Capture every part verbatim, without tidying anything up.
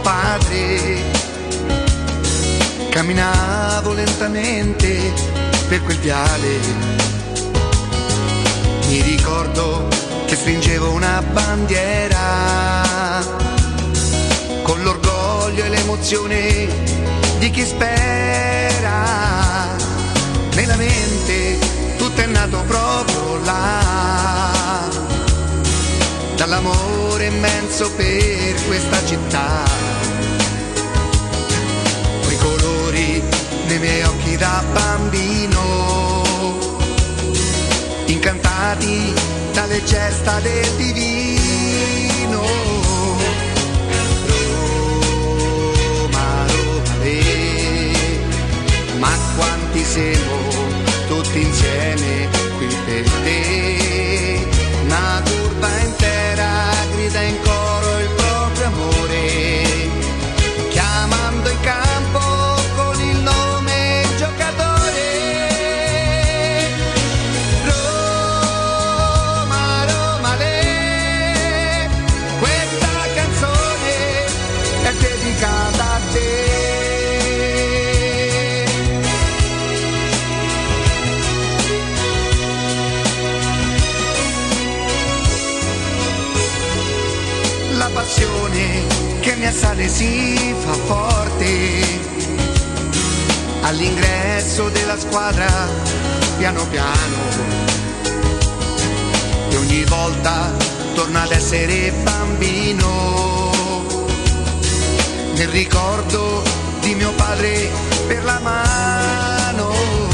padre. Camminavo lentamente per quel viale, mi ricordo che stringevo una bandiera con l'orgoglio e l'emozione di chi spera. Nella mente tutto è nato proprio là, dall'amore immenso per questa città. Quei colori nei miei occhi da bambino, incantati dalle gesta del divino. Roma, Roma, le, ma quanti siamo tutti insieme qui per te. Una curva intera grida in coro il proprio amore, chiamando in campo con il nome giocatore. Roma, Roma, le, questa canzone è dedicata a te. La passione che mi assale si fa forte all'ingresso della squadra, piano piano, e ogni volta torna ad essere bambino nel ricordo di mio padre per la mano.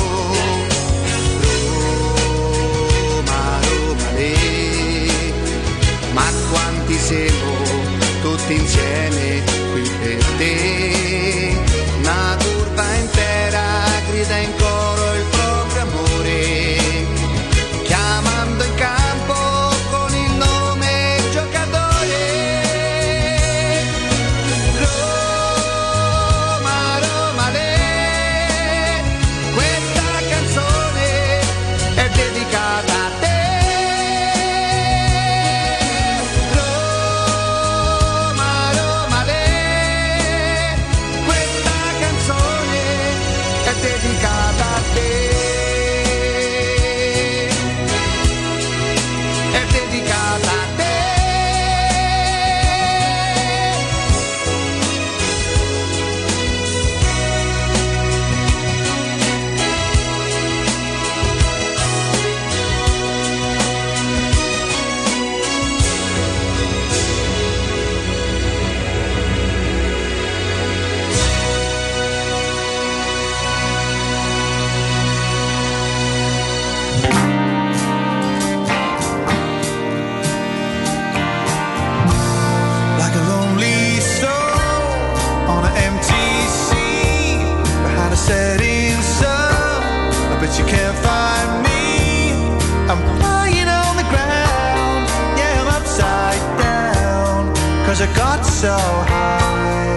Roma, Roma, le, ma quanti siamo tutti insieme qui per te. Una curva intera grida in coro il proprio amore, chiamando in campo con il nome giocatore. Roma, Roma, le, questa canzone è dedicata a te. Dedicata a te, è dedicata a te. Setting sun, I bet you can't find me. I'm lying on the ground, yeah, I'm upside down, 'cause I got so high.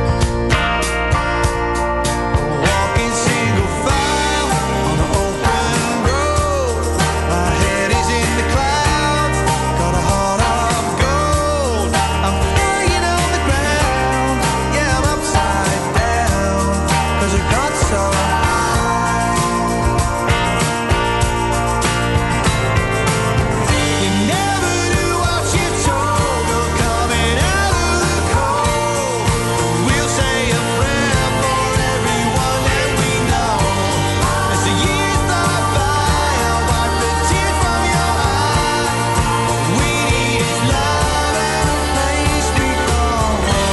Walking single file on an open road, my head is in the clouds, got a heart of gold. I'm lying on the ground, yeah, I'm upside down, 'cause I got so high. You never knew what you told, you're coming out of the cold. We'll say a prayer for everyone that we know. As the years fly by, I'll wipe the tears from your eye. All we need is love and a place we call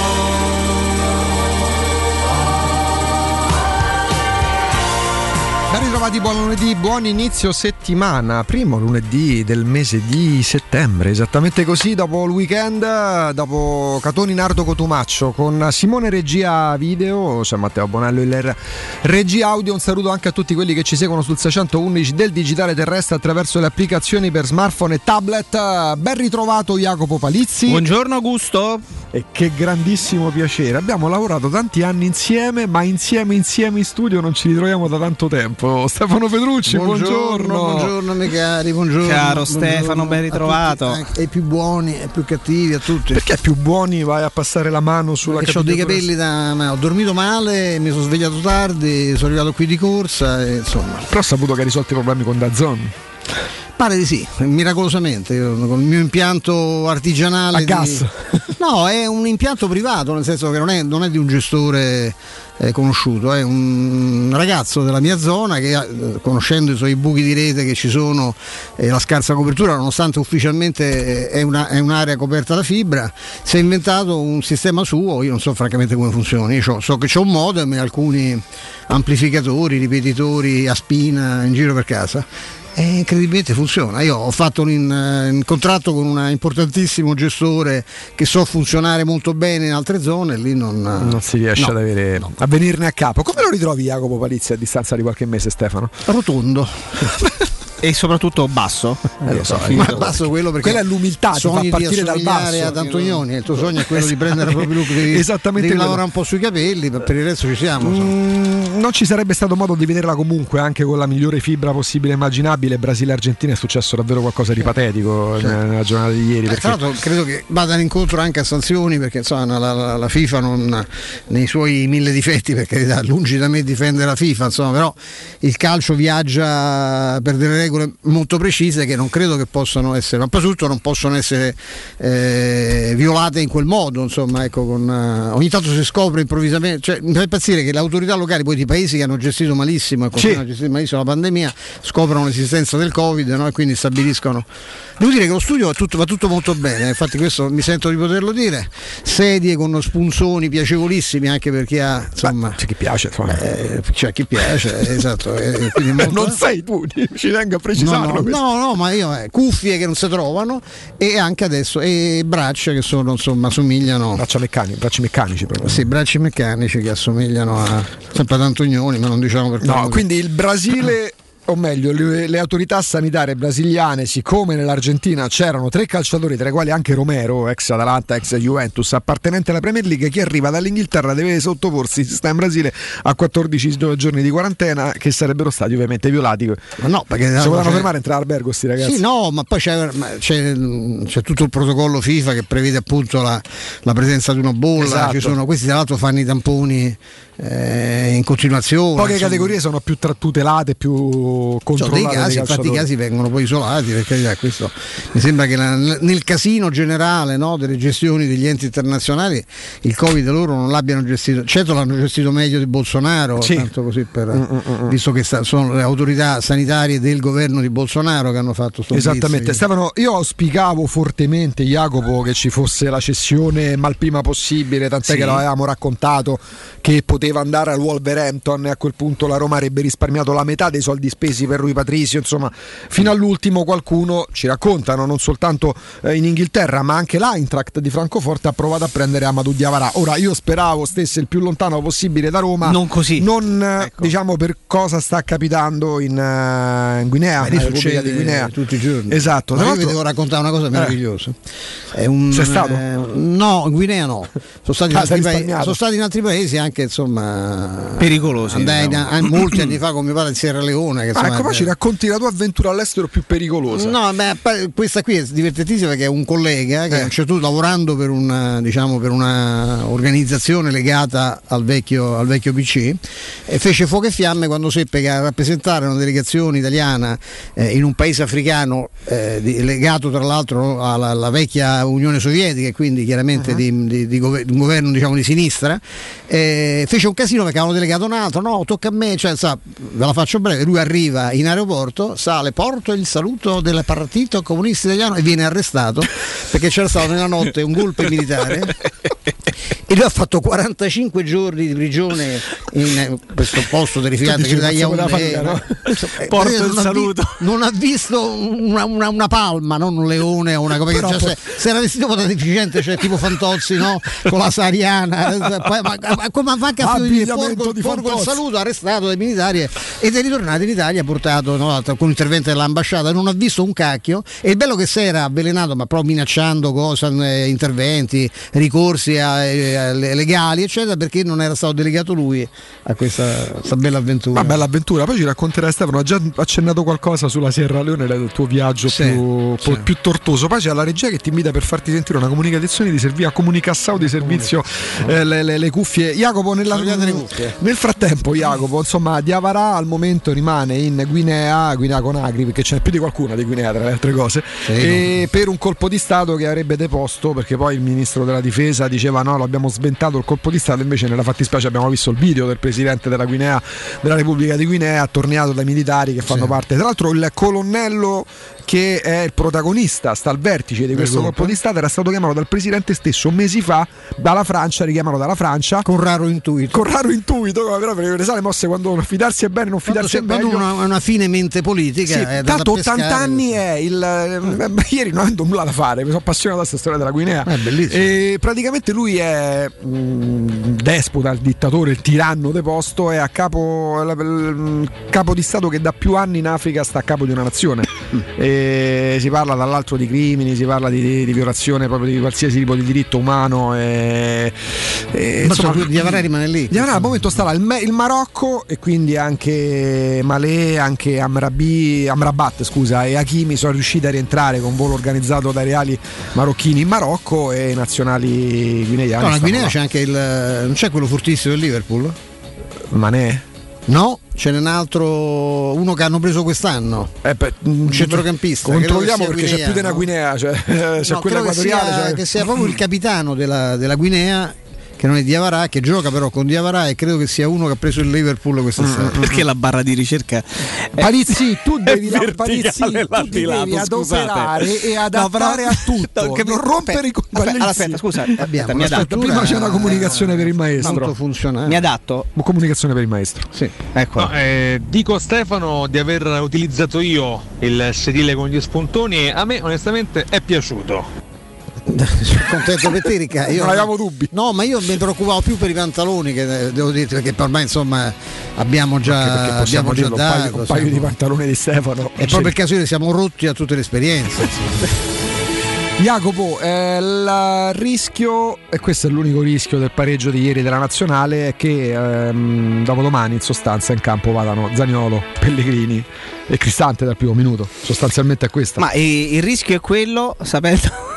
Ben ritrovati, buon lunedì, buon inizio settimana, primo lunedì del mese di settembre, esattamente così, dopo il weekend, dopo Catoni Nardo Cotumaccio con Simone regia video, San Matteo Bonello il regia audio. Un saluto anche a tutti quelli che ci seguono sul seicentoundici del digitale terrestre attraverso le applicazioni per smartphone e tablet. Ben ritrovato Jacopo Palizzi. Buongiorno Augusto. E che grandissimo piacere, abbiamo lavorato tanti anni insieme, ma insieme insieme in studio non ci ritroviamo da tanto tempo. Stefano, Stefano Petrucci, buongiorno. Buongiorno, miei cari, buongiorno. Caro buongiorno Stefano, ben ritrovato. Tutti, ai più buoni, ai più cattivi, a tutti. Perché più buoni vai a passare la mano sulla Perché ho dei capelli da. Ma ho dormito male, mi sono svegliato tardi, sono arrivato qui di corsa e insomma. Però ho saputo che hai risolto i problemi con DAZN. Pare di sì, miracolosamente, io, con il mio impianto artigianale a di... gas. No, è un impianto privato, nel senso che non è, non è di un gestore eh, conosciuto, è un ragazzo della mia zona che, eh, conoscendo i suoi buchi di rete che ci sono e eh, la scarsa copertura, nonostante ufficialmente è, una, è un'area coperta da fibra, si è inventato un sistema suo. Io non so francamente come funzioni, io so che c'è un modem e alcuni amplificatori, ripetitori a spina in giro per casa. E incredibilmente funziona. Io ho fatto un, un contratto con un importantissimo gestore che so funzionare molto bene in altre zone e lì non, non si riesce no, ad avere no. a venirne a capo. Come lo ritrovi Jacopo Palizzi a distanza di qualche mese, Stefano? Rotondo. E soprattutto basso. Eh, lo so, ma basso quello perché quella è l'umiltà, ti fa partire dal basso. Ad Antonioni, il tuo sogno è quello di prendere proprio look, devi, esattamente devi lavorare un po' sui capelli, per il resto ci siamo. Mm, non ci sarebbe stato modo di vederla comunque anche con la migliore fibra possibile e immaginabile. Brasile-Argentina è successo davvero qualcosa di patetico sì. nella giornata di ieri. Eh, perché... Tra l'altro credo che vadano incontro anche a sanzioni, perché insomma la, la, la FIFA non, nei suoi mille difetti, per carità, lungi da me difendere la FIFA, insomma, però il calcio viaggia per delle regole molto precise che non credo che possano essere, ma soprattutto non possono essere eh, violate in quel modo, insomma, ecco, con, uh, ogni tanto si scopre improvvisamente, cioè mi fa impazzire che le autorità locali poi di paesi che hanno gestito malissimo e continuano sì. a gestire malissimo la pandemia scoprono l'esistenza del Covid, no? E quindi stabiliscono. Devo dire che lo studio va tutto, va tutto molto bene, infatti questo mi sento di poterlo dire, sedie con spunzoni piacevolissimi anche per chi ha, insomma, c'è chi piace, insomma. Eh, c'è chi piace, esatto, eh, quindi molto... non sei tu, ci tengo a precisarlo. No, no, no, no, ma io eh, cuffie che non si trovano e anche adesso e braccia che sono, insomma, somigliano braccia meccanici, bracci meccanici proprio. Sì, bracci meccanici che assomigliano a sempre ad Antonioni, ma non diciamo per no, quindi il Brasile o meglio le, le autorità sanitarie brasiliane, siccome nell'Argentina c'erano tre calciatori, tra i quali anche Romero, ex Atalanta, ex Juventus, appartenente alla Premier League, chi arriva dall'Inghilterra deve sottoporsi, si sta in Brasile, a quattordici giorni di quarantena, che sarebbero stati ovviamente violati. Ma no, perché si potranno fermare e entrare all'albergo sti ragazzi. Sì, no, ma poi c'è, c'è, c'è tutto il protocollo FIFA che prevede appunto la, la presenza di una bolla, esatto. Ci sono, questi tra l'altro fanno i tamponi eh, in continuazione. Poche insomma. Categorie sono più tra tutelate, più controllate. Cioè, dei casi, infatti i casi vengono poi isolati, perché eh, questo mi sembra che la, nel casino generale, no, delle gestioni degli enti internazionali il Covid loro non l'abbiano gestito, certo l'hanno gestito meglio di Bolsonaro, sì. Tanto così per, mm-mm. visto che sta, sono le autorità sanitarie del governo di Bolsonaro che hanno fatto sto esattamente. blitz, Stefano, io auspicavo fortemente, Jacopo, che ci fosse la cessione mal prima possibile, tant'è sì. che l'avevamo raccontato che poteva andare al Wolverhampton e a quel punto la Roma avrebbe risparmiato la metà dei soldi spesi per Rui Patricio, insomma fino all'ultimo qualcuno, ci raccontano, non soltanto eh, in Inghilterra ma anche l'Eintracht di Francoforte ha provato a prendere Amadou Diawara. Ora io speravo stesse il più lontano possibile da Roma, non così, non ecco. diciamo per cosa sta capitando in, uh, in Guinea, lì succede di Guinea tutti i giorni. Esatto. Ma io vi devo raccontare una cosa meravigliosa. Eh. È un, Sei stato? Eh, no, in Guinea no. Sono stati, ah, in altri paesi, sono stati in altri paesi anche insomma pericolosi. Andai diciamo. in, in, molti anni fa con mio padre in Sierra Leone. Che, ah, insomma, ecco, ci racconti la tua avventura all'estero più pericolosa. No, beh, questa qui è divertentissima perché è un collega che eh. a un certo punto, lavorando per una, diciamo, per una organizzazione legata al vecchio, al vecchio P C, e fece fuoco e fiamme quando seppe che a rappresentare una delegazione italiana eh, in un paese africano eh, di, legato tra l'altro alla, alla vecchia Unione Sovietica e quindi chiaramente uh-huh. di, di, di, gover- di un governo diciamo di sinistra, eh, fece un casino perché avevano delegato un altro, no, tocca a me, cioè, sa, ve la faccio breve, lui arriva in aeroporto, sale, porto il saluto del Partito Comunista Italiano e viene arrestato perché c'era stato nella notte un golpe militare e lui ha fatto quarantacinque giorni di prigione in questo posto terrificante che dagli a un no? porto il saluto vi- non ha visto una, una, una palma, non un leone o una cosa, cioè, se, se era vestito da deficiente, cioè tipo Fantozzi, no? Con la sariana, ma, ma, ma come fa a porgo, porgo il saluto, arrestato dai militari ed è ritornato in Italia, portato no, con l'intervento dell'ambasciata, non ha visto un cacchio e il bello che si era avvelenato ma proprio minacciando cose, interventi, ricorsi a eh, legali eccetera, perché non era stato delegato lui a questa, questa bella avventura. Una bella avventura, poi ci racconterai, Stefano, ha già accennato qualcosa sulla Sierra Leone del tuo viaggio sì, più, sì. più tortuoso. Poi c'è la regia che ti invita per farti sentire una comunicazione di servizio a Comunicassao di servizio, eh, le, le, le cuffie. Jacopo, nella, le cuffie. nel frattempo Jacopo, insomma, Diavarà al momento rimane in Guinea, Guinea Conakry, perché ce n'è più di qualcuna di Guinea tra le altre cose, sì, e no. per un colpo di Stato che avrebbe deposto, perché poi il ministro della difesa diceva no, l'abbiamo sventato il colpo di Stato, invece nella fattispecie abbiamo visto il video del presidente della Guinea, della Repubblica di Guinea, attorniato dai militari che fanno sì. parte. Tra l'altro il colonnello che è il protagonista, sta al vertice di questo colpo di Stato, era stato chiamato dal presidente stesso mesi fa dalla Francia, richiamato dalla Francia con raro intuito. Con raro intuito, però per le sale mosse quando fidarsi è bene, non fidarsi è meglio. Una, una fine mente politica. Sì, è tanto ottanta pescare, anni è il eh, ieri non avendo nulla da fare, mi sono appassionato a questa storia della Guinea. È bellissimo. E praticamente lui è mh, despota, il dittatore, il tiranno deposto, è a capo il, il capo di Stato che da più anni in Africa sta a capo di una nazione. E si parla dall'altro di crimini, si parla di, di, di violazione proprio di qualsiasi tipo di diritto umano e, e ma insomma, Diavarà rimane lì. Diavarà al momento sta là il, il Marocco e quindi anche Malé, anche Amrabi, Amrabat scusa, e Hakimi sono riusciti a rientrare con volo organizzato dai reali marocchini in Marocco e i nazionali guineani. No, la Guinea c'è anche il, non c'è quello fortissimo del Liverpool? Mané? No, ce n'è un altro, uno che hanno preso quest'anno, eh, beh, un centrocampista. Controlliamo perché guineano. c'è più di una Guinea, cioè, c'è no, quella equatoriale. Che sia, cioè... che sia proprio il capitano della, della Guinea, che non è Diavarà, che gioca però con Diavarà, e credo che sia uno che ha preso il Liverpool quest'estate. Mm, perché la barra di ricerca Palizzi, tu devi, è Palizzi, tu ti devi adoperare e adattare no, a tutto, no, che non rompere i coglioni. Aspetta, scusa, abbiamo mi adatto. Prima c'è una comunicazione per il maestro. Funzionale. Mi adatto. Comunicazione per il maestro. Sì. Ecco. No, eh, dico a Stefano di aver utilizzato io il sedile con gli spuntoni e a me onestamente è piaciuto. Contento per te, Ricca. Io non avevamo dubbi. No, ma io mi preoccupavo più per i pantaloni, che devo dire, perché ormai insomma abbiamo già, abbiamo già dirlo, dato un paio, un paio di pantaloni di Stefano. E poi per caso io siamo rotti a tutte le esperienze. Jacopo, eh, il rischio, e questo è l'unico rischio del pareggio di ieri della nazionale, è che ehm, dopodomani in sostanza in campo vadano Zaniolo, Pellegrini e Cristante dal primo minuto. Sostanzialmente è questo. Ma eh, il rischio è quello, sapendo.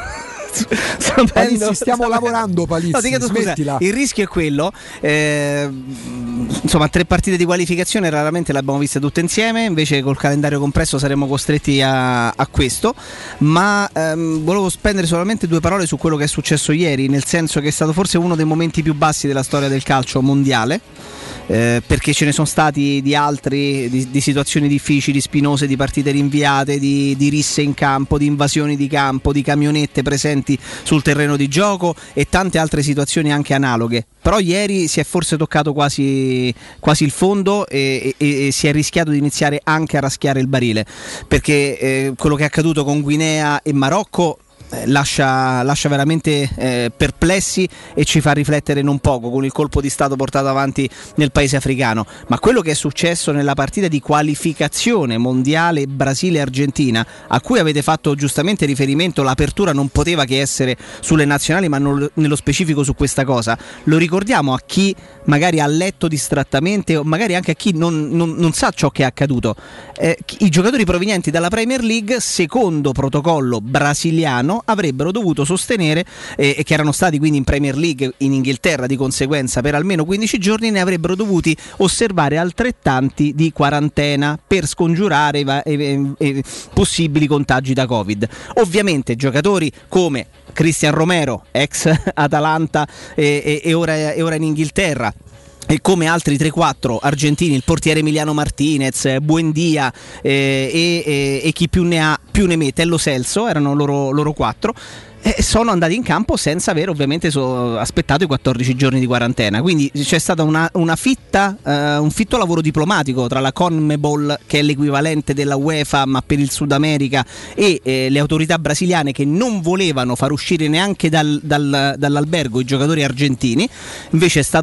sapendo Palizzi, stiamo sapendo, lavorando, Palizzi, no, dico, scusa, il rischio è quello, eh, insomma, tre partite di qualificazione raramente le abbiamo viste tutte insieme, invece col calendario compresso saremmo costretti a, a questo, ma ehm, volevo spendere solamente due parole su quello che è successo ieri, nel senso che è stato forse uno dei momenti più bassi della storia del calcio mondiale. Eh, perché ce ne sono stati di altri, di, di situazioni difficili, spinose, di partite rinviate, di, di risse in campo, di invasioni di campo, di camionette presenti sul terreno di gioco e tante altre situazioni anche analoghe. Però ieri si è forse toccato quasi, quasi il fondo e, e, e si è rischiato di iniziare anche a raschiare il barile, perché eh, quello che è accaduto con Guinea e Marocco Lascia, lascia veramente eh, perplessi e ci fa riflettere non poco con il colpo di stato portato avanti nel paese africano, ma quello che è successo nella partita di qualificazione mondiale Brasile-Argentina, a cui avete fatto giustamente riferimento, l'apertura non poteva che essere sulle nazionali, ma non, nello specifico su questa cosa, lo ricordiamo a chi magari ha letto distrattamente o magari anche a chi non, non, non sa ciò che è accaduto. Eh, i giocatori provenienti dalla Premier League, secondo protocollo brasiliano, avrebbero dovuto sostenere eh, e che erano stati quindi in Premier League in Inghilterra di conseguenza per almeno quindici giorni, ne avrebbero dovuti osservare altrettanti di quarantena per scongiurare va- e- e- possibili contagi da Covid. Ovviamente giocatori come Cristian Romero, ex Atalanta e, e, e, ora, e ora in Inghilterra, e come altri tre quattro argentini, il portiere Emiliano Martinez, Buendia eh, e, e, e chi più ne ha più ne mette, Tello Celso, erano loro, loro quattro, e sono andati in campo senza aver ovviamente so, aspettato i quattordici giorni di quarantena. Quindi c'è stata una, una fitta, eh, un fitto lavoro diplomatico tra la CONMEBOL, che è l'equivalente della UEFA ma per il Sud America, e eh, le autorità brasiliane, che non volevano far uscire neanche dal, dal, dall'albergo i giocatori argentini. Invece è stato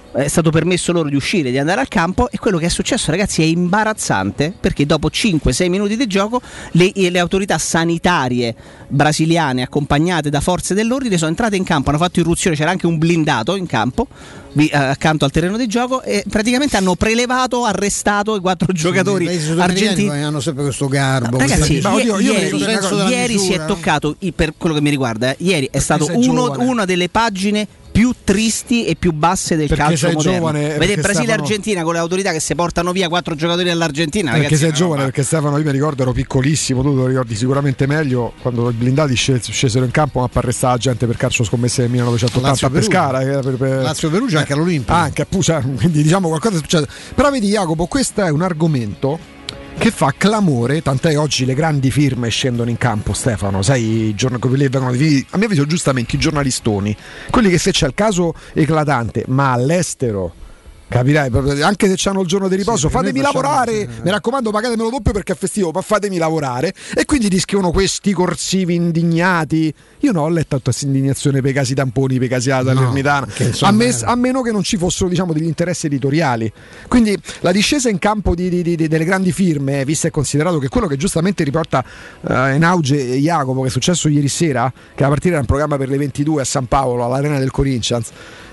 è stato permesso loro di uscire, di andare al campo, e quello che è successo, ragazzi, è imbarazzante, perché dopo cinque sei minuti di gioco le, le autorità sanitarie brasiliane, accompagnate da forze dell'ordine, sono entrate in campo, hanno fatto irruzione, c'era anche un blindato in campo vi, eh, accanto al terreno di gioco, e praticamente hanno prelevato, arrestato i quattro giocatori argentini. Hanno sempre questo garbo, ragazzi, questa... io, io ieri, ieri, ieri si è toccato, per quello che mi riguarda, eh, ieri è perché stato uno, una delle pagine più tristi e più basse del perché calcio sei moderno. giovane, vedete Brasile e Stefano... Argentina con le autorità che si portano via quattro giocatori all'Argentina, perché ragazzi, sei giovane, roba. perché Stefano, io mi ricordo, ero piccolissimo, tu te lo ricordi sicuramente meglio, quando i blindati scesero, scesero in campo ma per arrestare la gente per calcio scommesse nel millenovecentottanta a Pescara, per, per... Lazio Perugia, anche all'Olimpia, anche a Pusa, quindi diciamo qualcosa è successo. Però vedi Jacopo, questo è un argomento che fa clamore, tant'è oggi le grandi firme scendono in campo, Stefano, sai, i giorn- quelli che vengono definiti, a mio avviso giustamente, i giornalistoni, quelli che, se c'è il caso eclatante, ma all'estero, capirai, anche se c'hanno il giorno di riposo, sì, fatemi lavorare, sì, mi raccomando, pagatemelo doppio perché è festivo, ma fatemi lavorare, e quindi rischiano questi corsivi indignati. Io no, ho letto tutta questa indignazione per i casi tamponi, per i casi della Salernitana, no, a, me, a meno che non ci fossero, diciamo, degli interessi editoriali. Quindi la discesa in campo di, di, di, delle grandi firme, visto e considerato che quello che giustamente riporta uh, in auge Jacopo, che è successo ieri sera, che la partita era un programma per le ventidue a San Paolo, all'arena del Corinthians.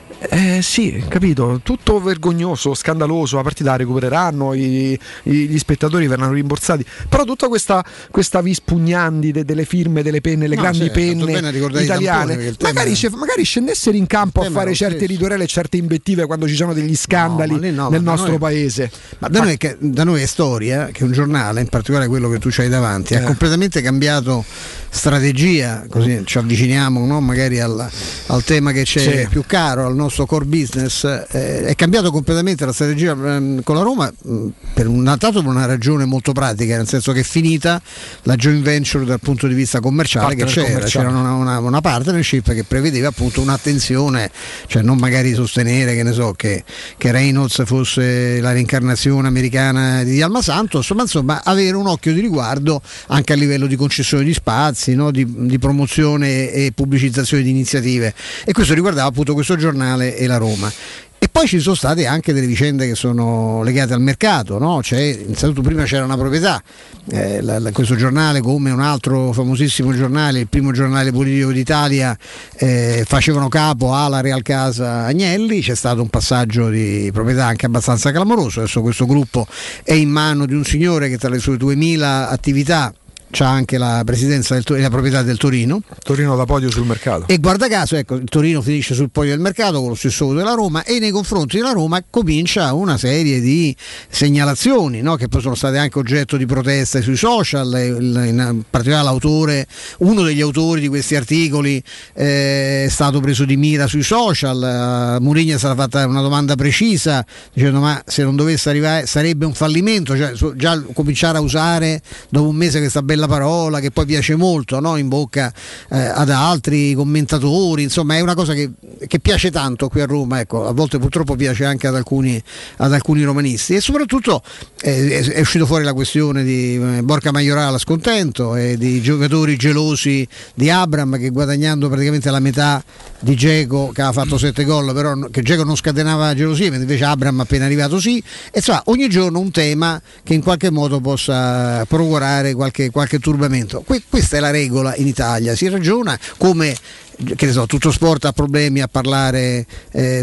Eh sì, capito, tutto vergognoso, scandaloso, la partita la recupereranno, i, i, gli spettatori verranno rimborsati, però tutta questa, questa vis pugnandi de, delle firme, delle penne, le no, grandi certo, penne italiane, magari, è... magari scendessero in campo a fare certe editoriali e certe invettive quando ci sono degli scandali no, no, nel nostro noi, paese. Ma da, ma... Noi è, da noi è storia che un giornale, in particolare quello che tu c'hai davanti, eh. ha completamente cambiato strategia, così ci avviciniamo, no? Magari al, al tema che c'è sì. più caro al nostro core business. Eh, è cambiato completamente la strategia eh, con la Roma, mh, per un, tanto per una ragione molto pratica, nel senso che è finita la joint venture dal punto di vista commerciale, partner che c'era, commerciale. c'era una, una, una partnership che prevedeva appunto un'attenzione, cioè non magari sostenere che ne so che, che Reynolds fosse la reincarnazione americana di Alma Santos, ma insomma avere un occhio di riguardo anche a livello di concessione di spazi, no? di, di promozione e pubblicizzazione di iniziative, e questo riguardava appunto questo giornale e la Roma. E poi ci sono state anche delle vicende che sono legate al mercato, no? C'è, innanzitutto prima c'era una proprietà, eh, la, la, questo giornale come un altro famosissimo giornale, il primo giornale politico d'Italia, eh, facevano capo alla Real Casa Agnelli, c'è stato un passaggio di proprietà anche abbastanza clamoroso, adesso questo gruppo è in mano di un signore che tra le sue duemila attività c'ha anche la presidenza del, la proprietà del Torino. Torino da podio sul mercato. E guarda caso, ecco, il Torino finisce sul podio del mercato con lo stesso della Roma, e nei confronti della Roma comincia una serie di segnalazioni, no? Che poi sono state anche oggetto di proteste sui social, in particolare l'autore, uno degli autori di questi articoli eh, è stato preso di mira sui social. uh, Mourinho è stata fatta una domanda precisa dicendo ma se non dovesse arrivare sarebbe un fallimento, cioè già cominciare a usare dopo un mese questa bella parola che poi piace molto, no? In bocca eh, ad altri commentatori, insomma è una cosa che, che piace tanto qui a Roma, ecco, a volte purtroppo piace anche ad alcuni, ad alcuni romanisti, e soprattutto eh, è, è uscito fuori la questione di eh, Borca Majoral scontento e di giocatori gelosi di Abram, che guadagnando praticamente la metà di Dzeko, che aveva fatto sette gol, però che Dzeko non scatenava gelosia, mentre invece Abram appena arrivato sì, e insomma ogni giorno un tema che in qualche modo possa procurare qualche, qualche turbamento. Que- questa è la regola in Italia, si ragiona come, che ne so, tutto sport ha problemi a parlare eh,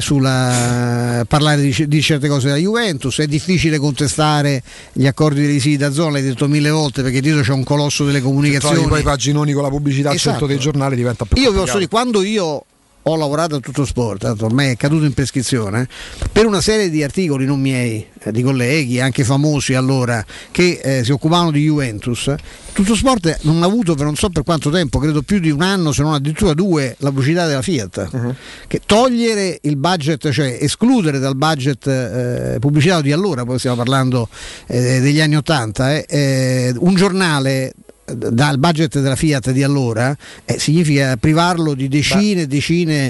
sulla parlare di, di certe cose della Juventus, è difficile contestare gli accordi dei sì da zona, l'hai detto mille volte, perché dietro c'è un colosso delle comunicazioni, se poi i paginoni con la pubblicità al esatto. centro dei giornali diventa più io complicato. vi posso dire, quando io ho lavorato a Tutto Sport, ormai è caduto in prescrizione, per una serie di articoli non miei, eh, di colleghi anche famosi allora, che eh, si occupavano di Juventus. Tutto Sport non ha avuto per non so per quanto tempo, credo più di un anno, se non addirittura due, la pubblicità della Fiat. Uh-huh. Che togliere il budget, cioè escludere dal budget eh, pubblicitario di allora, poi stiamo parlando eh, degli anni Ottanta, eh, eh, un giornale dal budget della Fiat di allora eh, significa privarlo di decine e decine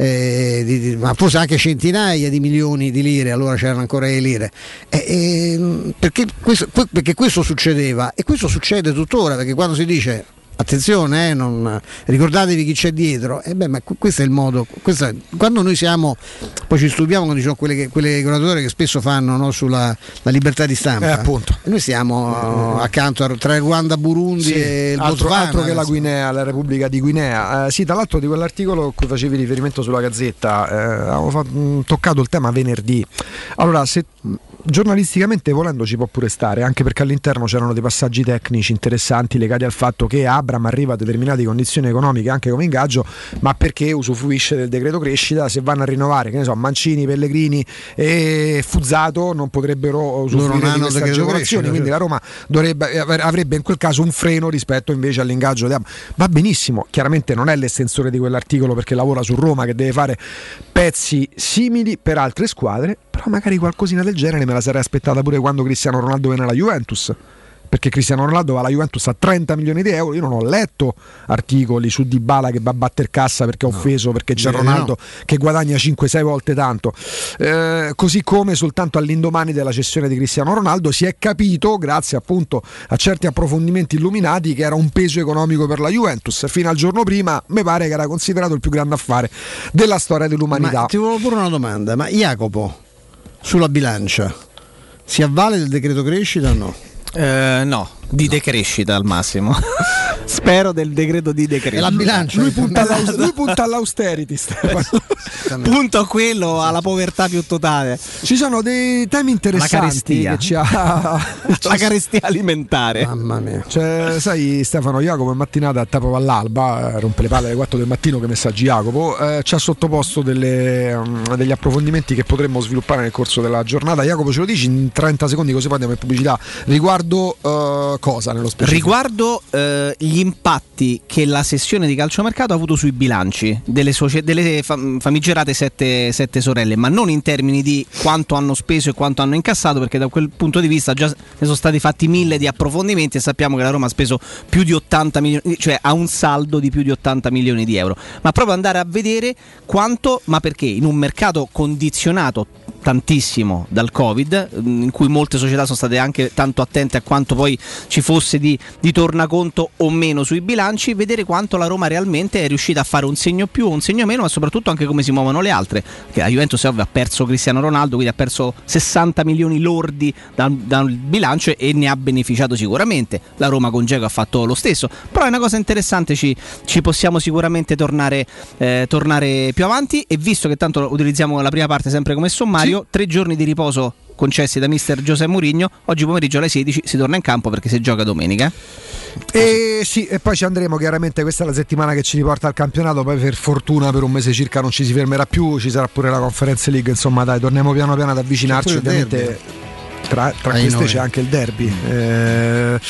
eh, di, di, ma forse anche centinaia di milioni di lire, allora c'erano ancora le lire, eh, eh, perché, questo, perché questo succedeva, e questo succede tuttora, perché quando si dice attenzione, eh, non, ricordatevi chi c'è dietro. E beh, ma questo è il modo. Questo è, quando noi siamo, poi ci stupiamo quando ci sono quelle, che, quelle cronature che spesso fanno, no, sulla la libertà di stampa. Eh, appunto. E noi siamo uh, accanto a, tra il Ruanda, Burundi sì, e il altro, Botswana. altro che la Guinea, la Repubblica di Guinea. Eh, sì, tra l'altro di quell'articolo a cui facevi riferimento sulla Gazzetta, eh, avevo fatto, mh, toccato il tema venerdì. Allora, se giornalisticamente volendo ci può pure stare, anche perché all'interno c'erano dei passaggi tecnici interessanti legati al fatto che Abram arriva a determinate condizioni economiche anche come ingaggio, ma perché usufruisce del decreto crescita. Se vanno a rinnovare, che ne so, Mancini, Pellegrini e Fuzzato non potrebbero usufruire di queste agevolazioni, quindi la Roma dovrebbe, avrebbe in quel caso un freno rispetto invece all'ingaggio di Abram. Va benissimo, chiaramente non è l'estensore di quell'articolo perché lavora su Roma che deve fare pezzi simili per altre squadre, però magari qualcosina del genere me la sarei aspettata pure quando Cristiano Ronaldo venne alla Juventus, perché Cristiano Ronaldo va alla Juventus a trenta milioni di euro. Io non ho letto articoli su Dybala che va a batter cassa perché ha offeso, no, perché c'è Ronaldo no. che guadagna cinque sei volte tanto, eh, così come soltanto all'indomani della cessione di Cristiano Ronaldo si è capito, grazie appunto a certi approfondimenti illuminati, che era un peso economico per la Juventus. Fino al giorno prima mi pare che era considerato il più grande affare della storia dell'umanità. Ma ti volevo pure una domanda, ma Jacopo sulla bilancia si avvale del decreto crescita o no? Eh, no, di no. decrescita al massimo. Spero del decreto di decrescita. E la bilancia lui punta, alla, lui punta all'austerity, Stefano. Punto a quello, alla povertà più totale. Ci sono dei temi interessanti che ci ha la carestia alimentare. Mamma mia. Cioè, sai Stefano, Jacopo in mattinata a Tapo all'alba, rompe le palle alle quattro del mattino che messaggi Jacopo, eh, ci ha sottoposto delle, um, degli approfondimenti che potremmo sviluppare nel corso della giornata. Jacopo, ce lo dici in trenta secondi così poi andiamo in pubblicità, riguardo uh, cosa nello specifico? Riguardo uh, gli impatti che la sessione di calciomercato ha avuto sui bilanci delle, socie- delle fam- famigerate sette, sette sorelle, ma non in termini di quanto hanno speso e quanto hanno incassato, perché da quel punto di vista già ne sono stati fatti mille di approfondimenti e sappiamo che la Roma ha speso più di ottanta milioni, cioè ha un saldo di più di ottanta milioni di euro, ma proprio andare a vedere quanto, ma perché in un mercato condizionato tantissimo dal Covid, in cui molte società sono state anche tanto attente a quanto poi ci fosse di, di tornaconto o meno sui bilanci, vedere quanto la Roma realmente è riuscita a fare un segno più o un segno meno, ma soprattutto anche come si muovono le altre, che la Juventus è ovvio ha perso Cristiano Ronaldo, quindi ha perso sessanta milioni lordi dal, dal bilancio e ne ha beneficiato sicuramente. La Roma con Dzeko ha fatto lo stesso, però è una cosa interessante, ci, ci possiamo sicuramente tornare, eh, tornare più avanti, e visto che tanto utilizziamo la prima parte sempre come sommario, sì. tre giorni di riposo concessi da mister Giuseppe Mourinho, oggi pomeriggio alle sedici si torna in campo perché si gioca domenica. E sì, e poi ci andremo, chiaramente questa è la settimana che ci riporta al campionato, poi per fortuna per un mese circa non ci si fermerà più, ci sarà pure la Conference League, insomma dai, torniamo piano piano ad avvicinarci, ovviamente tra, tra queste noi. C'è anche il derby. Eh,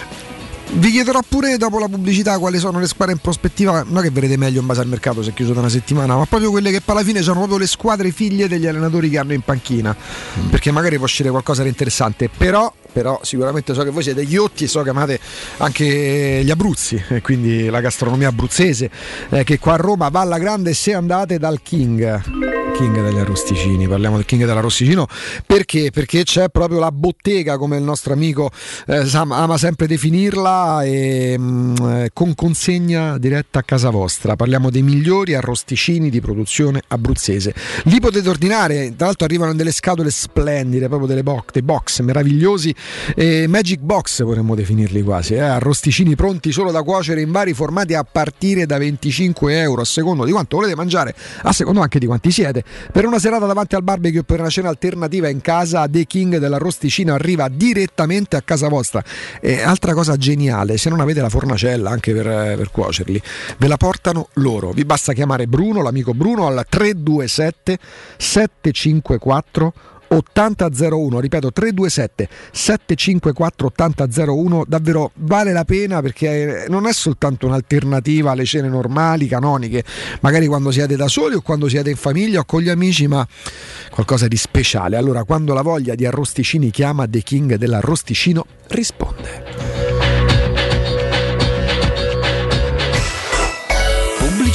vi chiederò pure dopo la pubblicità quali sono le squadre in prospettiva, non che vedrete meglio in base al mercato se è chiuso da una settimana, ma proprio quelle che poi alla fine sono proprio le squadre figlie degli allenatori che hanno in panchina, mm. perché magari può uscire qualcosa di interessante, però però sicuramente so che voi siete ghiotti e so che amate anche gli Abruzzi e quindi la gastronomia abruzzese, eh, che qua a Roma va alla grande se andate dal King King degli Arrosticini. Parliamo del King dell'Arrosticino perché? Perché c'è proprio la bottega, come il nostro amico eh, Sam ama sempre definirla, e, mh, con consegna diretta a casa vostra. Parliamo dei migliori arrosticini di produzione abruzzese, li potete ordinare, tra l'altro arrivano in delle scatole splendide, proprio delle box, dei box meravigliosi, eh, Magic Box potremmo definirli quasi, eh, arrosticini pronti solo da cuocere in vari formati a partire da venticinque euro, a secondo di quanto volete mangiare, a secondo anche di quanti siete. Per una serata davanti al barbecue o per una cena alternativa in casa, The King dell'Arrosticino arriva direttamente a casa vostra. E altra cosa geniale, se non avete la fornacella anche per, per cuocerli, ve la portano loro. Vi basta chiamare Bruno, l'amico Bruno, al tre due sette sette cinque quattro ottanta zero uno, ripeto tre due sette sette cinque quattro ottanta zero uno. Davvero vale la pena, perché non è soltanto un'alternativa alle cene normali, canoniche, magari quando siete da soli o quando siete in famiglia o con gli amici, ma qualcosa di speciale. Allora, quando la voglia di arrosticini chiama, The King dell'Arrosticino risponde. Pubblicità.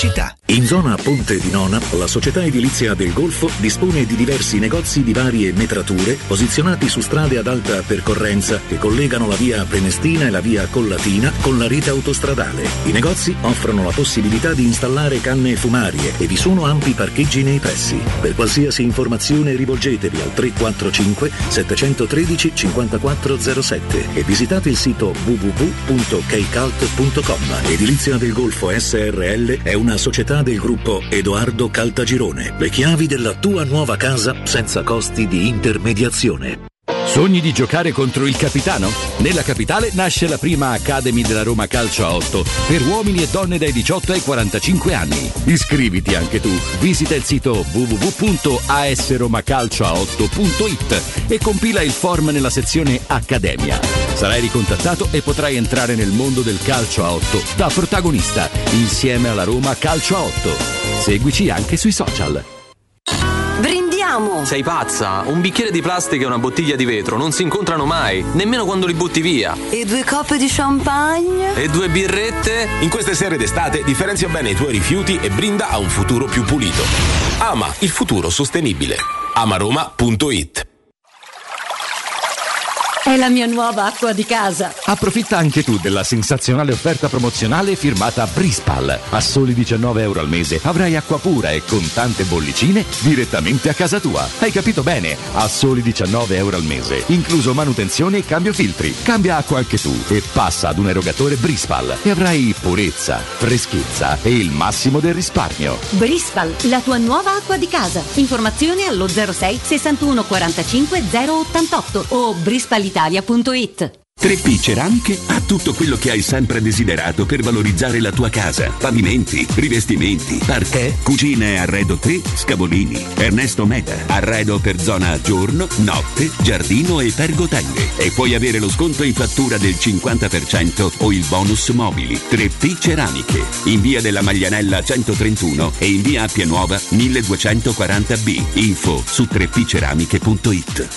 In zona Ponte di Nona, la società edilizia del Golfo dispone di diversi negozi di varie metrature posizionati su strade ad alta percorrenza che collegano la via Prenestina e la via Collatina con la rete autostradale. I negozi offrono la possibilità di installare canne fumarie e vi sono ampi parcheggi nei pressi. Per qualsiasi informazione rivolgetevi al tre quattro cinque sette uno tre cinque zero sette e visitate il sito w w w punto keycult punto com. Edilizia del Golfo S R L è una società del gruppo Edoardo Caltagirone. Le chiavi della tua nuova casa senza costi di intermediazione. Sogni di giocare contro il capitano? Nella capitale nasce la prima Academy della Roma Calcio a otto per uomini e donne dai diciotto ai quarantacinque anni. Iscriviti anche tu. Visita il sito w w w punto a s roma calcio a otto punto i t e compila il form nella sezione Accademia. Sarai ricontattato e potrai entrare nel mondo del calcio a otto da protagonista insieme alla Roma Calcio a otto. Seguici anche sui social. Brindiamo! Sei pazza? Un bicchiere di plastica e una bottiglia di vetro non si incontrano mai, nemmeno quando li butti via. E due coppe di champagne? E due birrette? In queste sere d'estate differenzia bene i tuoi rifiuti e brinda a un futuro più pulito. Ama il futuro sostenibile. amaroma punto i t. È la mia nuova acqua di casa. Approfitta anche tu della sensazionale offerta promozionale firmata Brispal. A soli diciannove euro al mese avrai acqua pura e con tante bollicine direttamente a casa tua. Hai capito bene? A soli diciannove euro al mese, incluso manutenzione e cambio filtri. Cambia acqua anche tu e passa ad un erogatore Brispal e avrai purezza, freschezza e il massimo del risparmio. Brispal, la tua nuova acqua di casa. Informazioni allo zero sei sessantuno quarantacinque zero ottantotto o brispalitalia punto i t. tre P Ceramiche ha tutto quello che hai sempre desiderato per valorizzare la tua casa. Pavimenti, rivestimenti, parquet, cucine e arredo tre, Scavolini. Ernesto Meda, arredo per zona giorno, notte, giardino e pergotende. E puoi avere lo sconto in fattura del cinquanta per cento o il bonus mobili. tre P Ceramiche, in via della Maglianella centotrentuno e in via Appia Nuova milleduecentoquaranta B. Info su tre p ceramiche punto i t.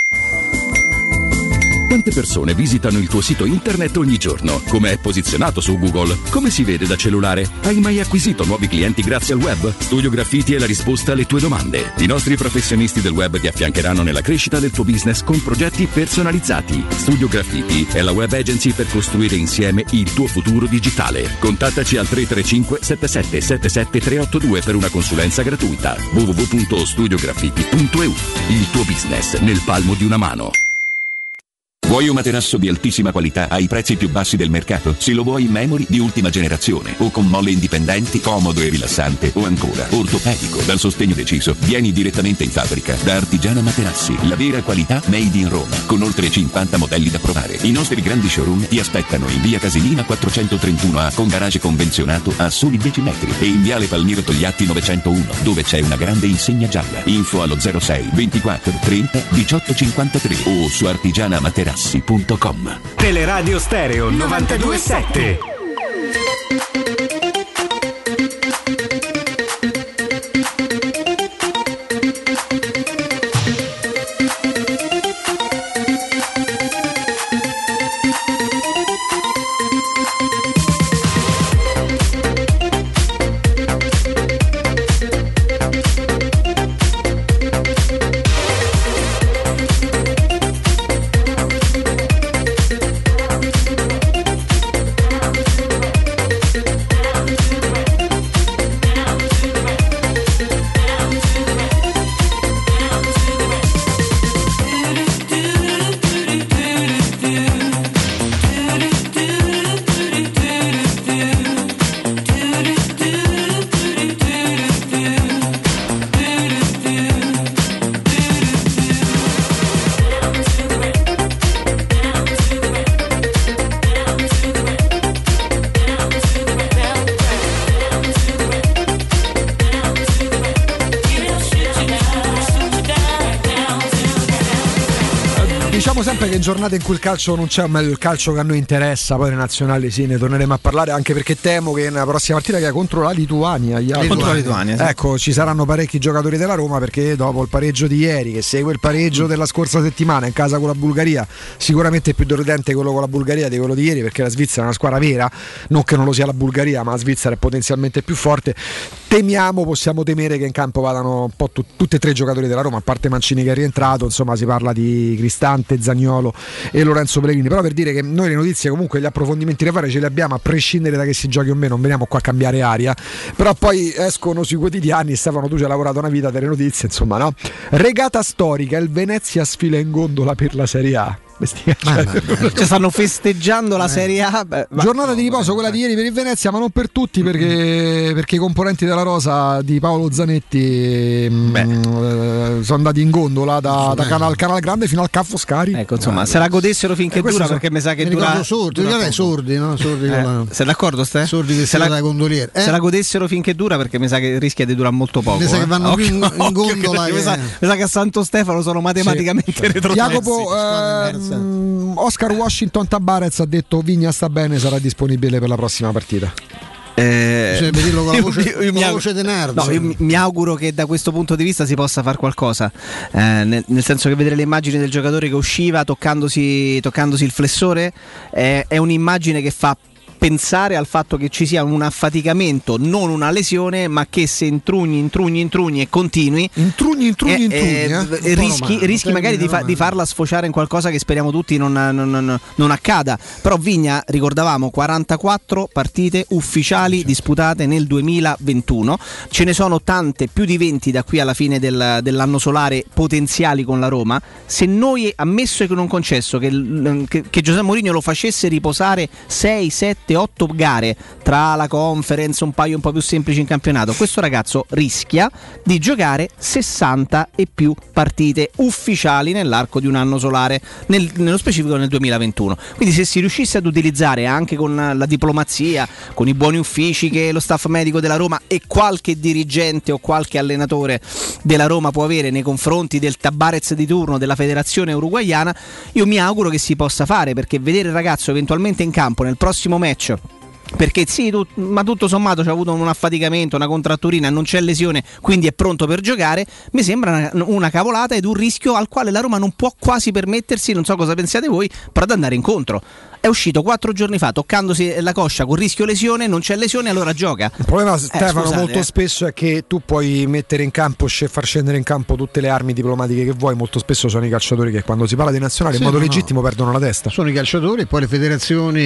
Quante persone visitano il tuo sito internet ogni giorno? Come è posizionato su Google? Come si vede da cellulare? Hai mai acquisito nuovi clienti grazie al web? Studio Graffiti è la risposta alle tue domande. I nostri professionisti del web ti affiancheranno nella crescita del tuo business con progetti personalizzati. Studio Graffiti è la web agency per costruire insieme il tuo futuro digitale. Contattaci al tre tre cinque sette sette sette sette tre otto due per una consulenza gratuita. w w w punto studio graffiti punto e u. Il tuo business nel palmo di una mano. Vuoi un materasso di altissima qualità ai prezzi più bassi del mercato? Se lo vuoi in memory di ultima generazione o con molle indipendenti, comodo e rilassante o ancora ortopedico dal sostegno deciso, vieni direttamente in fabbrica da Artigiana Materassi, la vera qualità made in Roma, con oltre cinquanta modelli da provare. I nostri grandi showroom ti aspettano in via Casilina quattrocentotrentuno A con garage convenzionato a soli dieci metri e in viale Palmiro Togliatti novecentouno dove c'è una grande insegna gialla. Info allo zero sei ventiquattro trenta diciotto cinquantatré o su artigiana materassi punto com. Teleradio Stereo novantadue sette. Diciamo sempre che in giornate in cui il calcio non c'è, o meglio il calcio che a noi interessa, poi le nazionali sì, ne torneremo a parlare, anche perché temo che nella prossima partita che è contro la Lituania, Iago, contro la Lituania, sì. Ecco, ci saranno parecchi giocatori della Roma, perché dopo il pareggio di ieri, che segue il pareggio della scorsa settimana in casa con la Bulgaria, sicuramente è più deludente quello con la Bulgaria di quello di ieri, perché la Svizzera è una squadra vera, non che non lo sia la Bulgaria, ma la Svizzera è potenzialmente più forte. Temiamo, possiamo temere che in campo vadano un po' tu- tutti e tre i giocatori della Roma, a parte Mancini che è rientrato, insomma si parla di Cristante, Zaniolo e Lorenzo Pellegrini. Però per dire che noi le notizie, comunque gli approfondimenti da fare ce li abbiamo, a prescindere da che si giochi o meno, non veniamo qua a cambiare aria, però poi escono sui quotidiani. Stefano, tu ci hai lavorato una vita delle notizie, insomma, no? Regata storica, il Venezia sfila in gondola per la Serie A. Cioè, cioè stanno festeggiando la Serie A. Beh, giornata di riposo quella di ieri per il Venezia, ma non per tutti, perché, perché i componenti della rosa di Paolo Zanetti mh, sono andati in gondola da, da Canal, Canal Grande fino al Ca' Foscari. Ecco, insomma, ah, se la godessero finché eh, dura, perché mi sa che mi dura sordi, dura dura sordi, no? Sordi eh, la... sei d'accordo, Ste? Sordi che se la, da gondoliere. Eh? Se la godessero finché dura, perché mi sa che rischia di durare molto poco. Mi sa eh. che vanno occhio, più in, in gondola. Che... Che... Mi, sa, mi sa che a Santo Stefano sono matematicamente sì. retrocessi. Jacopo, ehm, Oscar Washington Tabarez ha detto Vigna sta bene, sarà disponibile per la prossima partita. Eh, cioè, dirlo con la voce, io, io con la voce auguro, di Nardo. No, io mi, mi auguro che da questo punto di vista si possa fare qualcosa, eh, nel, nel senso che vedere le immagini del giocatore che usciva toccandosi, toccandosi il flessore eh, è un'immagine che fa pensare al fatto che ci sia un affaticamento, non una lesione, ma che se intrugni, intrugni, intrugni e continui, intrugni, intrugni, eh, intrugni eh, eh? rischi, romano, rischi magari di, fa, di farla sfociare in qualcosa che speriamo tutti non, non, non, non accada. Però Vigna, ricordavamo, quarantaquattro partite ufficiali sì. disputate nel duemilaventuno, ce ne sono tante, più di venti da qui alla fine del, dell'anno solare potenziali con la Roma. Se noi, ammesso che non concesso che, che, che Giuseppe Mourinho lo facesse riposare sei, sette, otto gare tra la Conference, un paio un po' più semplici in campionato, questo ragazzo rischia di giocare sessanta e più partite ufficiali nell'arco di un anno solare, nel, nello specifico nel duemilaventuno. Quindi se si riuscisse ad utilizzare anche con la diplomazia, con i buoni uffici che lo staff medico della Roma e qualche dirigente o qualche allenatore della Roma può avere nei confronti del Tabarez di turno della federazione uruguaiana, io mi auguro che si possa fare, perché vedere il ragazzo eventualmente in campo nel prossimo match, perché sì, tu, ma tutto sommato c'ha avuto un affaticamento, una contratturina, non c'è lesione, quindi è pronto per giocare, mi sembra una, una cavolata ed un rischio al quale la Roma non può quasi permettersi, non so cosa pensiate voi, però ad andare incontro. È uscito quattro giorni fa toccandosi la coscia con rischio lesione, non c'è lesione, allora gioca. Il problema, Stefano, eh, scusate, molto eh. spesso è che tu puoi mettere in campo, far scendere in campo tutte le armi diplomatiche che vuoi, molto spesso sono i calciatori che quando si parla di nazionale sì, in modo no, legittimo no. perdono la testa. Sono i calciatori e poi le federazioni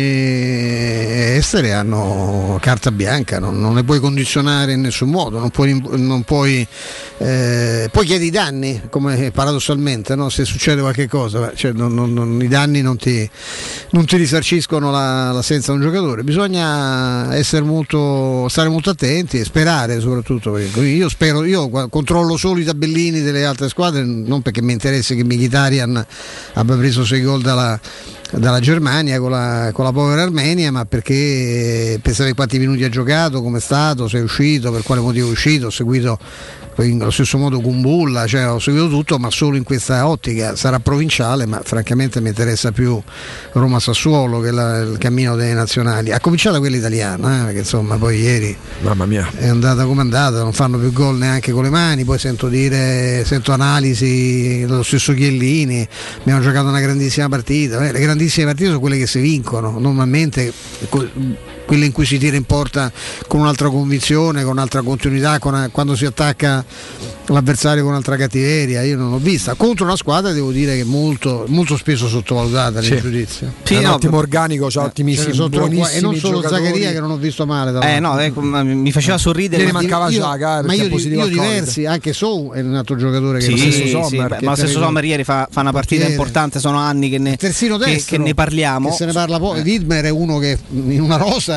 estere hanno carta bianca, non, non le puoi condizionare in nessun modo, non puoi, non puoi eh, poi chiedi i danni, come paradossalmente, no? Se succede qualche cosa, cioè, non, non, non, i danni non ti, non ti risarciscono la, l'assenza di un giocatore. Bisogna essere molto, stare molto attenti e sperare, soprattutto perché io spero, io controllo solo i tabellini delle altre squadre, non perché mi interessa che Mkhitaryan abbia preso sei gol dalla dalla Germania con la, con la povera Armenia, ma perché per sapere quanti minuti ha giocato, come è stato, se è uscito, per quale motivo è uscito, ho seguito allo stesso modo Kumbulla, cioè ho seguito tutto, ma solo in questa ottica. Sarà provinciale, ma francamente mi interessa più Roma-Sassuolo che la, il cammino delle nazionali, a cominciare da quella italiana, eh, perché insomma poi ieri mamma mia è andata come è andata, non fanno più gol neanche con le mani, poi sento dire, sento analisi dello stesso Chiellini, abbiamo giocato una grandissima partita, eh, le grandissime partite sono quelle che si vincono normalmente, quelle in cui si tira in porta con un'altra convinzione, con un'altra continuità, con una, quando si attacca l'avversario con un'altra cattiveria. Io non l'ho vista contro una squadra, devo dire che molto, molto spesso sottovalutata nel sì. giudizio. Sì, è un no, ottimo organico, c'ha eh, ottimissimi, buonissimi e non solo giocatori. Zaccaria, che non ho visto male. Eh no, ecco, mi faceva sorridere. Ieri mancava Giaga, eh, ma io, io diversi, anche Sou è un altro giocatore che sì, lo stesso sì, Sommer, sì, ma lo stesso Sommer ieri fa, fa una partita portiere. importante, sono anni che ne, terzino destro, che, che ne parliamo. Che se ne parla poi. Eh. Widmer è uno che in una rosa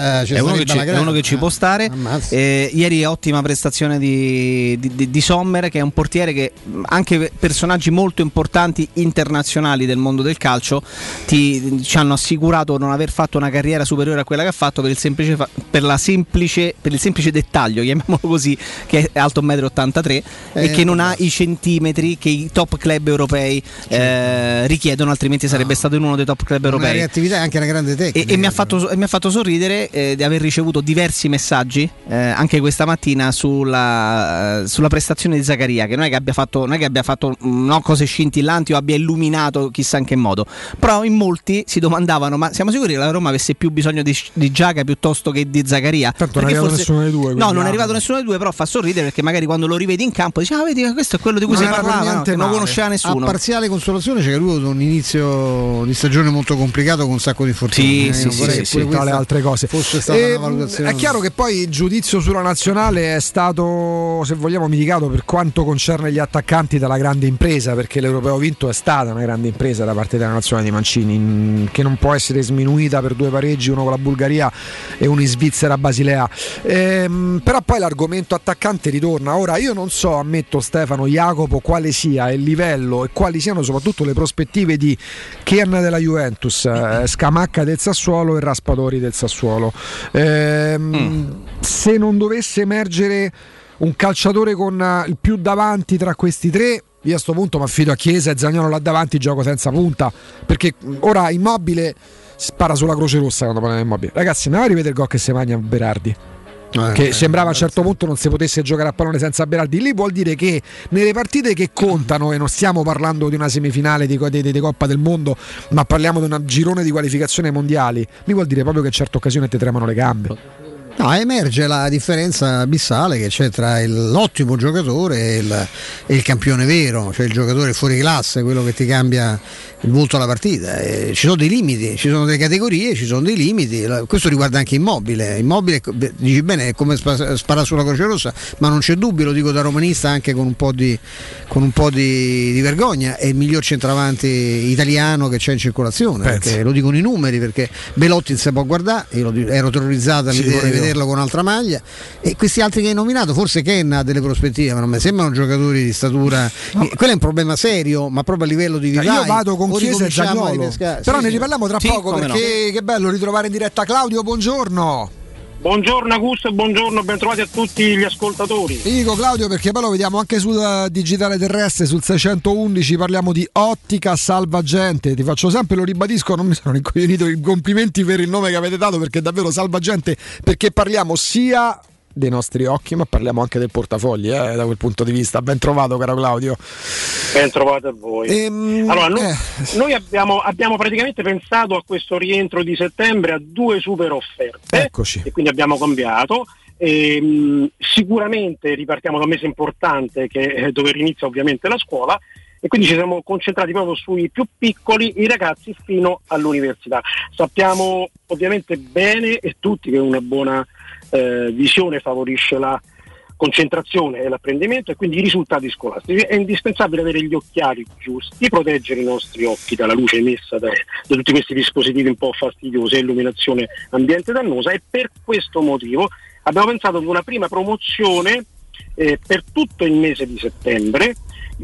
sta, è, uno che ci, è uno che ci può stare. Eh, ieri ottima prestazione di, di, di, di Sommer, che è un portiere che anche personaggi molto importanti internazionali del mondo del calcio ti, ci hanno assicurato non aver fatto una carriera superiore a quella che ha fatto per il semplice, per la semplice, per il semplice dettaglio, chiamiamolo così, che è alto un metro e ottantatré eh, e che non ha i centimetri che i top club europei eh, richiedono, altrimenti sarebbe no. stato in uno dei top club europei. Una reattività e anche una grande tecnica. E, e mi ha fatto, mi ha fatto sorridere eh, di aver ricevuto diversi messaggi eh, anche questa mattina sulla, sulla prestazione di Zaccaria, che non è che abbia fatto, non è che abbia fatto no, cose scintillanti o abbia illuminato chissà in che modo, però in molti si domandavano: ma siamo sicuri che la Roma avesse più bisogno di, di Giaca piuttosto che di Zaccaria? Tanto non è arrivato forse... nessuno dei due. No, non è arrivato nessuno dei due, però fa sorridere perché magari quando lo rivedi in campo dici: ah, vedi, questo è quello di cui non si parlava, no? Che non conosceva nessuno. A parziale consolazione c'è che lui ha avuto un inizio di stagione molto complicato con un sacco di infortuni. Sì, eh, sì, sì, sì, tra le altre cose. Fosse stata e, una valutazione. È chiaro che poi il giudizio sulla nazionale è stato, se vogliamo, mitigato per quanto concerne gli attaccanti dalla grande impresa, perché l'Europeo vinto è stata una grande impresa da parte della nazionale di Mancini, che non può essere sminuita per due pareggi, uno con la Bulgaria e uno in Svizzera Basilea. Ehm, però poi l'argomento attaccante ritorna. Ora io non so, ammetto Stefano, Jacopo, quale sia il livello e quali siano soprattutto le prospettive di Kean della Juventus, eh, Scamacca del Sassuolo e Raspadori del Sassuolo. Ehm, mm. Se non dovesse emergere un calciatore con il più davanti tra questi tre, io a sto punto mi affido a Chiesa e Zaniolo là davanti, gioco senza punta, perché ora Immobile spara sulla Croce Rossa quando parla di Immobile. Ragazzi, mi va a rivedere il gol che si mangia Berardi, eh, che eh, sembrava a un certo punto non si potesse giocare a pallone senza Berardi. Lì vuol dire che nelle partite che contano, e non stiamo parlando di una semifinale di, di, di, di Coppa del Mondo, ma parliamo di un girone di qualificazione mondiali, lì vuol dire proprio che in certe occasioni ti tremano le gambe. No, emerge la differenza abissale che c'è tra il, l'ottimo giocatore e il, e il campione vero, cioè il giocatore fuori classe, quello che ti cambia il volto alla partita. E ci sono dei limiti, ci sono delle categorie, ci sono dei limiti. Questo riguarda anche Immobile. Immobile, dici bene, è come sparare sulla Croce Rossa, ma non c'è dubbio, lo dico da romanista anche con un po' di, con un po' di, di vergogna, è il miglior centravanti italiano che c'è in circolazione, perché lo dicono i numeri, perché Belotti non si può guardare, io lo, ero terrorizzato all'idea di vederlo con un'altra maglia, e questi altri che hai nominato, forse Ken ha delle prospettive, ma non mi sembrano giocatori di statura, no. Quello è un problema serio, ma proprio a livello di vivai. Io vado con Chiesa e Zaniolo, però sì, ne riparliamo tra sì, poco, perché no. Che bello ritrovare in diretta Claudio. Buongiorno. Buongiorno Augusto e buongiorno, ben trovati a tutti gli ascoltatori. Ti dico Claudio perché poi lo vediamo anche sul digitale terrestre, sul seicentoundici, parliamo di Ottica Salvagente. Ti faccio sempre, lo ribadisco, non mi sono incoglionito, i complimenti per il nome che avete dato, perché è davvero Salvagente, perché parliamo sia dei nostri occhi ma parliamo anche del portafogli, eh, da quel punto di vista. Ben trovato caro Claudio. Ben trovato a voi. Ehm, allora noi, eh. noi abbiamo, abbiamo praticamente pensato a questo rientro di settembre a due super offerte. Eccoci. E quindi abbiamo cambiato. E, mh, sicuramente ripartiamo da un mese importante che, eh, dove inizia ovviamente la scuola, e quindi ci siamo concentrati proprio sui più piccoli, i ragazzi fino all'università. Sappiamo ovviamente bene e tutti che una buona eh, visione favorisce la concentrazione e l'apprendimento e quindi i risultati scolastici. È indispensabile avere gli occhiali giusti, proteggere i nostri occhi dalla luce emessa da, da tutti questi dispositivi un po' fastidiosi e illuminazione ambiente dannosa, e per questo motivo abbiamo pensato ad una prima promozione eh, per tutto il mese di settembre.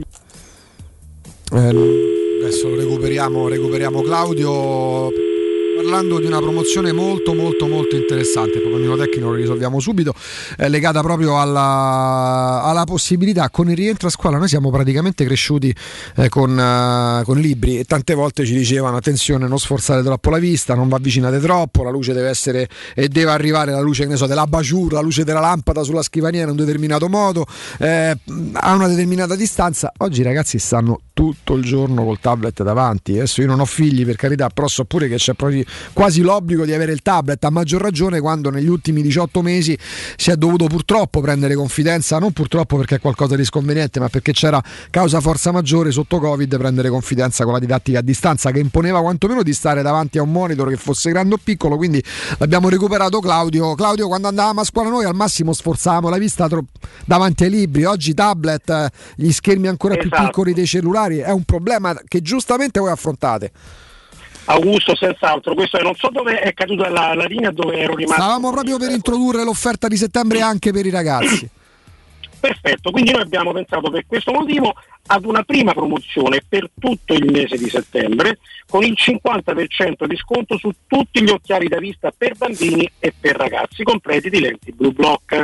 Eh, adesso lo recuperiamo, recuperiamo Claudio, parlando di una promozione molto molto molto interessante. Il problemino tecnico lo risolviamo subito, è legata proprio alla, alla possibilità, con il rientro a scuola noi siamo praticamente cresciuti eh, con, uh, con libri, e tante volte ci dicevano attenzione, non sforzate troppo la vista, non vi avvicinate troppo, la luce deve essere e deve arrivare la luce, che ne so, della bajour, la luce della lampada sulla scrivania in un determinato modo, eh, a una determinata distanza. Oggi i ragazzi stanno tutto il giorno col tablet davanti. Adesso io non ho figli, per carità, però so pure che c'è proprio quasi l'obbligo di avere il tablet, a maggior ragione quando negli ultimi diciotto mesi si è dovuto purtroppo prendere confidenza, non purtroppo perché è qualcosa di sconveniente, ma perché c'era causa forza maggiore sotto Covid, prendere confidenza con la didattica a distanza, che imponeva quantomeno di stare davanti a un monitor, che fosse grande o piccolo. Quindi l'abbiamo recuperato Claudio. Claudio, quando andavamo a scuola noi al massimo sforzavamo la vista tro- davanti ai libri, oggi tablet, gli schermi ancora esatto. più piccoli dei cellulari, è un problema che giustamente voi affrontate. Augusto, senz'altro, questo è, non so dove è caduta la, la linea, dove ero rimasto. Stavamo proprio per introdurre l'offerta di settembre anche per i ragazzi. Perfetto, quindi noi abbiamo pensato per questo motivo ad una prima promozione per tutto il mese di settembre con il cinquanta per cento di sconto su tutti gli occhiali da vista per bambini e per ragazzi, completi di lenti Blue Block.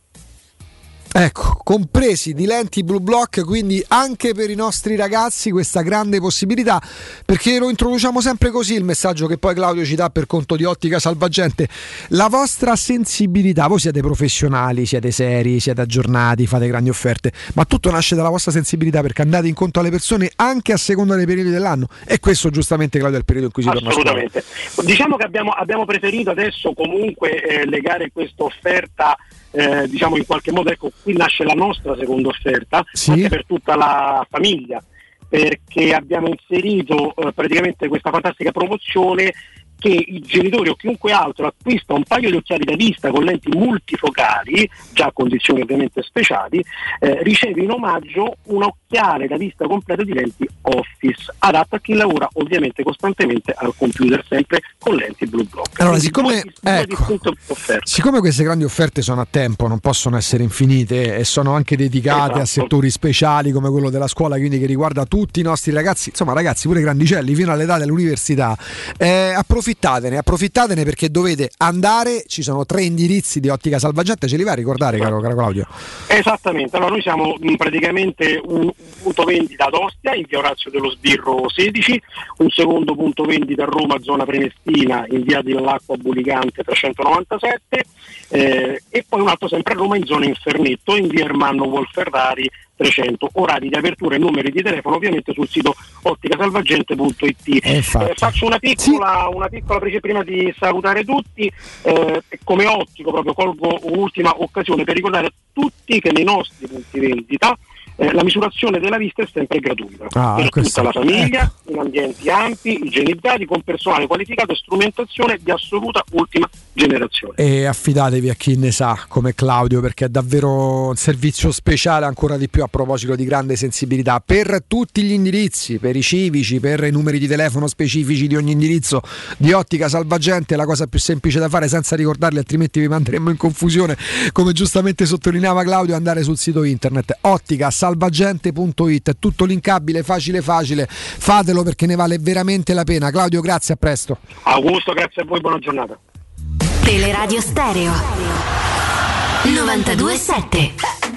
Ecco, compresi di lenti Blue Block, quindi anche per i nostri ragazzi questa grande possibilità, perché lo introduciamo sempre così il messaggio che poi Claudio ci dà per conto di Ottica Salvagente. La vostra sensibilità, voi siete professionali, siete seri, siete aggiornati, fate grandi offerte, ma tutto nasce dalla vostra sensibilità, perché andate incontro alle persone anche a seconda dei periodi dell'anno, e questo giustamente, Claudio, è il periodo in cui si torna a scuola. Assolutamente. Diciamo che abbiamo, abbiamo preferito adesso comunque eh, legare questa offerta Eh, diciamo in qualche modo, ecco, qui nasce la nostra seconda offerta, sì, anche per tutta la famiglia, perché abbiamo inserito eh, praticamente questa fantastica promozione che i genitori o chiunque altro acquista un paio di occhiali da vista con lenti multifocali, già a condizioni ovviamente speciali, eh, riceve in omaggio un occhiale da vista completo di lenti Office, adatto a chi lavora ovviamente costantemente al computer, sempre con lenti Blue Block. Allora, Quindi siccome, due, ecco, due siccome queste grandi offerte sono a tempo, non possono essere infinite e sono anche dedicate, esatto, a settori speciali come quello della scuola, quindi che riguarda tutti i nostri ragazzi, insomma ragazzi pure grandicelli fino all'età dell'università, eh, approfittatene, approfittatene perché dovete andare, ci sono tre indirizzi di Ottica Salvagente, ce li vai a ricordare, caro, caro Claudio? Esattamente, allora noi siamo mh, praticamente un punto vendita ad Ostia in via Orazio dello Sbirro sedici, un secondo punto vendita a Roma zona Prenestina in via dell'Acqua Bulicante trecentonovantasette, eh, e poi un altro sempre a Roma in zona Infernetto in via Ermanno Wolferrari trecento. Orari di apertura e numeri di telefono ovviamente sul sito otticasalvagente punto it. Eh, faccio una piccola, sì. una piccola prima di salutare tutti, eh, come ottico proprio colgo un'ultima occasione per ricordare a tutti che nei nostri punti vendita Eh, la misurazione della vista è sempre gratuita, ah, per questo, tutta la famiglia, ecco, in ambienti ampi, igienizzati, con personale qualificato e strumentazione di assoluta ultima generazione. E affidatevi a chi ne sa come Claudio, perché è davvero un servizio speciale, ancora di più a proposito di grande sensibilità, per tutti gli indirizzi, per i civici, per i numeri di telefono specifici di ogni indirizzo di Ottica Salvagente. La cosa più semplice da fare, senza ricordarli altrimenti vi manderemmo in confusione, come giustamente sottolineava Claudio, andare sul sito internet ottica salvagente punto it, è tutto linkabile, facile facile, fatelo perché ne vale veramente la pena. Claudio, grazie, a presto. Augusto, grazie a voi, buona giornata. Teleradio Stereo novantadue sette.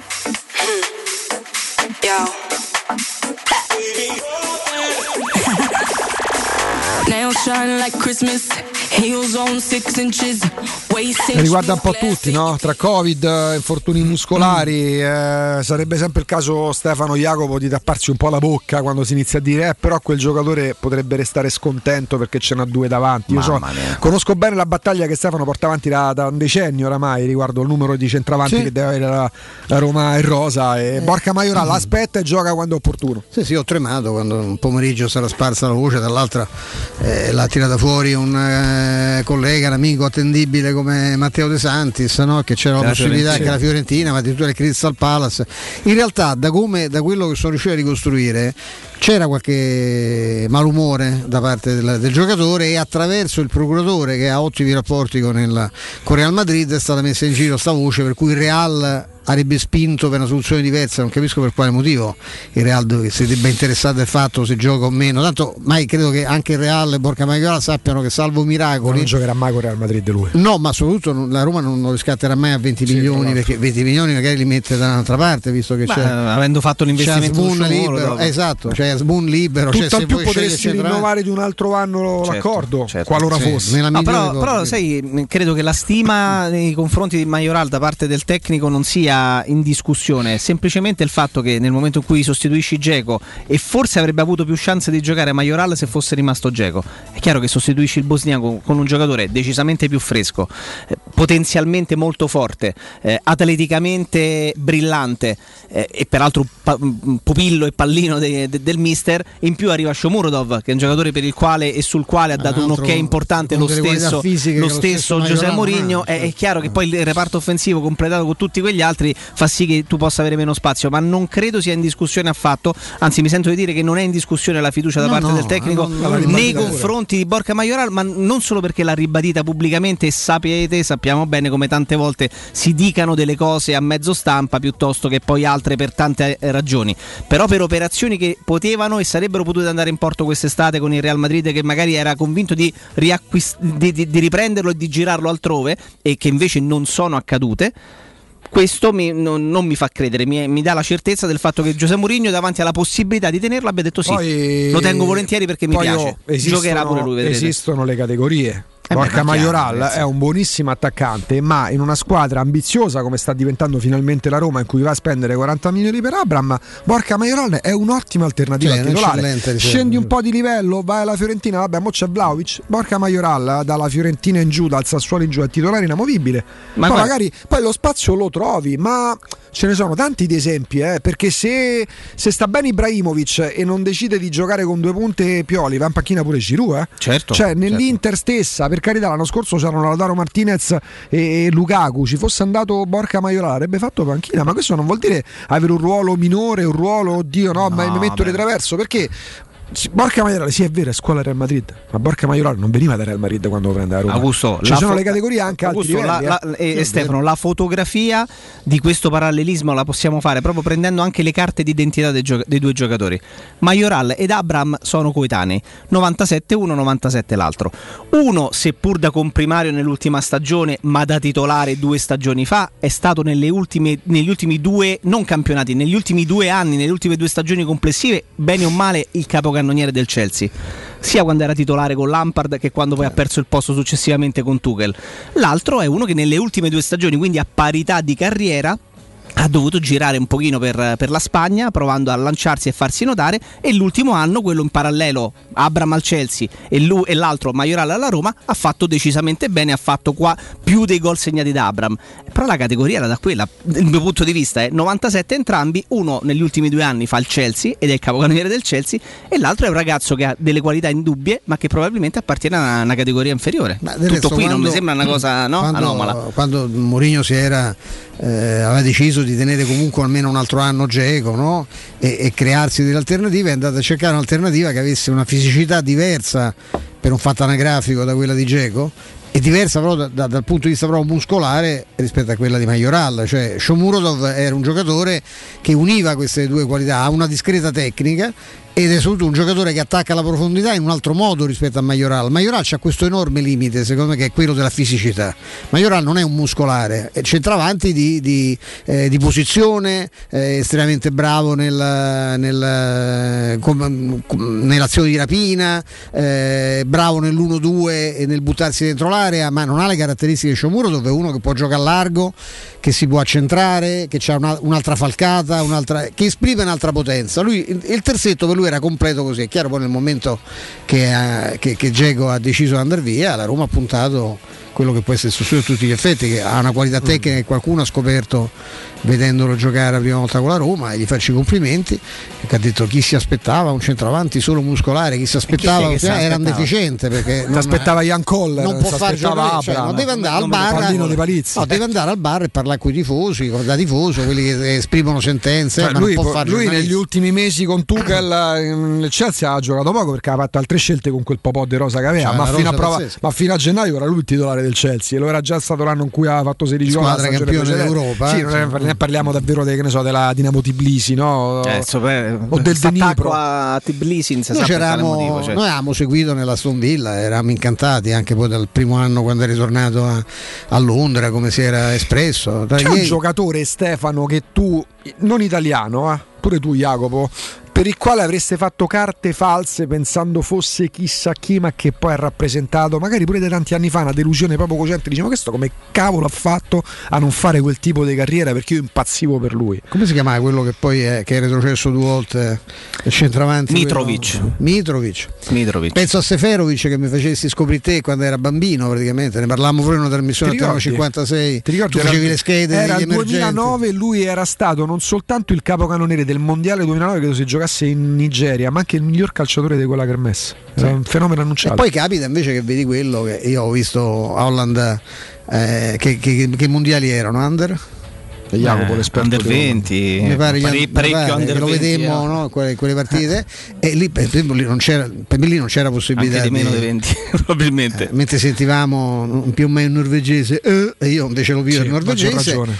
Nails shine like Christmas. Heels on six inches. Riguarda un po' tutti, no? Tra Covid, infortuni muscolari, eh, sarebbe sempre il caso, Stefano Jacopo, di tapparsi un po' la bocca quando si inizia a dire eh, però quel giocatore potrebbe restare scontento perché ce n'ha due davanti. Io so, conosco bene la battaglia che Stefano porta avanti da, da un decennio oramai riguardo il numero di centravanti, sì, che deve avere la, la Roma e Rosa, e eh. Borca Maioral aspetta e gioca quando è opportuno. Sì, sì, ho tremato quando un pomeriggio sarà sparsa la voce, dall'altra eh, l'ha tirata fuori un eh, collega, un amico attendibile come Matteo De Santis, no? Che c'era la, la possibilità Fiorentina, che la Fiorentina, ma addirittura il Crystal Palace. In realtà, da come da quello che sono riuscito a ricostruire, c'era qualche malumore da parte del, del giocatore, e attraverso il procuratore, che ha ottimi rapporti con il con Real Madrid, è stata messa in giro sta voce per cui il Real avrebbe spinto per una soluzione diversa. Non capisco per quale motivo il Real si debba interessare del fatto se gioca o meno, tanto mai credo che anche il Real e Borca Maioral sappiano che, salvo miracoli, non giocherà mai con Real Madrid lui. No, ma soprattutto la Roma non lo riscatterà mai a venti sì, milioni, perché venti milioni magari li mette da un'altra parte, visto che, beh, c'è, avendo fatto l'investimento c'è Asbun libero, esatto, c'è Asbun libero, tutto cioè, al più potresti rinnovare di un altro anno, certo, l'accordo, certo, qualora sì, fosse. No, però, però sai, credo che la stima nei confronti di Maioral da parte del tecnico non sia in discussione, semplicemente il fatto che nel momento in cui sostituisci Dzeko, e forse avrebbe avuto più chance di giocare Maioral se fosse rimasto Dzeko, è chiaro che sostituisci il bosniaco con un giocatore decisamente più fresco, eh, potenzialmente molto forte, eh, atleticamente brillante, eh, e peraltro un, pa- un pupillo e pallino de- de- del del mister. In più arriva Shomurodov, che è un giocatore per il quale e sul quale ha dato un ok importante lo stesso, lo stesso José Mourinho. È, è chiaro che poi il reparto offensivo completato con tutti quegli altri fa sì che tu possa avere meno spazio, ma non credo sia in discussione affatto, anzi mi sento di dire che non è in discussione la fiducia da No, parte no, del tecnico no, no, nei confronti di Borja Mayoral, ma non solo perché l'ha ribadita pubblicamente, e sapete, sappiamo bene come tante volte si dicano delle cose a mezzo stampa piuttosto che poi altre per tante ragioni, però per operazioni che potevano e sarebbero potute andare in porto quest'estate con il Real Madrid, che magari era convinto di, riacquist- di, di, di riprenderlo e di girarlo altrove, e che invece non sono accadute. Questo mi, non, non mi fa credere, mi, mi dà la certezza del fatto che José Mourinho davanti alla possibilità di tenerlo abbia detto sì, Poi, lo tengo volentieri perché mi poi, piace, oh, esistono, giocherà pure lui, vedrete. Esistono le categorie. Eh Borja beh, ma Mayoral chiaro, è un buonissimo attaccante, ma in una squadra ambiziosa come sta diventando finalmente la Roma, in cui va a spendere quaranta milioni per Abraham, Borja Mayoral è un'ottima alternativa Cioè, al titolare. eccellente, Scendi un po' di livello, vai alla Fiorentina, vabbè, mo c'è Vlahovic, Borja Mayoral dalla Fiorentina in giù, dal Sassuolo in giù, è titolare inamovibile. Ma poi guarda- magari poi lo spazio lo trovi, ma ce ne sono tanti di esempi, eh, perché se, se sta bene Ibrahimovic e non decide di giocare con due punte Pioli, va in panchina pure Giroud, eh? Certo, Cioè nell'Inter stessa, per carità, l'anno scorso c'erano Lautaro Martinez e, e Lukaku, ci fosse andato Borja Mayoral avrebbe fatto panchina, ma questo non vuol dire avere un ruolo minore, un ruolo oddio no, ma mi metto di traverso, perché Borja Mayoral, sì è vero, è scuola Real Madrid, ma Borja Mayoral non veniva da Real Madrid quando prende la Roma. Augusto, ci la sono fo- le categorie anche a alti Augusto, livelli, la, eh. la, e, Sì, e Stefano, la fotografia di questo parallelismo la possiamo fare proprio prendendo anche le carte d'identità dei, gioca- dei due giocatori. Mayoral ed Abraham sono coetanei, novantasette uno, novantasette l'altro. Uno, seppur da comprimario nell'ultima stagione, ma da titolare due stagioni fa, è stato nelle ultime, negli ultimi due, non campionati, negli ultimi due anni, nelle ultime due stagioni complessive, bene o male il capocannoniere del Chelsea, sia quando era titolare con Lampard che quando poi ha perso il posto successivamente con Tuchel. L'altro è uno che nelle ultime due stagioni, quindi a parità di carriera, ha dovuto girare un pochino per, per la Spagna, provando a lanciarsi e farsi notare, e l'ultimo anno, quello in parallelo, Abraham al Chelsea e, lui, e l'altro Mayoral alla Roma, ha fatto decisamente bene, ha fatto qua più dei gol segnati da Abraham. Però la categoria era da quella, dal mio punto di vista è novantasette entrambi, uno negli ultimi due anni fa il Chelsea ed è il capocannoniere del Chelsea, e l'altro è un ragazzo che ha delle qualità indubbie ma che probabilmente appartiene a una, una categoria inferiore. Ma del Tutto resto, qui quando, non mi sembra una cosa no? quando, anomala. Quando Mourinho si era eh, aveva deciso di tenere comunque almeno un altro anno Dzeko, no? e, e crearsi delle alternative, è andato a cercare un'alternativa che avesse una fisicità diversa per un fatto anagrafico da quella di Dzeko, e diversa però da, da, dal punto di vista proprio muscolare rispetto a quella di Mayoral. Cioè Shomurodov era un giocatore che univa queste due qualità, ha una discreta tecnica ed è soprattutto un giocatore che attacca la profondità in un altro modo rispetto a Mayoral. Mayoral c'ha questo enorme limite, secondo me, che è quello della fisicità. Mayoral non è un muscolare, è centravanti di, di, eh, di posizione, eh, estremamente bravo nel, nel, com, com, nell'azione di rapina, eh, bravo nell'uno due e nel buttarsi dentro l'area, ma non ha le caratteristiche di Shomurodov, è uno che può giocare a largo, che si può accentrare, che ha una, un'altra falcata, un'altra, che esprime un'altra potenza. Lui, il terzetto per lui era completo così. È chiaro, poi nel momento che, eh, che, che Dzeko ha deciso di andare via, la Roma ha puntato quello che può essere il sostituto a tutti gli effetti, che ha una qualità tecnica che qualcuno ha scoperto vedendolo giocare la prima volta con la Roma, e gli faccio i complimenti, che ha detto chi si aspettava un centravanti solo muscolare, chi si aspettava chi si era un aspettava? deficiente, perché Si aspettava Ian Coller, non può si far aspettava giocare, cioè, Abraham. non deve andare al Non bar, Pallino di Palizzi. no, deve andare al bar e parlare con i tifosi, da tifoso, quelli che esprimono sentenze, Cioè, ma lui non può fare lui giornalista. negli ultimi mesi con Tuchel il Chelsea ha giocato poco perché ha fatto altre scelte con quel popò di rosa che aveva, Cioè, ma, una fino a rosa prova, pazzesca. ma fino a gennaio era lui il titolare del Chelsea, e lo era già stato l'anno in cui aveva fatto sedici gol. Squadra campione d'Europa, Sì, eh, non è- ne parliamo davvero de, che ne so, della Dinamo Tbilisi, no? Eh, so, beh, o del attacco Dnipro. a Tbilisi non si Noi, sa per quale c'eravamo, motivo, cioè. noi avevamo seguito nella Aston Villa, eravamo incantati anche poi dal primo anno quando è ritornato a, a Londra, come si era espresso. Tra C'è ieri- un giocatore, Stefano, che tu, non italiano, eh, pure tu Jacopo, per il quale avreste fatto carte false pensando fosse chissà chi, ma che poi ha rappresentato, magari pure da tanti anni fa, una delusione proprio cocente. Diciamo, questo come cavolo ha fatto a non fare quel tipo di carriera, perché io impazzivo per lui. Come si chiamava quello che poi è, che è retrocesso due volte, il centravanti? Mitrovic. quello- Mitrovic. Mitrovic. Penso a Seferovic, che mi facessi scoprire te quando era bambino, praticamente. Ne parlavamo pure in una trasmissione Ti a ricordi? cinquantasei. Ti ricordi? Tu facevi le schede Era degli il emergenti. duemilanove, lui era stato non soltanto il capocannoniere del mondiale duemilanove, credo si giocasse giocasse in Nigeria, ma anche il miglior calciatore di quella kermesse. Era un fenomeno annunciato. E poi capita invece che vedi quello che io ho visto Holland, eh, che, che, che mondiali erano? Under? E Jacopo, Eh, l'esperto under di Roma. venti, Mi pare, pare- mi parecchio pare under che lo venti, vedemmo, eh. no? quelle, quelle partite e lì per esempio lì non c'era, per me lì non c'era possibilità Anche di meno di venti probabilmente. Eh, mentre sentivamo più o meno il norvegese eh, e io invece lo vivo Sì, il maggior norvegese ragione.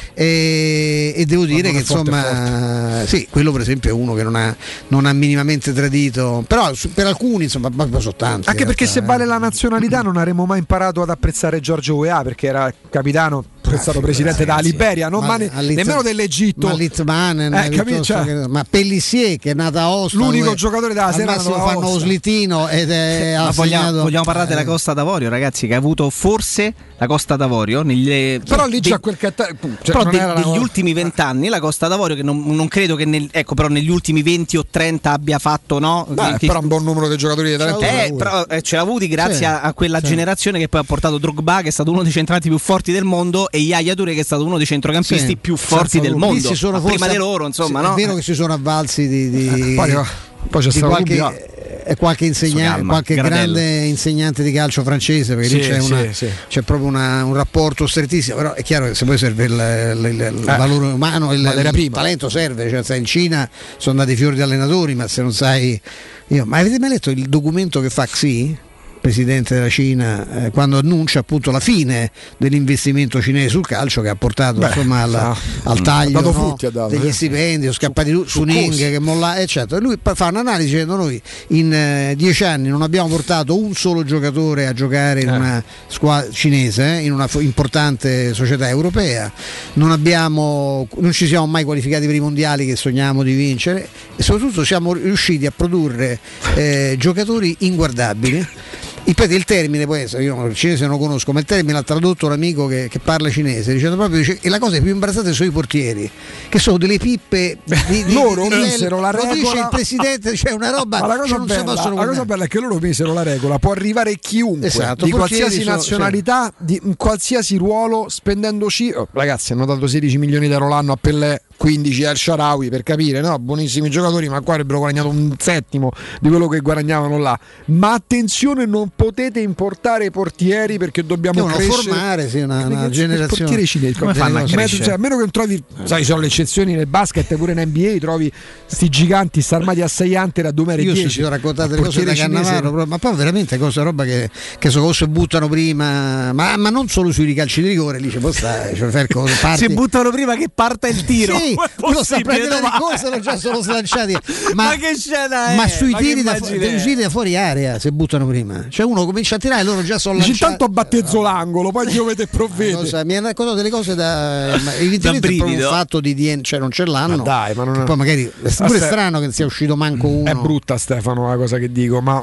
e, e devo dire non che è forte, insomma sì, quello per esempio è uno che non ha, non ha minimamente tradito, però su- per alcuni insomma proprio soltanto Anche perché se vale la nazionalità non avremmo mai imparato ad apprezzare Giorgio Weah, perché era capitano, è stato presidente della Liberia, non Ma ma ne- all'It- nemmeno dell'Egitto. ma Litmanen, Eh, capi- piuttosto cioè, che- ma Pellissier che è nata a Oslo, l'unico dove giocatore della al sera massimo nato a fanno Oslo. lo slitino ed è Ma ha vogliamo, segnato- vogliamo parlare della eh. Costa d'Avorio, ragazzi, che ha avuto forse la Costa d'Avorio nelle, Però lì de- c'è quel che cioè, però non de- era la degli cosa- ultimi vent'anni la Costa d'Avorio, che non, non credo che nel, ecco, però negli ultimi venti o trenta abbia fatto, no? Beh, Che- però un buon numero di giocatori di talento. Eh, però eh, ce l'ha avuti grazie Sì, a, a quella sì. generazione che poi ha portato Drogba, che è stato uno dei centranti più forti del mondo, e Yaya Touré, che è stato uno dei centrocampisti Sì, più forti senza del dubbio. Lì mondo. si sono Ma forse- prima di loro, insomma, sì, no? è vero che si sono avvalsi di, di, Eh, poi, poi c'è di stato qualche, Rubio. eh, qualche, insegna- calma, qualche Gradello. grande insegnante di calcio francese, perché lì Sì, c'è, una- sì, sì. c'è proprio una- un rapporto strettissimo, però è chiaro che se poi serve il, il- il- il valore umano, il, materia il prima. talento serve, cioè, sai, in Cina sono andati fiori di allenatori, ma se non sai io, ma avete mai letto il documento che fa Xi? Presidente della Cina, eh, quando annuncia appunto la fine dell'investimento cinese sul calcio, che ha portato Beh, insomma alla- ah, al mm, taglio, ha dato no, frutti, ha dato, degli eh. stipendi, sono scappati tutti su su Ning corsi. che molla, eccetera. Lui pa- fa un'analisi dicendo: noi in eh, dieci anni non abbiamo portato un solo giocatore a giocare in Eh. una squadra cinese, eh, in una fo- importante società europea, non abbiamo non ci siamo mai qualificati per i mondiali che sogniamo di vincere, e soprattutto siamo riusciti a produrre eh, giocatori inguardabili. Ripeto, il termine, poi io il cinese non lo conosco, ma il termine l'ha tradotto un amico che, che parla cinese, dicendo proprio, dice, e la cosa più imbarazzante sono i portieri, che sono delle pippe di, di, Loro di livello- misero la lo dice regola. il presidente, c'è una roba Ma la che cosa, non si bella, possono la cosa guardare. bella è che loro misero la regola, può arrivare chiunque Esatto, di portieri qualsiasi sono- nazionalità, di in qualsiasi ruolo, spendendo ci- oh, ragazzi, hanno dato sedici milioni di euro l'anno a Pellè, quindici al Sharawi, per capire, no? Buonissimi giocatori, ma qua avrebbero guadagnato un settimo di quello che guadagnavano là. Ma attenzione, non potete importare i portieri, perché dobbiamo Devono crescere. formare, sì, una, Che una cazzo di generazione. portiere cinese, Come fanno a Mezzo- crescere? cioè, a meno che non trovi, sai, ci sono le eccezioni nel basket, pure in N B A trovi sti giganti sta armati a sei ante da due metri e Io ho dieci. sentito raccontare delle Il cose da portiere cinese- Cannavaro, però- ma poi veramente cosa roba che, che so, cose buttano prima, ma, ma non solo sui calci di rigore, lì ci può stare, cioè, fare cose, parti- Si buttano prima che parta il tiro. Sì, Come è quello sta possibile, prendendo le Tommaso? corse, non già sono slanciati. Ma, Ma che scena è? ma sui Ma che tiri da, fu- immagine è? sui tiri da fuori area si buttano prima. Cioè uno comincia a tirare e loro già sono Dici, lanciati. intanto battezzo l'angolo, poi Dio vede e provvede. Cosa, mi hanno raccontato delle cose da. Ma evidentemente Da è proprio un brivido. fatto di D N A, cioè non ce l'hanno. Ma dai, ma non Che è- poi magari è pure Aspetta. strano che non sia uscito manco uno. È brutta, Stefano, la cosa che dico, ma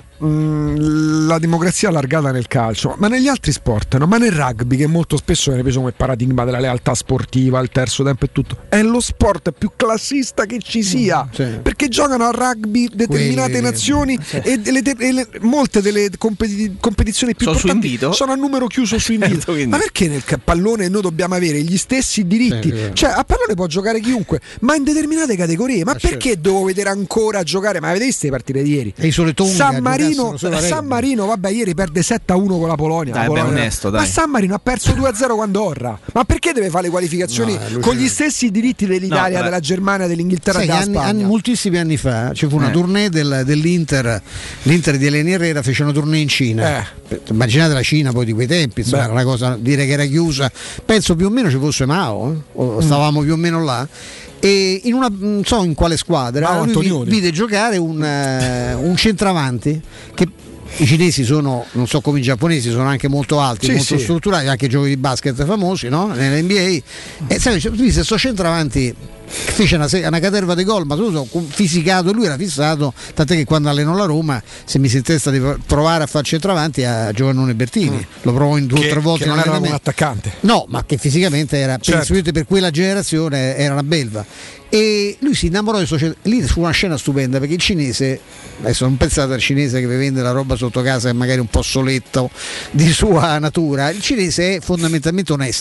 mh, la democrazia allargata nel calcio, ma negli altri sport, no? Ma nel rugby, che molto spesso viene preso come paradigma della lealtà sportiva, il terzo tempo e tutto, è lo sport più classista che ci sia, sì. perché giocano a rugby determinate Quelli- nazioni e, delle te- e le- molte delle competi- competizioni più Sono su importanti invito? sono a numero chiuso su invito. Certo, quindi. Ma perché nel ca- pallone noi dobbiamo avere gli stessi diritti? Sì, sì. Cioè, a pallone può giocare chiunque, ma in determinate categorie. Ma Ma perché certo. devo vedere ancora giocare? Ma avete visto le partite di ieri? E i Sole Tonga San Marino, giocassero solo a San rugby. Marino, vabbè, ieri perde sette a uno con la Polonia. Dai, la beh, Polonia. onesto, Ma dai. San Marino ha perso due a zero quando Orra. Ma perché deve fare le qualificazioni No, è allucinante. con gli stessi diritti dell'Italia, No, della Germania, dell'Inghilterra Sai e che della anni, Spagna? anni- moltissimi anni fa ci fu una Eh. tournée del- dell'Inter, l'Inter di Eleni Herrera fece una tournée in Cina. Eh. Immaginate la Cina poi di quei tempi, insomma, Beh. era una cosa, dire che era chiusa. Penso più o meno ci fosse Mao, eh, o stavamo più o meno là. E in una non so in quale squadra Mao lui vi- Antonioni. vide giocare un, eh, un centravanti che i cinesi sono, non so come i giapponesi, sono anche molto alti, Sì, molto sì. strutturati, anche giochi di basket famosi, no? Nell'N B A. E sai, tu viste sto centravanti fece una, se- una caterva di gol, ma tutto fisicato, lui era fissato, tant'è che quando allenò la Roma si mise in testa di provare a far centravanti a Giovannone Bertini, lo provò in due o Che, tre volte che in non era un allenamento. attaccante. No, ma che fisicamente era Certo. per, per quella generazione era una belva. E lui si innamorò di questo. Lì fu una scena stupenda perché il cinese, adesso non pensate al cinese che vi vende la roba sotto casa, che magari è un po' soletto di sua natura. Il cinese è fondamentalmente onesto.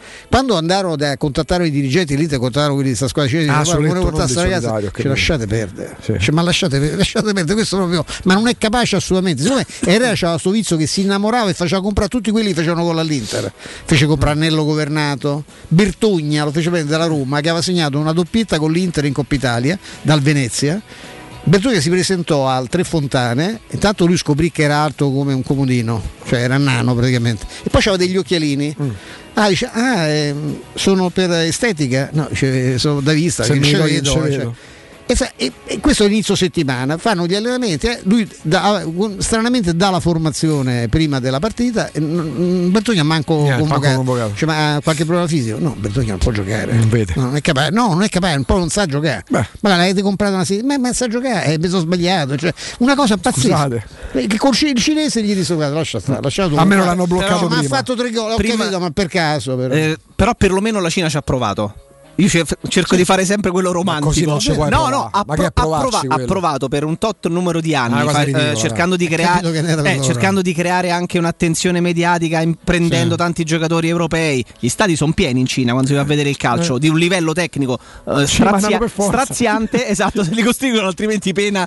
Quando andarono a contattare i dirigenti l'Inter, contattarono quelli di questa squadra cinese, Ah, dicono, sono "Vuole portare detto sta non di ragazza, solidario, ci lasciate perdere, Sì. Cioè, ma lasciate, lasciate perdere, questo proprio, ma non è capace assolutamente. Siccome Herrera c'aveva sto vizio che si innamorava e faceva comprare tutti quelli che facevano gol all'Inter, fece comprare Annello Governato, Bertogna lo fece prendere dalla Roma, che aveva segnato una doppietta con l'Inter in Coppa Italia dal Venezia. Bertogna si presentò al Tre Fontane, intanto lui scoprì che era alto come un comodino, cioè era nano praticamente, e poi aveva degli occhialini. Mm. Ah, dice, ah eh, sono per estetica? No, dice, sono da vista, Se che mi ce vedo, vedo, ce cioè. vedo. E, sa- e- e questo è l'inizio settimana, fanno gli allenamenti, eh, lui dà, stranamente dà la formazione prima della partita, e n- n- Bertogna manco Niente, convocato. manco convocato. Cioè, ma ha qualche problema fisico? No, Bertogna non può giocare, Non vede. no, non è capace, no, non è capace, un po' non sa giocare. Beh. Ma l'avete comprato una settimana, ma, ma sa giocare, eh, mi sono sbagliato, cioè, una cosa pazzesca. Scusate. Eh, Che col il cinese gli disse guarda, lascia stare, lasciato A me non giocare. l'hanno bloccato Però, ma prima. ha fatto tre gol, ho Prima- capito, ma per caso però. Eh, però perlomeno la Cina ci ha provato. Io ce- cerco di fare sempre quello romantico. così non ci puoi no, provare. no, ha, Ma pro- che ha provarci prova- ha quello? provato per un tot numero di anni, Una cosa fa- ridicola, eh, cercando, di Hai crea- capito che ne era eh, loro. cercando di creare anche un'attenzione mediatica, im- prendendo Sì. tanti giocatori europei. Gli stadi sono pieni in Cina quando si va a vedere il calcio, Eh. di un livello tecnico eh, Ci mandano strazia- per forza. straziante, esatto, se li costringono, altrimenti pena,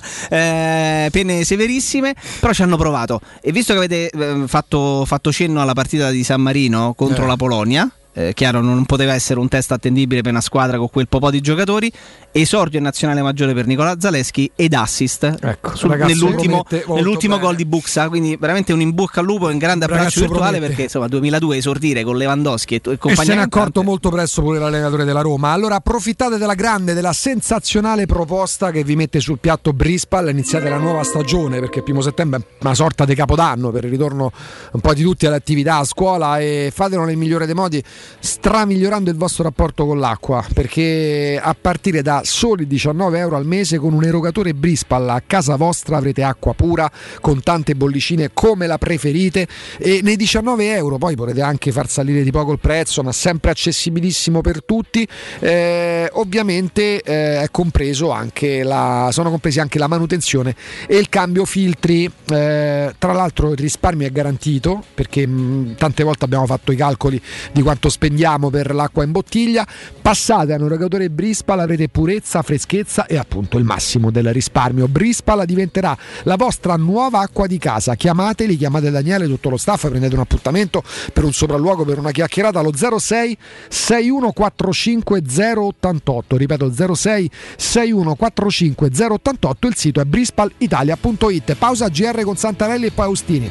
eh, pene severissime. Però ci hanno provato. E visto che avete eh, fatto, fatto cenno alla partita di San Marino contro Eh. la Polonia, Eh, chiaro, non poteva essere un test attendibile per una squadra con quel po' di giocatori. Esordio in nazionale maggiore per Nicola Zaleschi ed assist Ecco, sul- ragazzo nell'ultimo, promette molto nell'ultimo bene. gol di Buxa. Quindi veramente un in bocca al lupo e un grande abbraccio Ragazzo virtuale, promette. perché insomma duemiladue esordire con Lewandowski e, e E compagnia se ne è cantante. accorto molto presto pure l'allenatore della Roma. Allora approfittate della grande, della sensazionale proposta che vi mette sul piatto Brispal. Iniziate la nuova stagione, perché il primo settembre è una sorta di capodanno per il ritorno un po' di tutti alle attività a scuola, e fatelo nel migliore dei modi, stramigliorando il vostro rapporto con l'acqua, perché a partire da soli diciannove euro al mese con un erogatore Brispal a casa vostra avrete acqua pura con tante bollicine come la preferite, e nei diciannove euro poi potete anche far salire di poco il prezzo, ma sempre accessibilissimo per tutti. Eh, ovviamente eh, è compreso anche la, sono compresi anche la manutenzione e il cambio filtri. Eh, tra l'altro il risparmio è garantito, perché mh, tante volte abbiamo fatto i calcoli di quanto spendiamo per l'acqua in bottiglia. Passate a un erogatore Brispal, avrete purezza, freschezza e appunto il massimo del risparmio. Brispal diventerà la vostra nuova acqua di casa. Chiamateli, chiamate Daniele, tutto lo staff, prendete un appuntamento per un sopralluogo, per una chiacchierata allo zero sei sei uno quattro cinque zero ottantotto, ripeto zero sei sei uno quattro cinque zero ottantotto. Il sito è brispal italia punto it. Pausa G R con Santarelli e poi Austini.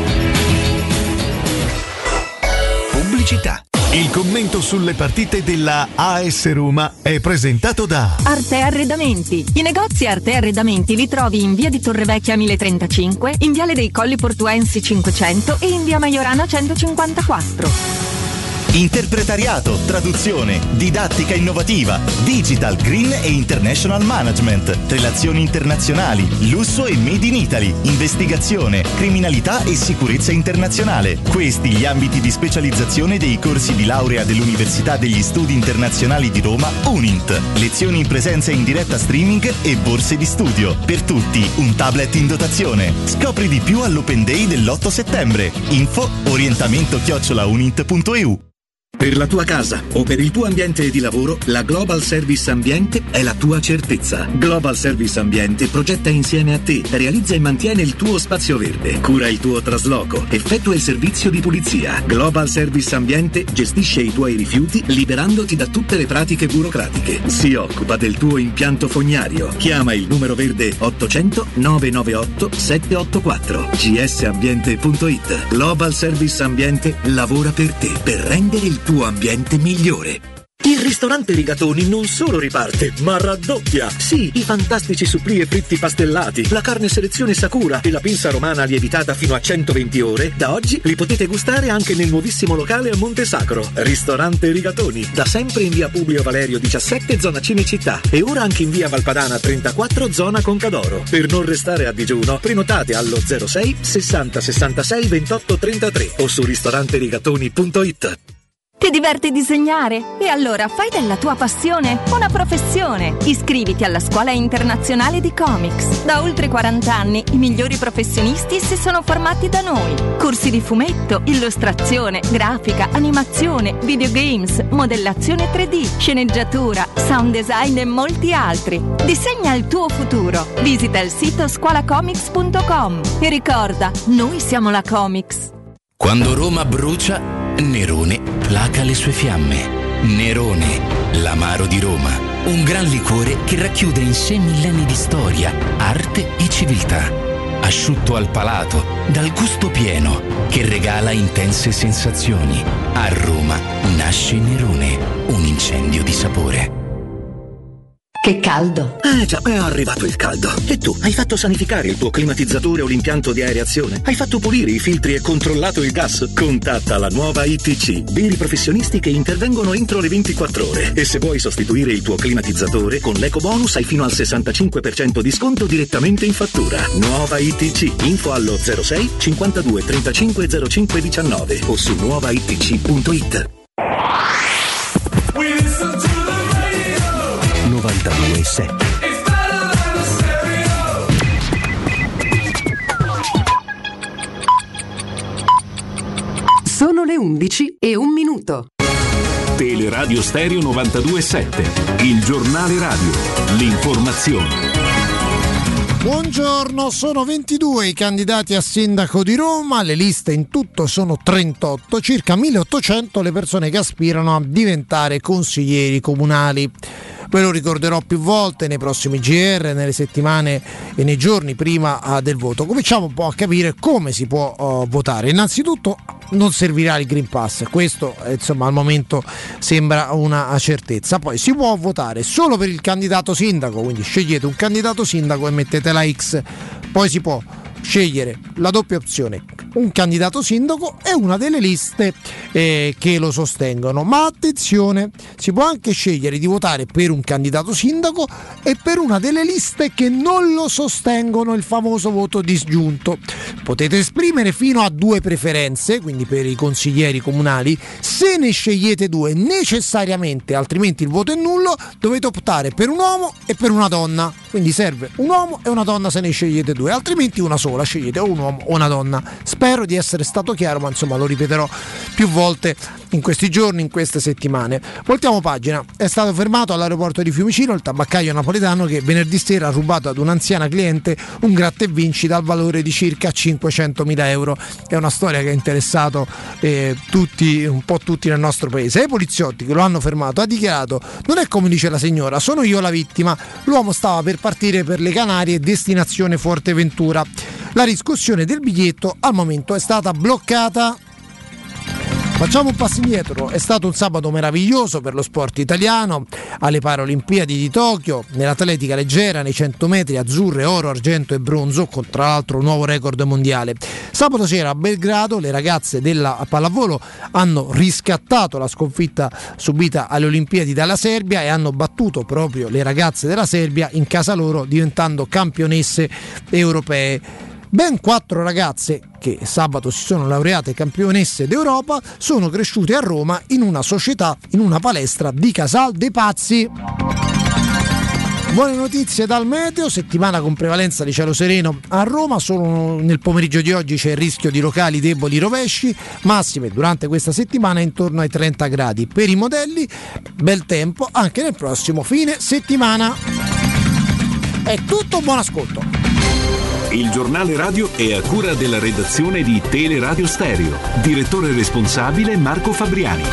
Pubblicità. Il commento sulle partite della A S Roma è presentato da Arte Arredamenti. I negozi Arte Arredamenti li trovi in via di Torrevecchia mille trentacinque, in viale dei Colli Portuensi cinquecento e in via Maiorana centocinquantaquattro. Interpretariato, traduzione, didattica innovativa, digital, green e international management, relazioni internazionali, lusso e made in Italy, investigazione, criminalità e sicurezza internazionale. Questi gli ambiti di specializzazione dei corsi di laurea dell'Università degli Studi Internazionali di Roma, UNINT. Lezioni in presenza e in diretta streaming e borse di studio. Per tutti un tablet in dotazione. Scopri di più all'Open Day dell'otto settembre. Info orientamento chiocciola unint punto e u. Per la tua casa o per il tuo ambiente di lavoro, la Global Service Ambiente è la tua certezza. Global Service Ambiente progetta insieme a te, realizza e mantiene il tuo spazio verde, cura il tuo trasloco, effettua il servizio di pulizia. Global Service Ambiente gestisce i tuoi rifiuti liberandoti da tutte le pratiche burocratiche. Si occupa del tuo impianto fognario. Chiama il numero verde ottocento nove nove otto sette otto quattro. g s ambiente punto it. Global Service Ambiente lavora per te, per rendere il tuo ambiente migliore. Il ristorante Rigatoni non solo riparte, ma raddoppia. Sì, i fantastici supplì e fritti pastellati, la carne selezione Sakura e la pinza romana lievitata fino a centoventi ore, da oggi li potete gustare anche nel nuovissimo locale a Monte Sacro. Ristorante Rigatoni, da sempre in via Publio Valerio diciassette, zona Cinecittà, e ora anche in via Valpadana trentaquattro, zona Concadoro. Per non restare a digiuno, prenotate allo zero sei sessanta sessantasei ventotto trentatré o su ristorante rigatoni punto it. Ti diverti disegnare? E allora fai della tua passione una professione. Iscriviti alla Scuola Internazionale di Comics. Da oltre quaranta anni i migliori professionisti si sono formati da noi. Corsi di fumetto, illustrazione, grafica, animazione, videogames, modellazione tre D, sceneggiatura, sound design e molti altri. Disegna il tuo futuro. Visita il sito scuola comics punto com e ricorda, noi siamo la Comics. Quando Roma brucia, Nerone placa le sue fiamme. Nerone, l'amaro di Roma. Un gran liquore che racchiude in sé millenni di storia, arte e civiltà. Asciutto al palato, dal gusto pieno, che regala intense sensazioni. A Roma nasce Nerone, un incendio di sapore. Che caldo! Eh già, è arrivato il caldo. E tu, hai fatto sanificare il tuo climatizzatore o l'impianto di areazione? Hai fatto pulire i filtri e controllato il gas? Contatta la nuova I T C, veri professionisti che intervengono entro le ventiquattro ore. E se vuoi sostituire il tuo climatizzatore, con l'eco bonus hai fino al sessantacinque per cento di sconto direttamente in fattura. Nuova I T C, info allo zero sei cinquantadue trentacinque zero cinque diciannove o su nuova I T C punto it. novantadue sette. Sono le undici e un minuto. Teleradio Stereo novantadue sette, il giornale radio, l'informazione. Buongiorno, sono ventidue i candidati a sindaco di Roma, le liste in tutto sono trentotto, circa milleottocento le persone che aspirano a diventare consiglieri comunali. Ve lo ricorderò più volte nei prossimi G R, nelle settimane e nei giorni prima uh, del voto. Cominciamo un po' a capire come si può uh, votare. Innanzitutto non servirà il Green Pass, questo eh, insomma al momento sembra una certezza. Poi si può votare solo per il candidato sindaco, quindi scegliete un candidato sindaco e mettete la X. Poi si può scegliere la doppia opzione, un candidato sindaco e una delle liste eh, che lo sostengono. Ma attenzione, si può anche scegliere di votare per un candidato sindaco e per una delle liste che non lo sostengono, il famoso voto disgiunto. Potete esprimere fino a due preferenze, quindi per i consiglieri comunali. Se ne scegliete due necessariamente, altrimenti il voto è nullo, dovete optare per un uomo e per una donna. Quindi serve un uomo e una donna se ne scegliete due, altrimenti una sola, scegliete o un uomo o una donna. Spero di essere stato chiaro, ma insomma lo ripeterò più volte in questi giorni, in queste settimane. Voltiamo pagina. È stato fermato all'aeroporto di Fiumicino il tabaccaio napoletano che venerdì sera ha rubato ad un'anziana cliente un gratta e vinci dal valore di circa cinquecentomila euro. È una storia che ha interessato eh, tutti, un po' tutti nel nostro paese. E i poliziotti che lo hanno fermato ha dichiarato: non è come dice la signora, sono io la vittima. L'uomo stava per partire per le Canarie, destinazione Forteventura. La riscossione del biglietto al momento è stata bloccata. Facciamo un passo indietro. È stato un sabato meraviglioso per lo sport italiano alle Paralimpiadi di Tokyo, nell'atletica leggera, nei cento metri azzurre, oro, argento e bronzo, con tra l'altro un nuovo record mondiale. Sabato sera a Belgrado le ragazze della pallavolo hanno riscattato la sconfitta subita alle Olimpiadi dalla Serbia e hanno battuto proprio le ragazze della Serbia in casa loro, diventando campionesse europee. Ben quattro ragazze che sabato si sono laureate campionesse d'Europa sono cresciute a Roma in una società, in una palestra di Casal dei Pazzi. Buone notizie dal meteo, settimana con prevalenza di cielo sereno a Roma, solo nel pomeriggio di oggi c'è il rischio di locali deboli rovesci, massime durante questa settimana intorno ai trenta gradi. Per i modelli, bel tempo anche nel prossimo fine settimana. È tutto, buon ascolto. Il giornale radio è a cura della redazione di Teleradio Stereo. Direttore responsabile Marco Fabriani.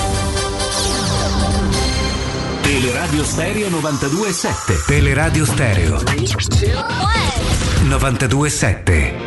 Teleradio Stereo novantadue sette. Teleradio Stereo novantadue sette.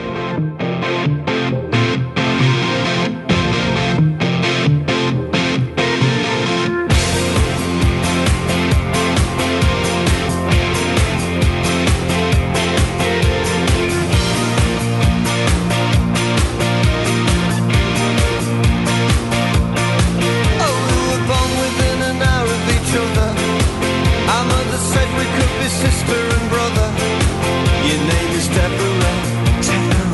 Sister and brother, your name is Deborah. Tell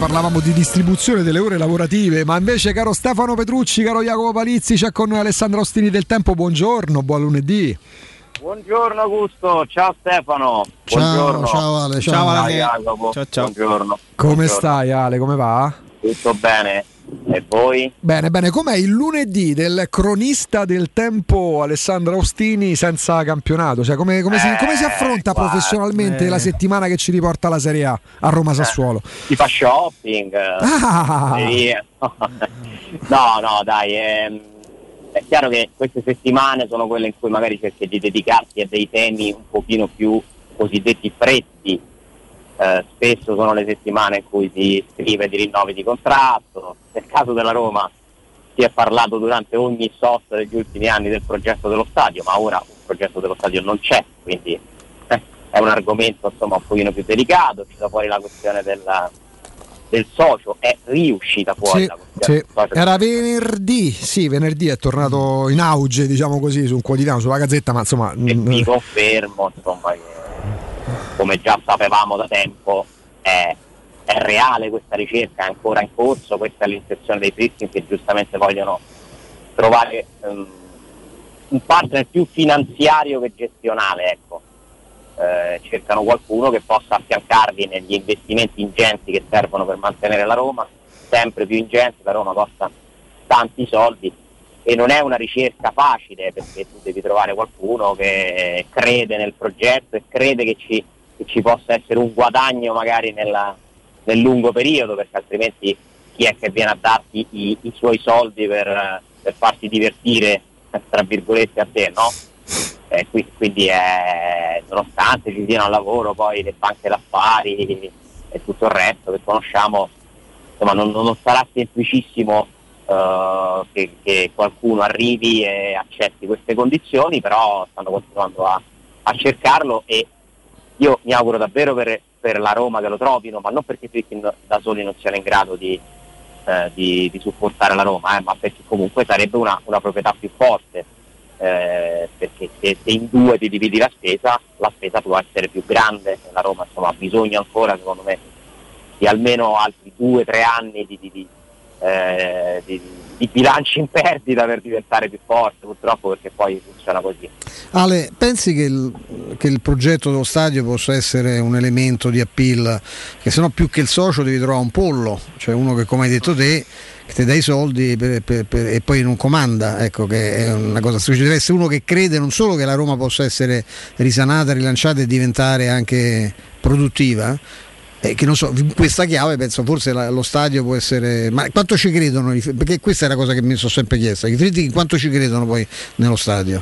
parlavamo di distribuzione delle ore lavorative, ma invece caro Stefano Petrucci, caro Jacopo Palizzi, c'è con noi Alessandro Ostini del Tempo, buongiorno, buon lunedì. Buongiorno Augusto, ciao Stefano. Ciao, Buongiorno. ciao Ale, ciao. Ciao Ale. Jacopo. Ciao, ciao. Buongiorno. Come Buongiorno. stai Ale, come va? Tutto bene? E voi? Bene, bene, com'è il lunedì del cronista del Tempo Alessandro Ostini senza campionato? Cioè, come, come, si, come si affronta guarda, professionalmente eh. la settimana che ci riporta alla Serie A a Roma Sassuolo? Si fa shopping? Ah. Eh, no, no, dai, ehm, è chiaro che queste settimane sono quelle in cui magari cerchi di dedicarti a dei temi un pochino più cosiddetti freddi. Eh, spesso sono le settimane in cui si scrive di rinnovi di contratto. Nel caso della Roma si è parlato durante ogni sosta degli ultimi anni del progetto dello stadio, ma ora un progetto dello stadio non c'è, quindi eh, è un argomento insomma un pochino più delicato. È uscita fuori la questione del, del socio, è riuscita fuori Sì, la questione sì. del socio. Era venerdì, sì, venerdì è tornato in auge, diciamo così, su un quotidiano, sulla Gazzetta, ma insomma... E vi confermo insomma che, come già sapevamo da tempo, è, è reale questa ricerca, è ancora in corso. Questa è l'intenzione dei Fritkin, che giustamente vogliono trovare um, un partner più finanziario che gestionale, ecco. Eh, cercano qualcuno che possa affiancarvi negli investimenti ingenti che servono per mantenere la Roma, sempre più ingenti. La Roma costa tanti soldi e non è una ricerca facile, perché tu devi trovare qualcuno che crede nel progetto e crede che ci, che ci possa essere un guadagno magari nella, nel lungo periodo, perché altrimenti chi è che viene a darti i, i suoi soldi per, per farti divertire, tra virgolette, a te, no? Eh, qui, quindi è, nonostante ci siano al lavoro poi le banche d'affari e tutto il resto che conosciamo, insomma non, non sarà semplicissimo uh, che, che qualcuno arrivi e accetti queste condizioni, però stanno continuando a, a cercarlo e io mi auguro davvero per, per la Roma che lo trovino, ma non perché i Fritkin da soli non siano in grado di, eh, di, di supportare la Roma, eh, ma perché comunque sarebbe una, una proprietà più forte. Eh, perché se, se in due ti dividi la spesa, la spesa può essere più grande. La Roma insomma ha bisogno ancora, secondo me, di almeno altri due o tre anni di, di, di, eh, di, di bilanci in perdita per diventare più forte, purtroppo, perché poi funziona così. Ale, pensi che il, che il progetto dello stadio possa essere un elemento di appeal, che se no più che il socio devi trovare un pollo, cioè uno che, come hai detto te, che ti dà i soldi per, per, per, e poi non comanda, ecco, che è una cosa, ci deve essere uno che crede non solo che la Roma possa essere risanata, rilanciata e diventare anche produttiva, eh, che non so, in questa chiave penso forse la, lo stadio può essere, ma quanto ci credono, perché questa è la cosa che mi sono sempre chiesta, i Fritkin quanto ci credono poi nello stadio?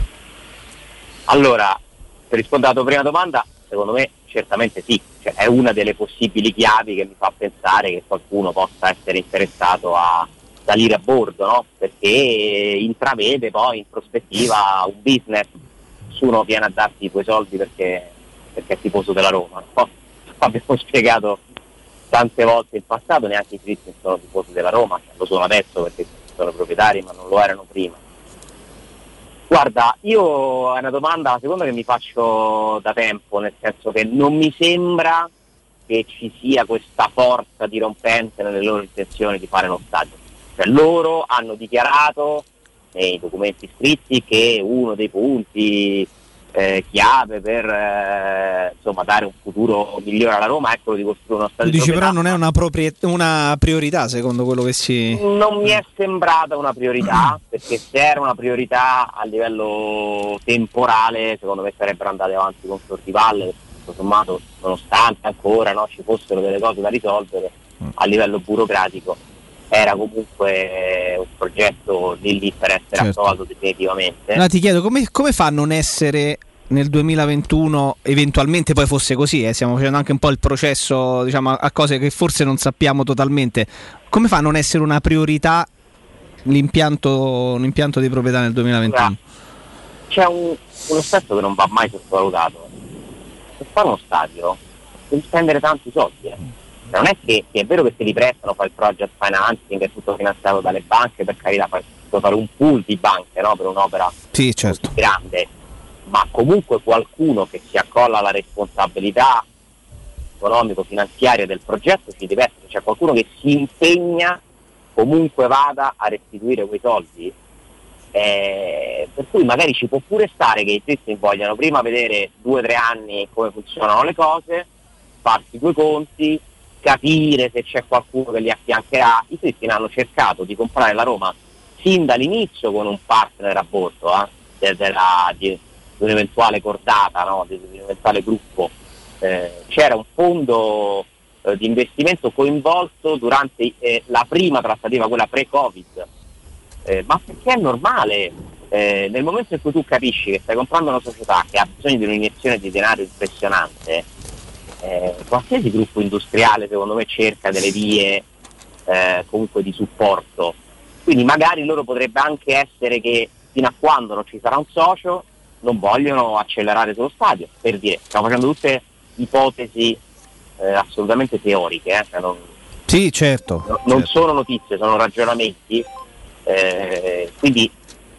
Allora, per rispondere alla tua prima domanda, secondo me certamente sì, cioè, è una delle possibili chiavi che mi fa pensare che qualcuno possa essere interessato a salire a bordo, no? Perché intravede poi in prospettiva un business. Nessuno viene a darti i tuoi soldi perché, perché è tifoso della Roma, no? Abbiamo spiegato tante volte in passato, neanche i Fritkin sono tifosi della Roma, lo sono adesso perché sono proprietari, ma non lo erano prima. Guarda, io è una domanda, la seconda che mi faccio da tempo, nel senso che non mi sembra che ci sia questa forza dirompente nelle loro intenzioni di fare lo stadio. Cioè loro hanno dichiarato nei documenti scritti che uno dei punti eh, chiave per eh, insomma dare un futuro migliore alla Roma è quello di costruire uno stadio. Tu dici di però non è una, proprie- una priorità secondo quello che si... Non mi è sembrata una priorità, perché se era una priorità a livello temporale secondo me sarebbero andate avanti con Sordivalle, perché tutto sommato nonostante ancora no, ci fossero delle cose da risolvere a livello burocratico era comunque un progetto lì lì per essere Certo. approvato definitivamente. Allora ti chiedo come, come fa a non essere nel duemilaventuno, eventualmente poi fosse così, eh, stiamo facendo anche un po' il processo, diciamo, a cose che forse non sappiamo totalmente, come fa a non essere una priorità l'impianto, l'impianto di proprietà nel duemilaventuno? C'è un, un aspetto che non va mai sottovalutato: per fare uno stadio devi spendere tanti soldi, eh. Non è che, che è vero che se li prestano, fa il project financing, è tutto finanziato dalle banche, per carità, puoi fare un pool di banche, no, per un'opera sì, certo. grande, ma comunque qualcuno che si accolla alla responsabilità economico finanziario del progetto ci deve essere, c'è qualcuno che si impegna comunque vada a restituire quei soldi, eh, per cui magari ci può pure stare che i Pristin vogliano prima vedere due o tre anni come funzionano le cose, farsi due conti, capire se c'è qualcuno che li affiancherà. I Pristin hanno cercato di comprare la Roma sin dall'inizio con un partner a bordo, eh, de- della, di, di un'eventuale cordata, no? di, di un eventuale gruppo. Eh, c'era un fondo eh, di investimento coinvolto durante eh, la prima trattativa, quella pre-Covid, eh, ma perché è normale, eh, nel momento in cui tu capisci che stai comprando una società che ha bisogno di un'iniezione di denaro impressionante, eh, qualsiasi gruppo industriale secondo me cerca delle vie eh, comunque di supporto, quindi magari loro potrebbe anche essere che fino a quando non ci sarà un socio non vogliono accelerare sullo stadio, per dire, stiamo facendo tutte ipotesi eh, assolutamente teoriche, eh, cioè non, sì, certo, no, non certo. sono notizie, sono ragionamenti, eh, quindi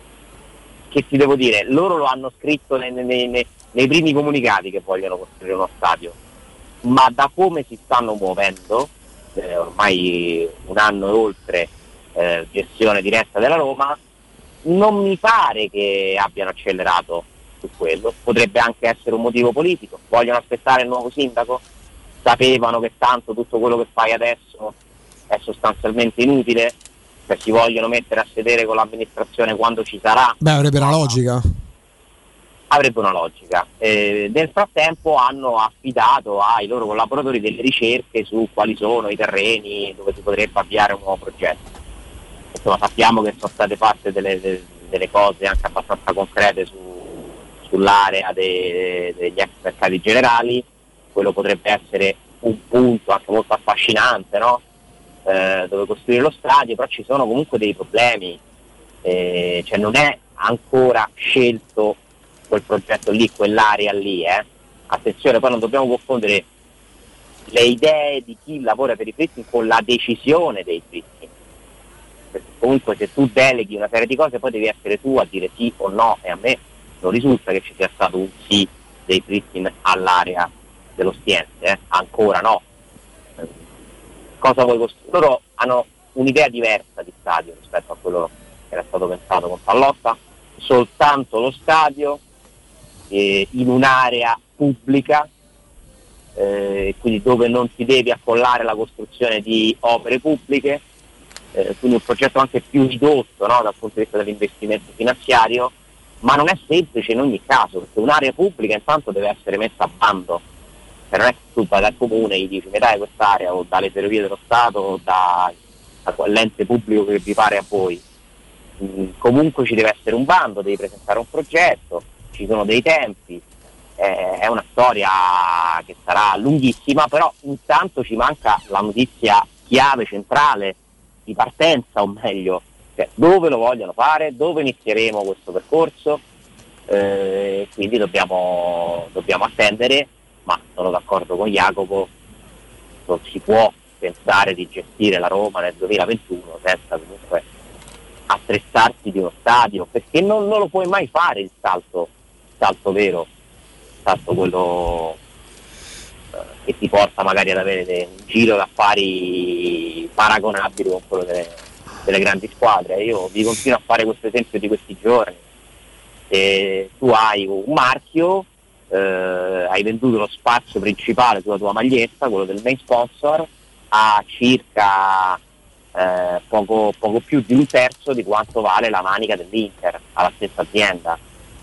che ti devo dire, loro lo hanno scritto nei, nei, nei, nei primi comunicati che vogliono costruire uno stadio, ma da come si stanno muovendo, eh, ormai un anno e oltre eh, gestione diretta della Roma, non mi pare che abbiano accelerato su quello. Potrebbe anche essere un motivo politico, vogliono aspettare il nuovo sindaco, sapevano che tanto tutto quello che fai adesso è sostanzialmente inutile, cioè si vogliono mettere a sedere con l'amministrazione quando ci sarà. Beh, avrebbe una logica. Avrebbe una logica. Eh, nel frattempo hanno affidato ai loro collaboratori delle ricerche su quali sono i terreni dove si potrebbe avviare un nuovo progetto. Insomma, sappiamo che sono state fatte delle, delle cose anche abbastanza concrete su, sull'area de, degli ex mercati generali. Quello potrebbe essere un punto anche molto affascinante, no? Eh, dove costruire lo stadio, però ci sono comunque dei problemi, eh, cioè non è ancora scelto quel progetto lì, quell'area lì, eh. Attenzione, poi non dobbiamo confondere le idee di chi lavora per i Pristin con la decisione dei Pristin, perché comunque se tu deleghi una serie di cose poi devi essere tu a dire sì o no, e a me non risulta che ci sia stato un sì dei Pristin all'area dello Stiense, eh. Ancora no. Cosa vuoi costruire? Loro hanno un'idea diversa di stadio rispetto a quello che era stato pensato con Pallotta, soltanto lo stadio eh, in un'area pubblica, eh, quindi dove non ti devi accollare la costruzione di opere pubbliche, eh, quindi un progetto anche più ridotto, no, dal punto di vista dell'investimento finanziario, ma non è semplice in ogni caso, perché un'area pubblica intanto deve essere messa a bando. Non è che tu vai dal comune e gli dici mi dai quest'area o dalle ferrovie dello Stato o da, da quell'ente pubblico che vi pare a voi. Mm, comunque ci deve essere un bando, devi presentare un progetto, ci sono dei tempi, eh, è una storia che sarà lunghissima, però intanto ci manca la notizia chiave centrale di partenza, o meglio, cioè dove lo vogliono fare, dove inizieremo questo percorso, eh, quindi dobbiamo, dobbiamo attendere. Ma sono d'accordo con Jacopo, non si può pensare di gestire la Roma nel duemilaventuno senza comunque attrezzarsi di uno stadio, perché non, non lo puoi mai fare il salto, il salto vero, il salto quello eh, che ti porta magari ad avere de, un giro d'affari paragonabili con quello delle, delle grandi squadre. Io vi continuo a fare questo esempio di questi giorni. Se tu hai un marchio, Eh, hai venduto lo spazio principale sulla tua maglietta, quello del main sponsor, a circa eh, poco, poco più di un terzo di quanto vale la manica dell'Inter alla stessa azienda.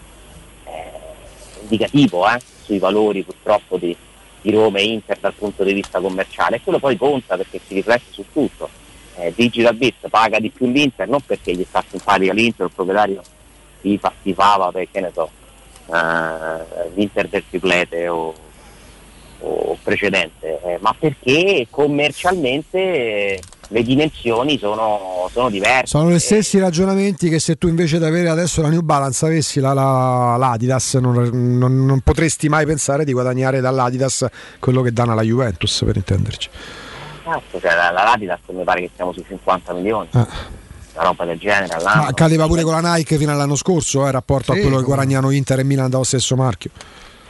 Eh, indicativo eh, sui valori purtroppo di, di Roma e Inter dal punto di vista commerciale, e quello poi conta perché si riflette su tutto. eh, Digital Bits paga di più l'Inter non perché gli sta simpatica l'Inter, il proprietario si passivava perché ne so Uh, l'Inter del triplete o, o precedente, eh, ma perché commercialmente eh, le dimensioni sono, sono diverse. Sono gli stessi ragionamenti che se tu invece di avere adesso la New Balance avessi la, la, l'Adidas non, non, non potresti mai pensare di guadagnare dall'Adidas quello che danno alla Juventus, per intenderci. Cazzo, cioè, la, la Adidas mi pare che siamo sui cinquanta milioni. Ah. Una roba del genere all'anno. Ma accadeva pure con la Nike fino all'anno scorso, eh, rapporto sì, a quello che guadagnano Inter e Milan dallo stesso marchio.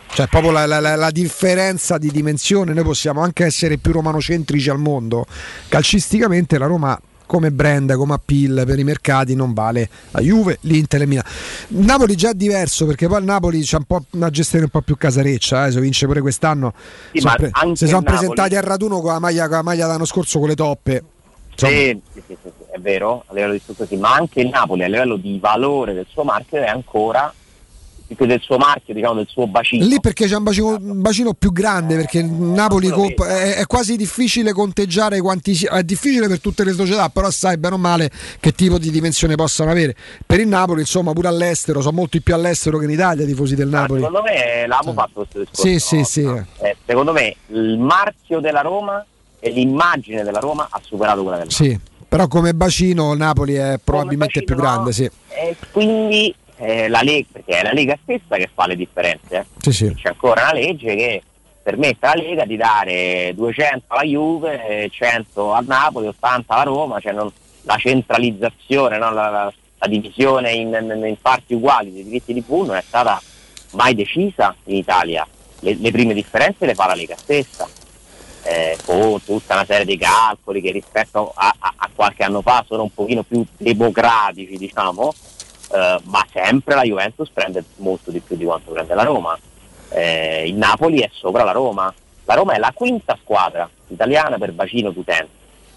Cioè proprio la, la, la, la differenza di dimensione. Noi possiamo anche essere più romanocentrici al mondo, calcisticamente la Roma come brand, come appeal per i mercati non vale la Juve, l'Inter e Milano. Napoli già è diverso, perché poi il Napoli c'ha un po' una gestione un po' più casareccia, eh, se vince pure quest'anno. Sì, son ma pre- anche si sono il Napoli- presentati al raduno con la maglia, con la maglia dell'anno scorso con le toppe. Sì, sì, sì, sì, sì, è vero, a livello di struttura sì, ma anche il Napoli a livello di valore del suo marchio è ancora più del suo marchio, diciamo del suo bacino. Lì perché c'è un bacino, un bacino più grande, perché il Napoli comp- è, è quasi difficile conteggiare quanti si- è difficile per tutte le società, però sai bene o male che tipo di dimensione possano avere. Per il Napoli, insomma, pure all'estero, sono molti più all'estero che in Italia i tifosi del Napoli. Ma secondo me l'abbiamo fatto questo discorso. Sì, sì, sì. Eh, secondo me il marchio della Roma e l'immagine della Roma ha superato quella del Napoli. Sì, però come bacino il Napoli è probabilmente bacino, più grande, sì. E quindi eh, la Lega, perché è la Lega stessa che fa le differenze. Eh. Sì, sì. C'è ancora una legge che permette alla Lega di dare duecento alla Juve, cento al Napoli, ottanta alla Roma, cioè non, la centralizzazione, no? la, la, la divisione in, in, in parti uguali dei diritti di T V non è stata mai decisa in Italia. Le, le prime differenze le fa la Lega stessa. Eh, con tutta una serie di calcoli che rispetto a, a, a qualche anno fa sono un pochino più democratici, diciamo, eh, ma sempre la Juventus prende molto di più di quanto prende la Roma. Eh, il Napoli è sopra la Roma, la Roma è la quinta squadra italiana per bacino d'utenza,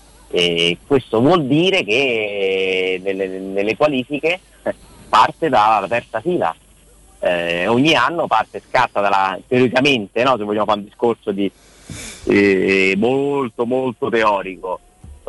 e questo vuol dire che nelle, nelle qualifiche parte dalla terza fila. Eh, ogni anno parte, scatta dalla, teoricamente, no, se vogliamo fare un discorso di Eh, molto molto teorico,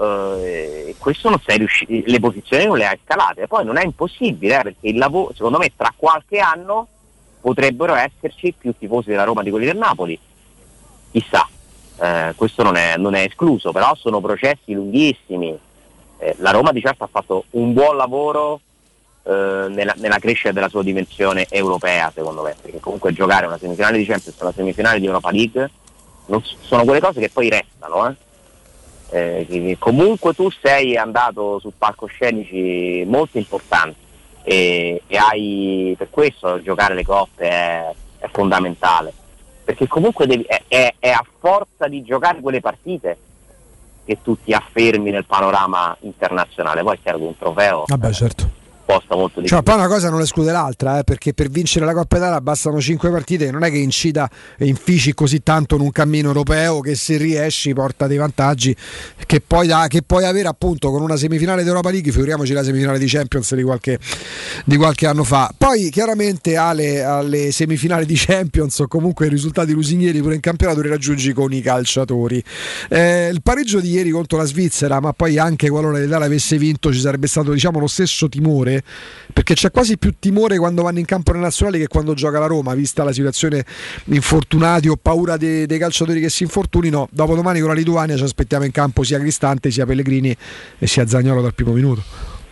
eh, questo non sei riuscito, le posizioni non le hai scalate, poi non è impossibile, eh, perché il lavoro, secondo me tra qualche anno potrebbero esserci più tifosi della Roma di quelli del Napoli, chissà, eh, questo non è, non è escluso, però sono processi lunghissimi. Eh, la Roma di certo ha fatto un buon lavoro eh, nella, nella crescita della sua dimensione europea, secondo me, perché comunque giocare una semifinale di Champions e una semifinale di Europa League non sono quelle cose che poi restano, eh? Eh, che comunque tu sei andato su palcoscenici molto importanti e, e hai, per questo giocare le coppe è, è fondamentale, perché comunque devi, è, è, è a forza di giocare quelle partite che tu ti affermi nel panorama internazionale. Poi serve un trofeo. Vabbè, certo. Sposta molto di Cioè, più. poi una cosa non esclude l'altra, eh, perché per vincere la Coppa Italia bastano cinque partite, non è che incida e infici così tanto in un cammino europeo che se riesci porta dei vantaggi che puoi, da, che puoi avere appunto con una semifinale di Europa League, figuriamoci la semifinale di Champions di qualche, di qualche anno fa. Poi chiaramente alle, alle semifinali di Champions o comunque i risultati lusinghieri pure in campionato li raggiungi con i calciatori. Eh, il pareggio di ieri contro la Svizzera, ma poi anche qualora l'Italia avesse vinto ci sarebbe stato, diciamo, lo stesso timore, perché c'è quasi più timore quando vanno in campo le nazionali che quando gioca la Roma, vista la situazione infortunati o paura dei, dei calciatori che si infortunino. Dopodomani con la Lituania ci aspettiamo in campo sia Cristante sia Pellegrini e sia Zaniolo dal primo minuto.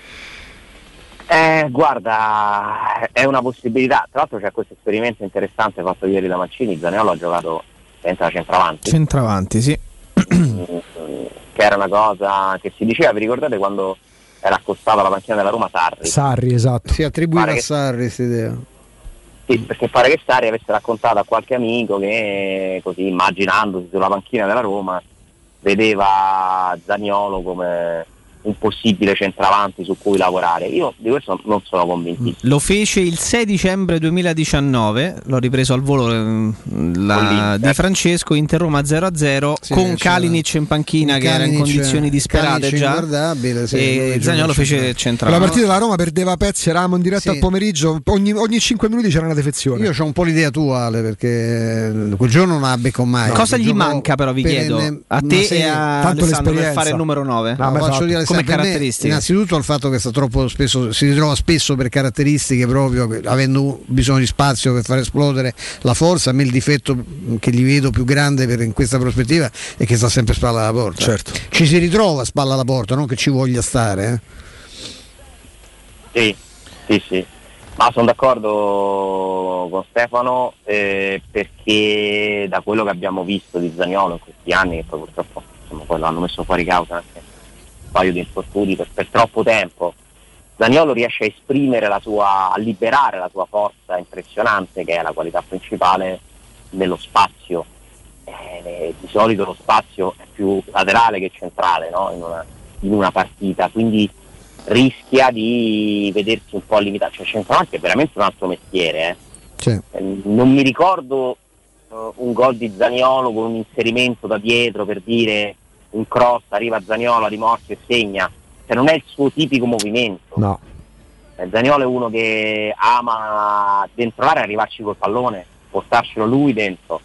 Eh, guarda, è una possibilità. Tra l'altro c'è questo esperimento interessante fatto ieri da Mancini. Zaniolo ha giocato senza centravanti. Centravanti, sì. Che era una cosa che si diceva, vi ricordate quando era accostato alla panchina della Roma Sarri? Sarri, esatto. Si attribuiva Pare a che- Sarri questa idea. Sì, perché pare che Sarri avesse raccontato a qualche amico che, così immaginandosi sulla panchina della Roma, vedeva Zaniolo come un possibile centravanti su cui lavorare. Io di questo non sono convintissimo. Lo fece il sei dicembre duemiladiciannove, l'ho ripreso al volo eh, la, di Francesco, Inter Roma zero a zero, Sì, con c'era- Kalinic in panchina che era in Kalinic- condizioni disperate Kalinic già, inguardabile, sì, lui e gioca Zaniolo fece centrale. La centrale. partita della Roma perdeva a pezzi, eravamo in diretta Sì. al pomeriggio, ogni, ogni cinque minuti c'era una defezione. Io ho un po' l'idea tua, Ale, perché quel giorno non la becco mai. Cosa Quel gli giorno manca però, vi perenne- chiedo, a una te serie- e a tanto Alessandro, per l'esperienza. fare il numero nove? No, ma faccio esatto. dire, Come per me, caratteristiche? innanzitutto il fatto che sta troppo spesso, si ritrova spesso per caratteristiche proprio, che, avendo bisogno di spazio per far esplodere la forza. A me il difetto che gli vedo più grande per, in questa prospettiva è che sta sempre a spalla alla porta. Certo. Ci si ritrova a spalla alla porta, non che ci voglia stare. Sì, Eh. sì, sì. Ma sono d'accordo con Stefano, eh, perché da quello che abbiamo visto di Zaniolo in questi anni, che poi purtroppo insomma, poi l'hanno messo fuori causa anche un paio di infortuni per, per troppo tempo, Zaniolo riesce a esprimere la sua, a liberare la sua forza impressionante, che è la qualità principale nello spazio, eh, di solito lo spazio è più laterale che centrale, no? in, una, in una partita, quindi rischia di vedersi un po' limitato. Cioè, centravanti è veramente un altro mestiere, eh. Sì. Eh, non mi ricordo uh, un gol di Zaniolo con un inserimento da dietro, per dire un cross, arriva Zaniolo a rimorchio e segna, cioè non è il suo tipico movimento. No. eh, Zaniolo è uno che ama dentro l'area arrivarci col pallone, portarcelo lui dentro,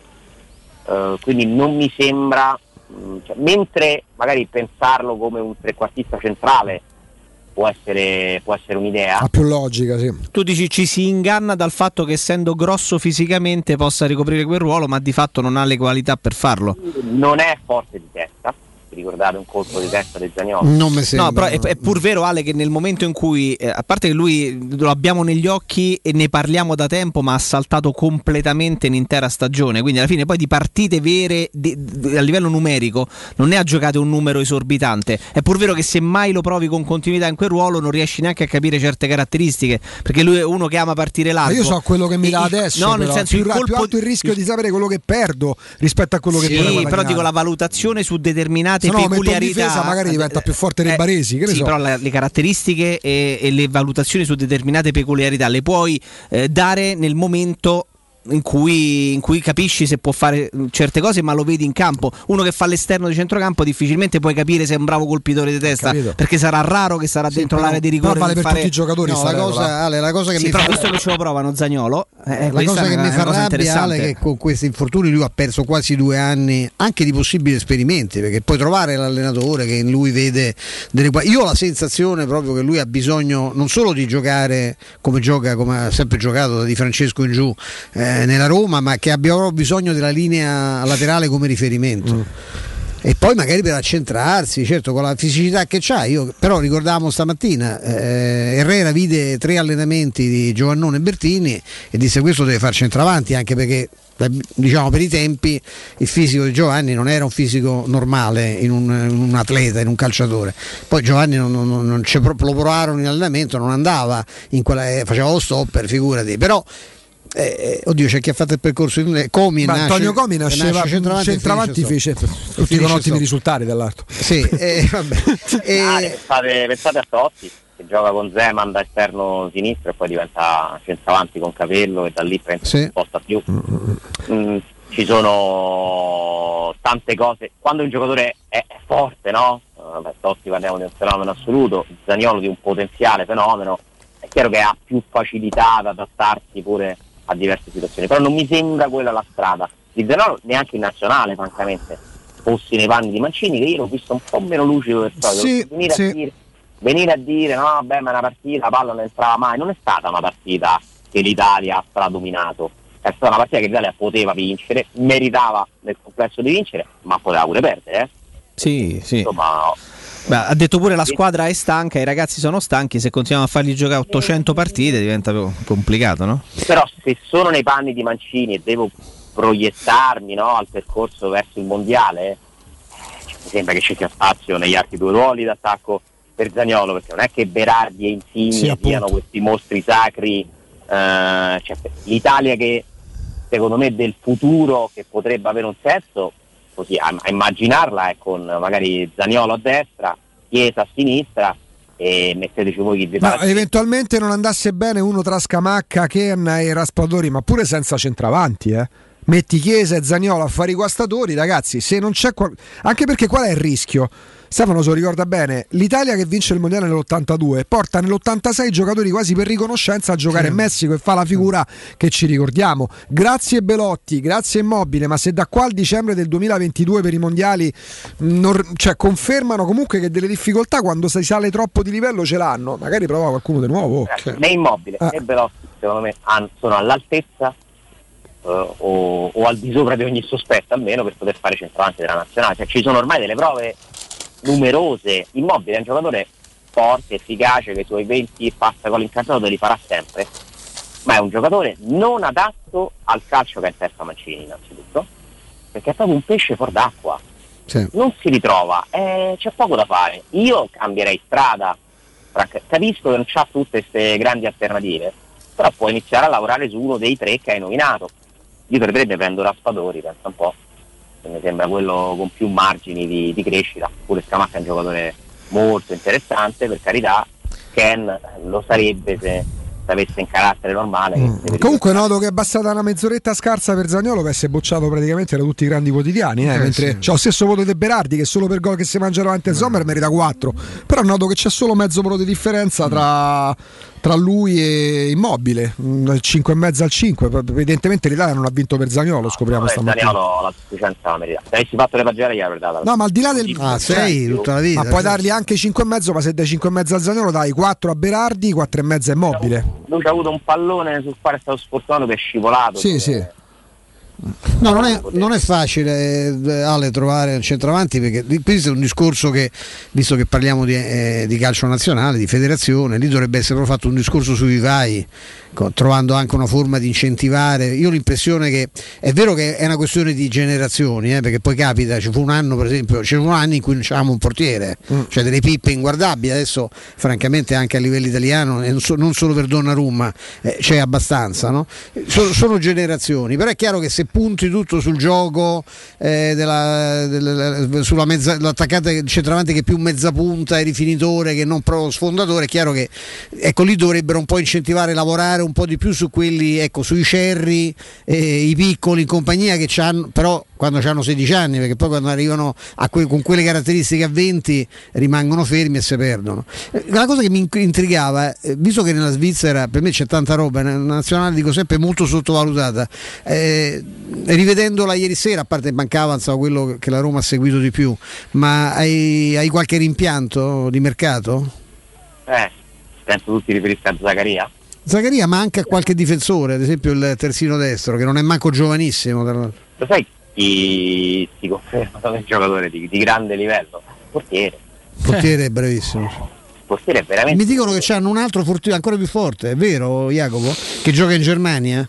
uh, quindi non mi sembra mh, cioè, mentre magari pensarlo come un trequartista centrale può essere, può essere un'idea. Ha più logica, sì. Tu dici ci si inganna dal fatto che essendo grosso fisicamente possa ricoprire quel ruolo, ma di fatto non ha le qualità per farlo. Non è forte di testa, vi ricordate un colpo di testa di Zaniolo? Non mi sembra. No, però è, è pur vero, Ale, che nel momento in cui, eh, a parte che lui lo abbiamo negli occhi e ne parliamo da tempo, ma ha saltato completamente l'intera stagione, quindi alla fine poi di partite vere di, di, a livello numerico non ne ha giocate un numero esorbitante. È pur vero che se mai lo provi con continuità in quel ruolo non riesci neanche a capire certe caratteristiche, perché lui è uno che ama partire largo. Ma io so quello che mi dà il, adesso, no, nel però. senso più, il colpo, più alto il rischio di sapere quello che perdo rispetto a quello che sì, puoi guadagnare. però dico la valutazione su determinate se no, peculiarità in difesa magari diventa più forte dei eh, Baresi, che ne sì, so. però la, le caratteristiche e, e le valutazioni su determinate peculiarità le puoi eh, dare nel momento in cui, in cui capisci se può fare certe cose, ma lo vedi in campo. Uno che fa l'esterno di centrocampo difficilmente puoi capire se è un bravo colpitore di testa, Capito. perché sarà raro che sarà Sì, dentro però- l'area di rigore. però vale per fare... tutti i giocatori No, sta la cosa, regola. Ale, la cosa che Sì, mi però fa visto che ce lo provano Zaniolo, eh, la questa cosa è che una- mi è fa una cosa rabbia, Ale, interessante. è che con questi infortuni lui ha perso quasi due anni anche di possibili esperimenti, perché puoi trovare l'allenatore che in lui vede delle qua- io ho la sensazione proprio che lui ha bisogno non solo di giocare come gioca, come ha sempre giocato da Di Francesco in giù eh, nella Roma, ma che abbia proprio bisogno della linea laterale come riferimento. Mm. E poi magari per accentrarsi, certo, con la fisicità che c'ha. Io però ricordavamo stamattina eh, Herrera vide tre allenamenti di Giovannone e Bertini e disse questo deve far centravanti, anche perché diciamo per i tempi il fisico di Giovanni non era un fisico normale in un, in un atleta, in un calciatore. Poi Giovanni non, non, non c'è, lo provarono in allenamento, non andava in quella, eh, faceva lo stopper, figurati, però Eh, oddio, c'è chi ha fatto il percorso in Comi. Ma nasce, Antonio Comi nasceva nasce centravanti, centravanti, finisce fece sotto. tutti con Finisce ottimi sotto. risultati dall'alto. Sì, eh, vabbè. E- Ah, pensate, pensate a Totti che gioca con Zeman da esterno sinistro e poi diventa centravanti con Capello e da lì prende Sì. non sposta più. Mm, ci sono tante cose quando un giocatore è, è forte, no? Uh, beh, Totti parliamo di un fenomeno assoluto, Zaniolo di un potenziale fenomeno, è chiaro che ha più facilità ad adattarsi pure a diverse situazioni, però non mi sembra quella la strada di Zaniolo, neanche in nazionale francamente, fossi nei panni di Mancini, che io l'ho visto un po' meno lucido del solito. Sì, venire, sì. a dire, venire a dire no vabbè, ma è una partita, la palla non entrava mai, non è stata una partita che l'Italia ha stradominato, è stata una partita che l'Italia poteva vincere, meritava nel complesso di vincere, ma poteva pure perdere, eh? Sì, sì. Insomma, Beh, ha detto pure la squadra è stanca, i ragazzi sono stanchi, se continuiamo a fargli giocare ottocento partite diventa più complicato, no? però se sono nei panni di Mancini e devo proiettarmi, no, al percorso verso il mondiale, eh, cioè, mi sembra che ci sia spazio negli altri due ruoli d'attacco per Zaniolo, perché non è che Berardi e Insigne Sì, appunto. siano questi mostri sacri, eh, cioè, l'Italia che secondo me del futuro che potrebbe avere un senso, così a, a immaginarla è con magari Zaniolo a destra, Chiesa a sinistra e metteteci voi chi vi Ma pare. eventualmente non andasse bene uno tra Scamacca, Ken e Raspadori, ma pure senza centravanti, eh. Metti Chiesa e Zaniolo a fare i guastatori, ragazzi, se non c'è qual- anche perché qual è il rischio? Stefano se lo ricorda bene, l'Italia che vince il mondiale nell'ottantadue porta nell'ottantasei giocatori quasi per riconoscenza a giocare in Messico e fa la figura che ci ricordiamo. Grazie Belotti, grazie Immobile, ma se da qua al dicembre del duemilaventidue per i mondiali non, cioè, confermano comunque che delle difficoltà quando si sale troppo di livello ce l'hanno, magari prova qualcuno di nuovo. Cioè, né Immobile Ah. né Belotti secondo me han- sono all'altezza eh, o, o al di sopra di ogni sospetto almeno per poter fare centravanti della nazionale, cioè, ci sono ormai delle prove numerose. Immobile è un giocatore forte, efficace, che i suoi venti passa gol in campionato li farà sempre, ma è un giocatore non adatto al calcio che ha in testa Mancini innanzitutto, perché è proprio un pesce fuor d'acqua. Sì. Non si ritrova, eh, c'è poco da fare. Io cambierei strada, franc- capisco che non c'ha tutte queste grandi alternative, però può iniziare a lavorare su uno dei tre che hai nominato. io tra i tre ne prendo Raspadori, pensa un po', che mi sembra quello con più margini di, di crescita. Pure Scamacca è un giocatore molto interessante, per carità. Ken lo sarebbe se avesse in carattere normale. Mm. Comunque noto che è bastata una mezz'oretta scarsa per Zaniolo per essere bocciato praticamente da tutti i grandi quotidiani, eh, Eh, mentre sì. c'è lo stesso voto di Berardi che solo per gol che si mangia davanti a Sommer merita quattro, però noto che c'è solo mezzo voto di differenza tra, tra lui e Immobile, il cinque e mezzo al cinque. Evidentemente l'Italia non ha vinto per Zaniolo, scopriamo Vabbè, stamattina. Zaniolo la sufficienza la merita. Se avessi fatto le pagelle gli avrei dato. No, ma al di là del Ah, sei tutta la vita. ma puoi dargli anche cinque e mezzo, ma se dai cinque e mezzo a Zaniolo dai quattro a Berardi, quattro e mezzo a Immobile. Lui ha avuto un pallone sul quale è stato sfortunato, che è scivolato. Sì, sì. No, non è, non è facile, eh, Ale, trovare un centravanti, perché di- questo è un discorso che, visto che parliamo di, eh, di calcio nazionale, di federazione, lì dovrebbe essere proprio fatto un discorso sui vivai, co- trovando anche una forma di incentivare. Io ho l'impressione che è vero che è una questione di generazioni, eh, perché poi capita, ci fu un anno per esempio, c'era un anno in cui non c'avevamo un portiere, Mm. cioè delle pippe inguardabili. Adesso francamente anche a livello italiano, e non, so- non solo per Donnarumma, eh, c'è abbastanza, no? So- sono generazioni, però è chiaro che se punti tutto sul gioco, eh, della, della- sulla mezza, l'attaccante, il centravanti che è più mezza punta e rifinitore che non proprio sfondatore, è chiaro che, ecco, lì dovrebbero un po' incentivare, lavorare un po' di più su quelli, ecco, sui Cerri, eh, i piccoli in compagnia, che c'hanno, però quando hanno sedici anni, perché poi quando arrivano a que- con quelle caratteristiche a venti rimangono fermi e si perdono. Eh, La cosa che mi in- intrigava, eh, visto che nella Svizzera per me c'è tanta roba, nella nazionale dico sempre molto sottovalutata, eh, rivedendola ieri sera, a parte mancava insomma, quello che la Roma ha seguito di più, ma hai, hai qualche rimpianto di mercato? Eh, penso tutti riferisca a Zaccaria. Zaccaria, ma anche a qualche difensore, ad esempio il terzino destro, che non è manco giovanissimo. tra l'altro. Lo sai chi si conferma come un giocatore di, di grande livello? Portiere. Il portiere è bravissimo. Il portiere è veramente. Mi dicono che c'hanno un altro forti- ancora più forte, è vero Jacopo? Che gioca in Germania?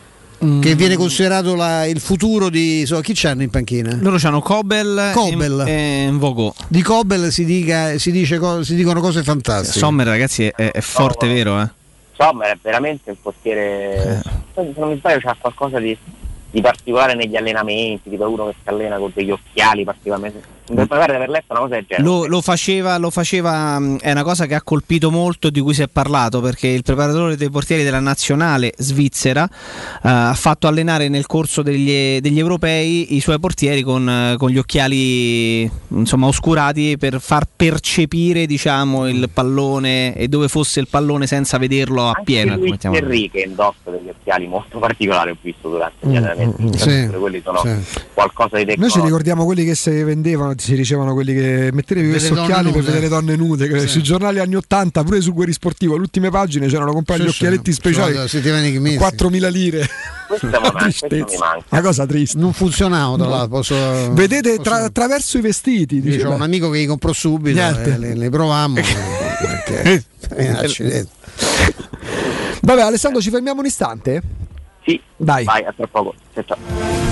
Che viene considerato la- il futuro di. So, chi c'hanno in panchina? Loro c'hanno Kobel, Kobel. e Nvogo. Di Kobel si, dica, si, dice co- si dicono cose fantastiche. Sommer, ragazzi, è, è forte, No, no. vero? Eh? Sommer è veramente un portiere. Se non mi sbaglio c'ha qualcosa di, di particolare negli allenamenti, tipo uno che si allena con degli occhiali particolarmente. Mi pare di aver letto una cosa del genere. Lo, lo faceva, lo faceva, mh, è una cosa che ha colpito molto, di cui si è parlato, perché il preparatore dei portieri della nazionale svizzera eh, ha fatto allenare nel corso degli, degli europei i suoi portieri con, eh, con gli occhiali insomma oscurati, per far percepire, diciamo, il pallone e dove fosse il pallone senza vederlo a pieno. Luis mettiamo- Enrique indossa degli occhiali molto particolari, ho visto durante gli allenamenti. mm, Penso sì, che quelli sono sì. qualcosa di Noi ci tecnologico. ricordiamo quelli che si vendevano, si dicevano quelli che mettetevi Vede questi donne occhiali per nude. vedere donne nude, che Sì. sui giornali anni ottanta, pure su Guerri Sportivo, alle ultime pagine c'erano comprare Sì, gli sì. occhialetti speciali, Sono- settimane che mesi. quattromila lire. Questo mi manca, questo mi Tristezza. manca. Una cosa triste. Non funzionava, tra l'altro, posso- Vedete posso- tra- attraverso i vestiti. Io dice, ho un beh. amico che li comprò subito, Niente. eh, le, le provammo. perché, eh, accidenti. Vabbè, Alessandro, ci fermiamo un istante? Sì, Dai. vai, a tra poco. Ciao, ciao.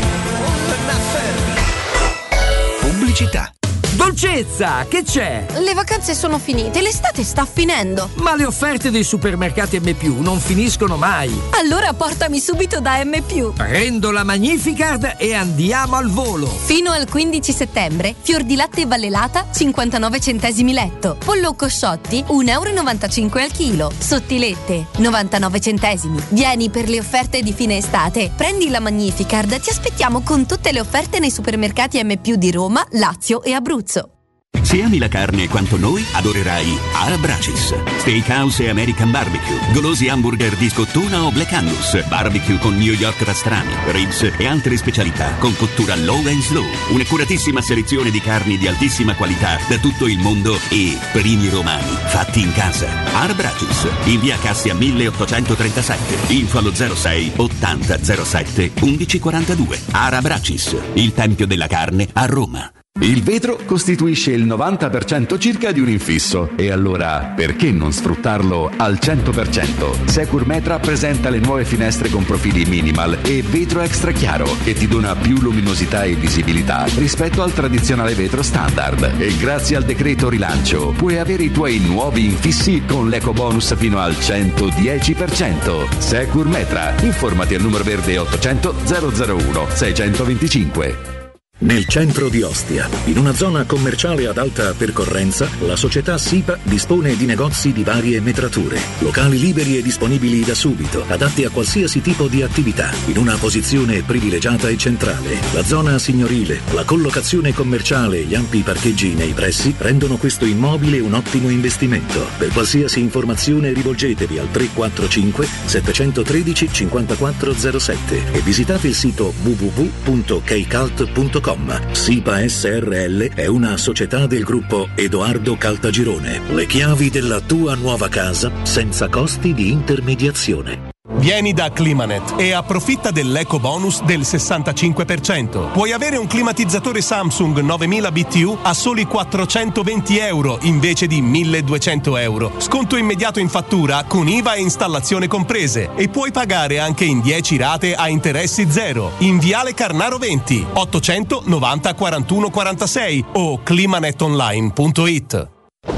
Pubblicità. Dolcezza, che c'è? Le vacanze sono finite, l'estate sta finendo. Ma le offerte dei supermercati M più non finiscono mai. Allora portami subito da M più. Prendo la Magnificard e andiamo al volo. Fino al quindici settembre, fior di latte Vallelata cinquantanove centesimi letto. Pollo Cosciotti uno virgola novantacinque euro al chilo. Sottilette novantanove centesimi. Vieni per le offerte di fine estate. Prendi la Magnificard, ti aspettiamo con tutte le offerte nei supermercati M più di Roma, Lazio e Abruzzo. Se ami la carne quanto noi, adorerai Arabracis. Steakhouse e American Barbecue, golosi hamburger di scottuna o Black Angus, barbecue con New York pastrami, ribs e altre specialità con cottura low and slow. Un'accuratissima selezione di carni di altissima qualità da tutto il mondo e primi romani fatti in casa. Arabracis, in via Cassia milleottocentotrentasette, info allo zero sei ottanta zero sette undici quarantadue. Arabracis, il tempio della carne a Roma. Il vetro costituisce il novanta per cento circa di un infisso e allora perché non sfruttarlo al cento per cento? Securmetra presenta le nuove finestre con profili minimal e vetro extra chiaro che ti dona più luminosità e visibilità rispetto al tradizionale vetro standard e grazie al decreto rilancio puoi avere i tuoi nuovi infissi con l'eco bonus fino al centodieci per cento. Securmetra, informati al numero verde ottocento zero zero uno seicentoventicinque. Nel centro di Ostia, in una zona commerciale ad alta percorrenza, la società SIPA dispone di negozi di varie metrature, locali liberi e disponibili da subito, adatti a qualsiasi tipo di attività, in una posizione privilegiata e centrale. La zona signorile, la collocazione commerciale e gli ampi parcheggi nei pressi rendono questo immobile un ottimo investimento. Per qualsiasi informazione rivolgetevi al tre quattro cinque sette uno tre cinque zero sette e visitate il sito w w w punto keicalt punto com. SIPA S R L è una società del gruppo Edoardo Caltagirone. Le chiavi della tua nuova casa senza costi di intermediazione. Vieni da Climanet e approfitta dell'eco bonus del sessantacinque per cento. Puoi avere un climatizzatore Samsung novemila B T U a soli quattrocentoventi euro invece di milleduecento euro. Sconto immediato in fattura con I V A e installazione comprese e puoi pagare anche in dieci rate a interessi zero. In Viale Carnaro venti, ottocento novanta quarantuno quarantasei o climanetonline punto it.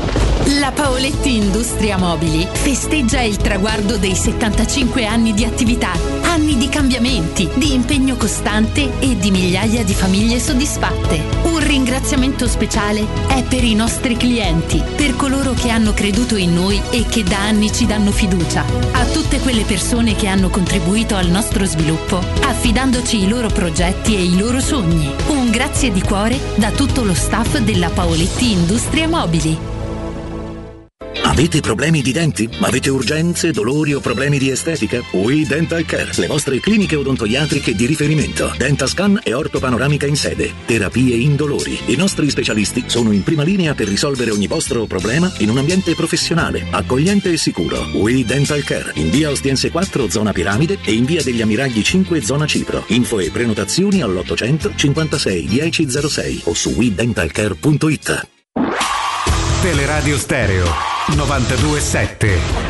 La Paoletti Industria Mobili festeggia il traguardo dei settantacinque anni di attività, anni di cambiamenti, di impegno costante e di migliaia di famiglie soddisfatte. Un ringraziamento speciale è per i nostri clienti, per coloro che hanno creduto in noi e che da anni ci danno fiducia, a tutte quelle persone che hanno contribuito al nostro sviluppo, affidandoci i loro progetti e i loro sogni. Un grazie di cuore da tutto lo staff della Paoletti Industria Mobili. Avete problemi di denti? Avete urgenze, dolori o problemi di estetica? We Dental Care, le vostre cliniche odontoiatriche di riferimento. Dentascan e ortopanoramica in sede. Terapie indolori. I nostri specialisti sono in prima linea per risolvere ogni vostro problema in un ambiente professionale, accogliente e sicuro. We Dental Care, in via Ostiense quattro, zona Piramide e in via degli Ammiragli cinque, zona Cipro. Info e prenotazioni all'ottocento cinquantasei dieci zero sei o su we dental care punto it. Teleradio Stereo novantadue sette.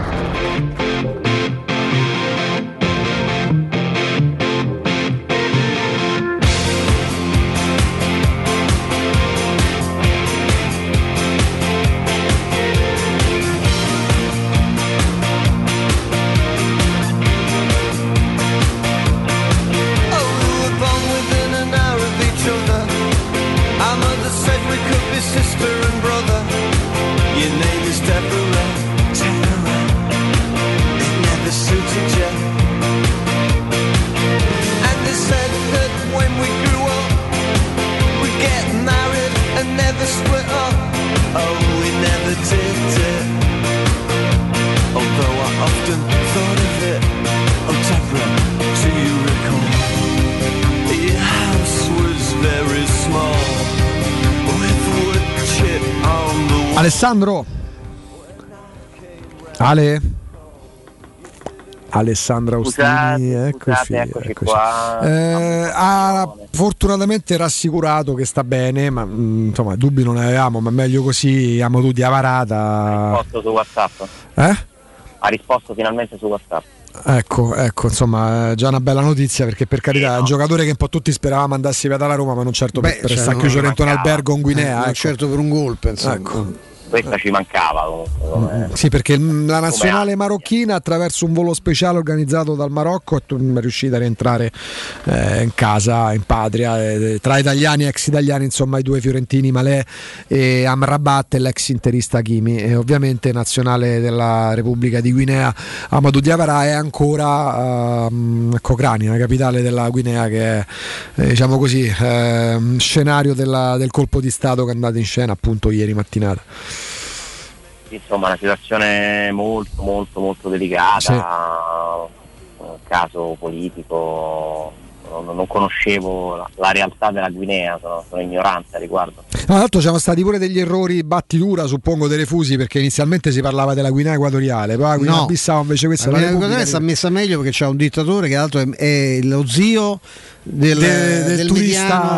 Alessandro Ale Alessandra Austini, eccoci, eccoci eccoci. qua. Eh, ha fortunatamente rassicurato che sta bene, ma mh, insomma dubbi non ne avevamo, ma meglio così, amo tu di avarata. Ha risposto su WhatsApp. Eh? Ha risposto finalmente su WhatsApp. Ecco, ecco, insomma, è già una bella notizia, perché per carità è no. un giocatore che un po' tutti speravamo andasse via dalla Roma, ma non certo Beh, per, per cioè, stare no, chiuso dentro un mancava. albergo in Guinea, Eh, non ecco. certo per un golpe, insomma. Ecco. Questa ci mancava comunque. come- Sì, perché la nazionale Come marocchina, attraverso un volo speciale organizzato dal Marocco, è tu- è riuscita a rientrare eh, in casa, in patria, eh, tra italiani e ex italiani, insomma i due fiorentini Malè e Amrabat e l'ex interista Hakimi, e ovviamente nazionale della Repubblica di Guinea Amadou Diawara è ancora ehm, a Cocrani, la capitale della Guinea, che è eh, diciamo così ehm, scenario della- del colpo di stato che è andato in scena appunto ieri mattinata. Insomma, una situazione molto molto molto delicata, Sì. un caso politico, non, non conoscevo la, la realtà della Guinea, sono, sono ignorante a riguardo. Tra l'altro c'erano stati pure degli errori battitura, suppongo, dei refusi, perché inizialmente si parlava della Guinea Equatoriale, poi la Guinea No. Bissau invece questa La è la Guinea Repubblica Equatoriale di- sta messa meglio perché c'è un dittatore che altro è, è lo zio del, De- del del turista- mediano,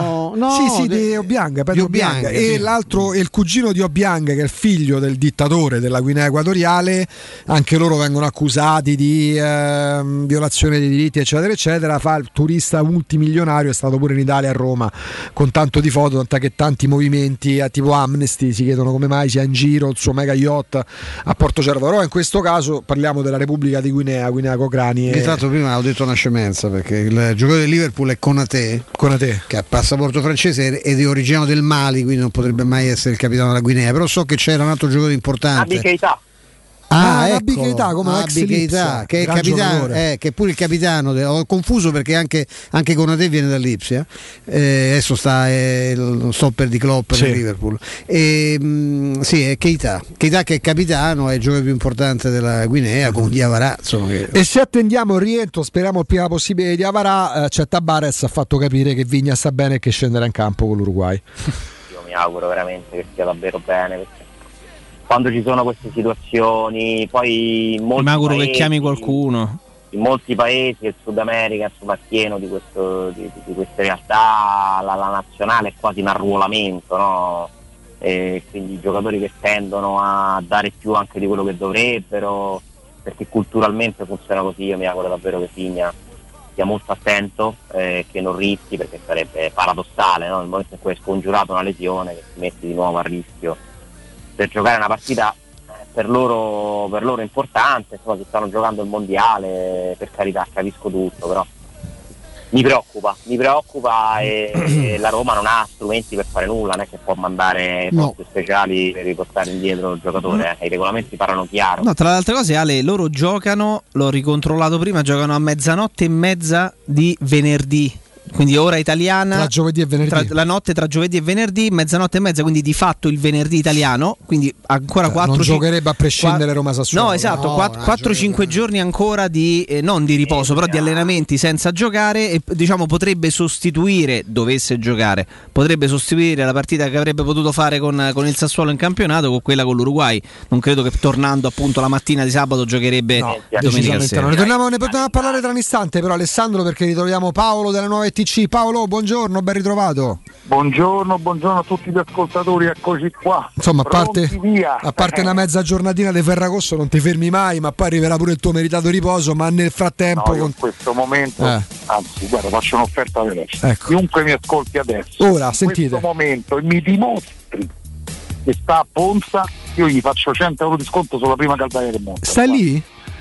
No, sì, sì, de- di Obiang, Pedro di Obiang, Obiang. sì. E l'altro è il cugino di Obiang, che è il figlio del dittatore della Guinea Equatoriale. Anche loro vengono accusati di ehm, violazione dei diritti, eccetera, eccetera. Fa il turista multimilionario, è stato pure in Italia, a Roma, con tanto di foto, tant'è che tanti movimenti eh, tipo Amnesty si chiedono come mai sia in giro il suo mega yacht a Porto Cervo. Però in questo caso parliamo della Repubblica di Guinea, Guinea Cocrani. E... Intanto prima ho detto una scemenza, perché il giocatore del Liverpool è Konaté, Konaté, che ha passaporto francese ed è originario del Mali, quindi non potrebbe mai essere il capitano della Guinea. Però so che c'era un altro giocatore importante. Naby Keita. Ah, Ah, ecco, Naby Keita, come Naby ex Keita, Lipsia, che è il gran capitano, giocatore. eh, che è pure il capitano. de- Ho confuso perché anche, anche Konaté viene dall'Ipsia. Eh, adesso sta è il stopper di Klopp Sì. nel Liverpool. E, mh, sì, è Keita. Keita che è capitano, è il giocatore più importante della Guinea, con Diawara. Insomma, che... E se attendiamo il rientro, speriamo il prima possibile di Avarà, eh, c'è Tabarez ha fatto capire che Vigna sta bene e che scenderà in campo con l'Uruguay. Io mi auguro veramente che stia davvero bene, perché quando ci sono queste situazioni, poi in molti Mi auguro paesi, che chiami qualcuno. in molti paesi, il Sud America insomma è pieno di, questo, di, di queste realtà, la, la nazionale è quasi un arruolamento, no? E quindi i giocatori che tendono a dare più anche di quello che dovrebbero, perché culturalmente funziona così. Io mi auguro davvero che Vigna sia molto attento, eh, che non rischi, perché sarebbe paradossale, no? Nel momento in cui hai scongiurato una lesione, che ti metti di nuovo a rischio per giocare una partita eh, per loro, per loro importante, insomma, si stanno giocando il mondiale, per carità, capisco tutto, però mi preoccupa, mi preoccupa e, e la Roma non ha strumenti per fare nulla, non è che può mandare No. forze speciali per riportare indietro il giocatore, eh. I regolamenti parlano chiaro. No, tra le altre cose, Ale, loro giocano, l'ho ricontrollato prima, giocano a mezzanotte e mezza di venerdì. Quindi ora italiana, Tra giovedì e venerdì. tra- la notte tra giovedì e venerdì, mezzanotte e mezza, quindi di fatto il venerdì italiano, quindi ancora quattro non giocherebbe a prescindere qua- Roma-Sassuolo. No, esatto, No, quattro cinque giorni ancora di eh, non di riposo, però di allenamenti senza giocare, e diciamo potrebbe sostituire, dovesse giocare, potrebbe sostituire la partita che avrebbe potuto fare con, con il Sassuolo in campionato con quella con l'Uruguay. Non credo che tornando appunto la mattina di sabato giocherebbe No, domenica decisamente sera. no. Ne torniamo, ne torniamo a parlare tra un istante, però Alessandro, perché ritroviamo Paolo della Nuova E T C. Paolo, buongiorno, ben ritrovato. Buongiorno, buongiorno a tutti gli ascoltatori, eccoci qua. Insomma, a parte, Pronti, via. a parte una mezza giornatina di Ferragosto non ti fermi mai, ma poi arriverà pure il tuo meritato riposo, ma nel frattempo... No, io con- in questo momento, Eh. anzi guarda, faccio un'offerta veloce. Ecco. Chiunque mi ascolti adesso, Ora, in sentite. questo momento, e mi dimostri che sta a Ponza, io gli faccio cento euro di sconto sulla prima caldaia del mondo. Stai lì?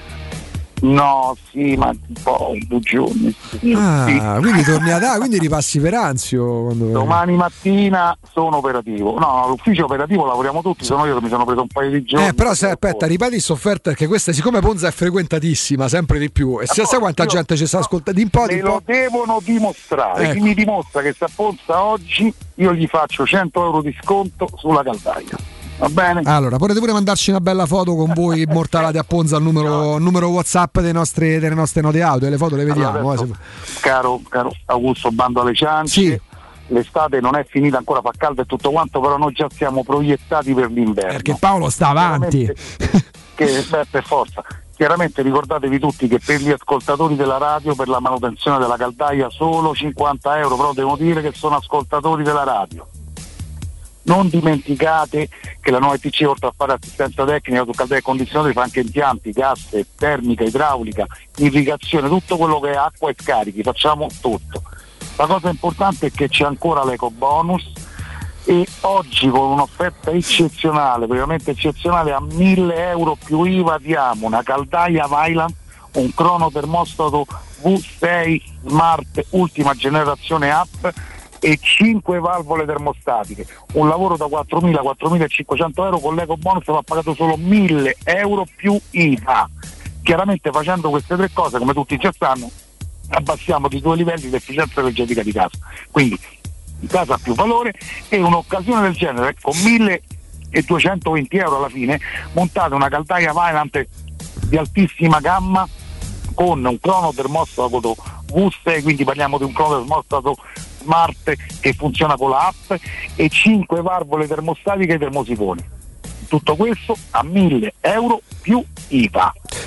No, sì, ma un po' due giorni. Ah, quindi torni ad ah, quindi ripassi per Anzio quando... Domani mattina sono operativo. No, l'ufficio operativo lavoriamo tutti, sono io che mi sono preso un paio di giorni. Eh, però se, aspetta, ripeti sofferta, perché questa, siccome Ponza è frequentatissima sempre di più, e se sai quanta io- gente ci sta ascoltando, di un po' di Me un po'. lo devono dimostrare. Ecco. Chi mi dimostra che sta a Ponza oggi, io gli faccio cento euro di sconto sulla caldaia. Va bene? Allora, potete pure mandarci una bella foto con voi immortalati a Ponza al numero, numero WhatsApp dei nostri, delle nostre note auto, e le foto le vediamo. Allora, eh, adesso, se- caro, caro Augusto Bando alle ciance, Sì. l'estate non è finita ancora, fa caldo e tutto quanto, però noi già siamo proiettati per l'inverno. Perché Paolo sta avanti. Che, beh, per forza. Chiaramente ricordatevi tutti che per gli ascoltatori della radio, per la manutenzione della caldaia, solo cinquanta euro, però devo dire che sono ascoltatori della radio. Non dimenticate che la Nuova E T C, oltre a fare assistenza tecnica su caldaie e condizionatori, fa anche impianti, gas, termica, idraulica, irrigazione, tutto quello che è acqua e scarichi, facciamo tutto. La cosa importante è che c'è ancora l'eco bonus, e oggi con un'offerta eccezionale, veramente eccezionale, a mille euro più I V A diamo una caldaia Vylant, un crono termostato V sei Smart ultima generazione app e cinque valvole termostatiche, un lavoro da quattromila quattromilacinquecento euro. Con l'eco bonus va pagato solo mille euro più I V A. Chiaramente facendo queste tre cose, come tutti già sanno, abbassiamo di due livelli l'efficienza energetica di casa, quindi di casa ha più valore, e un'occasione del genere con milleduecentoventi euro alla fine montate una caldaia Vylant di altissima gamma con un crono termostato V sei, quindi parliamo di un crono termostato smart che funziona con la app, e cinque valvole termostatiche e termosifoni. Tutto questo a mille euro più I V A.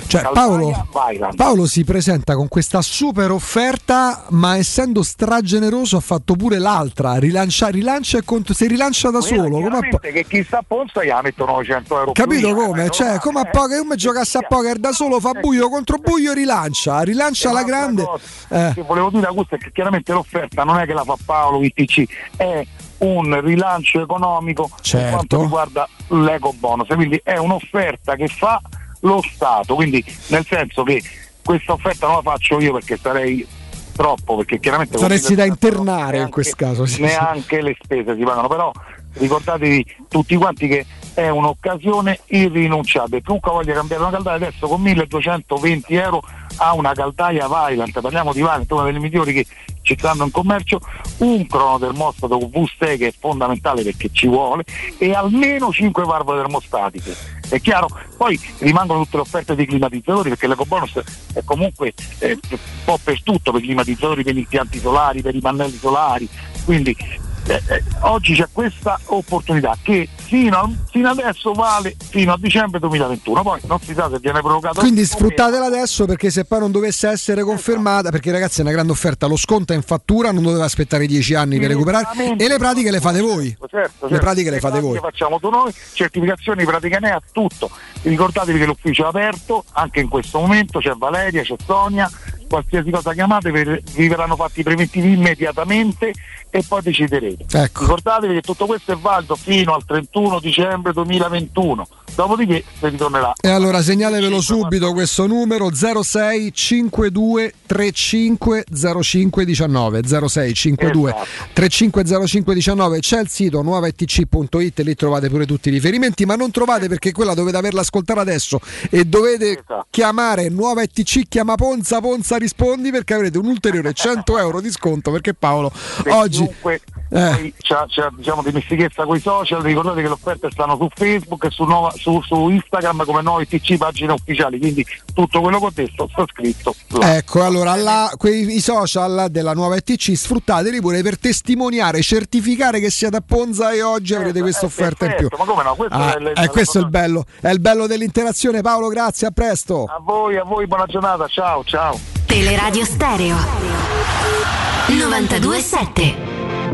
Cioè Caldaia Paolo, Vailand. Paolo si presenta con questa super offerta, ma essendo strageneroso ha fatto pure l'altra, rilancia, rilancia e conto, si rilancia da Quella solo. Come a po- chiaramente che chi sta a Ponza gli metto novecento euro Capito più via, come? eh, Cioè, normale, come a eh. poker, come giocasse a poker da solo, fa buio contro buio, rilancia, rilancia la grande. Eh. Che volevo dire a questo è che chiaramente l'offerta non è che la fa Paolo V T C, è un rilancio economico certo. per quanto riguarda l'eco bonus, quindi è un'offerta che fa lo Stato, quindi nel senso che questa offerta non la faccio io perché sarei troppo, perché chiaramente saresti da internare neanche, in questo caso, sì, neanche sì. le spese si pagano, però ricordatevi tutti quanti che è un'occasione irrinunciabile. Chiunque voglia cambiare una caldaia adesso con milleduecentoventi euro ha una caldaia Vaillant, parliamo di Vaillant, una delle migliori che ci stanno in commercio, un cronotermostato V sei che è fondamentale perché ci vuole, e almeno cinque valvole termostatiche. È chiaro? Poi rimangono tutte le offerte dei climatizzatori, perché l'ecobonus è comunque eh, un po' per tutto, per i climatizzatori, per gli impianti solari, per i pannelli solari, quindi Eh, eh, oggi c'è questa opportunità che fino, a, fino adesso vale fino a dicembre duemilaventuno, poi non si sa se viene prorogato. Quindi sfruttatela adesso, perché se poi non dovesse essere confermata, perché ragazzi è una grande offerta, lo sconto è in fattura, non doveva aspettare dieci anni per recuperare, e le pratiche le fate voi. Certo, certo, le pratiche le fate pratiche voi. Facciamo tu noi, certificazioni pratica ne ha tutto. Ricordatevi che l'ufficio è aperto anche in questo momento, c'è Valeria, c'è Sonia, qualsiasi cosa chiamate vi, vi verranno fatti i preventivi immediatamente e poi deciderete. Ecco. Ricordatevi che tutto questo è valido fino al trentuno dicembre duemilaventuno, dopodiché si ritornerà. E allora segnaletelo subito questo numero zero sei cinquantadue trentacinque zero cinque diciannove zero sei cinquantadue trentacinque zero cinque diciannove. C'è il sito nuova e t c punto it, lì trovate pure tutti i riferimenti, ma non trovate, perché quella dovete averla ascoltata adesso e dovete chiamare Nuova E T C, chiama Ponza, Ponza rispondi, perché avrete un ulteriore cento euro di sconto, perché Paolo Se oggi chiunque eh. poi c'ha, c'ha diciamo dimestichezza con i social, ricordate che le offerte stanno su Facebook e su, nuova, su, su Instagram come Nuova E T C pagine ufficiali, quindi tutto quello che ho detto sta scritto là. Ecco, allora là, quei i social della Nuova E T C sfruttateli pure per testimoniare, certificare che siete a Ponza e oggi avrete questa offerta in più. Ma come no? Questo Ah, è, le, eh, questo è il bello, è il bello dell'interazione. Paolo, grazie, a presto. A voi, a voi, buona giornata, ciao, ciao. Teleradio Stereo novantadue sette.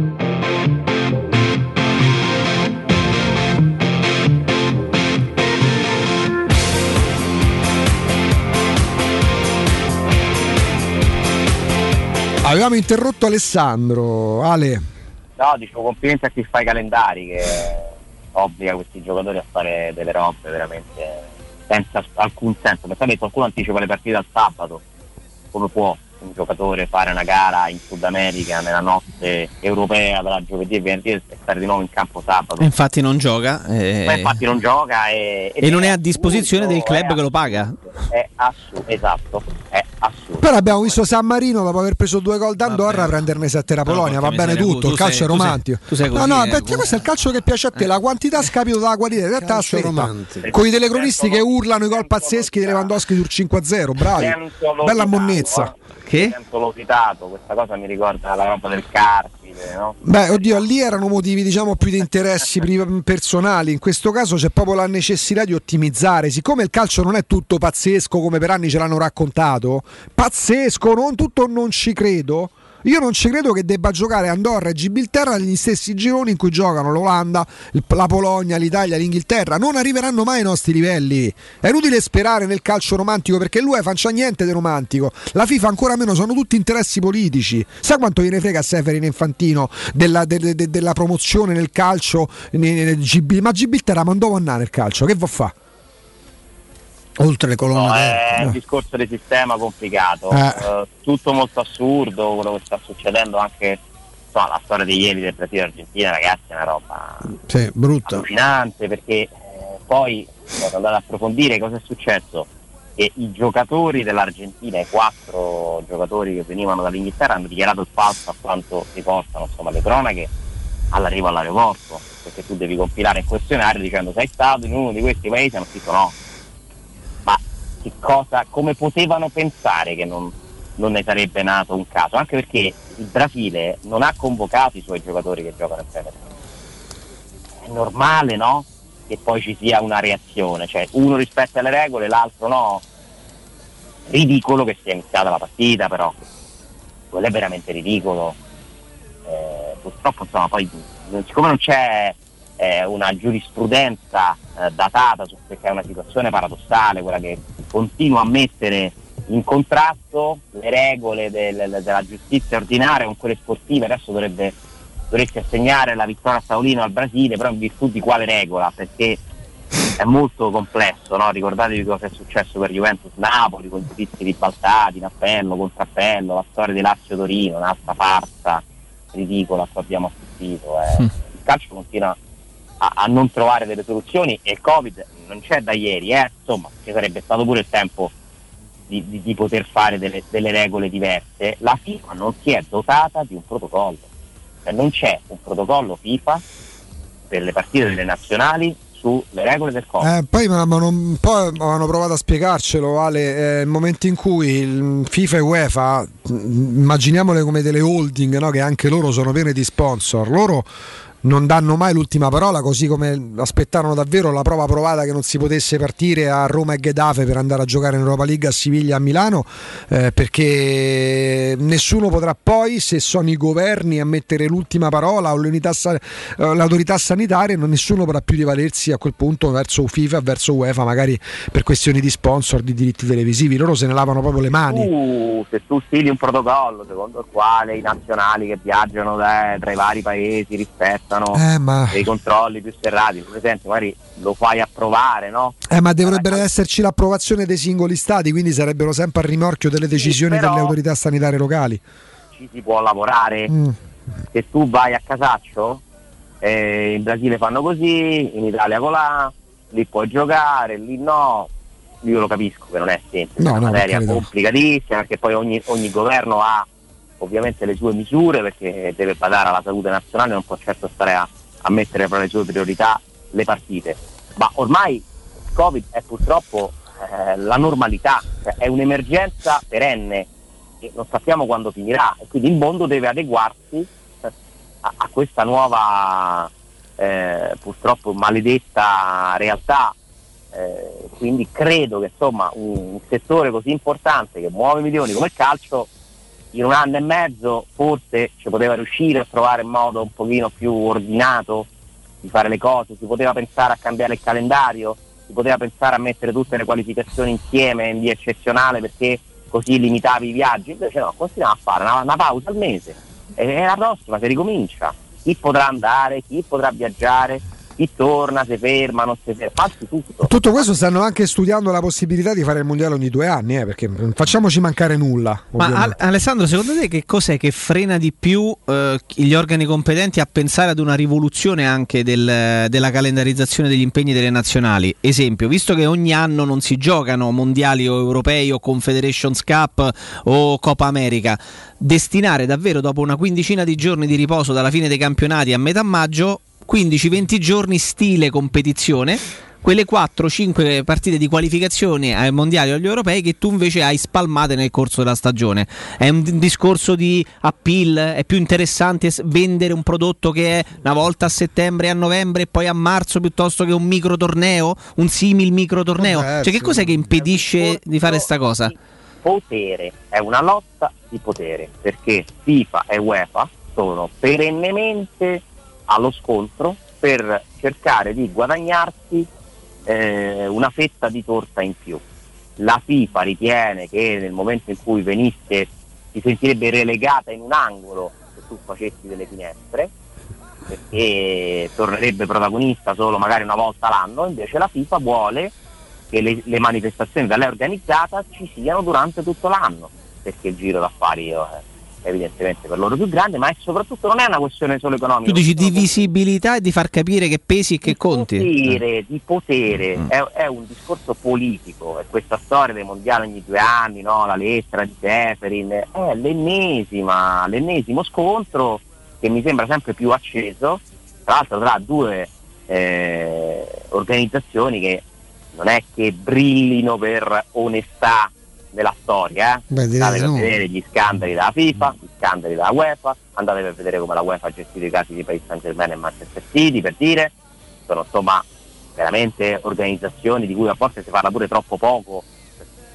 Avevamo interrotto Alessandro. Ale. No, dicevo complimenti a chi fa i calendari, che obbliga questi giocatori a fare delle robe veramente senza alcun senso. Pensate che qualcuno anticipa le partite al sabato, come può un giocatore fare una gara in Sud America nella notte europea dalla giovedì e venerdì e stare di nuovo in campo sabato? Infatti non gioca, eh, Ma infatti non gioca e, e non è a disposizione del club che lo paga. È assurdo, esatto, è assurdo. Però abbiamo visto San Marino, dopo aver preso due gol d'Andorra, a prenderne sette da Polonia. Va bene tutto, tu il calcio sei- è tu sei- romantico. tu sei no, così, no, eh, perché questo è il calcio che piace a te. La quantità scapito dalla qualità. In realtà Calcio stretta. romantico. Con i telecronisti che urlano i gol pazzeschi di Lewandowski sul cinque a zero. Bravi. Sento Bella l'ositato, monnezza. eh. Che? Sento l'ho citato, questa cosa mi ricorda la roba del Carpide, no? Beh, oddio, lì erano motivi, diciamo, più di interessi pri- personali. In questo caso c'è proprio la necessità di ottimizzare. Siccome il calcio non è tutto pazzesco come per anni ce l'hanno raccontato, pazzesco, non tutto, non ci credo. Io non ci credo che debba giocare Andorra e Gibilterra negli stessi gironi in cui giocano l'Olanda, il- la Polonia, l'Italia, l'Inghilterra. Non arriveranno mai ai nostri livelli. È inutile sperare nel calcio romantico, perché l'U E F A non c'ha niente di romantico. La FIFA ancora meno, sono tutti interessi politici. Sa quanto gliene frega a Seferin e Infantino della, de- de- della promozione nel calcio? Ne- ne- Gibil- ma Gibilterra mandò a andare nel calcio, che va a fa? Oltre le colonne No, d'erba. è un discorso di sistema complicato, Eh. Eh, tutto molto assurdo quello che sta succedendo, anche insomma, la storia di ieri del Brasile e Argentina, ragazzi, è una roba Sì, brutta. allucinante, perché eh, poi per andare ad approfondire cosa è successo, che i giocatori dell'Argentina, i quattro giocatori che venivano dall'Inghilterra, hanno dichiarato il falso, a quanto riportano insomma le cronache, all'arrivo all'aeroporto, perché tu devi compilare il questionario dicendo sei stato in uno di questi paesi, hanno scritto no. Ma che cosa, come potevano pensare che non, non ne sarebbe nato un caso? Anche perché il Brasile non ha convocato i suoi giocatori che giocano in Premier League. È normale, no? Che poi ci sia una reazione, cioè uno rispetta le regole, l'altro no. ridicolo che sia iniziata la partita, però quello è veramente ridicolo. Eh, purtroppo insomma poi siccome non c'è eh, una giurisprudenza eh, datata su questa, è una situazione paradossale quella che continua a mettere in contrasto le regole del, della giustizia ordinaria con quelle sportive. Adesso dovrebbe dovresti assegnare la vittoria a tavolino al Brasile, però in virtù di quale regola? Perché è molto complesso, no? Ricordatevi cosa è successo per Juventus-Napoli con giudizi ribaltati in appello, contrappello, la storia di Lazio-Torino, un'altra farsa ridicola a cui abbiamo assistito. Eh. Il calcio continua a, a non trovare delle soluzioni e il Covid non c'è da ieri, eh. Insomma ci sarebbe stato pure il tempo di, di, di poter fare delle, delle regole diverse. La FIFA non si è dotata di un protocollo, cioè non c'è un protocollo FIFA per le partite delle nazionali sulle regole del Covid. Eh, poi, ma, ma non, poi hanno provato a spiegarcelo, Ale, eh, il momento in cui il FIFA e UEFA, immaginiamole come delle holding, no? Che anche loro sono piene di sponsor, loro non danno mai l'ultima parola, così come aspettarono davvero la prova provata che non si potesse partire a Roma e Getafe per andare a giocare in Europa League a Siviglia e a Milano, eh, perché nessuno potrà poi, se sono i governi a mettere l'ultima parola o l'unità, l'autorità sanitaria, non nessuno potrà più rivalersi a quel punto verso FIFA e verso UEFA, magari per questioni di sponsor, di diritti televisivi. Loro se ne lavano proprio le mani. Uh, se tu stili un protocollo secondo il quale i nazionali che viaggiano da, tra i vari paesi rispettano Eh, ma... dei controlli più serrati, per esempio magari lo fai approvare, no? Eh, ma dovrebbe esserci l'approvazione dei singoli stati, quindi sarebbero sempre al rimorchio delle decisioni sì, delle autorità sanitarie locali. Ci si può lavorare. Mm. Se tu vai a casaccio, eh, in Brasile fanno così, in Italia colà, lì puoi giocare, lì no. Io lo capisco che non è semplice, no, è una no, materia complicatissima, perché poi ogni, ogni governo ha ovviamente le sue misure, perché deve badare alla salute nazionale, non può certo stare a, a mettere fra le sue priorità le partite, ma ormai il Covid è purtroppo eh, la normalità, cioè è un'emergenza perenne e non sappiamo quando finirà, e quindi il mondo deve adeguarsi a, a questa nuova eh, purtroppo maledetta realtà. Eh, quindi credo che insomma un, un settore così importante che muove milioni come il calcio, in un anno e mezzo forse ci poteva riuscire a trovare un modo un pochino più ordinato di fare le cose, si poteva pensare a cambiare il calendario, si poteva pensare a mettere tutte le qualificazioni insieme in via eccezionale, perché così limitavi i viaggi. Invece no, continuiamo a fare una, una pausa al mese e la prossima si ricomincia. Chi potrà andare, chi potrà viaggiare, chi torna, si ferma, non si ferma, falsi tutto. Tutto questo stanno anche studiando la possibilità di fare il mondiale ogni due anni, eh, perché non facciamoci mancare nulla. Ma Al- Alessandro, secondo te che cos'è che frena di più eh, gli organi competenti a pensare ad una rivoluzione anche del, della calendarizzazione degli impegni delle nazionali? Esempio, visto che ogni anno non si giocano mondiali o europei o Confederations Cup o Coppa America, destinare davvero dopo una quindicina di giorni di riposo dalla fine dei campionati a metà maggio quindici venti giorni stile competizione, quelle quattro cinque partite di qualificazione ai mondiali o agli europei che tu invece hai spalmate nel corso della stagione. È un discorso di appeal, è più interessante vendere un prodotto che è una volta a settembre e a novembre e poi a marzo, piuttosto che un micro torneo, un simil micro torneo. Cioè, che cos'è che impedisce di fare sta cosa? Potere, è una lotta di potere, perché FIFA e UEFA sono perennemente allo scontro per cercare di guadagnarsi eh, una fetta di torta in più. La FIFA ritiene che nel momento in cui venisse, si sentirebbe relegata in un angolo se tu facessi delle finestre, perché tornerebbe protagonista solo magari una volta l'anno. Invece la FIFA vuole che le, le manifestazioni da lei organizzate ci siano durante tutto l'anno, perché il giro d'affari eh, evidentemente per loro più grande, ma è soprattutto non è una questione solo economica. Tu dici di visibilità e di far capire che pesi e che di conti. Potere, di potere, mm. è, è un discorso politico, e questa storia dei mondiali ogni due anni, no? La lettera di Seferin, è l'ennesima, l'ennesimo scontro che mi sembra sempre più acceso, tra l'altro tra due eh, organizzazioni che non è che brillino per onestà della storia, eh? Beh, andate a no. vedere gli scandali della FIFA, gli scandali della UEFA, andate a vedere come la UEFA ha gestito i casi di Paris Saint-Germain e Manchester City, per dire. Sono insomma veramente organizzazioni di cui a volte si parla pure troppo poco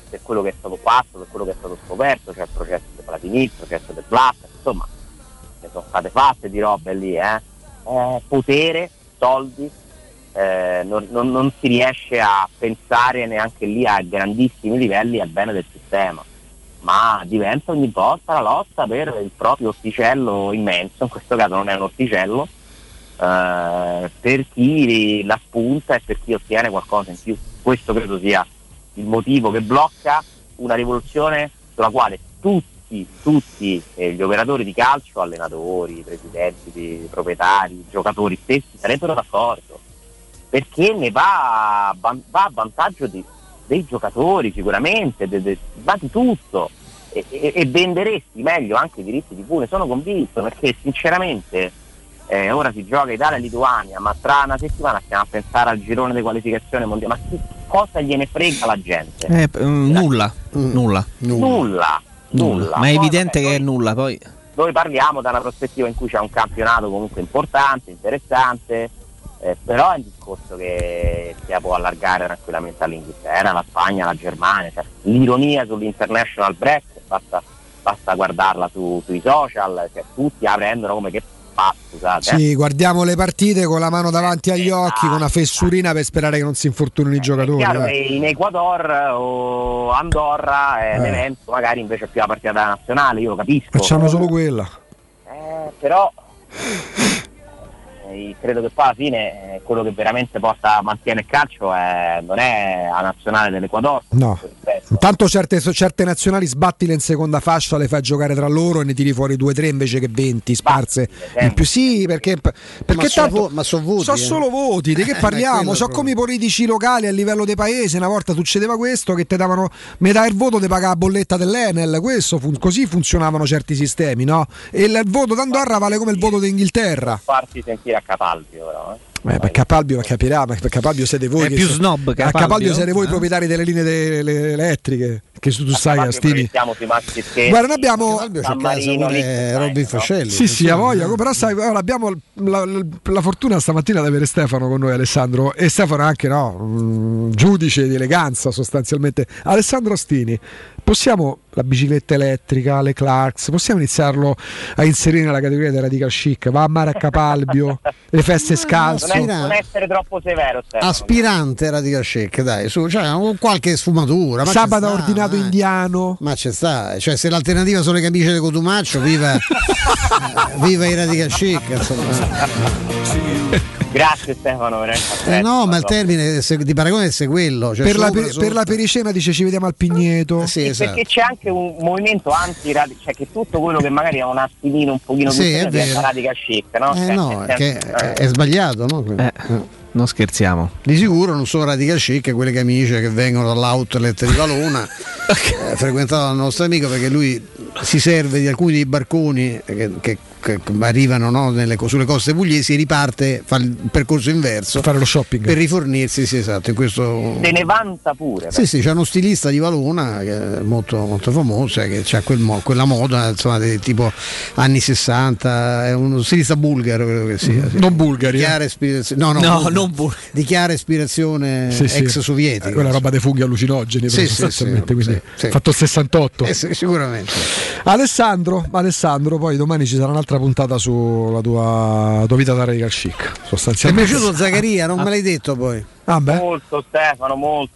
per quello che è stato fatto, per quello che è stato scoperto, cioè il processo del Platini, il processo del Blatter, insomma ne sono state fatte di robe lì, eh. Eh, potere, soldi, eh, non, non, non si riesce a pensare neanche lì a grandissimi livelli al bene del sistema, ma diventa ogni volta la lotta per il proprio orticello immenso, in questo caso non è un orticello, eh, per chi la spunta e per chi ottiene qualcosa in più. Questo credo sia il motivo che blocca una rivoluzione sulla quale tutti, tutti eh, gli operatori di calcio, allenatori, presidenti, di, proprietari, giocatori stessi sarebbero d'accordo, perché ne va a, va a vantaggio di, dei giocatori sicuramente, de, de, va di tutto, e, e, e venderesti meglio anche i diritti di tivù, ne sono convinto, perché sinceramente eh, ora si gioca Italia e Lituania, ma tra una settimana stiamo a pensare al girone di qualificazione mondiale, ma che cosa gliene frega la gente? Eh, mm, nulla, Mm. nulla, Nulla, nulla, nulla. Ma è Poi, evidente vabbè, che è nulla. Poi noi parliamo da una prospettiva in cui c'è un campionato comunque importante, interessante, eh, però è un discorso che si può allargare tranquillamente all'Inghilterra, alla Spagna, alla Germania, cioè, l'ironia sull'international break basta, basta guardarla su, sui social, cioè, tutti la prendono come che fa, scusate. Sì, guardiamo le partite con la mano davanti agli occhi, con una fessurina per sperare che non si infortunino i giocatori. È chiaro eh. che in Ecuador o Andorra è Eh. l'evento, magari invece è più la partita della nazionale, io lo capisco. Facciamo solo quella. Eh, però eh, credo che poi alla fine eh, quello che veramente porta mantiene il calcio è, non è la nazionale dell'Ecuador. No, intanto certe, certe nazionali sbattile in seconda fascia, le fai giocare tra loro e ne tiri fuori due o tre invece che venti sparse in più. Sì, perché, perché Ma so tanto vo- ma so voti, so eh. solo voti, di che Eh, parliamo? quello So proprio. come i politici locali a livello dei paesi, una volta succedeva questo, che ti davano metà il voto, ti pagava la bolletta dell'Enel, questo fun- così funzionavano certi sistemi, no? E il, il voto d'Andorra vale come il voto d'Inghilterra. Farsi sentire a Capalbio però, eh. Eh, per Capalbio capirà, ma per Capalbio siete voi È che più se- snob a Capalbio? Capalbio siete voi Eh? proprietari delle linee de- le- elettriche, che tu sai Astini. Siamo sui maschi scherzi. Guarda, noi abbiamo San Marino, Liechtenstein, Robin no? Fascelli. Sì, sì, a voglia, però sai, ora abbiamo la, la- la fortuna stamattina di avere Stefano con noi, Alessandro, e Stefano è anche no, un giudice di eleganza sostanzialmente. Alessandro Astini, possiamo la bicicletta elettrica, le Clarks, possiamo iniziarlo a inserire nella categoria dei radical chic? Va a mare a Capalbio, le feste scalzo. Non, è- non essere troppo severo, Stefano. Aspirante radical chic, dai, su, cioè, qualche sfumatura. Ma Sabato c'è sta, ordinato eh. indiano. Ma c'è sta, cioè se l'alternativa sono le camicie di Cotumaccio, viva, viva i radical chic, insomma. Grazie Stefano, veramente. Eh no, ma il termine se- di paragone è se quello. Cioè Per la, sopra, per- sopra. per la pericena dice ci vediamo al Pigneto. Sì, E esatto. perché c'è anche un movimento anti cioè che tutto quello che magari è un attimino un pochino Sì, più è diventa vero. radical chic, no? Eh Cioè, no, nel è, che senso, è, è sbagliato, no? Eh, non scherziamo. Di sicuro non sono radical chic quelle camicie che vengono dall'outlet di Valona, eh, frequentato dal nostro amico, perché lui si serve di alcuni dei barconi che, che- che arrivano, no, nelle, sulle coste pugliesi, e riparte, fa il percorso inverso fare lo shopping per rifornirsi. Sì, esatto, in questo. se ne vanta pure. Sì, sì, c'è uno stilista di Valona che è molto, molto famoso, eh, che ha quel mo- quella moda, insomma, di tipo anni sessanta, è uno stilista bulgaro, credo che sia. Sì. Non bulgari, Di eh. chiara ispirazione, no, no, No, bulgaro. non bulgari. Di chiara ispirazione Sì, sì. ex sovietica. Quella roba dei funghi allucinogeni, Sì, però, sì, sostanzialmente, sì, quindi sì, sì. fatto il sessantotto. Eh sì, sicuramente. Alessandro, Alessandro, poi domani ci sarà un'altra puntata sulla tua, tua vita da radical chic. Ti è Sostanzialmente. piaciuto Zaccaria? Non me l'hai detto poi. Ah, beh. Molto Stefano,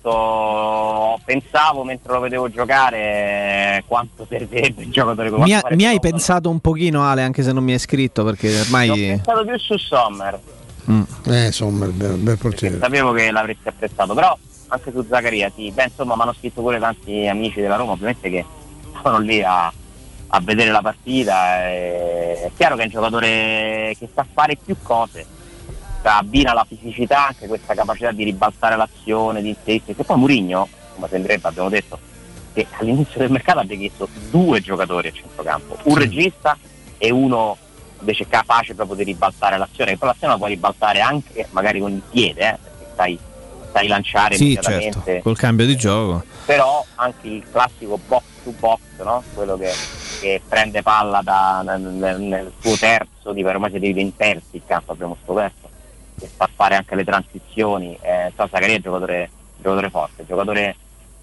molto. Pensavo mentre lo vedevo giocare quanto servirebbe il giocatore come Mi, ha- fare mi hai comodo. pensato un pochino, Ale, anche se non mi hai scritto, perché Ho ormai pensato più su Sommer, Eh, insomma, bel, bel portiere. sapevo che l'avresti apprezzato, però anche su Zaccaria, sì, beh, insomma, mi hanno scritto pure tanti amici della Roma, ovviamente, che stavano lì a, a vedere la partita. E è chiaro che è un giocatore che sa fare più cose, cioè, abbina la fisicità, anche questa capacità di ribaltare l'azione, di inserirsi, che poi Mourinho, come sembrerebbe, abbiamo detto che all'inizio del mercato abbia chiesto due giocatori a centrocampo, un regista e uno invece capace proprio di ribaltare l'azione, che poi l'azione la puoi ribaltare anche magari con il piede, eh, perché sai, sai lanciare sì, immediatamente, certo, col cambio di gioco. però anche il classico box to box, no? Quello che, che prende palla da, nel, nel- nel suo terzo, di ormai si divide in terzi il campo, abbiamo scoperto, che sa fare anche le transizioni. eh, so, Zaccaria è un giocatore, giocatore forte, giocatore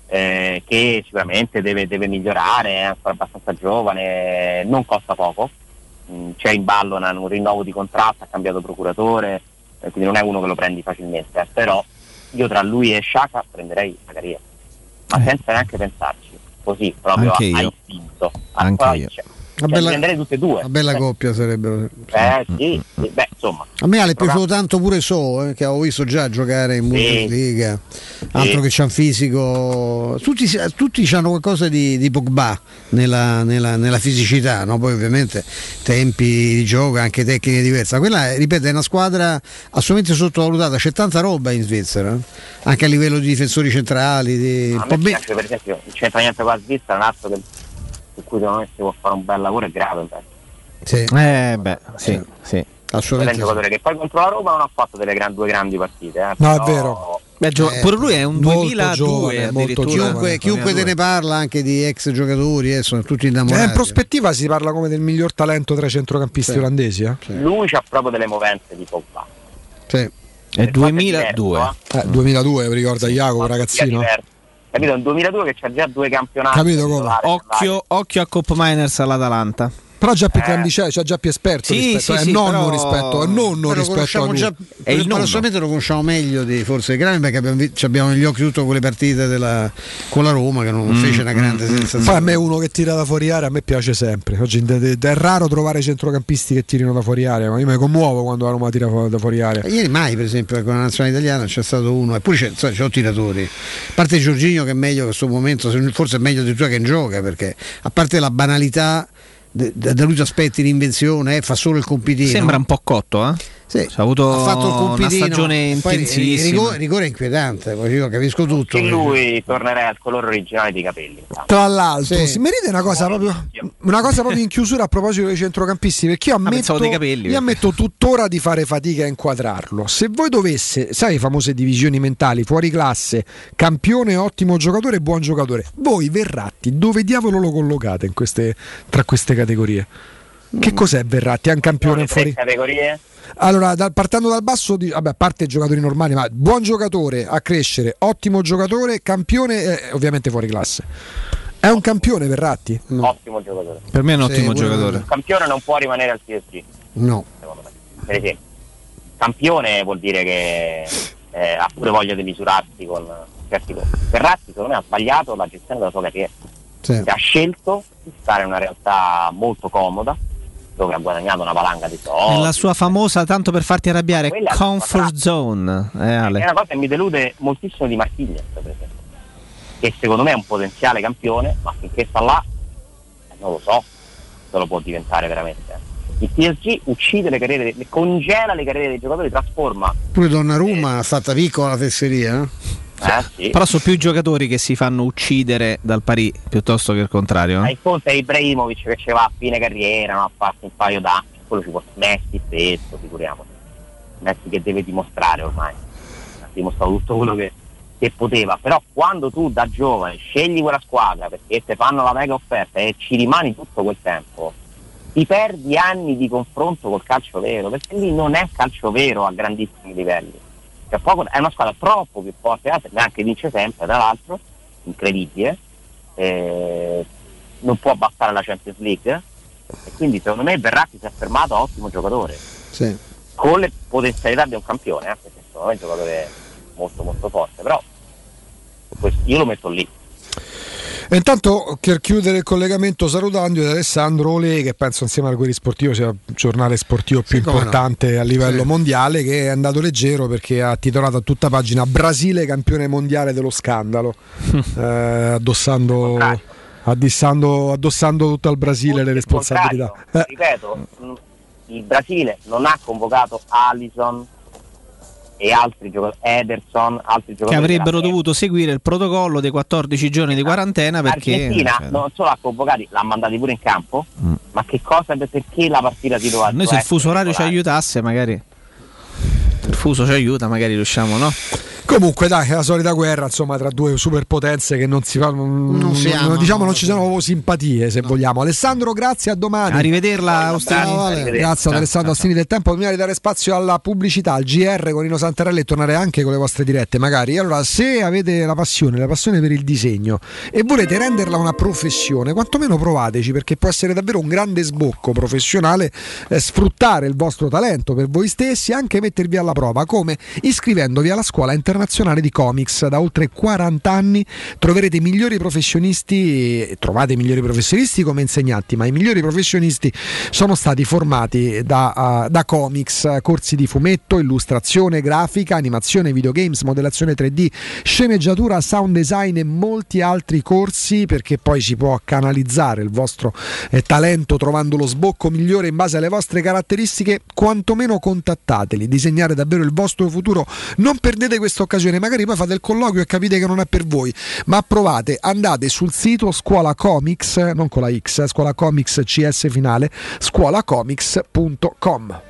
eh, che sicuramente deve, deve migliorare, è ancora abbastanza giovane, non costa poco, mm, c'è in ballo una, un rinnovo di contratto, ha cambiato procuratore, eh, quindi non è uno che lo prendi facilmente, eh, però io tra lui e Sciacca prenderei Zaccaria, ma senza neanche pensarci, così proprio a, a istinto. Anche Poi, io. cioè, Una cioè, bella, prenderei tutte e due. una bella Eh, coppia sarebbero. Eh sì, sì, beh insomma. A me è piaciuto tanto pure So, eh, che avevo visto già giocare in Bundesliga, altro che c'ha un fisico. Tutti, tutti hanno qualcosa di, di Pogba nella, nella, nella fisicità, no? Poi ovviamente tempi di gioco, anche tecniche diverse. Quella, ripeto, è una squadra assolutamente sottovalutata, c'è tanta roba in Svizzera, eh? Anche a livello di difensori centrali. Di... A me piace, per esempio, non c'entra niente con la Svizzera, un altro che, su cui secondo me si può fare un bel lavoro è grave. Sì. Eh beh, sì, sì. Assolutamente. È un giocatore che poi contro la Roma non ha fatto delle gran, due grandi partite. Eh, No, però... è vero. Beh, gio- Eh, pure lui è un molto duemiladue giovane, molto addirittura. chiunque, chiunque te ne parla, anche di ex giocatori, eh, sono tutti innamorati. Eh, in prospettiva si parla come del miglior talento tra i centrocampisti Sì. olandesi. Eh? Lui c'ha proprio delle movenze di Pogba. Sì. È duemiladue. Eh, duemiladue, mi ricorda Jacopo, ragazzino. Capito? Nel duemiladue che c'ha già due campionati. Capito come? Occhio, occhio a Cop Miners all'Atalanta. Però già più Eh. grandicello, cioè già più esperto Sì, rispetto, sì, è sì, nonno però- rispetto, è nonno Però lo rispetto a conosciamo lui. già, È il nonno. paradossalmente lo conosciamo meglio di forse Grani, perché abbiamo, vi- ci abbiamo negli occhi tutte quelle partite della, con la Roma che non Mm, fece una grande sensazione. Poi a me uno che tira da fuori area a me piace sempre. Oggi è è raro trovare centrocampisti che tirino da fuori area, ma io mi commuovo quando la Roma tira fu- da fuori area. Ieri mai, per esempio, con la nazionale italiana c'è stato uno, eppure c'è, insomma, c'è tiratori. A parte Giorginio che è meglio in questo momento, se- forse è meglio di tu che gioca, perché a parte la banalità, de- da da lui ti aspetti l'invenzione, eh, fa solo il compitino. Sembra un po' cotto, eh? Sì. Ha avuto Ha fatto il una compitino, stagione poi il intensissima. rigore, rigore è inquietante, poi io capisco tutto. E lui tornerei al colore originale dei capelli. Tra l'altro, Sì. si merita una cosa proprio una cosa proprio in chiusura a proposito dei centrocampisti, perché io ammetto, pensavo dei capelli, io perché- ammetto tuttora di fare fatica a inquadrarlo. Se voi dovesse, sai, le famose divisioni mentali, fuori classe, campione, ottimo giocatore, buon giocatore, voi Verratti dove diavolo lo collocate in queste, tra queste categorie? Che cos'è Verratti? È un campione Sono le tre fuori? categorie? Allora, dal- partendo dal basso, di- vabbè, a parte i giocatori normali, ma buon giocatore a crescere, ottimo giocatore, campione, eh, ovviamente fuori classe. È un campione Verratti? Ottimo giocatore. Per me è un Sì, ottimo pure- giocatore. Un campione non può rimanere al P S G, No. secondo me. Per esempio, campione vuol dire che eh, ha pure voglia di misurarsi con certi cose. Verratti secondo me ha sbagliato la gestione della sua carriera. Sì. Ha scelto di stare in una realtà molto comoda, dove ha guadagnato una valanga di soldi. È la sua famosa, tanto per farti arrabbiare, Quella è la comfort zone. Eh, Ale. È una cosa che mi delude moltissimo di Marquinhos, per esempio, che secondo me è un potenziale campione, ma finché sta là eh, non lo so se lo può diventare veramente. eh. Il P S G uccide le carriere, le- congela le carriere dei giocatori, trasforma. Pure Donnarumma ha fatta piccola la fesseria. eh? Eh, sì. Però sono più i giocatori che si fanno uccidere dal Paris piuttosto che il contrario. Ma eh. il conto è Ibrahimovic che ci va a fine carriera, no? A farsi un paio d'anni, quello ci può. Messi stesso, figuriamoci. Messi che deve dimostrare ormai. Ha dimostrato tutto quello che, che poteva. Però quando tu da giovane scegli quella squadra perché te fanno la mega offerta e ci rimani tutto quel tempo, ti perdi anni di confronto col calcio vero, perché lì non è calcio vero a grandissimi livelli. Cioè, poco, è una squadra troppo più forte, neanche vince sempre, tra l'altro, incredibile. Eh, non può bastare la Champions League e quindi secondo me Verratti si è affermato a ottimo giocatore, Sì. con le potenzialità di un campione, eh, perché secondo me è un giocatore molto molto forte, però questo, io lo metto lì. E intanto, per chiudere il collegamento salutando Alessandro Ole, che penso insieme al Guerri Sportivo sia il giornale sportivo più Sì, come importante no. a livello Sì. mondiale, che è andato leggero perché ha titolato a tutta pagina Brasile campione mondiale dello scandalo, eh, addossando, addissando, addossando tutto al Brasile le responsabilità. Contrario, ripeto, mh, il Brasile non ha convocato Alisson e altri giocatori, Ederson, altri giocatori Che avrebbero della- dovuto seguire il protocollo dei quattordici giorni di quarantena perché L'Argentina cioè, non solo ha convocati, l'ha mandati pure in campo, Mm. ma che cosa, perché la partita si doveva noi se il fuso orario ci aiutasse magari il fuso ci aiuta magari riusciamo, no? Comunque dai, è la solita guerra insomma tra due superpotenze che non si fa, non, Non si amano, diciamo no, non ci sono proprio simpatie se vogliamo. Alessandro, grazie, a domani. Arrivederla, Ostini. Ciao, Ale. Arrivederci. Grazie ad Ciao, Alessandro ciao, Ostini del Tempo. Prima di dare spazio alla pubblicità, al G R con Nino Santarelli e tornare anche con le vostre dirette magari. Allora, se avete la passione, la passione per il disegno e volete renderla una professione, quantomeno provateci, perché può essere davvero un grande sbocco professionale, eh, sfruttare il vostro talento per voi stessi e anche mettervi alla prova. Come? Iscrivendovi alla Scuola Internazionale di Comics. Da oltre quaranta anni troverete i migliori professionisti, trovate i migliori professionisti come insegnanti, ma i migliori professionisti sono stati formati da, uh, da comics, corsi di fumetto, illustrazione, grafica, animazione, videogames, modellazione tre D, sceneggiatura, sound design e molti altri corsi, perché poi si può canalizzare il vostro eh, talento trovando lo sbocco migliore in base alle vostre caratteristiche. Quantomeno contattateli, disegnare davvero il vostro futuro, non perdete questa occasione. Magari poi fate il colloquio e capite che non è per voi, ma provate, andate sul sito Scuola Comics, non con la X, Scuola Comics C S finale, scuolacomics punto com.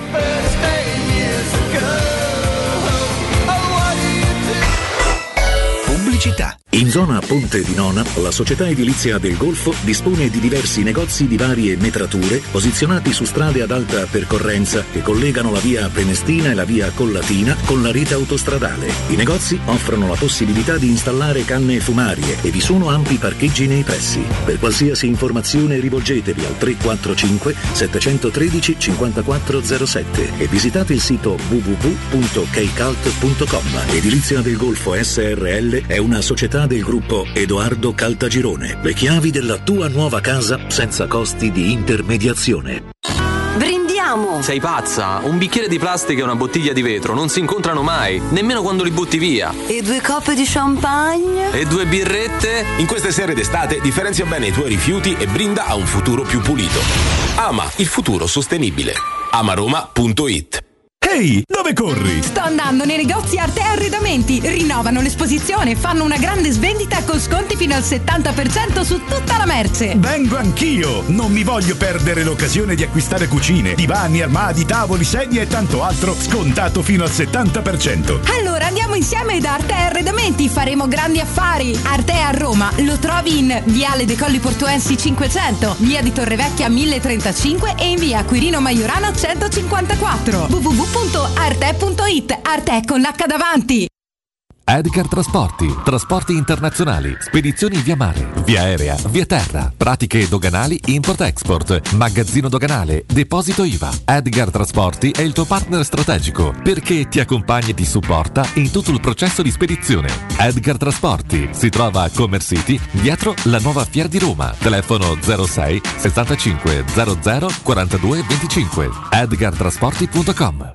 Pubblicità. In zona Ponte di Nona, la società edilizia del Golfo dispone di diversi negozi di varie metrature posizionati su strade ad alta percorrenza che collegano la via Prenestina e la via Collatina con la rete autostradale. I negozi offrono la possibilità di installare canne fumarie e vi sono ampi parcheggi nei pressi. Per qualsiasi informazione rivolgetevi al tre quattro cinque sette uno tre cinque zero sette e visitate il sito w w w punto keicalt punto com. Edilizia del Golfo S R L è una società del gruppo Edoardo Caltagirone. Le chiavi della tua nuova casa senza costi di intermediazione. Brindiamo! Sei pazza? Un bicchiere di plastica e una bottiglia di vetro non si incontrano mai, nemmeno quando li butti via. E due coppe di champagne? E due birrette? In queste sere d'estate differenzia bene i tuoi rifiuti e brinda a un futuro più pulito. Ama il futuro sostenibile. amaroma punto it. Ehi, dove corri? Sto andando nei negozi Arte e Arredamenti. Rinnovano l'esposizione, fanno una grande svendita con sconti fino al settanta per cento su tutta la merce. Vengo anch'io! Non mi voglio perdere l'occasione di acquistare cucine, divani, armadi, tavoli, sedie e tanto altro scontato fino al settanta per cento. Allora andiamo insieme da Arte e Arredamenti, faremo grandi affari. Arte a Roma lo trovi in Viale dei Colli Portuensi cinquecento, Via di Torrevecchia mille trentacinque e in Via Quirino Maiorano centocinquantaquattro. w w w punto arte punto it. Arte con l'H davanti. Edgar Trasporti, trasporti internazionali, spedizioni via mare, via aerea, via terra, pratiche doganali import-export, magazzino doganale, deposito I V A. Edgar Trasporti è il tuo partner strategico perché ti accompagna e ti supporta in tutto il processo di spedizione. Edgar Trasporti si trova a Commerce City, dietro la nuova Fiera di Roma. Telefono zero sei sessantacinque zero zero quarantadue venticinque. edgar trasporti punto com.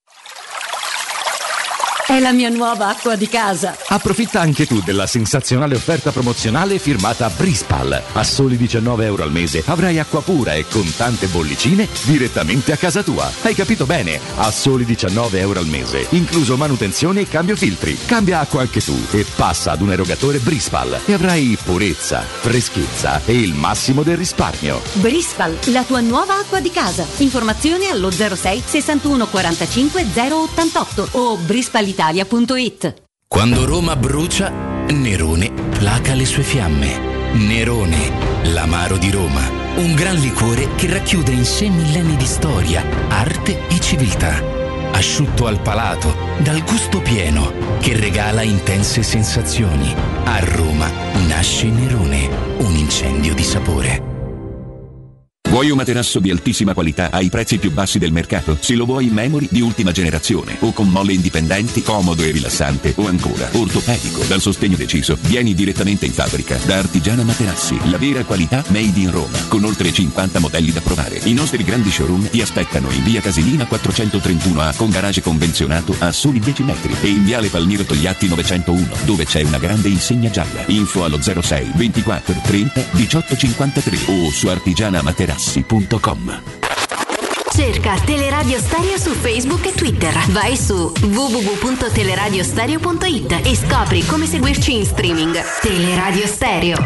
È la mia nuova acqua di casa. Approfitta anche tu della sensazionale offerta promozionale firmata Brispal. A soli diciannove euro al mese avrai acqua pura e con tante bollicine direttamente a casa tua. Hai capito bene? A soli diciannove euro al mese, incluso manutenzione e cambio filtri. Cambia acqua anche tu e passa ad un erogatore Brispal e avrai purezza, freschezza e il massimo del risparmio. Brispal, la tua nuova acqua di casa. Informazioni allo zero sei sessantuno quarantacinque zero ottantotto o brispal italia punto it. Quando Roma brucia, Nerone placa le sue fiamme. Nerone, l'amaro di Roma. Un gran liquore che racchiude in sé millenni di storia, arte e civiltà. Asciutto al palato, dal gusto pieno, che regala intense sensazioni. A Roma nasce Nerone, un incendio di sapore. Vuoi un materasso di altissima qualità ai prezzi più bassi del mercato? Se lo vuoi in memory di ultima generazione o con molle indipendenti, comodo e rilassante o ancora ortopedico dal sostegno deciso, vieni direttamente in fabbrica da Artigiana Materassi, la vera qualità made in Roma, con oltre cinquanta modelli da provare. I nostri grandi showroom ti aspettano in via Casilina quattrocentotrentuno A con garage convenzionato a soli dieci metri e in viale Palmiro Togliatti novecentouno dove c'è una grande insegna gialla. Info allo zero sei ventiquattro trenta diciotto cinquantatré o su artigiana materassi punto com. Cerca Teleradio Stereo su Facebook e Twitter. Vai su w w w punto teleradiostereo punto it e scopri come seguirci in streaming. Teleradio Stereo.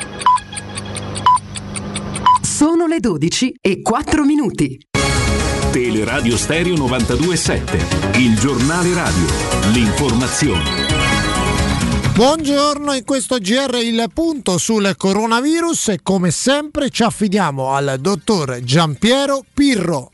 Sono le dodici e quattro minuti. Teleradio Stereo novantadue virgola sette, il giornale radio, l'informazione. Buongiorno, in questo G R il punto sul coronavirus e come sempre ci affidiamo al dottor Giampiero Pirro.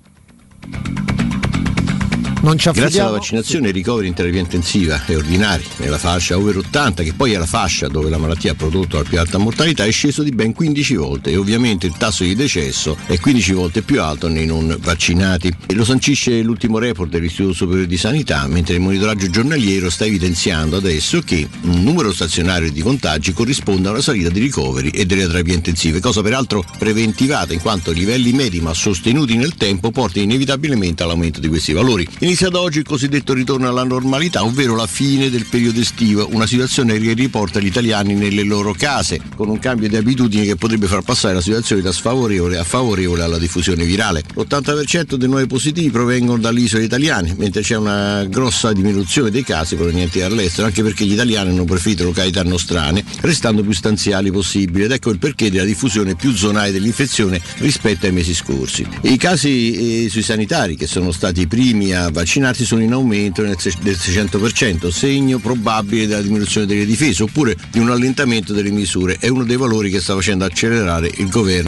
Non ci Grazie alla vaccinazione i ricoveri in terapia intensiva e ordinari nella fascia over ottanta, che poi è la fascia dove la malattia ha prodotto la più alta mortalità, è sceso di ben quindici volte e ovviamente il tasso di decesso è quindici volte più alto nei non vaccinati. E lo sancisce l'ultimo report dell'Istituto Superiore di Sanità, mentre il monitoraggio giornaliero sta evidenziando adesso che un numero stazionario di contagi corrisponde a una salita di ricoveri e delle terapie intensive, cosa peraltro preventivata in quanto i livelli medi ma sostenuti nel tempo portano inevitabilmente all'aumento di questi valori. Inizia da oggi il cosiddetto ritorno alla normalità, ovvero la fine del periodo estivo, una situazione che riporta gli italiani nelle loro case, con un cambio di abitudini che potrebbe far passare la situazione da sfavorevole a favorevole alla diffusione virale. L'ottanta per cento dei nuovi positivi provengono dalle isole italiane, mentre c'è una grossa diminuzione dei casi provenienti dall'estero, anche perché gli italiani hanno preferito località nostrane, restando più stanziali possibile, ed ecco il perché della diffusione più zonale dell'infezione rispetto ai mesi scorsi. I casi eh, sui sanitari, che sono stati i primi a vaccinarsi, sono in aumento nel del seicento per cento, segno probabile della diminuzione delle difese oppure di un allentamento delle misure. È uno dei valori che sta facendo accelerare il governo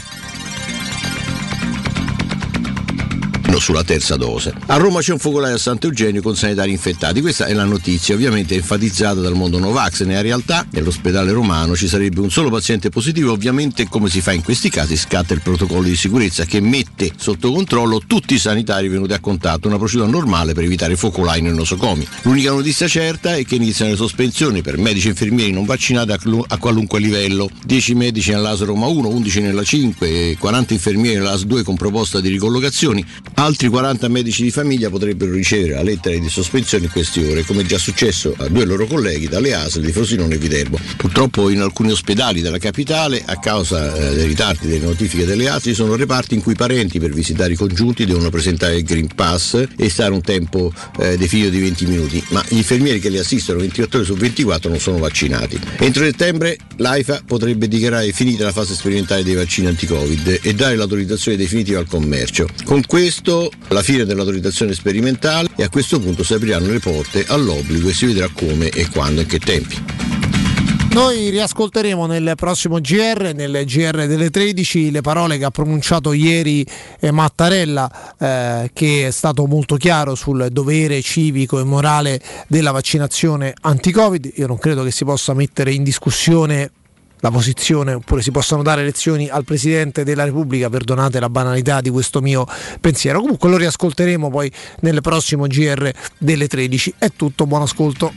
sulla terza dose. A Roma c'è un focolaio a Sant'Eugenio con sanitari infettati. Questa è la notizia, ovviamente enfatizzata dal mondo Novax. Nella realtà nell'ospedale romano ci sarebbe un solo paziente positivo. Ovviamente, come si fa in questi casi, scatta il protocollo di sicurezza che mette sotto controllo tutti i sanitari venuti a contatto, una procedura normale per evitare focolai nel nosocomi. L'unica notizia certa è che iniziano le sospensioni per medici e infermieri non vaccinati a, clu- a qualunque livello. dieci medici nell'A S Roma uno, undici nella cinque e quaranta infermieri nell'A S due con proposta di ricollocazioni. Altri quaranta medici di famiglia potrebbero ricevere la lettera di sospensione in queste ore, come già successo a due loro colleghi dalle A S L di Frosinone e Viterbo. Purtroppo in alcuni ospedali della capitale, a causa eh, dei ritardi delle notifiche delle A S L, ci sono reparti in cui i parenti per visitare i congiunti devono presentare il Green Pass e stare un tempo eh, definito di venti minuti, ma gli infermieri che li assistono ventotto ore su ventiquattro non sono vaccinati. Entro settembre l'AIFA potrebbe dichiarare finita la fase sperimentale dei vaccini anti-Covid e dare l'autorizzazione definitiva al commercio. Con questo la fine dell'autorizzazione sperimentale, e a questo punto si apriranno le porte all'obbligo e si vedrà come e quando e in che tempi. Noi riascolteremo nel prossimo G R, nel G R delle tredici, le parole che ha pronunciato ieri eh, Mattarella, eh, che è stato molto chiaro sul dovere civico e morale della vaccinazione anti-Covid. Io non credo che si possa mettere in discussione la posizione, oppure si possano dare lezioni al Presidente della Repubblica, perdonate la banalità di questo mio pensiero. Comunque lo riascolteremo poi nel prossimo G R delle tredici. È tutto, buon ascolto.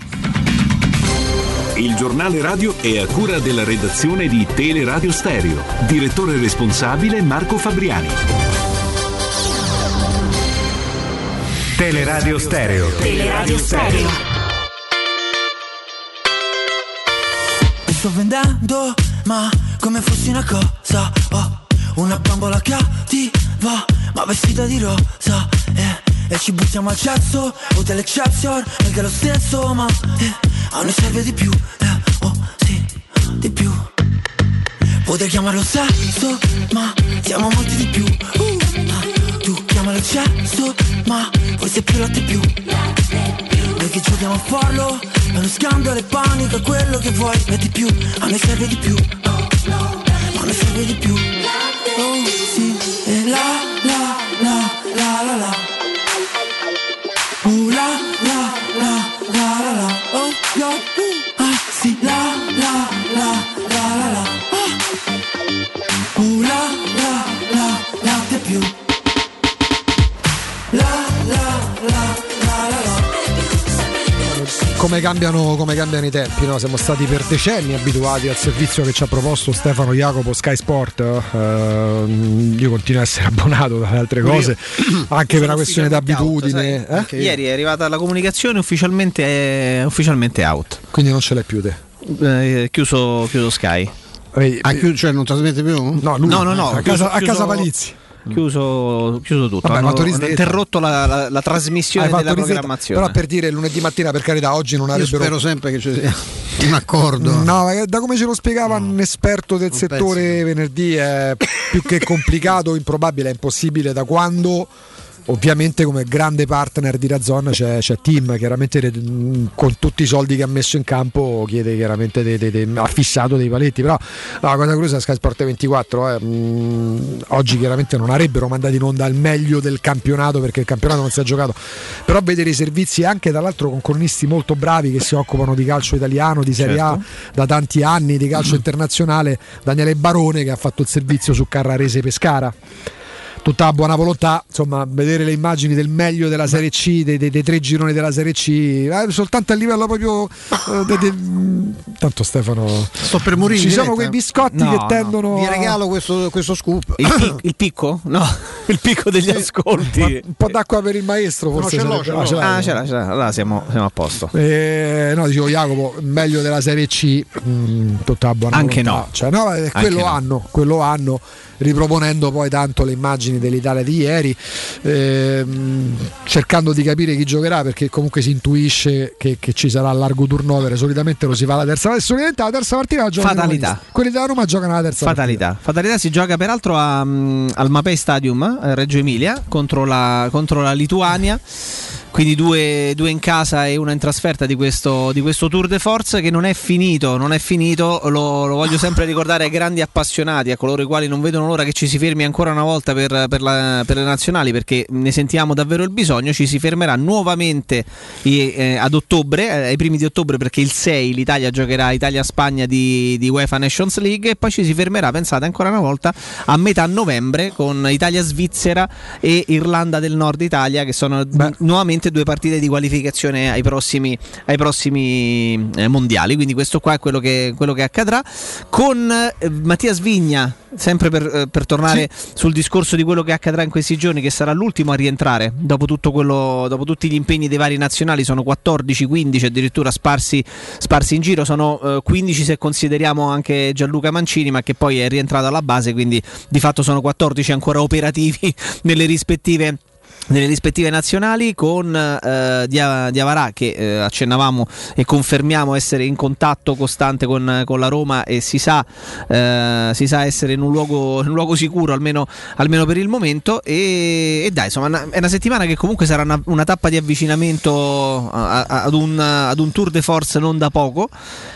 Il giornale radio è a cura della redazione di Teleradio Stereo. Direttore responsabile Marco Fabriani. Teleradio Stereo. Teleradio Stereo. Sto vendendo, ma come fossi una cosa, oh, una bambola cattiva, ma vestita di rosa, eh, e ci buttiamo al cesso, Hotel Excelsior, perché è lo stesso, ma eh, a noi serve di più, eh, oh sì, di più. Potrei chiamarlo sesso, ma siamo molti di più, uh, ah, tu chiamalo eccesso, ma forse più latte più. Noi che giochiamo a farlo, è uno scandalo e panico, è quello che vuoi, e di più, a noi serve di più, a noi serve di più, oh sì, e la la la la la la, uh la la la la la la, oh yo, uh, ah sì, la la la la la la, ah, uh la la la la di più, la la la la la la. Come cambiano, come cambiano i tempi, no? Siamo stati per decenni abituati al servizio che ci ha proposto Stefano Jacopo, Sky Sport. Uh, io continuo a essere abbonato dalle altre cose, io, anche per una questione d'abitudine. Out, eh? Ieri è arrivata la comunicazione ufficialmente, è, ufficialmente out. Quindi non ce l'hai più te? Eh, chiuso, chiuso Sky. Ah, chiuso, cioè non trasmette più? No, lui, no, no, no, a, chiuso, casa, a casa Palizzi. Chiuso, chiuso tutto. Vabbè, hanno, hanno interrotto la, la, la trasmissione della programmazione. Però per dire lunedì mattina, per carità, oggi non avrebbero. Io spero sempre che ci sia un accordo. No, da come ce lo spiegava no. un esperto del un settore pezzo. venerdì, è più che complicato, improbabile, è impossibile. Da quando ovviamente come grande partner di Dazzon c'è, c'è Tim, chiaramente con tutti i soldi che ha messo in campo chiede chiaramente de, de, de, ha fissato dei paletti, però no, la cosa curiosa è Sky Sport ventiquattro eh, mh, oggi chiaramente non avrebbero mandato in onda il meglio del campionato perché il campionato non si è giocato, però vedere i servizi anche dall'altro con cronisti molto bravi che si occupano di calcio italiano, di Serie certo. A da tanti anni, di calcio mm. internazionale, Daniele Barone che ha fatto il servizio su Carrarese Pescara, tutta la buona volontà, insomma, vedere le immagini del meglio della Serie C, dei, dei, dei tre gironi della Serie C, eh, soltanto a livello proprio eh, de, de, tanto Stefano sto per morire, ci sono quei biscotti no, che tendono no. Vi regalo questo, questo scoop, il, pic, il picco? No, il picco degli ascolti, un po' d'acqua per il maestro forse. No, ce l'ho, ce l'ho. Ah, ce l'ha, ce l'ha. Allora siamo, siamo a posto. Eh, no, dicevo Jacopo, meglio della Serie C, mh, tutta la buona anche volontà. no, cioè, no eh, quello anche hanno, no. quello hanno riproponendo poi tanto le immagini dell'Italia di ieri, ehm, cercando di capire chi giocherà, perché comunque si intuisce che, che ci sarà largo turnover, solitamente lo si fa la terza partita, solitamente la terza partita la giocano fatalità, quelli della Roma giocano la terza fatalità. partita. Fatalità si gioca peraltro a, um, al Mapei Stadium a Reggio Emilia contro la, contro la Lituania, quindi due, due in casa e una in trasferta di questo, di questo Tour de Force che non è finito, non è finito, lo, lo voglio sempre ricordare ai grandi appassionati, a coloro i quali non vedono l'ora che ci si fermi ancora una volta per, per, la, per le nazionali, perché ne sentiamo davvero il bisogno. Ci si fermerà nuovamente eh, ad ottobre, eh, ai primi di ottobre, perché il sei l'Italia giocherà Italia-Spagna di, di UEFA Nations League, e poi ci si fermerà, pensate ancora una volta, a metà novembre con Italia-Svizzera e Irlanda del Nord Italia, che sono Beh. nuovamente due partite di qualificazione ai prossimi, ai prossimi eh, mondiali. Quindi questo qua è quello che, quello che accadrà con eh, Mattias Vigna, sempre per, eh, per tornare sì. sul discorso di quello che accadrà in questi giorni, che sarà l'ultimo a rientrare dopo tutto quello, dopo tutti gli impegni dei vari nazionali. Sono quattordici quindici addirittura sparsi, sparsi in giro, sono eh, quindici se consideriamo anche Gianluca Mancini, ma che poi è rientrato alla base, quindi di fatto sono quattordici ancora operativi nelle rispettive nelle rispettive nazionali, con eh, Diawara che eh, accennavamo e confermiamo essere in contatto costante con, con la Roma, e si sa, eh, si sa essere in un luogo, in un luogo sicuro almeno, almeno per il momento, e, e dai, insomma è una settimana che comunque sarà una, una tappa di avvicinamento a, a, ad, un, ad un Tour de Force non da poco.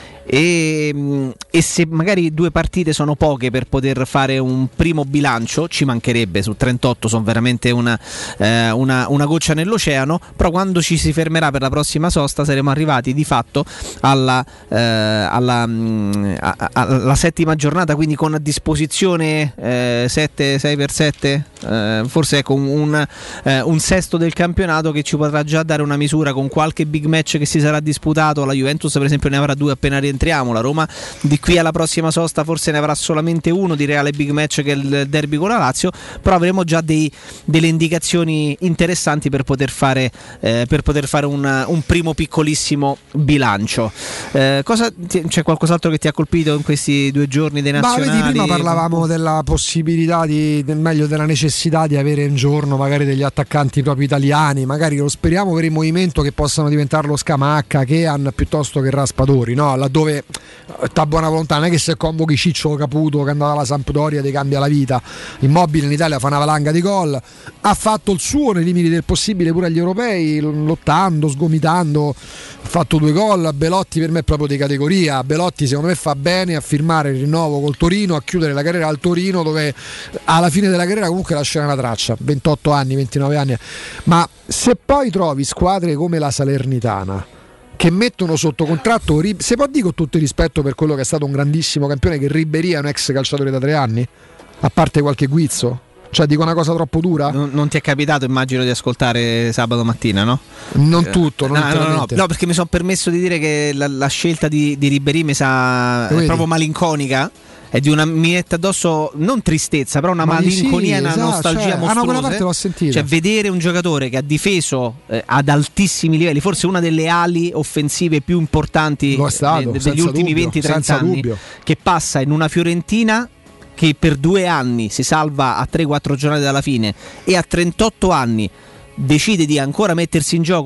E, e se magari due partite sono poche per poter fare un primo bilancio, ci mancherebbe, su trentotto sono veramente una, eh, una, una goccia nell'oceano, però quando ci si fermerà per la prossima sosta saremo arrivati di fatto alla, eh, alla, mh, a, a, alla settima giornata, quindi con a disposizione eh, sette, sei per sette, eh, forse ecco un, un, eh, un sesto del campionato, che ci potrà già dare una misura con qualche big match che si sarà disputato. La Juventus per esempio ne avrà due appena rientriamo, la Roma di qui alla prossima sosta forse ne avrà solamente uno di reale big match, che è il derby con la Lazio, però avremo già dei, delle indicazioni interessanti per poter fare, eh, per poter fare un, un primo piccolissimo bilancio. Eh, cosa, c'è qualcos'altro che ti ha colpito in questi due giorni dei nazionali? Ma vedi, prima parlavamo della possibilità di, del meglio della necessità di avere un giorno magari degli attaccanti proprio italiani, magari lo speriamo per il movimento che possano diventarlo Scamacca, Kean piuttosto che Raspadori, no? Laddove dove sta buona volontà, non è che se convochi Ciccio Caputo che è andato alla Sampdoria ti cambia la vita. Immobile in Italia fa una valanga di gol, ha fatto il suo nei limiti del possibile pure agli europei, lottando, sgomitando, ha fatto due gol. Belotti per me è proprio di categoria. Belotti secondo me fa bene a firmare il rinnovo col Torino, a chiudere la carriera al Torino, dove alla fine della carriera comunque lascerà una traccia, ventotto anni, ventinove anni. Ma se poi trovi squadre come la Salernitana che mettono sotto contratto, se può dire con tutto il rispetto per quello che è stato un grandissimo campione, che Ribéry è un ex calciatore da tre anni, a parte qualche guizzo, cioè dico una cosa troppo dura? Non, non ti è capitato, immagino, di ascoltare sabato mattina, no? Non tutto, non no, no, no, no, perché mi sono permesso di dire che la, la scelta di, di Ribéry mi sa è proprio malinconica. È di una mi mette addosso non tristezza, però una Ma malinconia e sì, una esatto, nostalgia cioè, mostruosa. ah, no, quella parte l'ho sentita. Cioè vedere un giocatore che ha difeso eh, ad altissimi livelli, forse una delle ali offensive più importanti stato, de, degli ultimi venti trenta anni, dubbio. Che passa in una Fiorentina che per due anni si salva a tre quattro giornate dalla fine, e a trentotto anni decide di ancora mettersi in gioco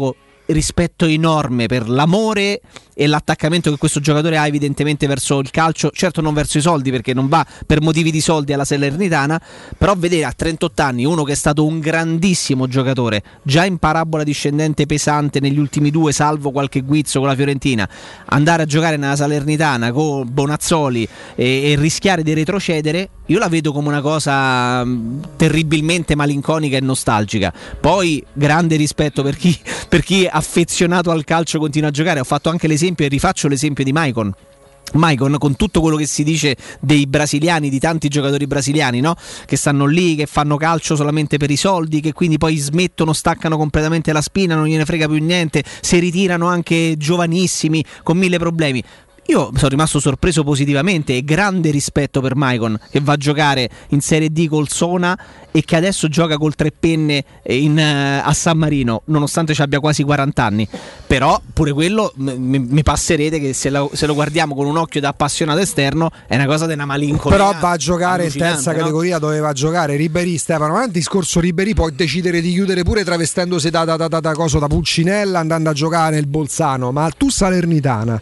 rispetto enorme per l'amore e l'attaccamento che questo giocatore ha evidentemente verso il calcio, certo non verso i soldi perché non va per motivi di soldi alla Salernitana, però vedere a trentotto anni uno che è stato un grandissimo giocatore, già in parabola discendente pesante negli ultimi due, salvo qualche guizzo con la Fiorentina, andare a giocare nella Salernitana con Bonazzoli e, e rischiare di retrocedere, io la vedo come una cosa mh, terribilmente malinconica e nostalgica. Poi grande rispetto per chi, per chi è affezionato al calcio continua a giocare. Ho fatto anche l'esempio e rifaccio l'esempio di Maicon. Maicon, con tutto quello che si dice dei brasiliani, di tanti giocatori brasiliani, no? Che stanno lì, che fanno calcio solamente per i soldi, che quindi poi smettono, staccano completamente la spina, non gliene frega più niente, si ritirano anche giovanissimi con mille problemi. Io sono rimasto sorpreso positivamente e grande rispetto per Maicon, che va a giocare in Serie D col Sona e che adesso gioca col Tre Penne in, uh, a San Marino, nonostante ci abbia quasi quaranta anni. Però pure quello m- mi passerete che se lo, se lo guardiamo con un occhio da appassionato esterno è una cosa di una malinconia. Però va a giocare in terza no? categoria, doveva giocare Ribéry, Stefano. Ma il discorso Ribéry può decidere di chiudere pure travestendosi da, da, da, da, da, cosa, da Pulcinella, andando a giocare nel Bolzano. Ma tu Salernitana,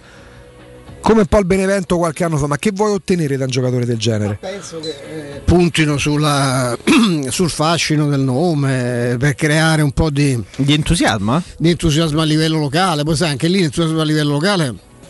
come un po' il Benevento qualche anno fa, ma che vuoi ottenere da un giocatore del genere? Ma penso che eh, puntino sulla, sul fascino del nome, per creare un po' di, di entusiasmo, eh? di entusiasmo a livello locale. Poi sai, anche lì l'entusiasmo a livello locale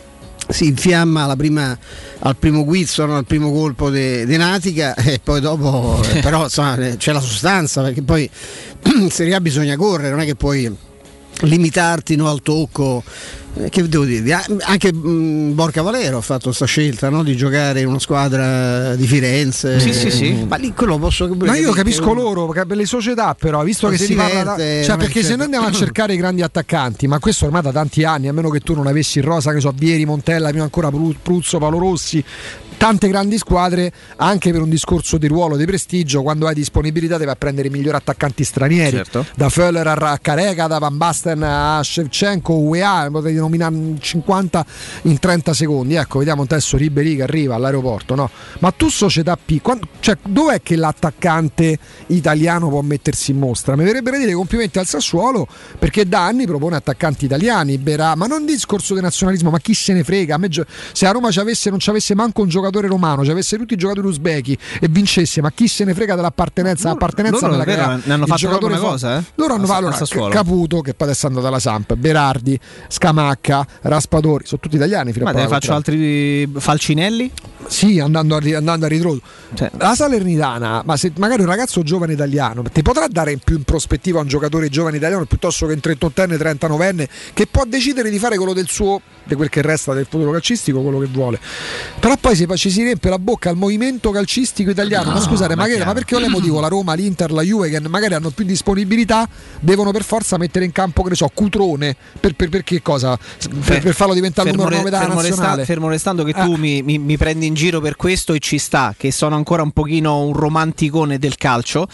si infiamma alla prima, al primo guizzo, no? Al primo colpo di Natica, e poi dopo eh, però insomma, c'è la sostanza, perché poi in Serie A bisogna correre, non è che puoi limitarti, no, al tocco. Che devo dire, anche mh, Borca Valero ha fatto questa scelta, no? Di giocare in una squadra di Firenze. Sì, sì, sì. Ma lì quello posso capire. Ma io capisco loro, perché per le società, però, visto che si, si parla da, cioè, perché se noi andiamo a cercare i grandi attaccanti, ma questo ormai da tanti anni, a meno che tu non avessi in rosa, che so, Vieri, Montella, prima ancora Pruzzo, Paolo Rossi, tante grandi squadre, anche per un discorso di ruolo, di prestigio, quando hai disponibilità devi a prendere i migliori attaccanti stranieri, certo. Da Föller a Carega, da Van Basten a Shevchenko, U E A, potrei nominare cinquanta in trenta secondi. Ecco, vediamo adesso Ribéry che arriva all'aeroporto, no? Ma tu società P, quando, cioè, dov'è che l'attaccante italiano può mettersi in mostra? Mi verrebbe da dire complimenti al Sassuolo, perché da anni propone attaccanti italiani, Berà, ma non discorso di nazionalismo, ma chi se ne frega. A me, se a Roma ci avesse, non ci avesse manco un giocatore romano, ci avesse tutti i giocatori uzbeki e vincesse, ma chi se ne frega dell'appartenenza? L'appartenenza loro, loro ne hanno fatto proprio una cosa, eh? Loro hanno fatto allora, Caputo, che poi adesso è andato dalla Samp, Berardi, Scamacca, Raspadori, sono tutti italiani. Ma te ne faccio altri, Falcinelli? Sì, andando a, andando a ritroso. Cioè, la Salernitana, ma se magari un ragazzo giovane italiano ti potrà dare più in prospettiva un giocatore giovane italiano piuttosto che un trentottenne, trentanovenne che può decidere di fare quello del suo, di quel che resta del futuro calcistico, quello che vuole. Però poi si, ci si riempie la bocca al movimento calcistico italiano. No, ma scusate, ma, magari, ma perché quale motivo la Roma, l'Inter, la Juve, che magari hanno più disponibilità, devono per forza mettere in campo, che ne so, Cutrone per, per, per che cosa? Per, per farlo diventare il numero nove della nazionale. Resta, fermo restando che tu eh. mi, mi, mi prendi in giro per questo, e ci sta, che sono ancora un pochino un romanticone del calcio,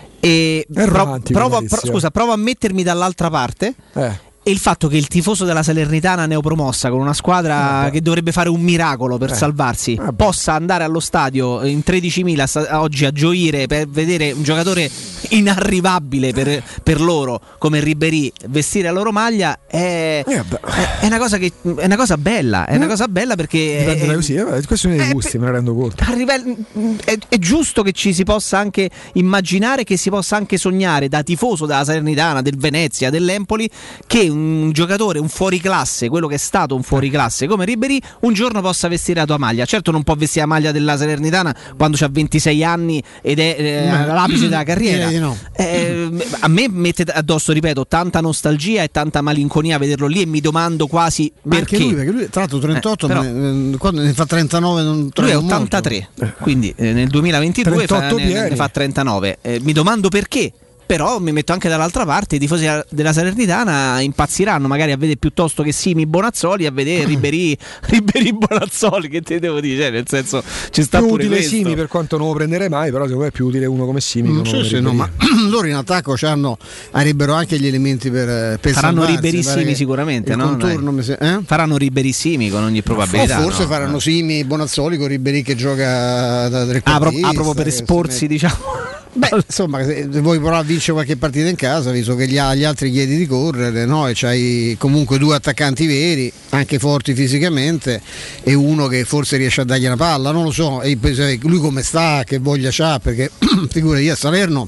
e pro, provo, pro, scusa, provo a mettermi dall'altra parte. Eh. E il fatto che il tifoso della Salernitana neopromossa, con una squadra eh che dovrebbe fare un miracolo per eh. salvarsi, eh possa andare allo stadio in tredicimila oggi a gioire per vedere un giocatore inarrivabile per, per loro come Ribéry vestire la loro maglia è, eh è, è una cosa che è una cosa bella, è una cosa bella perché è, è così, è questione dei gusti, me ne rendo conto. È, è giusto che ci si possa anche immaginare, che si possa anche sognare da tifoso della Salernitana, del Venezia, dell'Empoli, che un giocatore, un fuoriclasse, quello che è stato un fuoriclasse come Ribéry, un giorno possa vestire la tua maglia. Certo non può vestire la maglia della Salernitana quando ha ventisei anni ed è eh, all'apice della carriera. No. Eh, a me mette addosso, ripeto, tanta nostalgia e tanta malinconia vederlo lì, e mi domando quasi ma perché. Anche lui, perché lui tra l'altro trentotto, eh, però, ne, quando ne fa trentanove non lui è ottantatré, molto. Quindi eh, nel duemilaventidue fa, ne, ne fa trentanove. Eh, mi domando perché. Però mi metto anche dall'altra parte, i tifosi della Salernitana impazziranno magari a vedere, piuttosto che Simi Bonazzoli, a vedere Ribéry Ribéry Bonazzoli, che te devo dire, cioè, nel senso ci sta più pure utile questo. Simi, per quanto non lo prenderei mai, però secondo me è più utile uno come Simi. Mm, sì, sì, no, ma loro in attacco c'hanno, avrebbero anche gli elementi per, per faranno Ribérissimi sicuramente, no? Se, eh? Faranno Ribérissimi con ogni probabilità. O forse no? faranno Simi Bonazzoli con Ribéry che gioca da tre quarti. Ah, pro- ah, proprio per esporsi, diciamo. Beh, insomma, se vuoi provare a vincere qualche partita in casa, visto che gli, gli altri chiedi di correre, no? E c'hai comunque due attaccanti veri, anche forti fisicamente, e uno che forse riesce a dargli una palla, non lo so. E lui come sta, che voglia c'ha, perché figurati io a Salerno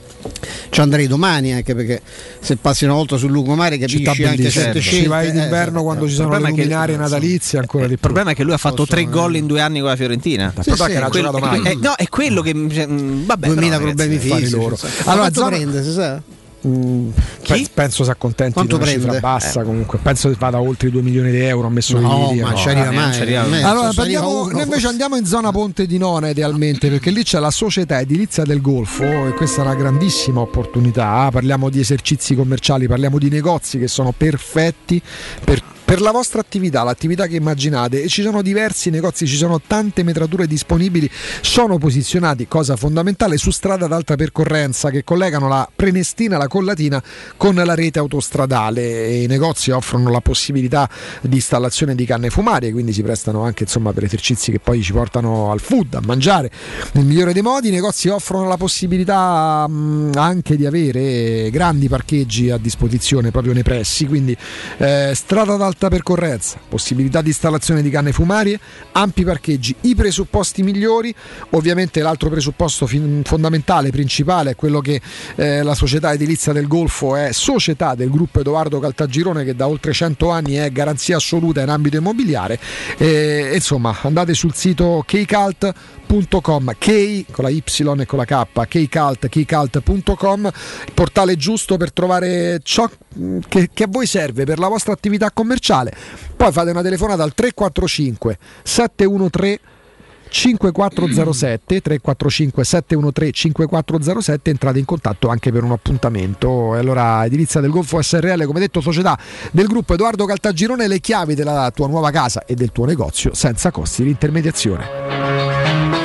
ci andrei domani, anche perché se passi una volta sul lungomare capisci anche certe scelte. Ci vai d'inverno eh, quando ci sono le luminarie natalizie ancora di più. Il problema è che lui ha fatto tre gol in due anni con la Fiorentina. Sì, sì, che quello, giocato mai. Eh, no, è quello che vabbè, duemila però, problemi ragazzi, fisici loro. Allora, zona... prende, si sa? Mm, Chi? Penso si accontenti Quanto di una prende? cifra bassa, eh. comunque penso che vada oltre i due milioni di euro. Ha messo no, lì, ma no. ci arriva mai, ci arriva mai. Allora ci arriva andiamo, noi invece andiamo in zona Ponte di Nona idealmente, perché lì c'è la Società Edilizia del Golfo e questa è una grandissima opportunità. Parliamo di esercizi commerciali, parliamo di negozi che sono perfetti per per la vostra attività, l'attività che immaginate, e ci sono diversi negozi, ci sono tante metrature disponibili, sono posizionati, cosa fondamentale, su strada ad alta percorrenza che collegano la Prenestina, la Collatina con la rete autostradale, e i negozi offrono la possibilità di installazione di canne fumarie, quindi si prestano anche insomma per esercizi che poi ci portano al food, a mangiare nel migliore dei modi. I negozi offrono la possibilità mh, anche di avere grandi parcheggi a disposizione proprio nei pressi, quindi eh, strada ad alta percorrenza, possibilità di installazione di canne fumarie, ampi parcheggi, i presupposti migliori. Ovviamente l'altro presupposto fin- fondamentale, principale, è quello che eh, la Società Edilizia del Golfo è società del gruppo Edoardo Caltagirone, che da oltre cento anni è garanzia assoluta in ambito immobiliare. E, insomma, andate sul sito keycult punto com, Key con la Y e con la K, keycult, keycult punto com, il portale giusto per trovare ciò che, che a voi serve per la vostra attività commerciale. Poi fate una telefonata al tre quattro cinque sette uno tre cinque quattro zero sette, tre quattro cinque sette uno tre cinque quattro zero sette, entrate in contatto anche per un appuntamento. E allora Edilizia del Golfo S R L, come detto, società del gruppo Edoardo Caltagirone, le chiavi della tua nuova casa e del tuo negozio senza costi di intermediazione.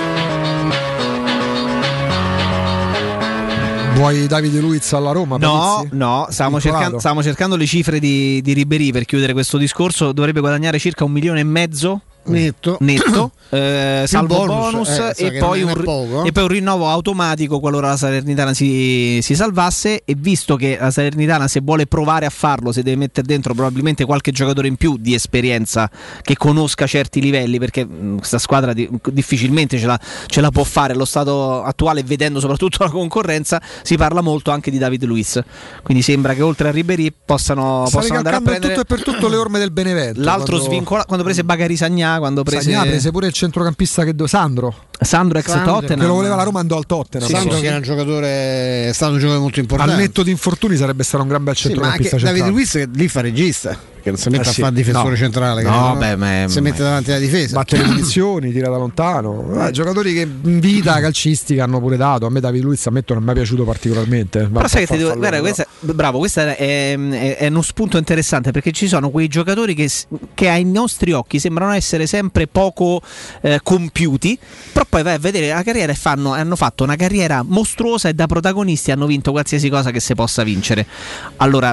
Vuoi Davide Luiz alla Roma? No, Palizzi? no, stavamo cercando, stavamo cercando le cifre di, di Ribéry per chiudere questo discorso. Dovrebbe guadagnare circa un milione e mezzo netto, netto eh, salvo bonus, bonus eh, e, poi un, poco. e poi un rinnovo automatico qualora la Salernitana si, si salvasse. E visto che la Salernitana, se vuole provare a farlo, se deve mettere dentro probabilmente qualche giocatore in più di esperienza che conosca certi livelli, perché mh, questa squadra di, difficilmente ce la, ce la può fare allo stato attuale, vedendo soprattutto la concorrenza. Si parla molto anche di David Luiz, quindi sembra che oltre a Ribéry possano, possano andare a prendere tutto e per tutto le orme del Benevento. L'altro quando... svincola quando prese Bagari Sagnà, quando prese... Sagnà prese pure il centrocampista che do... Sandro Sandro ex Sandro, Tottenham, che lo voleva la Roma, andò al Tottenham. Sì, Sandro sì, che sì. era un giocatore, è stato un giocatore molto importante. Al netto di infortuni sarebbe stato un gran bel centrocampista. Sì, ma anche Davide Luiz che lì fa regista, che non si mette eh a sì. fare difensore no. centrale, no, no? beh, ma, si mette davanti alla difesa, batte le munizioni, tira da lontano. Eh, giocatori che in vita calcistica hanno pure dato. A me Davide Luiz ammetto non mi è piaciuto particolarmente. Però sai che ti devo, guarda, questa, bravo, questo è, è, è uno spunto interessante, perché ci sono quei giocatori che, che ai nostri occhi sembrano essere sempre poco eh, compiuti, però poi vai a vedere la carriera e fanno, hanno fatto una carriera mostruosa e da protagonisti hanno vinto qualsiasi cosa che si possa vincere. Allora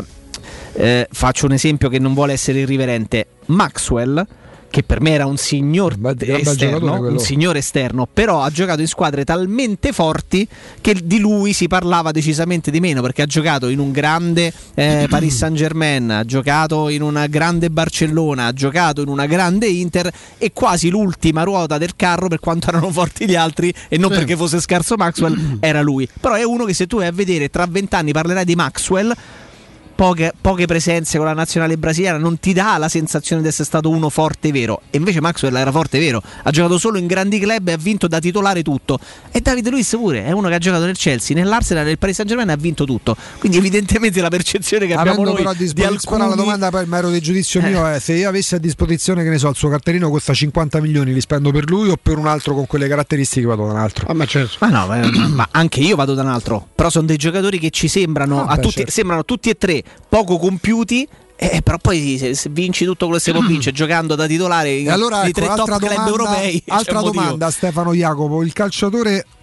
eh, faccio un esempio che non vuole essere irriverente: Maxwell, che per me era un signor esterno, un signore esterno, però ha giocato in squadre talmente forti che di lui si parlava decisamente di meno, perché ha giocato in un grande eh, Paris Saint-Germain, ha giocato in una grande Barcellona, ha giocato in una grande Inter, e quasi l'ultima ruota del carro, per quanto erano forti gli altri e non sì. perché fosse scarso Maxwell, era lui. Però è uno che, se tu vai a vedere tra vent'anni, parlerai di Maxwell, Poche, poche presenze con la nazionale brasiliana, non ti dà la sensazione di essere stato uno forte vero. E invece Maxwell era forte vero, ha giocato solo in grandi club e ha vinto da titolare tutto. E Davide Luiz pure è uno che ha giocato nel Chelsea, nell'Arsenal, nel Paris Saint-Germain, e ha vinto tutto. Quindi evidentemente la percezione che abbiamo Avendo noi però a disposizione, di alcuni... la domanda poi il mero di giudizio eh. mio è: se io avessi a disposizione, che ne so, il suo cartellino costa cinquanta milioni, li spendo per lui o per un altro con quelle caratteristiche vado da un altro? Ah, ma certo. Ma no, ma, ma anche io vado da un altro. Però sono dei giocatori che ci sembrano, ah, a beh, tutti, certo. sembrano tutti e tre poco compiuti. Eh, però poi se, se vinci tutto quello che si può vincere giocando da titolare e allora, di ecco, tre top domanda, club europei, altra domanda, Stefano Jacopo: il calciatore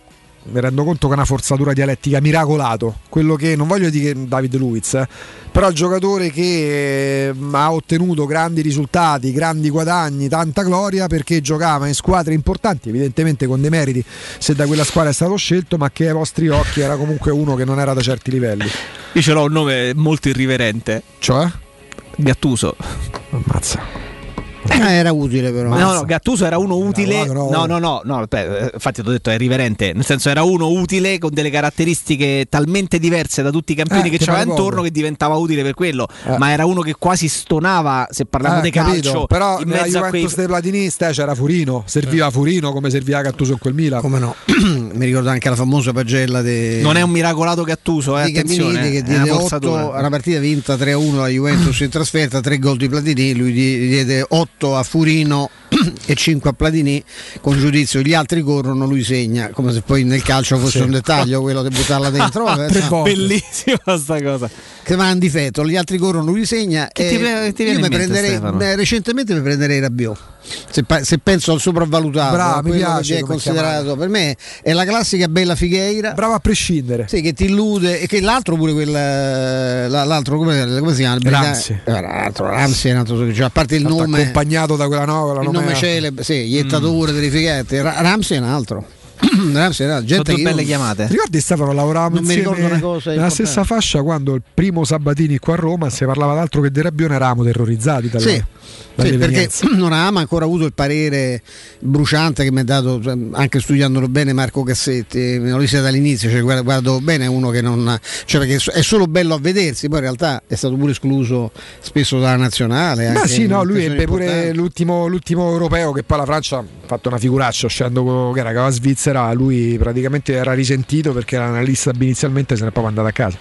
mi rendo conto che è una forzatura dialettica, miracolato, quello che non voglio dire che David Luiz, eh, però il giocatore che eh, ha ottenuto grandi risultati, grandi guadagni, tanta gloria perché giocava in squadre importanti, evidentemente con dei meriti se da quella squadra è stato scelto, ma che ai vostri occhi era comunque uno che non era da certi livelli. Io ce l'ho un nome molto irriverente, cioè Gattuso. Ammazza. Eh, era utile però. No, no, Gattuso era uno utile. No, no, no, no, no beh, infatti ti ho detto è irriverente, nel senso era uno utile con delle caratteristiche talmente diverse da tutti i campioni eh, che, che c'aveva intorno che diventava utile per quello, eh. ma era uno che quasi stonava, se parliamo eh, di capito. calcio, però in nella mezzo a Juventus quei... dei Platinista c'era Furino, serviva eh. Furino come serviva Gattuso in quel Milan. Come no? Mi ricordo anche la famosa pagella de... Non è un miracolato Gattuso, eh, di attenzione, che diede otto, una partita vinta tre a uno alla Juventus in trasferta, tre gol di Platini, lui diede otto a Furino e cinque a Platini con giudizio, gli altri corrono, lui segna, come se poi nel calcio fosse sì. un dettaglio quello di buttarla dentro. no. Bellissima sta cosa, che va in difetto, gli altri corrono, lui segna. Che e ti, ti io mi prenderei, beh, recentemente mi prenderei Rabiot, se, se penso al sopravvalutato. Bravo, mi piace, che è considerato, per me è la classica bella Figueira, bravo a prescindere, sì, che ti illude, e che l'altro pure quel l'altro come, come si chiama? Ramsey. L'altro Ramsey, cioè, a parte il nome accompagnato da quella nuova, il nome celebre, sì, iettatore mm. delle fighetti. Ramsey è un altro. Ramsey era gente sono che belle io... chiamate. Ricordi Stefano, lavoravamo non insieme mi ricordo una cosa nella stessa fascia quando il primo Sabatini qua a Roma si parlava d'altro che di Rabione, eravamo terrorizzati dalla, sì. Sì, perché non avevamo ancora avuto il parere bruciante che mi ha dato, anche studiandolo bene, Marco Cassetti. Non lo sia dall'inizio, cioè, guarda, guardo bene, uno che non, cioè, perché è solo bello a vedersi, poi in realtà è stato pure escluso spesso dalla nazionale. Ma sì, no, lui ebbe pure l'ultimo, l'ultimo europeo, che poi la Francia ha fatto una figuraccia uscendo che era la Svizzera, lui praticamente era risentito perché era una lista inizialmente, se ne è proprio andato a casa.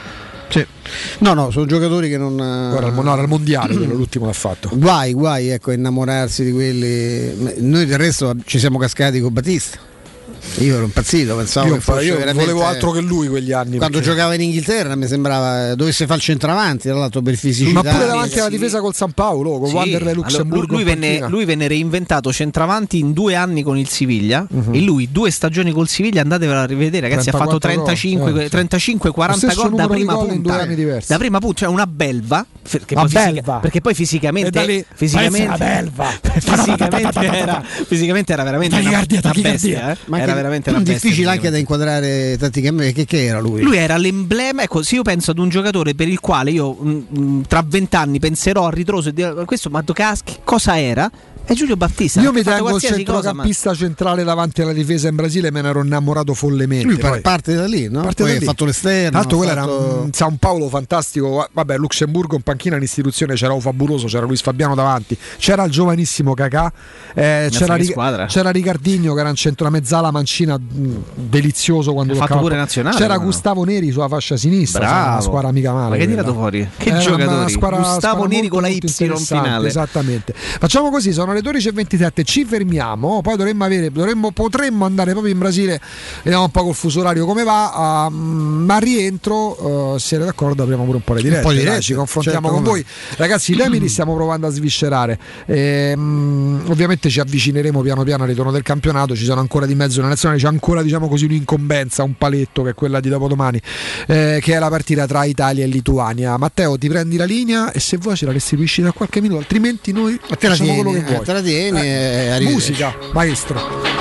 Sì. No, no, sono giocatori che non. Guarda, no, era il mondiale quello, l'ultimo l'ha fatto. Guai, guai, ecco, innamorarsi di quelli. Noi del resto ci siamo cascati con Battista. Io ero impazzito, pensavo io che fosse io veramente... volevo altro che lui quegli anni. Quando perché... giocava in Inghilterra mi sembrava dovesse fare il centravanti, tra l'altro per fisicità. Ma pure davanti alla difesa col San Paolo, con sì. Wanderlei Luxemburgo. Allora, lui, lui, venne, lui venne reinventato centravanti in due anni con il Siviglia uh-huh. e lui due stagioni col Siviglia, andatevela a rivedere, ragazzi, ha fatto trentacinque quaranta gol da prima punta. Da prima punta, cioè una belva, perché poi, fisica, perché poi fisicamente fisicamente belva. fisicamente era fisicamente era veramente una bestia, era veramente una bestia. Difficile anche da inquadrare tatticamente, che, che era lui? Lui era l'emblema, ecco, se io penso ad un giocatore per il quale io mh, tra vent'anni penserò a ritroso e dirò questo, ma che cosa era? È Giulio Battista. Io mi tengo il centrocampista cosa, ma... centrale davanti alla difesa in Brasile, me ne ero innamorato follemente. Lui poi. parte da lì, no? Parte poi da lì. ha fatto l'esterno. Tanto quello fatto... era un San Paolo fantastico. Vabbè, Luxemburgo in panchina in istituzione c'era un fabuloso, c'era Luis Fabiano davanti, c'era il giovanissimo Kakà, eh, c'era, Ri- c'era Ricardinho che era in centro, una mezzala mancina mh, delizioso quando fatto pure nazionale. C'era no? Gustavo Neri sulla fascia sinistra, bravo. Una squadra mica male. Ma che hai tirato fuori? Che eh, giocatori? Squadra, Gustavo Neri con la Y finale. Esattamente. Facciamo così, sono le dodici e ventisette. Ci fermiamo, poi dovremmo avere dovremmo, potremmo andare proprio in Brasile, vediamo un po' col fuso orario come va, uh, ma rientro, uh, se siete d'accordo apriamo pure un po' le dirette, po' dirette dai, ci confrontiamo certo, con voi ragazzi. I temi li stiamo provando a sviscerare, e, um, ovviamente ci avvicineremo piano piano al ritorno del campionato, ci sono ancora di mezzo una nazionale, c'è ancora, diciamo così, un'incombenza, un paletto, che è quella di dopodomani, eh, che è la partita tra Italia e Lituania. Matteo, ti prendi la linea e se vuoi ce la restituisci da qualche minuto, altrimenti noi facciamo quello che vuoi. Te la tieni, eh, eh, musica, maestro.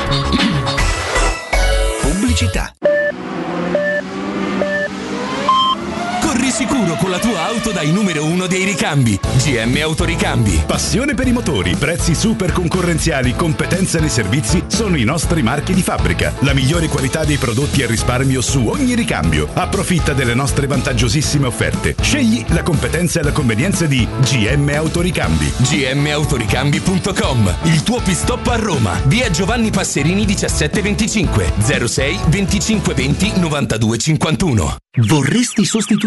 Pubblicità. Corri sicuro con la tua auto dai numero uno dei ricambi. G M Autoricambi. Passione per i motori, prezzi super concorrenziali, competenza nei servizi sono i nostri marchi di fabbrica. La migliore qualità dei prodotti e risparmio su ogni ricambio. Approfitta delle nostre vantaggiosissime offerte. Scegli la competenza e la convenienza di G M Autoricambi. G M Autoricambi punto com. Il tuo pit stop a Roma. Via Giovanni Passerini diciassette venticinque zero sei venticinque venti novantadue cinquantuno. Vorresti sostituire le tue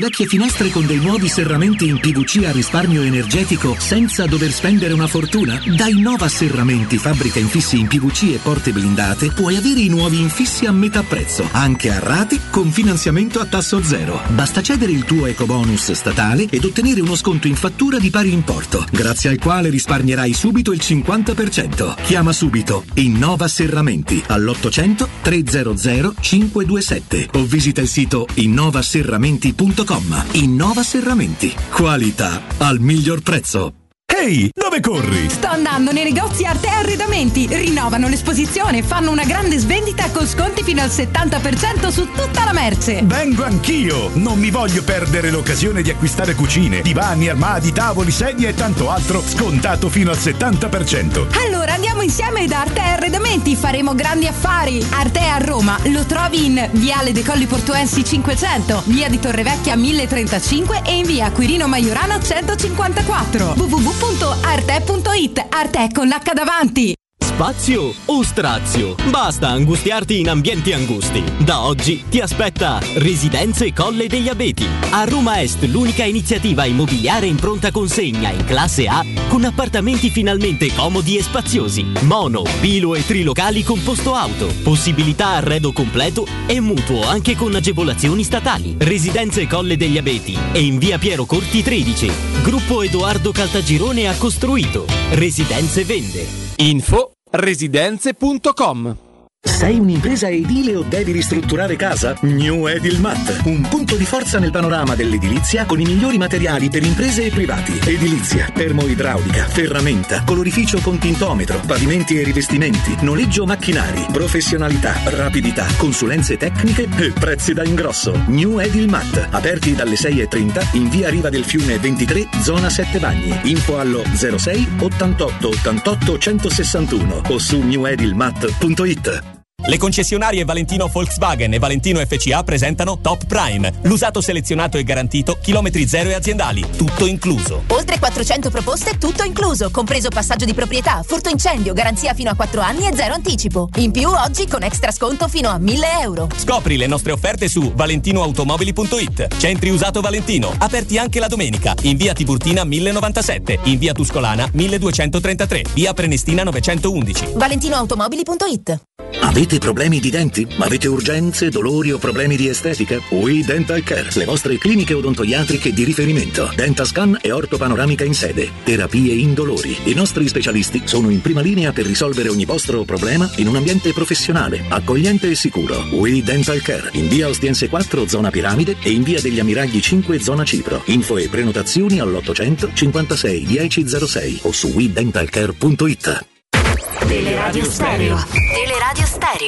vecchie finestre con dei nuovi serramenti in P V C a risparmio energetico senza dover spendere una fortuna? Da Innova Serramenti, fabbrica infissi in P V C e porte blindate, puoi avere i nuovi infissi a metà prezzo, anche a rate con finanziamento a tasso zero. Basta cedere il tuo ecobonus statale ed ottenere uno sconto in fattura di pari importo, grazie al quale risparmierai subito il cinquanta per cento. Chiama subito Innova Serramenti all'ottocento trecento cinquecentoventisette o visita il sito innova serramenti punto com. Innova Serramenti, qualità al miglior prezzo. Ehi, dove corri? Sto andando nei negozi Arte Arredamenti. Rinnovano l'esposizione e fanno una grande svendita con sconti fino al settanta per cento su tutta la merce. Vengo anch'io! Non mi voglio perdere l'occasione di acquistare cucine, divani, armadi, tavoli, sedie e tanto altro scontato fino al settanta per cento. Allora andiamo insieme da Arte Arredamenti, faremo grandi affari. Arte a Roma lo trovi in Viale dei Colli Portuensi cinquecento, Via di Torrevecchia mille trentacinque e in Via Quirino Maiorano centocinquantaquattro. w w w punto arte punto it. Arte con l'H davanti. Spazio o strazio? Basta angustiarti in ambienti angusti. Da oggi ti aspetta Residenze Colle degli Abeti. A Roma Est l'unica iniziativa immobiliare in pronta consegna in classe A con appartamenti finalmente comodi e spaziosi. Mono, bilo e trilocali con posto auto. Possibilità arredo completo e mutuo anche con agevolazioni statali. Residenze Colle degli Abeti e in via Piero Corti tredici. Gruppo Edoardo Caltagirone ha costruito. Residenze vende. Info residenze punto com. Sei un'impresa edile o devi ristrutturare casa? New Edilmat, un punto di forza nel panorama dell'edilizia con i migliori materiali per imprese e privati. Edilizia, termoidraulica, ferramenta, colorificio con tintometro, pavimenti e rivestimenti, noleggio macchinari, professionalità, rapidità, consulenze tecniche e prezzi da ingrosso. New Edilmat, aperti dalle sei e trenta in via Riva del Fiume ventitré, zona Sette Bagni. Info allo zero sei ottantotto ottantotto centosessantuno o su new edilmat punto it. Le concessionarie Valentino Volkswagen e Valentino F C A presentano Top Prime, l'usato selezionato e garantito, chilometri zero e aziendali, tutto incluso. Oltre quattrocento proposte, tutto incluso, compreso passaggio di proprietà, furto incendio, garanzia fino a quattro anni e zero anticipo. In più oggi con extra sconto fino a mille euro. Scopri le nostre offerte su valentinoautomobili punto it. Centri usato Valentino, aperti anche la domenica, in via Tiburtina mille novantasette, in via Tuscolana milleduecentotrentatré, via Prenestina novecentoundici. valentinoautomobili punto it. Avete problemi di denti? Avete urgenze, dolori o problemi di estetica? We Dental Care, le vostre cliniche odontoiatriche di riferimento. Dentascan e ortopanoramica in sede. Terapie indolori. I nostri specialisti sono in prima linea per risolvere ogni vostro problema in un ambiente professionale, accogliente e sicuro. We Dental Care, in via Ostiense quattro, zona Piramide e in via degli Ammiragli cinque, zona Cipro. Info e prenotazioni all'ottocento cinquantasei dieci zero sei o su we dental care punto it. Teleradio Stereo. Teleradio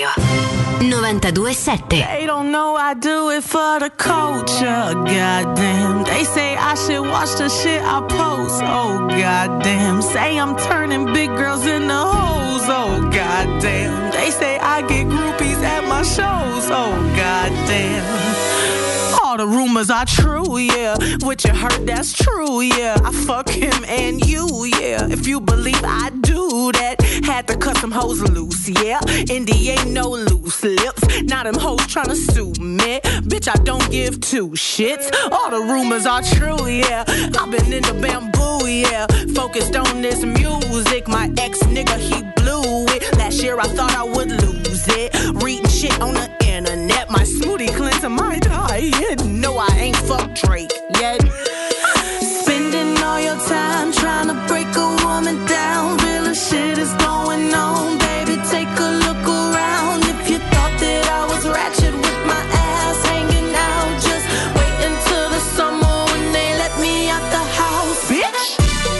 Stereo novantadue sette. They don't know I do it for the culture. Goddamn. They say I should watch the shit I post. Oh goddamn. Say I'm turning big girls into hoes. Oh goddamn. They say I get groupies at my shows. Oh goddamn. All the rumors are true, yeah. What you heard, that's true, yeah. I fuck him and you, yeah. If you believe I do that, had to cut some hoes loose, yeah. Indy ain't no loose lips. Now them hoes tryna sue me. Bitch, I don't give two shits. All the rumors are true, yeah. I've been in the bamboo, yeah. Focused on this music. My ex nigga, he blew it. Last year I thought I would lose it. Reading shit on the internet. My smoothie cleanser might die. No, I ain't fucked Drake yet. Spending all your time trying to break a woman down. Real shit is going on, baby. Take a look around. If you thought that I was ratchet with my ass hanging out, just wait until the summer when they let me out the house, bitch.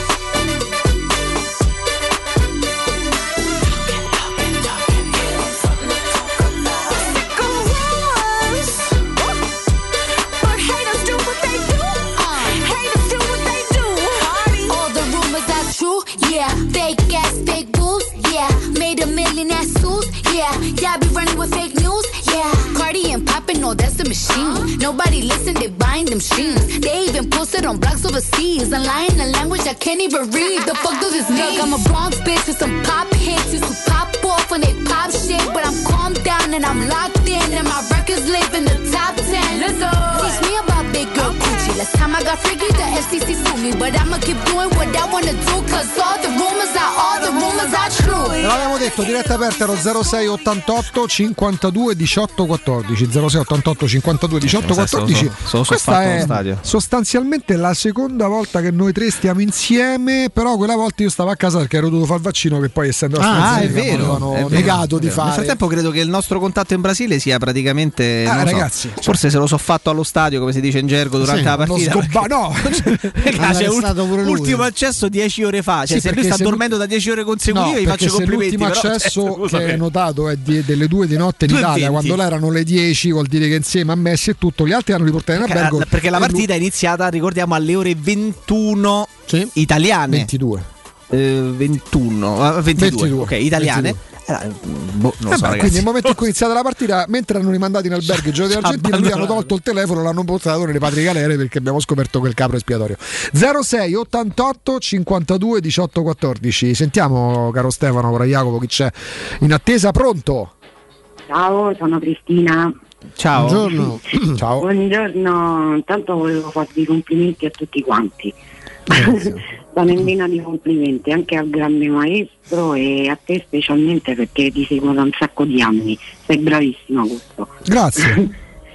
Fake ass, fake boobs, yeah. Made a million ass suits, yeah. Yeah, I be running with fake news, yeah. Cardi and poppin', no, that's a machine. Nobody listen, they buying them streams. They even posted on blogs overseas. I'm lying a language I can't even read. The fuck does this mean? Look, I'm a Bronx bitch with some pop hits. Used to pop off when they pop shit, but I'm calmed down and I'm locked in, and my records live in the top ten. Let's go. Teach me about big girl coochie. Last time I got freaky, the F C C sued me, but I'ma keep doing what I wanna do, cause all the rumors are all the rumors are true. L'abbiamo detto, diretta aperta allo zero sei ottantotto cinquantadue diciotto quattordici zero sei ottantotto cinquantadue diciotto quattordici. Sono Questa è sostanzialmente la seconda volta che noi tre stiamo insieme, però quella volta io stavo a casa perché ero dovuto fare il vaccino, che poi essendo ah, è vero, hanno è vero, negato è di vero. fare. Nel frattempo credo che il nostro contatto in Brasile sia praticamente ah, non ragazzi, so, forse se lo so fatto allo stadio, come si dice in gergo, durante sì, la partita. Sgobba- no, c'è ult- ultimo accesso dieci ore fa, cioè sì, se lui sta dormendo da dieci ore consecutive, no, gli faccio complimenti. L'ultimo però, accesso cioè, che hai notato è di, delle due di notte in Italia, quando là erano le dieci, vuol dire che insieme a Messi e tutto, gli altri hanno riportato in albergo. Perché, perché la partita è iniziata, ricordiamo, alle ore ventuno sì. italiane. ventidue Eh, ventuno ventidue, ventidue ok, italiane. ventidue. Eh, boh, non lo eh so, beh, quindi nel momento in cui è iniziata la partita, mentre erano rimandati in albergo i giocatori argentini, gli hanno tolto il telefono, l'hanno portato nelle patrie galere, perché abbiamo scoperto quel capro espiatorio. zero sei ottantotto cinquantadue diciotto quattordici. Sentiamo, caro Stefano, ora Jacopo, chi c'è in attesa. Pronto? Ciao, sono Cristina. Ciao. Buongiorno. Ciao. Buongiorno, intanto volevo farvi i complimenti a tutti quanti. Sono in vena di complimenti anche al grande maestro e a te specialmente, perché ti seguo da un sacco di anni, sei bravissimo a questo. Grazie.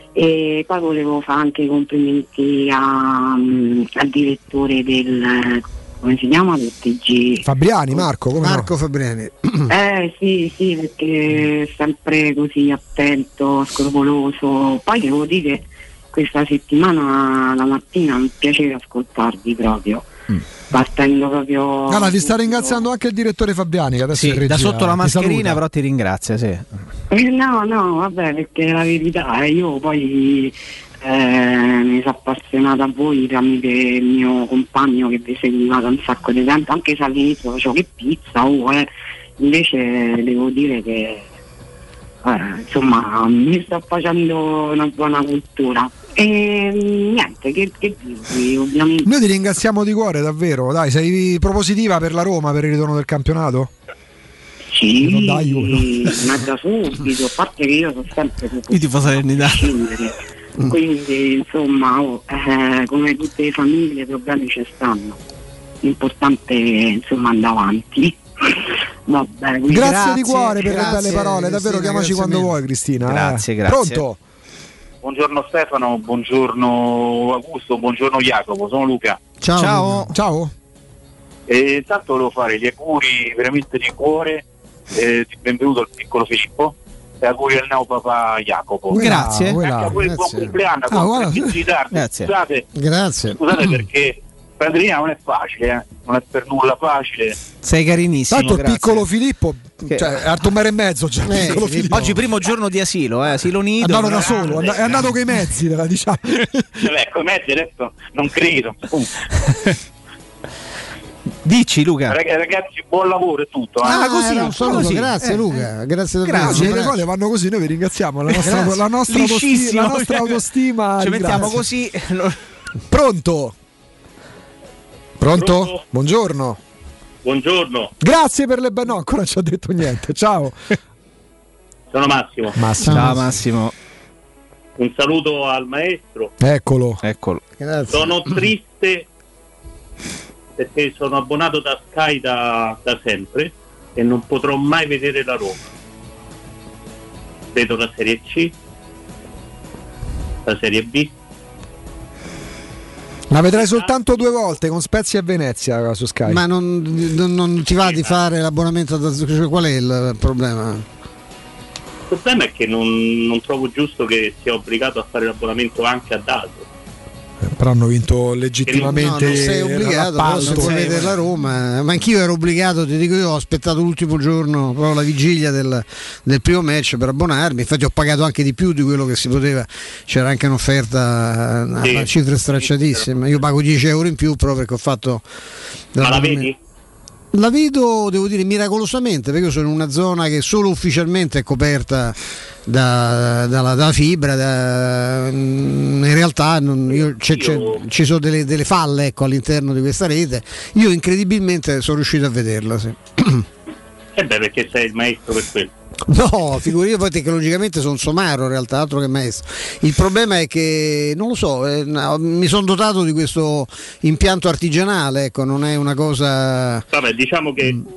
E poi volevo fare anche i complimenti a, um, al direttore del, come si chiama, del T G Fabriani, Marco, come Marco no? Fabriani. Eh sì, sì, perché è sempre così attento, scrupoloso. Poi devo dire, questa settimana la mattina mi piaceva ascoltarvi proprio. Mm. Partendo proprio. Allora, ti sta ringraziando anche il direttore Fabriani, che adesso sì, è regia, da sotto la mascherina, saluta. però ti ringrazia, sì. Eh, no, no, vabbè, perché la verità è io poi eh, mi sono appassionata a voi tramite il mio compagno, che vi seguiva da un sacco di tempo, anche se all'inizio facevo che pizza, oh, eh. Invece devo dire che eh, insomma mi sto facendo una buona cultura. E niente, che, che dirvi, ovviamente. Noi ti ringraziamo di cuore, davvero. Dai, sei propositiva per la Roma per il ritorno del campionato? Sì, dai, io, ma da subito, a parte che io sono sempre io ti fa serenità. Quindi insomma, oh, eh, come tutte le famiglie, i problemi ci stanno. L'importante è insomma andare avanti. Vabbè, grazie, grazie di cuore per grazie, le belle parole, davvero, chiamaci quando mille. vuoi, Cristina. Grazie, eh. grazie. Pronto? Buongiorno Stefano, buongiorno Augusto, buongiorno Jacopo, sono Luca. Ciao. Ciao. Ciao. E intanto volevo fare gli auguri veramente di cuore, eh, di benvenuto al piccolo Filippo e auguri al neo papà Jacopo. Grazie. Anche a voi buon compleanno, ah, con grazie. Scusate, grazie. Scusate perché Padrina non è facile, eh? Non è per nulla facile. Sei carinissimo. Tanto il grazie. piccolo Filippo, che... cioè, è alto mare e mezzo. Cioè, eh, piccolo Filippo. Oggi primo giorno di asilo, eh, asilo nido. È andato da solo, è andato con i mezzi, la diciamo. Ecco, i mezzi adesso non credo. Dici Luca. Ragazzi, buon lavoro e tutto. Ah, eh. così, un saluto, così. grazie eh, Luca, grazie davvero. grazie. Le cose vanno così, noi vi ringraziamo. La nostra, la nostra, autostima, la nostra autostima. Ci mettiamo così. Pronto? Pronto? Pronto? Buongiorno. Buongiorno. Grazie per le belle. No, ancora non ci ha detto niente. Ciao. Sono Massimo. Massimo. Ciao Massimo. Un saluto al maestro. Eccolo. Eccolo. Grazie. Sono triste perché sono abbonato da Sky da, da sempre e non potrò mai vedere la Roma. Vedo la Serie C, la Serie B. La vedrai soltanto due volte con Spezia e Venezia su Sky. Ma non, non, non ti va di fare l'abbonamento da, cioè, qual è il problema? Il problema è che non, non trovo giusto che sia obbligato a fare l'abbonamento anche ad altro. Però hanno vinto legittimamente. No, non sei obbligato, però se puoi vedere la Roma. Ma anch'io ero obbligato, ti dico, io ho aspettato l'ultimo giorno, proprio la vigilia del, del primo match per abbonarmi. Infatti ho pagato anche di più di quello che si poteva. C'era anche un'offerta a sì. cifre stracciatissime. Io pago dieci euro in più proprio perché ho fatto. Ma la vedi? La vedo, devo dire, miracolosamente, perché io sono in una zona che solo ufficialmente è coperta da, dalla, dalla fibra, da, in realtà non, io, c'è, c'è, ci sono delle, delle falle, ecco, all'interno di questa rete. Io incredibilmente sono riuscito a vederla, sì. Eh beh, perché sei il maestro per quello. No, figurati, poi tecnologicamente sono somaro in realtà, altro che maestro. Il problema è che, non lo so, eh, no, mi sono dotato di questo impianto artigianale, ecco, non è una cosa... Vabbè, diciamo che mm.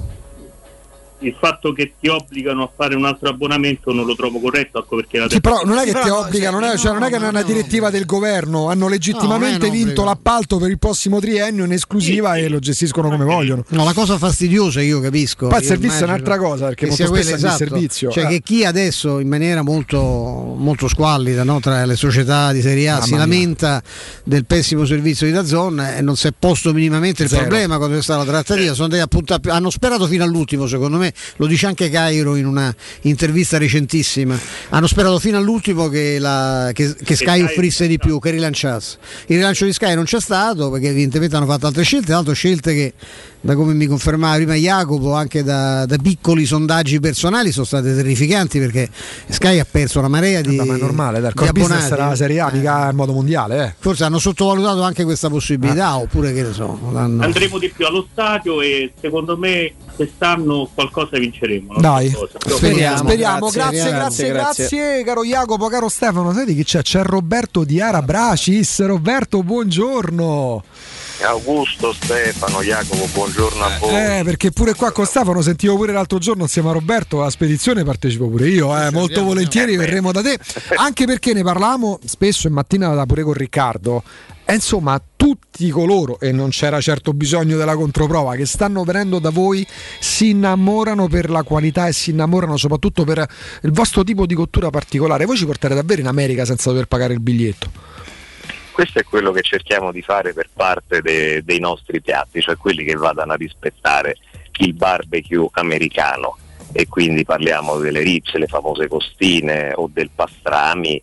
il fatto che ti obbligano a fare un altro abbonamento non lo trovo corretto, ecco perché la sì, però non è che ti obbligano, non è, cioè, non è che è una direttiva del governo, hanno legittimamente no, vinto l'appalto per il prossimo triennio in esclusiva sì, e lo gestiscono come vogliono. No, la cosa fastidiosa io capisco. Poi il servizio è un'altra cosa, perché molto spesso è esatto. il servizio. Cioè eh. che chi adesso in maniera molto, molto squallida, no, tra le società di Serie A ah, si lamenta del pessimo servizio di DAZN e non si è posto minimamente il Zero. problema quando è stata la trattativa, sono appunto, hanno sperato fino all'ultimo secondo me. Lo dice anche Cairo in una intervista recentissima, hanno sperato fino all'ultimo che, la, che, che Sky offrisse di più, che rilanciasse. Il rilancio di Sky non c'è stato perché evidentemente hanno fatto altre scelte, tra l'altro scelte che, da come mi confermava prima Jacopo, anche da, da piccoli sondaggi personali sono state terrificanti, perché Sky ha perso una marea di, ma è normale, dal di abbonati. Sarà la Serie A mica in modo mondiale, eh. Forse hanno sottovalutato anche questa possibilità, ah. oppure che ne so, l'hanno... andremo di più allo stadio e secondo me quest'anno qualcosa vinceremo. Dai, qualcosa. speriamo, speriamo. Grazie, grazie, grazie, grazie, grazie, caro Jacopo, caro Stefano. Sai di chi c'è? C'è Roberto di Arabracis. Roberto, buongiorno. Augusto, Stefano, Jacopo, buongiorno a voi. Eh, perché pure qua con Stefano sentivo pure l'altro giorno insieme a Roberto alla spedizione, partecipo pure io, eh, molto volentieri verremo da te, anche perché ne parlavamo spesso e mattinata pure con Riccardo. E insomma, tutti coloro, e non c'era certo bisogno della controprova, che stanno venendo da voi si innamorano per la qualità e si innamorano soprattutto per il vostro tipo di cottura particolare. Voi ci portate davvero in America senza dover pagare il biglietto? Questo è quello che cerchiamo di fare per parte de, dei nostri piatti, cioè quelli che vadano a rispettare il barbecue americano, e quindi parliamo delle ribs, le famose costine, o del pastrami,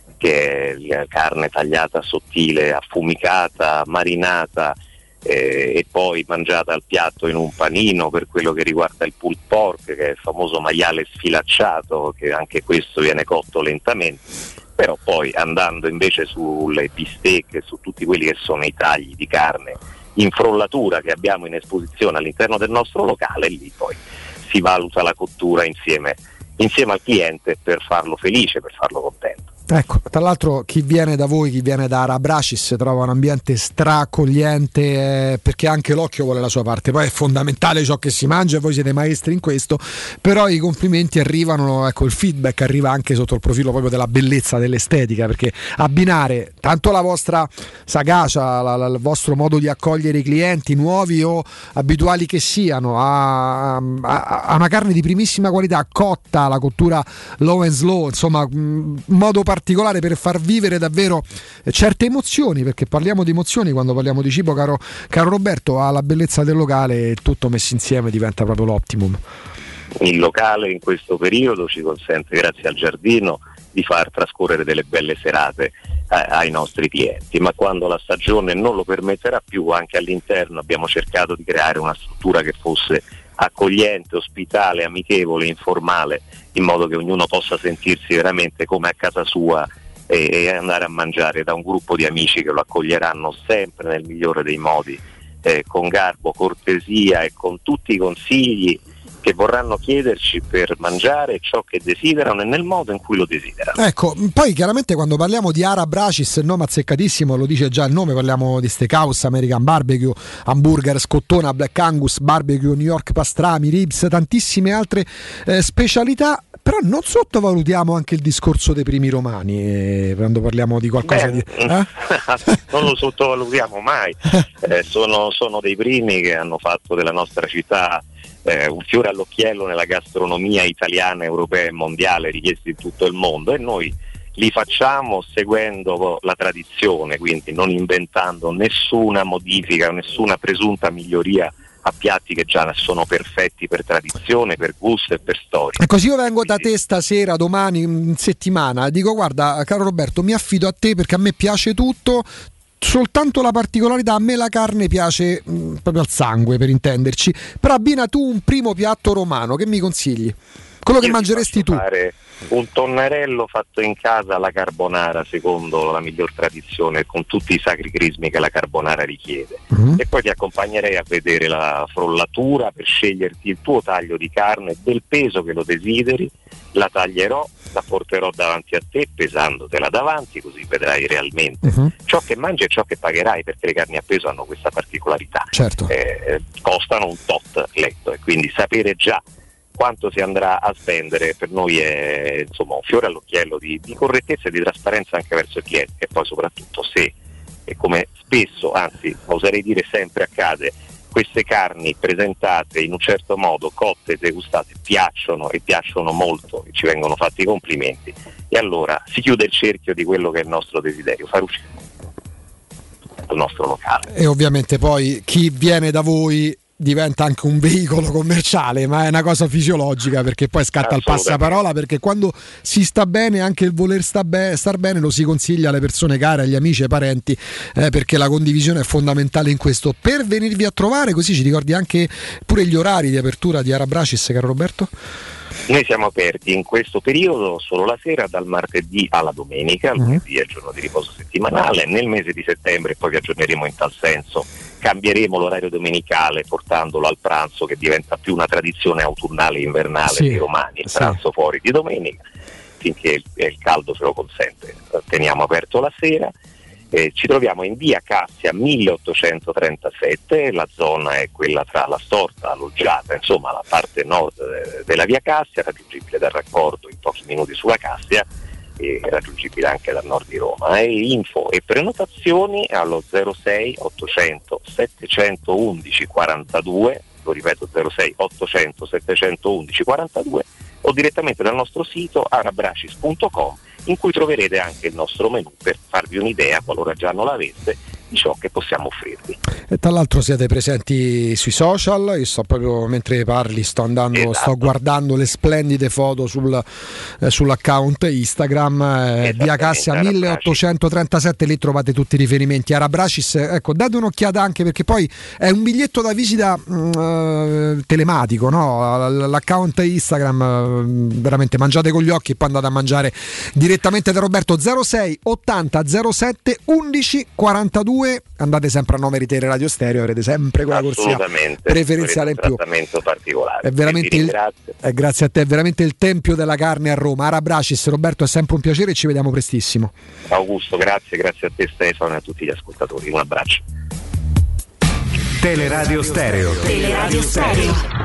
che è carne tagliata sottile, affumicata, marinata eh, e poi mangiata al piatto in un panino, per quello che riguarda il pulled pork, che è il famoso maiale sfilacciato, che anche questo viene cotto lentamente. Però poi andando invece sulle bistecche, su tutti quelli che sono i tagli di carne in frollatura che abbiamo in esposizione all'interno del nostro locale, lì poi si valuta la cottura insieme, insieme al cliente per farlo felice, per farlo contento. Ecco, tra l'altro chi viene da voi, chi viene da Arabracis trova un ambiente straccogliente, eh, perché anche l'occhio vuole la sua parte. Poi è fondamentale ciò che si mangia e voi siete maestri in questo, però i complimenti arrivano, ecco, il feedback arriva anche sotto il profilo proprio della bellezza, dell'estetica, perché abbinare tanto la vostra sagacia, la, la, il vostro modo di accogliere i clienti, nuovi o abituali che siano, a, a, a una carne di primissima qualità, cotta, la cottura low and slow, insomma un modo particolare per far vivere davvero certe emozioni, perché parliamo di emozioni quando parliamo di cibo, caro, caro Roberto. Alla bellezza del locale tutto messo insieme diventa proprio l'optimum. Il locale in questo periodo ci consente, grazie al giardino, di far trascorrere delle belle serate eh, ai nostri clienti, ma quando la stagione non lo permetterà più, anche all'interno abbiamo cercato di creare una struttura che fosse accogliente, ospitale, amichevole, informale, in modo che ognuno possa sentirsi veramente come a casa sua e, e andare a mangiare da un gruppo di amici che lo accoglieranno sempre nel migliore dei modi, eh, con garbo, cortesia e con tutti i consigli che vorranno chiederci per mangiare ciò che desiderano e nel modo in cui lo desiderano. Ecco, poi chiaramente quando parliamo di Arabracis, il nome azzeccatissimo, lo dice già il nome, parliamo di steakhouse, American barbecue, hamburger, scottona, black angus, barbecue, New York pastrami, ribs, tantissime altre eh, specialità. Però non sottovalutiamo anche il discorso dei primi romani, eh, quando parliamo di qualcosa Beh, di... Eh? Non lo sottovalutiamo mai, eh, sono, sono dei primi che hanno fatto della nostra città eh, un fiore all'occhiello nella gastronomia italiana, europea e mondiale, richiesti in tutto il mondo, e noi li facciamo seguendo la tradizione, quindi non inventando nessuna modifica, nessuna presunta miglioria a piatti che già sono perfetti per tradizione, per gusto e per storia. E così io vengo da te stasera, domani, in settimana, dico: guarda, caro Roberto, mi affido a te perché a me piace tutto, soltanto la particolarità, a me la carne piace mh, proprio al sangue, per intenderci, però abbina tu un primo piatto romano, che mi consigli? Quello che Io mangeresti tu? Fare un tonnarello fatto in casa alla carbonara, secondo la miglior tradizione, con tutti i sacri crismi che la carbonara richiede. Mm-hmm. E poi ti accompagnerei a vedere la frollatura per sceglierti il tuo taglio di carne del peso che lo desideri. La taglierò, la porterò davanti a te pesandotela davanti, così vedrai realmente mm-hmm. ciò che mangi e ciò che pagherai, perché le carni a peso hanno questa particolarità. Certo. Eh, costano un tot letto, e quindi sapere già quanto si andrà a spendere per noi è, insomma, un fiore all'occhiello di, di correttezza e di trasparenza anche verso il cliente. E poi soprattutto, se, e come spesso, anzi oserei dire sempre accade, queste carni presentate in un certo modo, cotte e degustate, piacciono e piacciono molto, e ci vengono fatti i complimenti, e allora si chiude il cerchio di quello che è il nostro desiderio, far uscire il nostro locale. E ovviamente poi chi viene da voi diventa anche un veicolo commerciale, ma è una cosa fisiologica, perché poi scatta il passaparola, perché quando si sta bene anche il voler sta be- star bene lo si consiglia alle persone care, agli amici, ai parenti, eh, perché la condivisione è fondamentale in questo. Per venirvi a trovare, così ci ricordi anche pure gli orari di apertura di Arabracis, caro Roberto? Noi siamo aperti in questo periodo solo la sera, dal martedì alla domenica. Il lunedì è il giorno di riposo settimanale. Nel mese di settembre poi vi aggiorneremo in tal senso, cambieremo l'orario domenicale portandolo al pranzo, che diventa più una tradizione autunnale e invernale sì, dei romani, il sì. pranzo fuori di domenica, finché il, il caldo ce lo consente. Teniamo aperto la sera. Eh, ci troviamo in via Cassia milleottocentotrentasette, la zona è quella tra la Storta, Loggiata, insomma la parte nord eh, della via Cassia, raggiungibile dal raccordo in pochi minuti sulla Cassia, e raggiungibile anche dal nord di Roma. E info e prenotazioni allo zero sei ottocento settecentoundici quarantadue, lo ripeto zero sei ottocento settecentoundici quarantadue, o direttamente dal nostro sito arabracis punto com, in cui troverete anche il nostro menù per farvi un'idea, qualora già non l'aveste, di ciò che possiamo offrirvi. E tra l'altro siete presenti sui social, io sto proprio, mentre parli sto andando, esatto. sto guardando le splendide foto sul, eh, sull'account Instagram, eh, via Cassia milleottocentotrentasette, lì trovate tutti i riferimenti. Arabracis, ecco, date un'occhiata anche, perché poi è un biglietto da visita mh, telematico, no? L'account Instagram, mh, veramente mangiate con gli occhi e poi andate a mangiare direttamente da Roberto. Zero sei ottanta zero sette undici quarantadue, andate sempre a nome di Tele Radio Stereo, avrete sempre quella corsia preferenziale in più. Trattamento particolare. È veramente il, è grazie a te, è veramente il tempio della carne a Roma. Arabracis, Roberto, è sempre un piacere e ci vediamo prestissimo. Augusto, grazie, grazie a te Stefano e a tutti gli ascoltatori. Un abbraccio. Teleradio Stereo. Teleradio Stereo.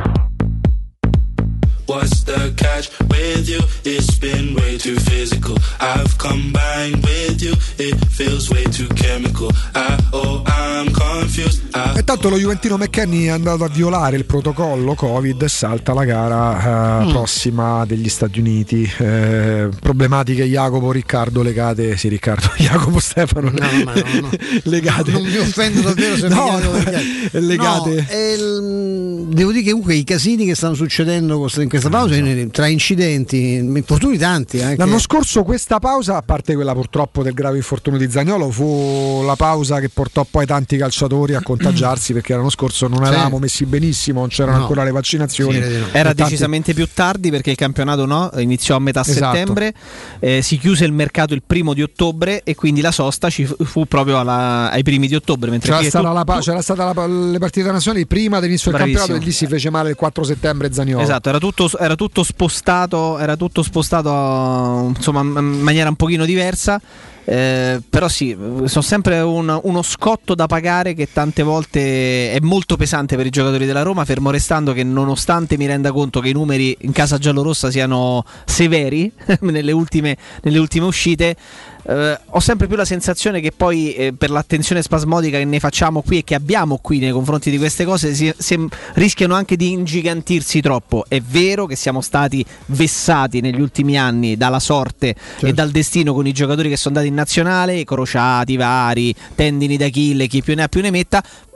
What's the catch with you? It's been way too physical. I've combined with you. It feels way too chemical. I, oh, I'm confused. I, E tanto lo Juventino McKennie è andato a violare il protocollo Covid e salta la gara eh, mm. prossima degli Stati Uniti. Eh, problematiche Jacopo Riccardo legate, sì Riccardo, Jacopo Stefano no, ma no, no. legate. Non mi offendo davvero se no, mi legate. No, il, devo dire che comunque i casini che stanno succedendo in questa pausa, tra incidenti, infortuni tanti anche. L'anno scorso questa pausa, a parte quella purtroppo del grave infortunio di Zaniolo, fu la pausa che portò poi tanti calciatori a contagiarsi, perché l'anno scorso non eravamo sì. messi benissimo, non c'erano no. ancora le vaccinazioni. Sì, no. Era decisamente tanti... più tardi, perché il campionato no, iniziò a metà esatto. settembre, eh, si chiuse il mercato il primo di ottobre e quindi la sosta ci fu proprio alla, ai primi di ottobre. Mentre c'era, stata tu, la, tu... c'era stata la, le partite nazionali prima dell'inizio del campionato, e lì si fece male il quattro settembre Zaniolo. Esatto, era tutto, era tutto spostato, era tutto spostato insomma in maniera un pochino diversa. Eh, però sì, sono sempre un, uno scotto da pagare che tante volte è molto pesante per i giocatori della Roma, fermo restando che, nonostante mi renda conto che i numeri in casa giallorossa siano severi nelle ultime, nelle ultime uscite, eh, ho sempre più la sensazione che poi eh, per l'attenzione spasmodica che ne facciamo qui e che abbiamo qui nei confronti di queste cose si, si, rischiano anche di ingigantirsi troppo. È vero che siamo stati vessati negli ultimi anni dalla sorte certo. e dal destino con i giocatori che sono andati in nazionale, crociati vari, tendini d'Achille, chi più ne ha più ne metta,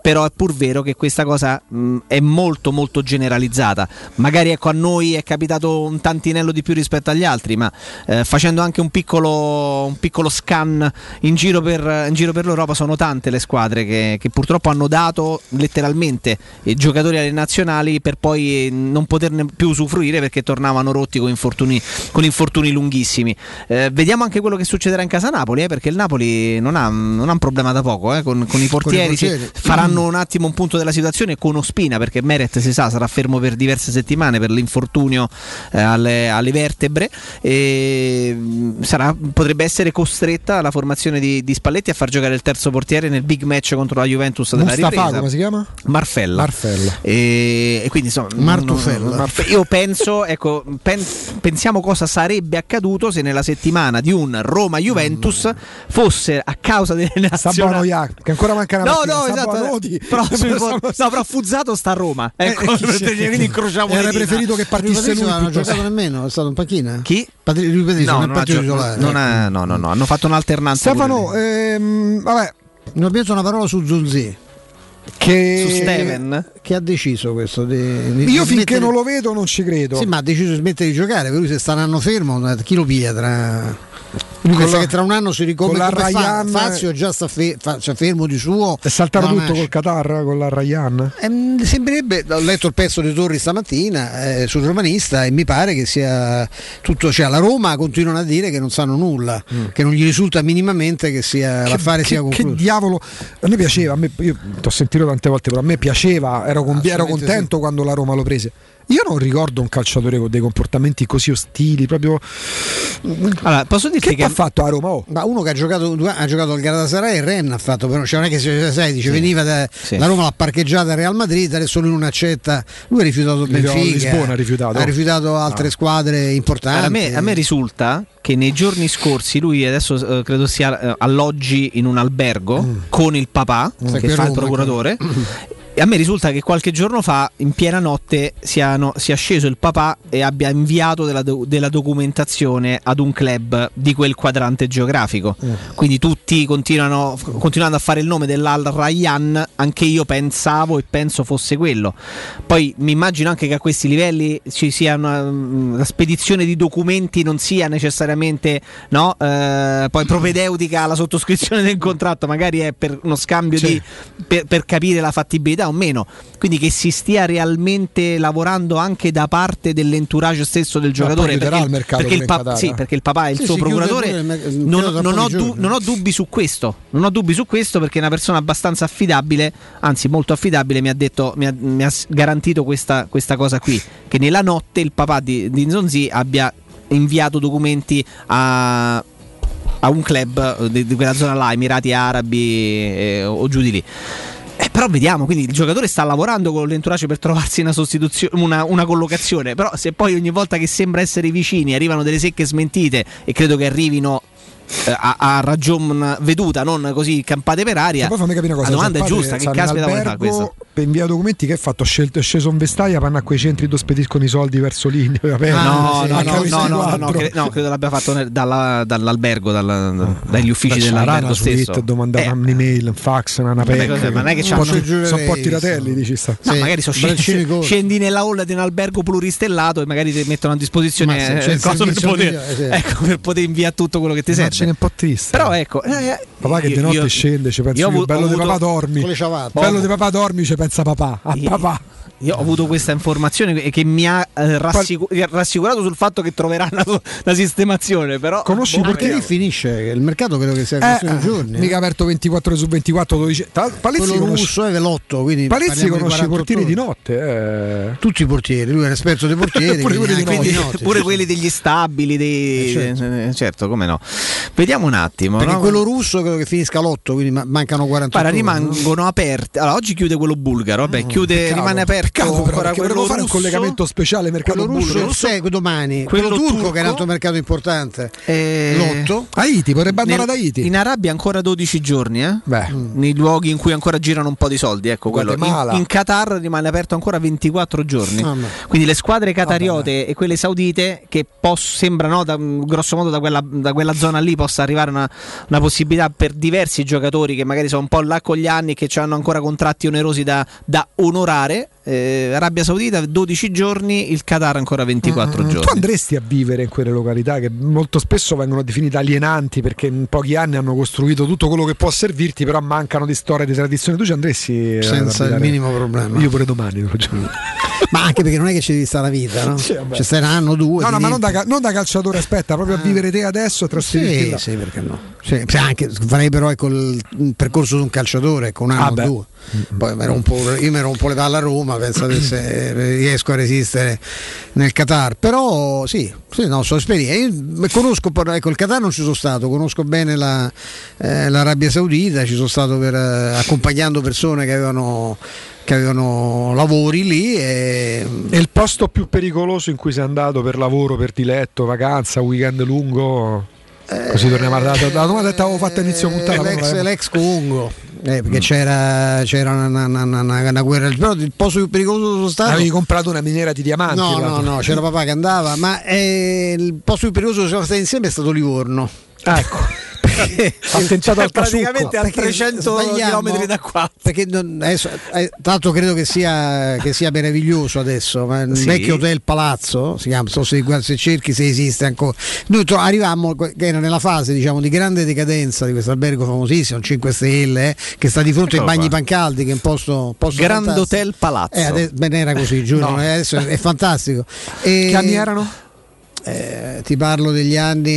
però è pur vero che questa cosa mh, è molto molto generalizzata. Magari ecco a noi è capitato un tantinello di più rispetto agli altri, ma eh, facendo anche un piccolo, un piccolo scan in giro, per, in giro per l'Europa sono tante le squadre che, che purtroppo hanno dato letteralmente i giocatori alle nazionali per poi non poterne più usufruire perché tornavano rotti con infortuni, con infortuni lunghissimi. Eh, vediamo anche quello che succederà in casa Napoli, eh, perché il Napoli non ha, non ha un problema da poco eh, con, con i portieri, con i portieri. Si, faranno un attimo un punto della situazione con Ospina, perché Meret si sa sarà fermo per diverse settimane per l'infortunio eh, alle, alle vertebre e sarà, potrebbe essere costretta la formazione di, di Spalletti a far giocare il terzo portiere nel big match contro la Juventus della Mustafa, ripresa. come si chiama? Marfella. Marfella. E, e quindi insomma Martufella. Marfe- io penso, ecco, pen- pensiamo cosa sarebbe accaduto se nella settimana di un Roma-Juventus mm. fosse a causa delle nazionali che ancora manca una no mattina, no esatto però, no, però Fuzzato sta a Roma, ecco, eh, quindi incrociamo. Avrei preferito che partisse lui. Non ha giocato nemmeno, è stato in panchina. Chi? Patri- lui Patrizio, no, non non è ha gio- titolare. non è, no no no hanno fatto un'alternanza. Stefano, ehm, vabbè, non abbiamo detto una parola su Zunzi. Che, su Steven che ha deciso questo di, di io di finché smettere... non lo vedo non ci credo. Sì, ma ha deciso di smettere di giocare, per lui se sta un anno fermo chi lo piglia tra... Lui pensa che tra un anno si ricopre come Ryan... Fazio già sta fe... fa... cioè, fermo di suo. È saltato tutto nasce. Col Qatar, con la Ryan. Eh, sembrerebbe, ho letto il pezzo di Torri stamattina eh, sul romanista e mi pare che sia tutto, cioè la Roma continuano a dire che non sanno nulla, mm. che non gli risulta minimamente che sia che, l'affare che, sia concluso. Che diavolo, a me piaceva, a me, io ti ho sentito tante volte, però a me piaceva, ero, con... ero contento sì. quando la Roma lo prese. Io non ricordo un calciatore con dei comportamenti così ostili, proprio. Allora, posso dirti che, che ha fatto a Roma? Oh. Ma uno che ha giocato, ha giocato al Galatasaray e Rennes ha fatto, però cioè non è che sai, dice, sì. veniva da, sì. la Roma l'ha parcheggiata a Real Madrid, adesso lui non accetta, lui ha rifiutato Benfica, Lisbona, ha rifiutato, ha rifiutato altre no. squadre importanti. A me, a me risulta che nei giorni scorsi lui adesso eh, credo sia eh, alloggi in un albergo mm. con il papà mm. che fa Roma, il procuratore. Che... E a me risulta che qualche giorno fa, in piena notte, siano, sia sceso il papà e abbia inviato della, do, della documentazione ad un club di quel quadrante geografico. Mm. Quindi tutti continuano continuando a fare il nome dell'Al Rayyan, anche io pensavo e penso fosse quello. Poi mi immagino anche che a questi livelli ci sia una, una spedizione di documenti non sia necessariamente no, eh, poi propedeutica alla sottoscrizione del contratto, magari è per uno scambio sì. di per, per capire la fattibilità o meno, quindi che si stia realmente lavorando anche da parte dell'entourage stesso del giocatore, perché, il mercato perché, il pa- sì, perché il papà è il sì, suo procuratore. Il, non, non, ho du- non ho dubbi su questo, non ho dubbi su questo perché è una persona abbastanza affidabile, anzi molto affidabile, mi ha detto, mi ha, mi ha garantito questa, questa cosa qui, che nella notte il papà di, di Nzonzi abbia inviato documenti a a un club di, di quella zona là, Emirati Arabi eh, o giù di lì. Eh, però vediamo, quindi il giocatore sta lavorando con l'entourage per trovarsi una sostituzione, una, una collocazione, però se poi ogni volta che sembra essere vicini arrivano delle secche smentite, e credo che arrivino eh, a, a ragion veduta, non così campate per aria. E poi fammi capire una cosa, la domanda è giusta, che caspita vuole fare questo? Per inviare documenti che ha fatto? Ha scelto, è sceso in vestaglia, vanno a quei centri dove spediscono i soldi verso l'India. Ah, no, no, no, no, no, no, cre- no, credo l'abbia fatto nel, dalla, dall'albergo, dalla, dagli uffici Beh, dell'albergo stesso. Devo mandare eh. un'email, un fax, una pecca. Ma non è che sono un po' tiratelli, dici sta. No, sì, magari so scendi, scendi nella hall di un albergo pluristellato e magari ti mettono a disposizione eh, cosa per poter, migliore, sì. ecco, per poter inviare tutto quello che ti serve. È un po' triste. Però ecco, eh, papà che di notte io, scende, ci pensa il bello di papà dormi. Bello di papà dormi, ci pensa papà. A papà. Io ho avuto questa informazione che mi ha eh, rassicur- rassicurato sul fatto che troveranno una, una sistemazione, però conosci boh, perché lì finisce il mercato, credo che sia questione di eh, giorni. Mica aperto ventiquattro su ventiquattro, dodici. Palezzi russo è velotto, quindi Palezzi conosce i portieri di notte, eh. tutti i portieri, lui è un esperto dei portieri, pure, quelli, quindi, di notte, pure quelli degli stabili, dei... eh, certo. Eh, certo, come no. Vediamo un attimo. Perché no? quello russo credo che finisca l'otto, quindi mancano quarantotto. Guarda, rimangono no? aperti. Allora, oggi chiude quello bulgaro, vabbè, chiude, peccato, rimane aperto peccato, però, ancora quello fare russo. Un collegamento speciale mercato quello russo bulgaro. segue domani, quello, quello turco, turco che è un altro mercato importante. Eh, l'otto. Haiti, potrebbe andare ad Haiti. In Arabia ancora dodici giorni, eh? Beh. Mm. Nei luoghi in cui ancora girano un po' di soldi, ecco quello. In, in Qatar rimane aperto ancora ventiquattro giorni. Ah, quindi le squadre qatariote ah, e quelle saudite che poss- sembrano da, grosso modo da quella, da quella zona lì possa arrivare una, una possibilità per diversi giocatori che magari sono un po' là con gli anni, che hanno ancora contratti onerosi da, da onorare. eh, Arabia Saudita dodici giorni, il Qatar ancora ventiquattro mm, giorni. Tu andresti a vivere in quelle località che molto spesso vengono definite alienanti perché in pochi anni hanno costruito tutto quello che può servirti, però mancano di storia e di tradizione. Tu ci andresti senza il minimo problema. Io pure domani lo ma anche perché non è che ci devi stare la vita, no? Sì, ci stai un anno, due. No, no, ma non da, non da calciatore, aspetta, proprio a vivere te adesso e trasferirti sì, là. Sì, perché no? Sì, anche, farei però ecco, il, il percorso di un calciatore con un anno o ah, due. Poi mi rompo, io mi rompo le palle a Roma, penso se riesco a resistere nel Qatar. Però sì, sì no, so esperienza. Io conosco, ecco, il Qatar non ci sono stato, conosco bene la, eh, l'Arabia Saudita, ci sono stato per, eh, accompagnando persone che avevano che avevano lavori lì. E... e il posto più pericoloso in cui sei andato per lavoro, per diletto, vacanza, weekend lungo? Così torniamo alla la domanda che avevo fatto all'inizio puntata. L'ex, l'ex Congo, eh, perché mm. c'era, c'era una, una, una, una guerra. Però il posto più pericoloso sono stato. Avevi comprato una miniera di diamanti? No, no, no, c'era papà che andava, ma eh, il posto più pericoloso che siamo stati insieme è stato Livorno. Ah, ecco. Attentato al praticamente a trecento chilometri da qua, perché non, adesso, eh, tanto credo che sia, che sia meraviglioso adesso, ma il sì. vecchio hotel Palazzo si chiama, so se, se cerchi se esiste ancora. Noi to- arrivammo che era nella fase, diciamo, di grande decadenza di questo albergo famosissimo, un cinque stelle, eh, che sta di fronte ai Bagni Pancaldi, che è un posto, posto Grand fantastico. Hotel Palazzo, eh, adesso, beh, era così, giuro, no. Adesso è, è fantastico. E, che anni erano? Eh, ti parlo degli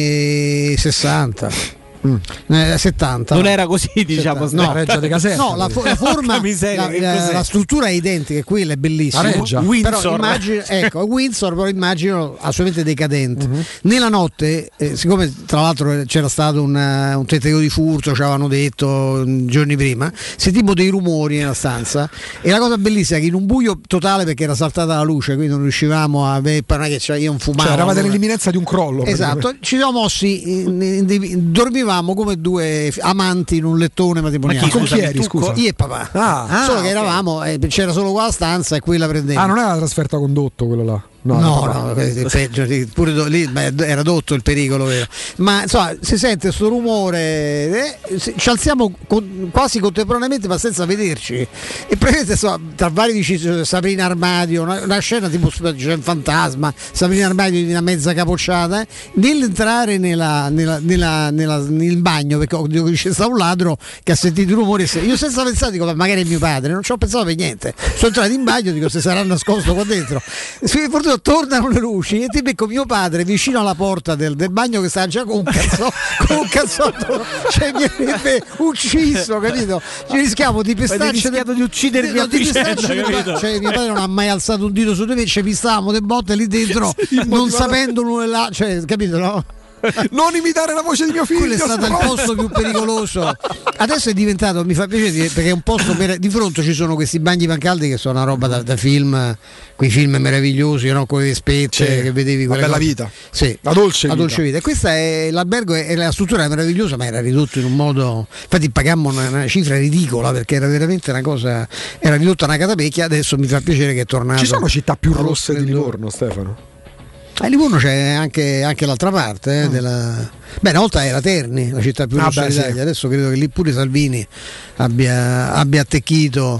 anni sessanta. Mm. Eh, settanta non era così, diciamo, no, Reggia de Caserta. No, la, la forma miseria, la, la, la struttura è identica, quella è bellissima. Però immagino, ecco, Windsor però immagino assolutamente decadente. Mm-hmm. Nella notte, eh, siccome tra l'altro c'era stato una, un tentativo di furto, ci avevano detto giorni prima, sentimmo dei rumori nella stanza e la cosa bellissima è che in un buio totale, perché era saltata la luce, quindi non riuscivamo a vedere, che cioè io non fumavo. Cioè, eravate nell'imminenza di un crollo. Esatto, ci siamo mossi, in, in, in, dormivamo come due amanti in un lettone matrimoniale. Ma chi, con chi eri, scusa? Io e papà. Ah, solo ah, che eravamo, okay. eh, c'era solo qua la stanza e quella prendeva. Ah, non era la trasferta condotto quello là? No, no, no, peggio, pure do, lì beh, era dotto il pericolo, vero? Ma insomma, si sente questo rumore, eh, ci alziamo con, quasi contemporaneamente, ma senza vederci. E praticamente insomma, tra vari dici Sabrina Armadio, una, una scena tipo c'è un fantasma, Sabrina Armadio di una mezza capocciata. Eh, nell'entrare nella, nella, nella, nella, nel bagno, perché c'è stato un ladro che ha sentito i rumori, io senza pensare dico, ma magari è mio padre, non ci ho pensato per niente. Sono entrato in bagno, dico se sarà nascosto qua dentro. Tornano le luci e ti becco mio padre vicino alla porta del, del bagno che stava già con un cazzotto, con un cazzotto, cioè mi avrebbe ucciso, capito? Ci rischiamo di pistacce di uccidermi a vicenda, cioè mio padre non ha mai alzato un dito su di me, ci pistavamo le botte lì dentro non sapendo nulla, cioè capito, no? Non imitare la voce di mio figlio. Quello è stato il posto più pericoloso. Adesso è diventato, mi fa piacere perché è un posto per, di fronte ci sono questi bagni Pancaldi che sono una roba da, da film, quei film meravigliosi, no? Con le spette, sì, che vedevi quella bella cose. Vita. Sì, la dolce la vita. dolce vita. E questa è l'albergo e la struttura è meravigliosa, ma era ridotto in un modo. Infatti pagammo una, una cifra ridicola perché era veramente una cosa. Era ridotta una catapecchia. Adesso mi fa piacere che è tornato. Ci sono città più rosse di Livorno, Stefano? A Livorno c'è anche, anche l'altra parte eh, mm. della... Beh, una volta era Terni, la città più rossa ah, d'Italia, sì. Adesso credo che lì pure Salvini abbia, abbia attecchito.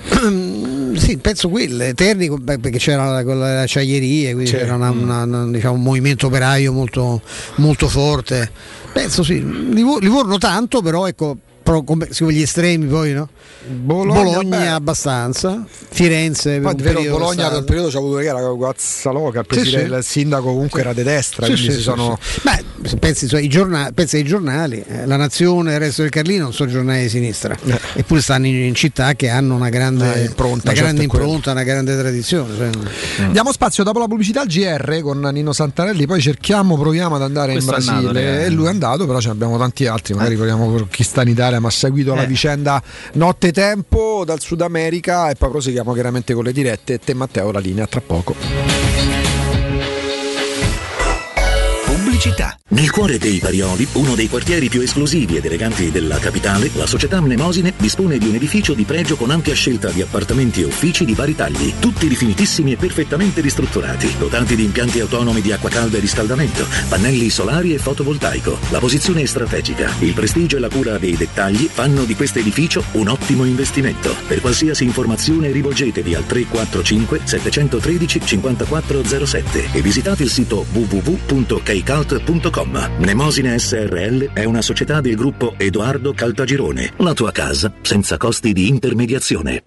Sì, penso quelle, Terni perché c'era le acciaierie, quindi c'era, c'era una, una, una, diciamo, un movimento operaio molto, molto forte. Penso sì, Livorno, Livorno tanto, però ecco, però come gli estremi poi, no? Bologna, Bologna abbastanza, Firenze per poi, un vero, periodo Bologna per un periodo c'ha avuto che era Guazzaloca, il, sì, sì. il sindaco comunque sì. era di destra, sì, quindi sì, si sono sì. Beh, se pensi, cioè, i giornali, pensi ai giornali, eh, La Nazione e il Resto del Carlino non sono giornali di sinistra, eh. eppure stanno in, in città che hanno una grande eh, impronta, una grande, impronta una grande tradizione. Cioè. Mm. Diamo spazio dopo la pubblicità al G R con Nino Santarelli, poi cerchiamo, proviamo ad andare Questo in Brasile andato, eh. e lui è andato, però ce ne abbiamo tanti altri, magari eh. proviamo per chi sta in Italia ma ha seguito eh. la vicenda notte tempo dal Sud America e poi proseguiamo chiaramente con le dirette. Te Matteo, la linea tra poco. Pubblico città. Nel cuore dei Parioli, uno dei quartieri più esclusivi ed eleganti della capitale, la società Mnemosine dispone di un edificio di pregio con ampia scelta di appartamenti e uffici di vari tagli, tutti rifinitissimi e perfettamente ristrutturati, dotati di impianti autonomi di acqua calda e riscaldamento, pannelli solari e fotovoltaico. La posizione è strategica, il prestigio e la cura dei dettagli fanno di questo edificio un ottimo investimento. Per qualsiasi informazione rivolgetevi al tre quattro cinque sette uno tre cinque quattro zero sette e visitate il sito w w w punto keycult punto com. Mnemosine S R L è una società del gruppo Edoardo Caltagirone. La tua casa senza costi di intermediazione.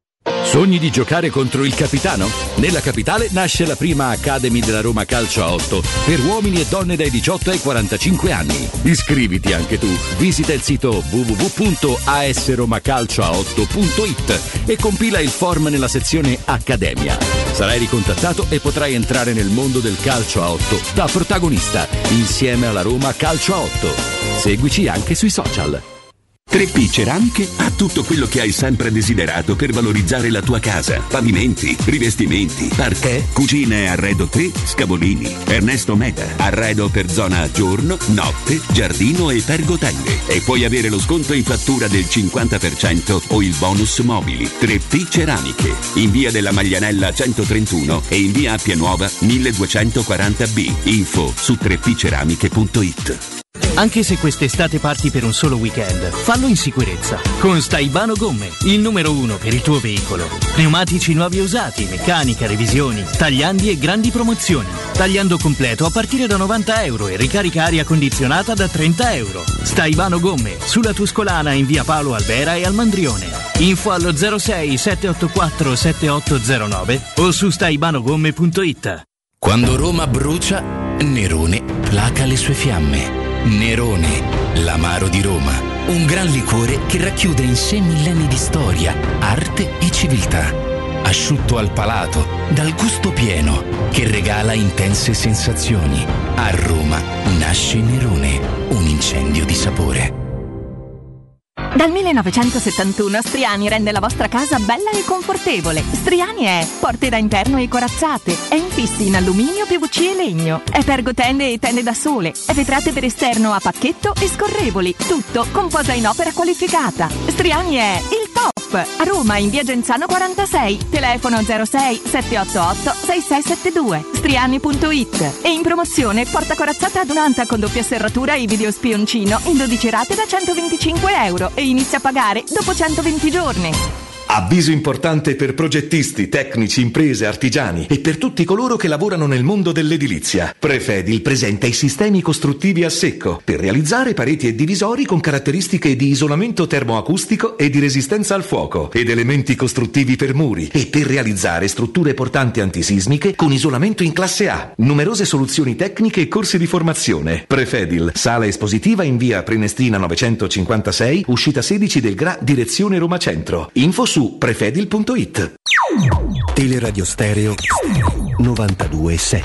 Sogni di giocare contro il capitano? Nella capitale nasce la prima Academy della Roma Calcio a otto per uomini e donne dai diciotto ai quarantacinque anni. Iscriviti anche tu. Visita il sito w w w punto a s roma calcio a otto punto i t e compila il form nella sezione Accademia. Sarai ricontattato e potrai entrare nel mondo del calcio a otto da protagonista insieme alla Roma Calcio a otto. Seguici anche sui social. tre P Ceramiche ha tutto quello che hai sempre desiderato per valorizzare la tua casa. Pavimenti, rivestimenti, parquet, cucine e arredo tre, Scavolini. Ernesto Meda, arredo per zona giorno, notte, giardino e pergotende. E puoi avere lo sconto in fattura del cinquanta per cento o il bonus mobili. tre P Ceramiche, in via della Maglianella centotrentuno e in via Appia Nuova milleduecentoquaranta B. Info su tre p ceramiche punto i t. Anche se quest'estate parti per un solo weekend, fallo in sicurezza. Con Staibano Gomme, il numero uno per il tuo veicolo. Pneumatici nuovi e usati, meccanica, revisioni, tagliandi e grandi promozioni. Tagliando completo a partire da novanta euro e ricarica aria condizionata da trenta euro. Staibano Gomme, sulla Tuscolana in via Paolo Albera e al Mandrione. Info allo zero sei sette otto quattro sette otto zero nove o su staibanogomme punto i t. Quando Roma brucia, Nerone placa le sue fiamme. Nerone, l'amaro di Roma, un gran liquore che racchiude in sé millenni di storia, arte e civiltà. Asciutto al palato, dal gusto pieno, che regala intense sensazioni. A Roma nasce Nerone, un incendio di sapore. Dal millenovecentosettantuno Striani rende la vostra casa bella e confortevole. Striani è porte da interno e corazzate, è infissi in alluminio, P V C e legno, è pergotende e tende da sole, è vetrate per esterno a pacchetto e scorrevoli, tutto con posa in opera qualificata. Striani è il top! A Roma in via Genzano quarantasei, telefono zero sei sette otto otto sei sei sette due, striani punto i t. E in promozione porta corazzata adunata con doppia serratura e video spioncino in dodici rate da centoventicinque euro e inizia a pagare dopo centoventi giorni. Avviso importante per progettisti, tecnici, imprese, artigiani e per tutti coloro che lavorano nel mondo dell'edilizia. Prefedil presenta i sistemi costruttivi a secco per realizzare pareti e divisori con caratteristiche di isolamento termoacustico e di resistenza al fuoco ed elementi costruttivi per muri e per realizzare strutture portanti antisismiche con isolamento in classe A. Numerose soluzioni tecniche e corsi di formazione. Prefedil, sala espositiva in via Prenestina novecentocinquantasei, uscita sedici del Gra, direzione Roma Centro. Info su prefedil punto i t. Teleradio Stereo novantadue sette.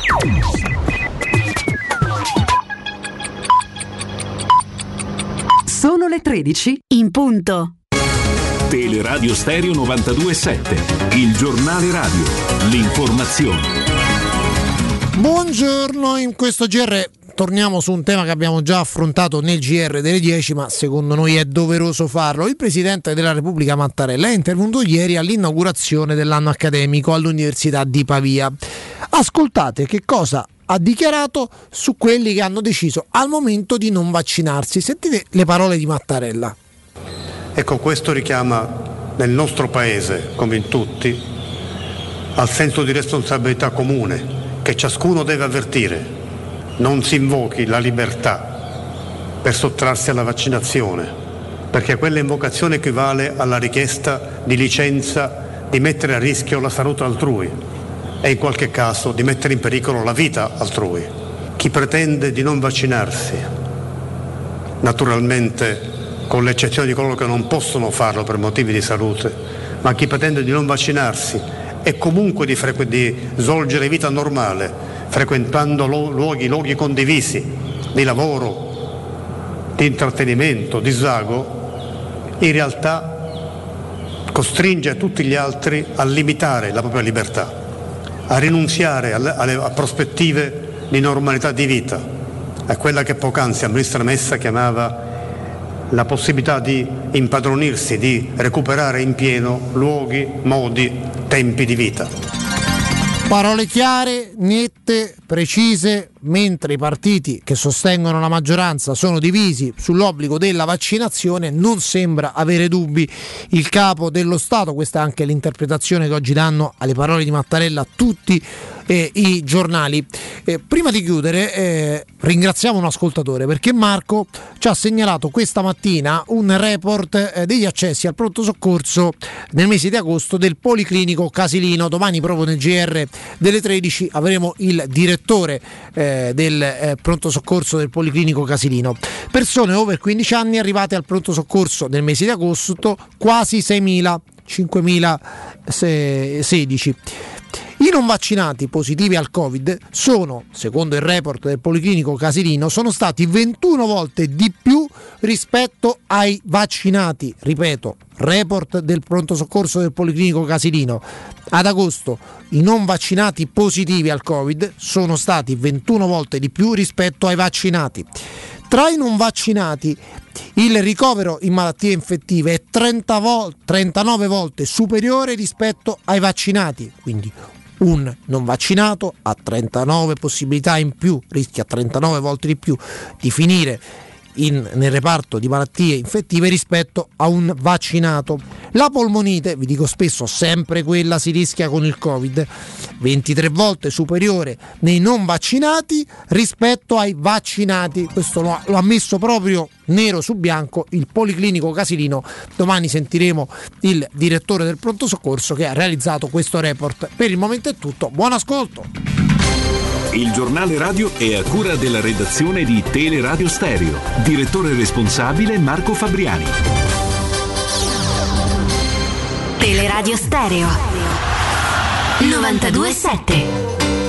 Sono le tredici in punto. Teleradio Stereo novantadue sette, il giornale radio, l'informazione. Buongiorno, in questo G R torniamo su un tema che abbiamo già affrontato nel G R delle dieci, ma secondo noi è doveroso farlo. Il Presidente della Repubblica Mattarella è intervenuto ieri all'inaugurazione dell'anno accademico all'Università di Pavia. Ascoltate che cosa ha dichiarato su quelli che hanno deciso al momento di non vaccinarsi. Sentite le parole di Mattarella. Ecco, questo richiama nel nostro Paese, come in tutti, al senso di responsabilità comune che ciascuno deve avvertire. Non si invochi la libertà per sottrarsi alla vaccinazione, perché quella invocazione equivale alla richiesta di licenza di mettere a rischio la salute altrui e in qualche caso di mettere in pericolo la vita altrui. Chi pretende di non vaccinarsi, naturalmente con l'eccezione di coloro che non possono farlo per motivi di salute, ma chi pretende di non vaccinarsi e comunque di, frequ- di svolgere vita normale, frequentando lo- luoghi, luoghi condivisi, di lavoro, di intrattenimento, di svago, in realtà costringe tutti gli altri a limitare la propria libertà, a rinunziare alle, alle, a prospettive di normalità di vita, è quella che poc'anzi il ministro Messa chiamava la possibilità di impadronirsi, di recuperare in pieno luoghi, modi, tempi di vita. Parole chiare, nette, precise, mentre i partiti che sostengono la maggioranza sono divisi sull'obbligo della vaccinazione, non sembra avere dubbi il capo dello Stato. Questa è anche l'interpretazione che oggi danno alle parole di Mattarella tutti eh, i giornali. Eh, prima di chiudere eh, ringraziamo un ascoltatore, perché Marco ci ha segnalato questa mattina un report eh, degli accessi al pronto soccorso nel mese di agosto del Policlinico Casilino. Domani proprio nel G R delle tredici avremo il direttore eh, del eh, pronto soccorso del Policlinico Casilino. Persone over quindici anni arrivate al pronto soccorso nel mese di agosto quasi seimila, cinquemilasedici. I non vaccinati positivi al Covid sono, secondo il report del Policlinico Casilino, sono stati ventuno volte di più rispetto ai vaccinati. Ripeto, report del pronto soccorso del Policlinico Casilino. Ad agosto i non vaccinati positivi al Covid sono stati ventuno volte di più rispetto ai vaccinati. Tra i non vaccinati il ricovero in malattie infettive è trenta vol- trentanove volte superiore rispetto ai vaccinati, quindi un non vaccinato ha trentanove possibilità in più, rischia trentanove volte di più di finire in, nel reparto di malattie infettive rispetto a un vaccinato. La polmonite, vi dico spesso, sempre quella si rischia con il Covid, ventitré volte superiore nei non vaccinati rispetto ai vaccinati. Questo lo ha, lo ha messo proprio nero su bianco il Policlinico Casilino. Domani sentiremo il direttore del pronto soccorso che ha realizzato questo report. Per il momento è tutto, buon ascolto. Il giornale radio è a cura della redazione di Teleradio Stereo. Direttore responsabile Marco Fabriani. Teleradio Stereo novantadue sette.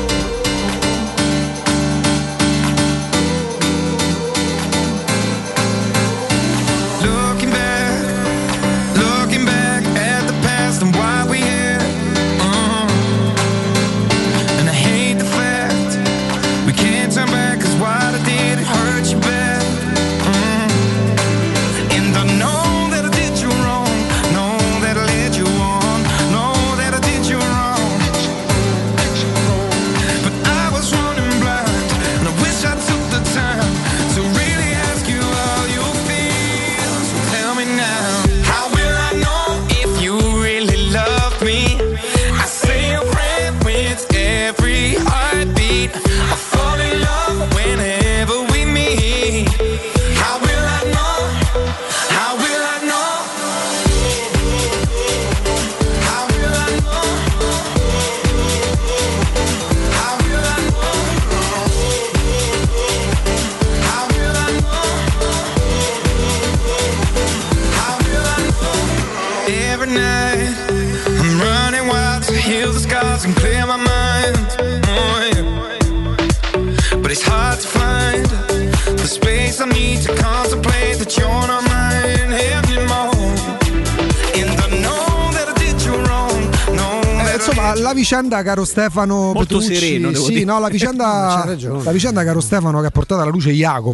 La vicenda, caro Stefano molto Petrucci, sereno, devo sì, dire. no, la vicenda, la vicenda, caro Stefano, che ha portato alla luce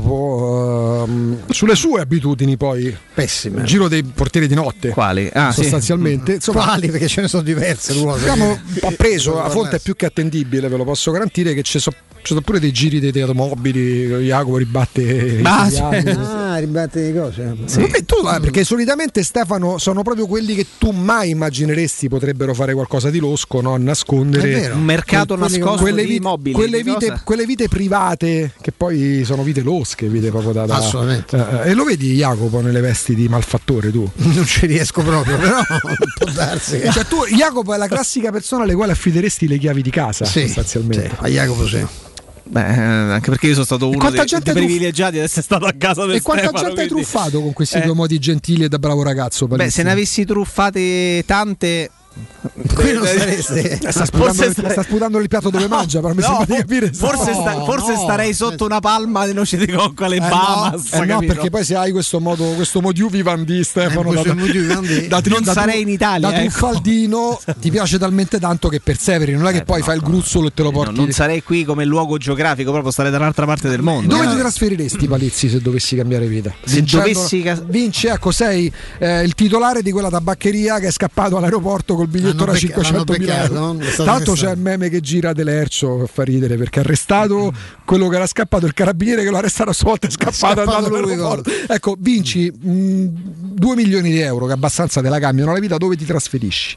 Jacopo uh, sulle sue abitudini poi pessime. Il giro dei portieri di notte. Quali? Ah, sostanzialmente. Sì. Insomma, quali? Perché ce ne sono diverse. Abbiamo appreso, a fonte è più che attendibile, ve lo posso garantire, che ci sono ci sono pure dei giri dei automobili. Jacopo ribatte ah, cioè, ah ribatte di cose sì. Vabbè, tu, eh, perché solitamente, Stefano, sono proprio quelli che tu mai immagineresti potrebbero fare qualcosa di losco, no? Nascondere un mercato que- nascosto quelle di vite, immobili, quelle vite, quelle vite private che poi sono vite losche, vite proprio da, da assolutamente eh, e lo vedi Jacopo nelle vesti di malfattore? Tu non ci riesco proprio, però può darsi. Cioè, tu, Jacopo, è la classica persona alle quali affideresti le chiavi di casa, sì, sostanzialmente. Sì, a Jacopo sì. Beh, anche perché io sono stato uno dei, dei privilegiati ad essere stato a casa del E quanta Stefano, gente quindi... hai truffato con questi eh. due modi gentili e da bravo ragazzo? Beh, se ne avessi truffate tante Qui non sareste. Sta sputando, stare... sta sputando il piatto dove no, mangia, però mi no, sembra di capire. Forse, no, sta, forse no. starei sotto una palma di noci di cocco alle eh Bahamas. No, eh no, perché poi se hai questo modo, questo modio vivandi di Stefano, eh, da, vivandi. da, da, non da, sarei in Italia. Da ecco. truffaldino ti piace talmente tanto che perseveri, non è che eh, poi no, fai il gruzzolo e te lo porti. No, non sarei qui come luogo geografico, proprio starei dall'altra parte del mondo. Dove eh. ti trasferiresti, Palizzi, se dovessi cambiare vita? Se dovessi ca- vinci, ecco, sei eh, il titolare di quella tabaccheria che è scappato all'aeroporto col biglietto da cinquecentomila euro. Tra l'altro c'è il meme che gira dell'Ercio, fa ridere, perché ha arrestato quello che era scappato, il carabiniere che lo ha arrestato a sua volta è scappato, è andato all'aeroporto. Ecco, vinci mh, due milioni di euro che abbastanza te la cambiano la vita, dove ti trasferisci?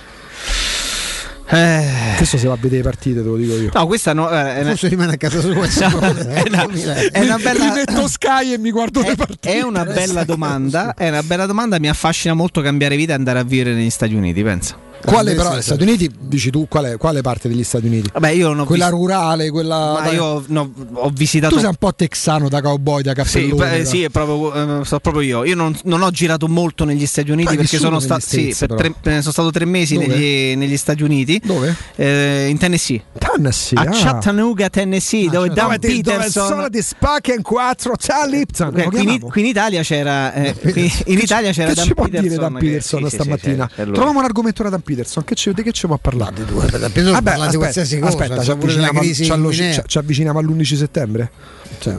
Eh. Questo se va a vedere le partite, te lo dico io. No, questa no, eh, forse rimane a casa sua. è, una, è una bella. Mi metto Sky e mi guardo è, le partite. È una bella domanda. È una bella domanda. Mi affascina molto cambiare vita e andare a vivere negli Stati Uniti, pensa. Quale però negli Stati Uniti dici tu quale, quale parte degli Stati Uniti? Vabbè, io non ho quella vis- rurale, quella. Ma io no, ho visitato. Tu sei un po' texano da cowboy, da cappellone. Sì, da... sì è proprio, eh, so proprio io. Io non, non ho girato molto negli Stati Uniti. Poi perché sono stato sì, per tre, sono stato tre mesi negli, negli Stati Uniti. Dove? Eh, in Tennessee. Tennessee. A ah. Chattanooga, Tennessee, ah, dove certo. Dan Peterson. Dove sono di Spaken quattro Lipton. Okay, qui, in, qui in Italia c'era eh, qui, in Italia c'era che Dan ci può Peterson. Dire Dan Peterson che, stamattina? Sì, sì, sì, troviamo un argomento da Dan Peterson. Che ci, di che ci può parlare? Di due, per esempio, Vabbè, aspetta, qualsiasi cosa, aspetta, ci avviciniamo, ci, ci avviciniamo all'undici settembre. Cioè.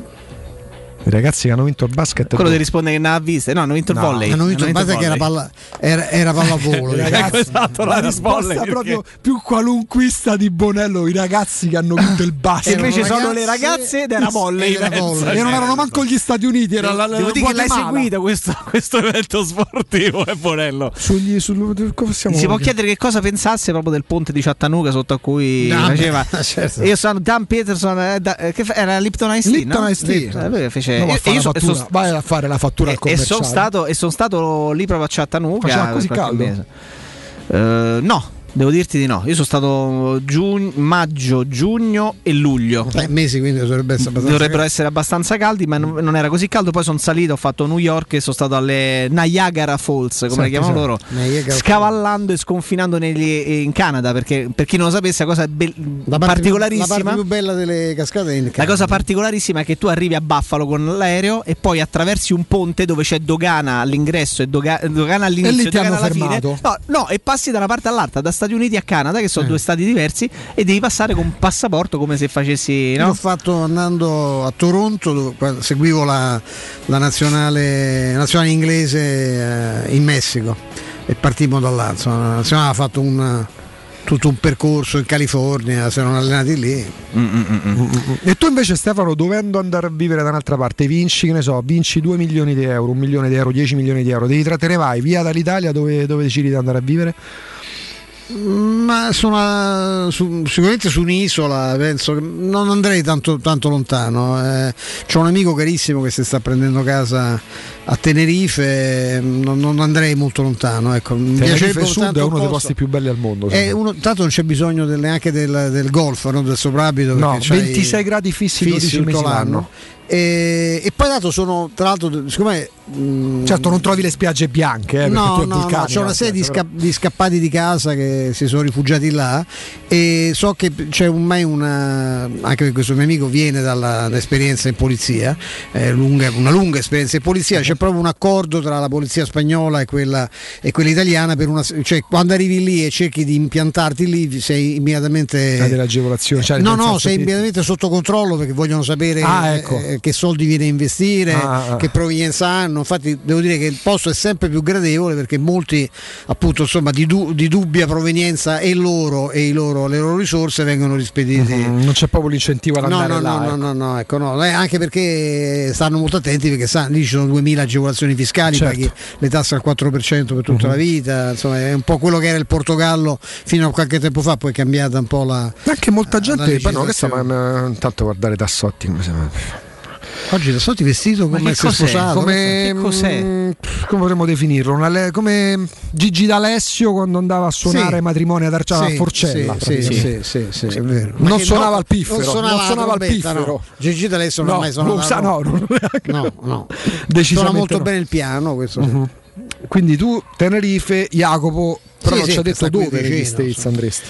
I ragazzi che hanno vinto il basket. Quello ti risponde che non ha viste. No, hanno vinto il no, volley. Hanno vinto hanno il basket che era, palla, era, era pallavolo. Ragazzi, esatto, la risposta è proprio più qualunquista di Bonello. I ragazzi che hanno vinto il basket. E invece sono le ragazze ed era volley. Era volley. E non erano manco gli Stati Uniti. Era Devo, la, la, devo dire che l'hai mala. seguito questo, questo evento sportivo, eh, Bonello. Sugli, sul, come si dire? Può chiedere che cosa pensasse proprio del ponte di Chattanooga sotto a cui no, faceva. Certo. Io sono Dan Peterson. Eh, da, che fa, era Lipton Ice Tea. Lipton no? Ice Tea. Eh, lui fece. No, io, io so, so, vai a fare la fattura e, al commerciale. E sono stato, e son stato lì proprio a Chattanooga. Faceva così caldo? Uh, no. Devo dirti di no, io sono stato giugno, maggio, giugno e luglio. Tre mesi, quindi dovrebbe essere abbastanza dovrebbero caldi. essere abbastanza caldi, ma non, non era così caldo. Poi sono salito, ho fatto New York e sono stato alle Niagara Falls, come sì, le chiamano sì. loro, Niagara scavallando Falls. E sconfinando negli, in Canada. Perché per chi non lo sapesse, la cosa be- la particolarissima, più, la parte più bella delle cascate in Canada. La cosa particolarissima è che tu arrivi a Buffalo con l'aereo e poi attraversi un ponte dove c'è dogana all'ingresso e doga- dogana all'inizio e lì e dogana alla fermato. fine. No, no, e passi da una parte all'altra, da Stati Uniti a Canada, che sono eh. due stati diversi, e devi passare con un passaporto come se facessi. No? L'ho fatto andando a Toronto, dove seguivo la, la nazionale, nazionale inglese eh, in Messico e partimmo da là. Insomma, la nazionale ha fatto un, tutto un percorso in California, si erano allenati lì. Mm-mm-mm. E tu invece, Stefano, dovendo andare a vivere da un'altra parte, vinci, che ne so, vinci due milioni di euro, un milione di euro, dieci milioni di euro, devi te ne vai via dall'Italia, dove, dove decidi di andare a vivere? Ma sono su, sicuramente su un'isola, penso che non andrei tanto, tanto lontano. Eh, c'ho un amico carissimo che si sta prendendo casa a Tenerife, non, non andrei molto lontano. Ecco. Tenerife Sud è uno dei posti più belli al mondo. È uno, tanto non c'è bisogno del, neanche del, del golf, no? Del soprabito. No, ventisei gradi fissi, fissi dodici mesi l'anno. E, e poi dato sono tra l'altro siccome mh, certo non trovi le spiagge bianche eh, no, no, no, c'è una serie di, sca- di scappati di casa che si sono rifugiati là e so che c'è ormai una, anche perché questo mio amico viene dall'esperienza in polizia, eh, lunga, una lunga esperienza in polizia, c'è proprio un accordo tra la polizia spagnola e quella, e quella italiana per una, cioè quando arrivi lì e cerchi di impiantarti lì sei immediatamente hai delle agevolazioni, cioè no no sei immediatamente sotto controllo perché vogliono sapere ah, ecco. eh, che soldi viene a investire, ah, che provenienza hanno. Infatti devo dire che il posto è sempre più gradevole perché molti appunto insomma di, du- di dubbia provenienza e loro e i loro, le loro risorse vengono rispedite. Mm-hmm. Non c'è proprio l'incentivo ad andare no, no, là. No, ecco. no, no, no, ecco, no. Eh, anche perché stanno molto attenti perché sa, lì ci sono duemila agevolazioni fiscali, certo. Paghi le tasse al quattro per cento per tutta mm-hmm. la vita, insomma è un po' quello che era il Portogallo fino a qualche tempo fa, poi è cambiata un po' la anche molta gente, poi no, che sta ma, tanto guardare Tassotti come sembra. Oggi da sotto vestito come si è sposato, come, che cos'è? Mh, come potremmo definirlo? Una, come Gigi D'Alessio quando andava a suonare ai sì. matrimoni ad Arciano sì, a Forcella. Sì, sì, sì, sì, sì, sì, è vero. Non suonava no, al piffero. Non suonava, non suonava al trombetta, piffero. No. Gigi D'Alessio non no, ha mai suonato. Sa, no, no, no, no. Decisamente suona molto no. bene il piano, questo uh-huh. sì. Quindi tu Tenerife, Jacopo Però sì, non sì, ci ha detto sta qui dove negli vicino, States andresti.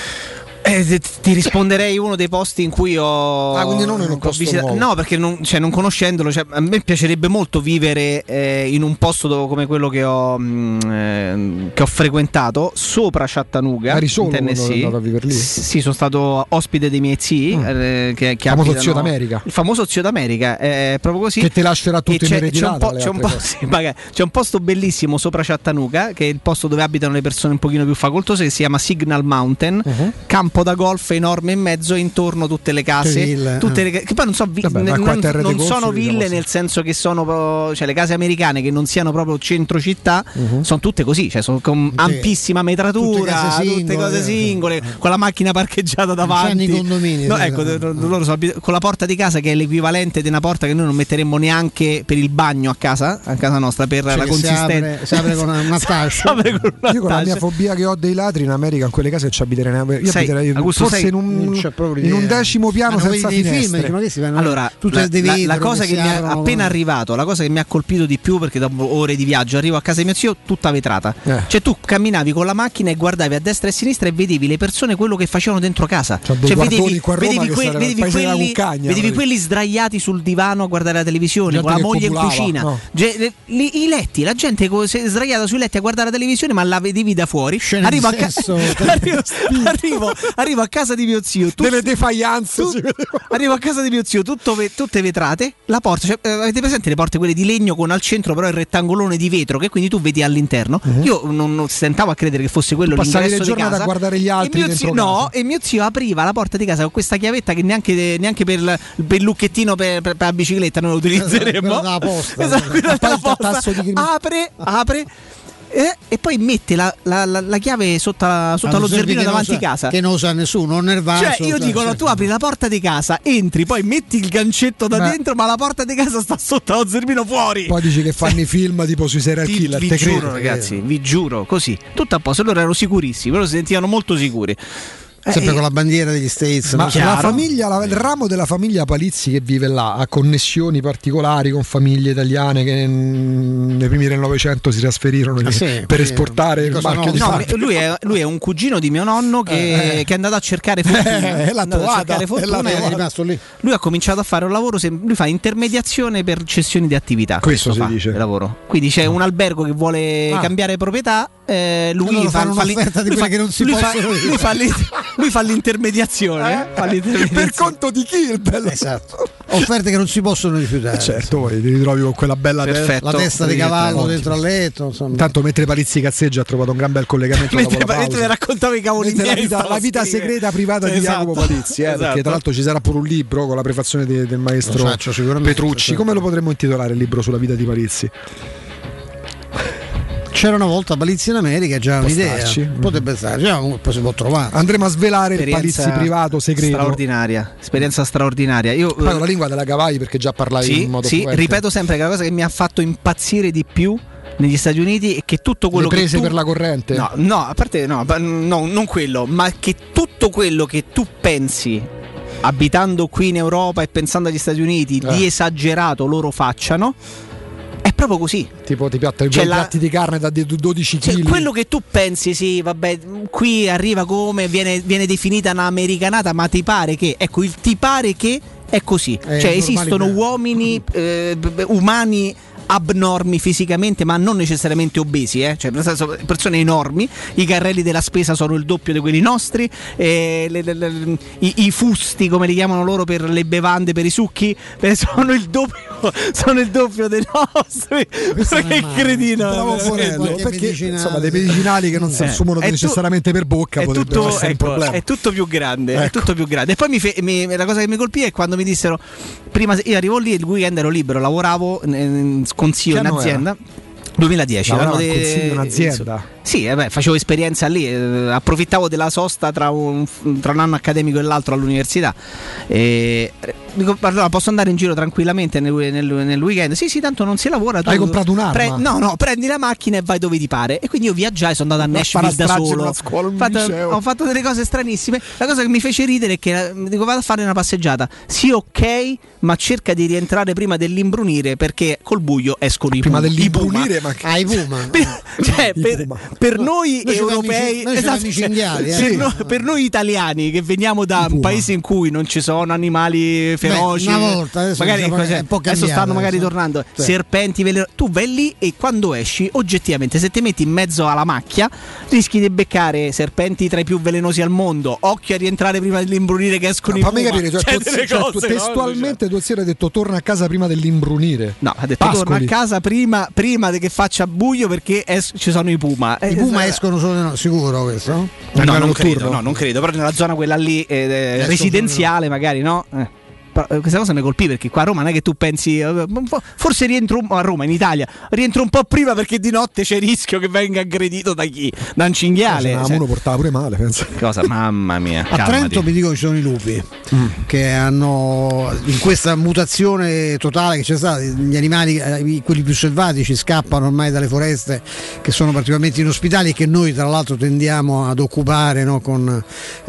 Eh, ti risponderei uno dei posti in cui ho. Ah, quindi non in un ho posto visitato- nuovo. No, perché non, cioè, non conoscendolo, cioè, a me piacerebbe molto vivere eh, in un posto dove- come quello che ho, mh, eh, che ho frequentato, sopra Chattanooga. Eri solo in quando Tennessee. sei andato a vivere lì? S- Sì, sono stato ospite dei miei zii. Mm. eh, che, che Il famoso abitano- zio d'America. Il famoso zio d'America, è proprio così. Che ti lascerà tutto E in c'è, c'è, un eredità po', dalle c'è, un altre po', cose. sì, magari- c'è un posto bellissimo sopra Chattanooga, che è il posto dove abitano le persone un pochino più facoltose, che si chiama Signal Mountain. Uh-huh. Campo da golf enorme in mezzo, intorno tutte le case, Che ville, tutte eh. le ca- che poi non so, vi- Vabbè, ne- ma qua non, terre non dei sono consoli, ville diciamo, nel senso che sono pro- cioè le case americane che non siano proprio centro città, Uh-huh. sono tutte così, cioè sono con ampissima metratura, Tutte case tutte singole, cose eh. singole, con la macchina parcheggiata c'hanno davanti. i condomini, No, sì, ecco, sì. d- loro sono abit- con la porta di casa che è l'equivalente di una porta che noi non metteremmo neanche per il bagno a casa, a casa nostra, per Cioè la che si consistenza. apre- si apre con una- una tascia. Si apre con una Io con la mia tascia. fobia che ho dei ladri in America, in quelle case ci abiterei. Io Sai, abiterei Augusto, forse sai- in un, Non c'è proprio in un idea. decimo piano Ma non senza vedi dei film, finestre. dici, ma che si fanno- Allora, tutto la, è di la- vetro la cosa che che si mi è aprono appena con- arrivato, la cosa che mi ha colpito di più, perché dopo ore di viaggio arrivo a casa di mio zio tutta vetrata. Eh. Cioè tu camminavi con la macchina e guardavi a destra e a sinistra e vedevi le persone quello che facevano dentro casa. C'ho dei Cioè guardoni vedevi, qua a Roma vedevi che que- sarebbe il vedevi paese della quelli, cuccagna, vedevi vedi. quelli sdraiati sul divano a guardare la televisione, Gente con la che moglie in copulava, cucina. no. Ge- le- li- I letti, la gente co- se- sdraiata sui letti a guardare la televisione, ma la vedevi da fuori. Scene Arrivo a, di ca- sesso. arrivo, arrivo, arrivo a casa di mio zio. tu- Delle defiance. tu- si vede. Arrivo a casa di mio zio, tutto ve- tutte vetrate, la porta, cioè, eh, avete presente le porte quelle di legno con al centro però il rettangolone di vetro che quindi tu vedi all'interno? Mhm. Io non, non stentavo a credere che fosse quello Tu passavi l'ingresso le di giornate casa. a guardare gli altri e mio zio, dentro no, casa. e mio zio apriva la porta di casa con questa chiavetta che neanche, neanche per, il- per il lucchettino per, per- per la bicicletta noi lo utilizzeremo. Quella della posta. Esatto, quella Ma poi della il posta. tasso di crimi- Apre, apre. eh, e poi mette la, la- la- la chiave sotto, la- sotto Allora, allo zerbino che non davanti usa- casa. che non usa nessuno, nel vaso. Cioè, io dico, no, tu apri la porta di casa, entri, poi metti il gancetto da Beh. dentro, ma la porta di casa sta sotto allo zerbino fuori. Poi dici che fanno i film tipo sui serial Vi, killer. vi te giuro, credo. ragazzi, vi giuro, così. Tutto a posto, loro erano sicurissimi, loro si sentivano molto sicuri. Sempre Eh, con la bandiera degli States. Ma no? Chiaro. la famiglia, la- il ramo della famiglia Palizzi che vive là ha connessioni particolari con famiglie italiane che mm, nei primi del Novecento si trasferirono Ah, sì, per sì. esportare il Cosa marchio no? di No, fabbrica. lui è, lui è un cugino di mio nonno che, Eh, eh. che è andato a cercare fortuna. Eh, è la È andato a trovata, cercare è la fortuna È trovata. rimasto lì. Lui ha cominciato a fare un lavoro, sem- lui fa intermediazione per cessioni di attività. Questo si fa, dice. il lavoro. Quindi c'è un albergo che vuole Ah. cambiare proprietà, eh, lui Allora fa, fanno fa un'offerta di lui quelle fa- che non si lui fa- possono dire. lui fa l'in- lui fa l'intermediazione. eh, fa l'intermediazione. Per conto di chi il bello? Esatto. Offerte che non si possono rifiutare. Certo, poi ti ritrovi con quella bella testa. Perfetto. La testa di cavallo Ottimo. dentro al letto. Insomma. Intanto mentre Palizzi cazzeggia ha trovato un gran bel collegamento Mentre, dopo la mentre pausa. raccontavo i cavoli Mentre la miei, vita, stavo la vita scrivendo. segreta privata di Esatto. Jacopo Palizzi, eh, perché Esatto. tra l'altro ci sarà pure un libro con la prefazione de- del maestro Lo faccio sicuramente, Petrucci. sì. Come lo potremmo intitolare il libro sulla vita di Palizzi? C'era una volta Palizzi in America, è già Può un'idea. starci. Potrebbe stare, già, poi si può trovare. Andremo a svelare il Esperienza Palizzi privato segreto. straordinaria, esperienza straordinaria. Io Poi con la lingua della cavalli perché già parlavi sì, in modo sì, fluente. ripeto sempre che la cosa che mi ha fatto impazzire di più negli Stati Uniti è che tutto quello Le prese che tu... per la corrente. No, no, a parte no, pa- no, non quello, ma che tutto quello che tu pensi abitando qui in Europa e pensando agli Stati Uniti Eh. di esagerato loro facciano è proprio così. Tipo ti piatta i Cioè, due la- piatti di carne da dodici Cioè, chili. quello che tu pensi, sì, vabbè, qui arriva come viene, viene definita un'americanata, ma ti pare che, ecco, il ti pare che è così. È cioè, normalità. esistono uomini eh, b- b- umani abnormi fisicamente, ma non necessariamente obesi, eh? Cioè, nel senso, persone enormi. I carrelli della spesa sono il doppio di quelli nostri, eh, le- le- le- i, i fusti, come li chiamano loro per le bevande, per i succhi, eh, sono il doppio, sono il doppio dei nostri. Ma che cretino! Bravo veramente. Forello, Qualche perché medicinale. insomma dei medicinali che non si Eh, assumono è tu- necessariamente per bocca è potrebbero tutto, essere ecco, un problema. è tutto più grande, è Ecco. tutto più grande. E poi mi fe- mi- la cosa che mi colpì è quando mi dissero: prima io arrivo lì, il weekend ero libero, lavoravo in consiglio Che in anno azienda. duemiladieci, Lavorava l'anno in de- consiglio in azienda? Sì, eh beh, facevo esperienza lì, eh, approfittavo della sosta tra un, tra un anno accademico e l'altro all'università. E, eh, dico, allora posso andare in giro tranquillamente nel, nel- nel weekend? Sì, sì, tanto non si lavora. tu- Hai comprato un'arma? no, no, prendi la macchina e vai dove ti pare. E quindi io viaggiai, sono andato a A fare Nashville da strage in solo. una scuola, un Ho fatto, liceo. ho fatto delle cose stranissime. La cosa che mi fece ridere è che eh, dico vado a fare una passeggiata. Sì, ok, ma cerca di rientrare prima dell'imbrunire perché col buio escono i Prima puma. I puma. dell'imbrunire, Puma. Ai Puma. Per, cioè, per, per noi, noi europei, noi esatto, amici cinghiali, eh. per, Sì. no, per noi italiani che veniamo da un paese in cui non ci sono animali feroci, Beh, una volta, adesso magari diciamo cos'è, è un po' adesso cambiato, stanno magari adesso. tornando Sì. serpenti, veleno, tu vai lì e quando esci oggettivamente se ti metti in mezzo alla macchia rischi di beccare serpenti tra i più velenosi al mondo, occhio a rientrare prima dell'imbrunire che escono i Fammi puma. capire, cioè, Cioè, tu- delle cioè, cose, tu- no? testualmente tuo zio ha detto torna a casa prima dell'imbrunire. No, ha detto Pascoli. torna a casa prima, prima che faccia buio perché es- ci sono i puma. I Eh, Puma eh, escono solo no, sicuro questo? No, Arrivano non notturno? credo, no, non credo, però nella zona quella lì eh, eh, Adesso residenziale magari, no? Eh. Però, eh, questa cosa mi colpì perché qua a Roma non è che tu pensi eh, forse rientro un- a Roma, in Italia rientro un po' prima perché di notte c'è il rischio che venga aggredito da chi? Da un cinghiale. Cioè, Cioè, uno portava pure male, pensa. cosa? Mamma mia. A calmati. Trento mi dicono ci sono i lupi che hanno in questa mutazione totale che c'è stata, gli animali, eh, quelli più selvatici scappano ormai dalle foreste che sono particolarmente inospitali e che noi tra l'altro tendiamo ad occupare, no, con,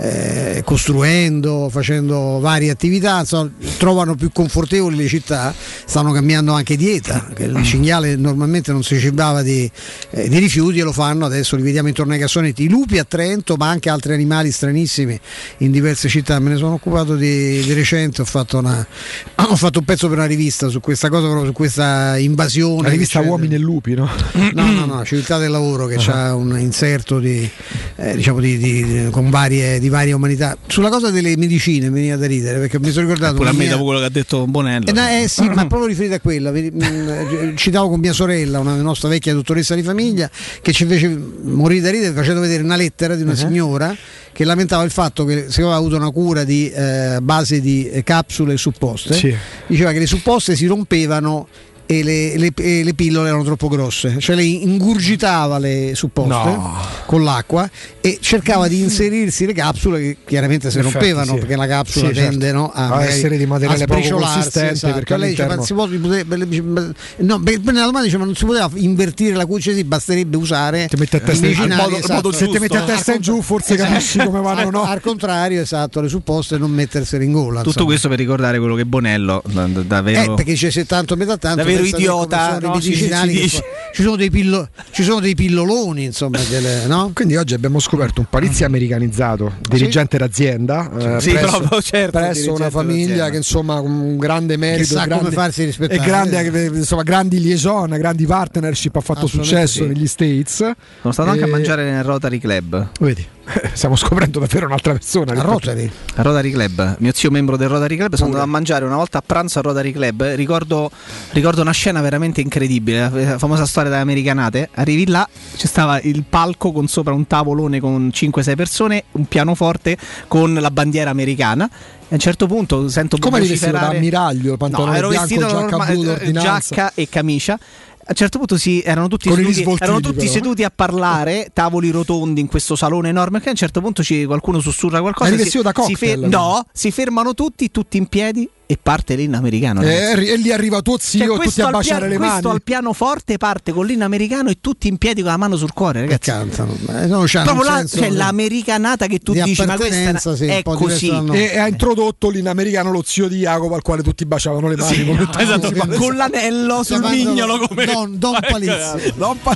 eh, costruendo, facendo varie attività, insomma, trovano più confortevoli le città, stanno cambiando anche dieta, che il cinghiale normalmente non si cibava di, eh, di rifiuti e lo fanno, adesso li vediamo intorno ai cassonetti, i lupi a Trento ma anche altri animali stranissimi in diverse città, me ne sono occupato di, di recente, ho fatto, una, ho fatto un pezzo per una rivista su questa cosa, proprio su questa invasione. La rivista che c'è- Uomini e Lupi, no? No, no, no, Civiltà del Lavoro che Uh-huh. ha un inserto di, eh, diciamo di, di- con varie, di varie umanità. Sulla cosa delle medicine mi veniva da ridere perché mi sono ricordato. Pure a una me mia- dopo quello che ha detto Bonello. Eh, no, eh, sì, ma proprio riferito a quella. vi- mh, Citavo con mia sorella, una nostra vecchia dottoressa di famiglia, che ci fece morire da ridere facendo vedere una lettera di una Uh-huh. signora che lamentava il fatto che se aveva avuto una cura di eh, base di eh, capsule supposte, Sì. diceva che le supposte si rompevano e le, le- e le pillole erano troppo grosse, cioè lei ingurgitava le supposte No. con l'acqua e cercava di inserirsi le capsule che chiaramente si In effetti, rompevano sì. perché la capsula Sì, certo. tende, no, a, A magari essere di materiale a poco sbriciolarsi, consistente, esatto. perché Lei dice, all'interno- ma si può, si potrebbe- no, beh, nella domanda dice ma non si poteva invertire la cuccia, sì, basterebbe usare Ti metti a i testa in- medicinali, al modo- al esatto. modo Se ti metti a testa in giù, forse Esatto. capisci come vanno, al, no? al contrario, esatto, le supposte non mettersele in gola, Tutto insomma. questo per ricordare quello che Bonello da- da- davvero Eh, perché c'è se tanto metà tanto davvero pensa che idiota, come sono dei no? Si- medicinali si che dice. fa- ci sono dei pillo- ci sono dei pilloloni, insomma, delle, no? Quindi oggi abbiamo scoperto un Palizzi americanizzato, dirigente d'azienda, eh, Sì, presso, proprio, certo, presso dirigente una famiglia d'azienda. che insomma con un grande merito, sa come grande- farsi rispettare. e grande, insomma, grandi liaison, grandi partnership, ha fatto Assolutamente successo sì. negli States. Sono stato anche a E- mangiare nel Rotary Club. Vedi, stiamo scoprendo davvero un'altra persona. A Rotary? A Rotary Club, mio zio membro del Rotary Club, sono andato a mangiare una volta a pranzo al Rotary Club. Ricordo, ricordo una scena veramente incredibile, la famosa storia delle americanate. Arrivi là, c'è stava il palco con sopra un tavolone con cinque sei persone, un pianoforte con la bandiera americana. E a un certo punto sento Come eri vestito, vociferare- da ammiraglio, pantalone no, ero bianco, vestito giacca norma- blu eh, d'ordinanza. giacca e camicia. A un certo punto si, erano tutti, Con i seduti, risvoltini, erano tutti però. seduti a parlare, tavoli rotondi in questo salone enorme. Che a un certo punto ci, qualcuno sussurra qualcosa. Eri si- vestito da si cocktail, no, si fermano tutti, tutti in piedi e parte l'inno americano. E, ragazzi. e lì arriva tuo zio, Cioè, tutti questo a al baciare piano- le questo mani. al pianoforte parte con l'inno americano e tutti in piedi con la mano sul cuore, ragazzi. Cantano. Eh, no, c'hanno Proprio un la, senso cioè, di- l'americanata che tu di dici, ma questa appartenenza, sì, è un po' così. diversa dal nostro. E, e ha introdotto lì in americano lo zio di Jacopo al quale tutti baciavano le mani. Sì, come no, esatto, si fa- con l'anello sul Chiamandolo mignolo come Don, Don Palizzi. Don Pa-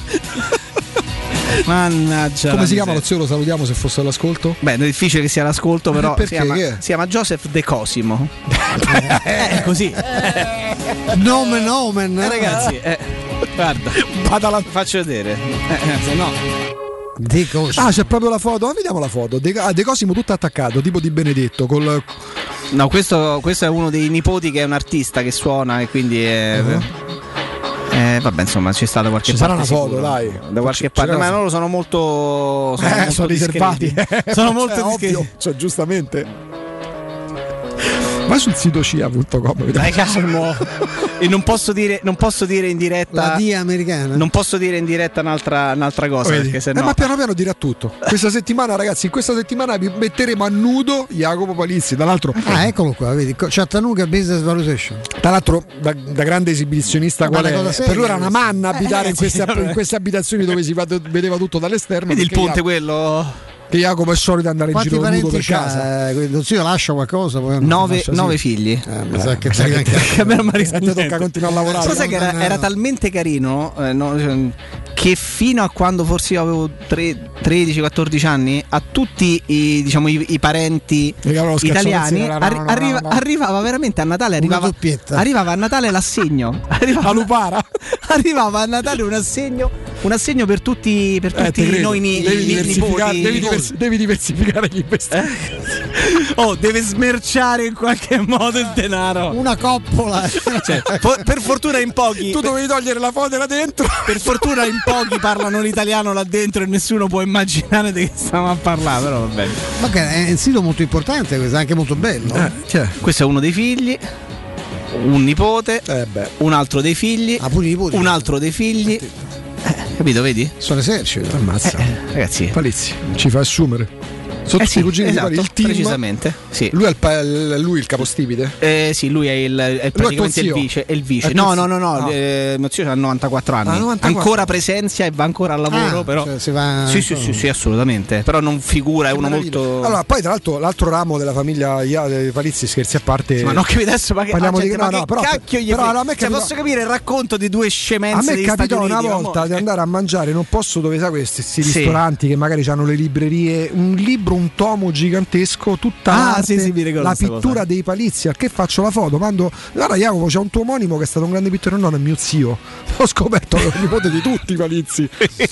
Mannaggia. Come la si chiama miseria. lo zio? Lo salutiamo se fosse all'ascolto. Beh, è difficile che sia l'ascolto, però Perché? si chiama, Che è? si chiama Joseph De Cosimo. eh, è così. Nomen omen. Eh, ragazzi, eh, guarda, Padala- faccio vedere. Eh, eh, se no. De Cosimo. Ah, c'è proprio la foto. Ma vediamo la foto. De, ah, De Cosimo tutto attaccato, tipo di Benedetto. Col... No, questo, questo è uno dei nipoti che è un artista che suona e quindi è. Eh, vabbè, insomma, c'è stata qualche Ci parte sarà una foto, sicuro. dai. Da qualche Ci- parte, c'era- ma loro sono molto. Sono, Eh, molto sono riservati. discreti. Sono molto Cioè, discreti. ovvio, cioè, giustamente. Vai sul sito cia punto com. Dai, calmo. E non posso dire, non posso dire in diretta. La D americana. Non posso dire in diretta un'altra, un'altra cosa. Vedi? Perché se Eh, no. ma piano piano dirà tutto. Questa settimana, ragazzi, in questa settimana vi metteremo a nudo Jacopo Palizzi. Tra l'altro, Ah, eccolo qua, vedi, Chattanooga Business Valuation. tra l'altro da, da grande esibizionista, Ma qual una è? cosa seria, Per lui era una manna eh, abitare eh, in, queste, sì, vabbè. in queste abitazioni dove si va- vedeva tutto dall'esterno. Vedi il perché ponte Jacopo- quello. Che Jacopo è solito andare in Quanti giro nudo per c'ha? casa. Eh, lo zio lascia qualcosa? Poi non Nove, lascia, nove sì. figli. Eh, mi sa che mi sa che- anche- a me non mi ha Eh, risposto ti tocca niente. continuare a lavorare. Cosa che era, era talmente carino eh, no, cioè, che fino a quando forse io avevo tre- tredici quattordici anni, a tutti i, diciamo, i, i parenti Regalano lo italiani schiacciapazzini, arri- no, no, arriva- no, no. arrivava veramente a Natale, Una arrivava, doppietta. arrivava a Natale l'assegno. Arrivava, La lupara. arrivava a Natale un assegno, un assegno per tutti, per Eh, tutti te credo. noi ni- devi, ni- diversificare, nipoti. devi, diversi- devi diversificare gli investimenti. Oh, deve smerciare in qualche modo il denaro. Una coppola. Cioè, po- per fortuna in pochi. Tu dovevi togliere la fodera dentro. Per fortuna in pochi parlano l'italiano là dentro e nessuno può immaginare di che stiamo a parlare, però va bene. Ma che è un sito molto importante, questo è anche molto bello. Eh, Questo è uno dei figli, un nipote, Eh beh. un altro dei figli, Ah, pure i nipoti. un altro dei figli. Eh, capito, vedi? Sono esercito. Ammazza. Eh, ragazzi. Palizzi, ci fa assumere. Sono Eh tutti sì, i cugini esatto, di Palizzi, il team. precisamente. Sì. Lui è il, pa- il- lui il capostipite? Eh, sì, lui è, il, è praticamente il tuo zio? vice. È il vice. È tuo No, zio? no, no, no. No. eh, mio zio ha novantaquattro anni. Ah, novantaquattro. Ancora presenzia e va ancora al lavoro, Ah, però. cioè, si va- Sì, sì, sì, sì, assolutamente. Però non figura, è uno molto. Allora, poi tra l'altro l'altro ramo della famiglia Ia- eh, Palizzi, scherzi a parte. Ma non capite adesso, ma che, Parliamo ah, di- gente, no, ma no, che però- cacchio gli però frega? a me è Cioè, capitato- posso capire il racconto di due A scemenze me degli capitò Stati Uniti, una volta ma- di andare a mangiare in un posto dove sai questi, questi Sì. ristoranti che magari hanno le librerie, un libro, un tomo gigantesco, tutta Ah, l'arte, sì, sì, mi ricordo la sta pittura cosa. dei Palizzi, al che faccio la foto, mando, guarda Jacopo, c'è un tuo omonimo che è stato un grande pittore, no, è mio zio. Ho scoperto che è il nipote di tutti i Palizzi.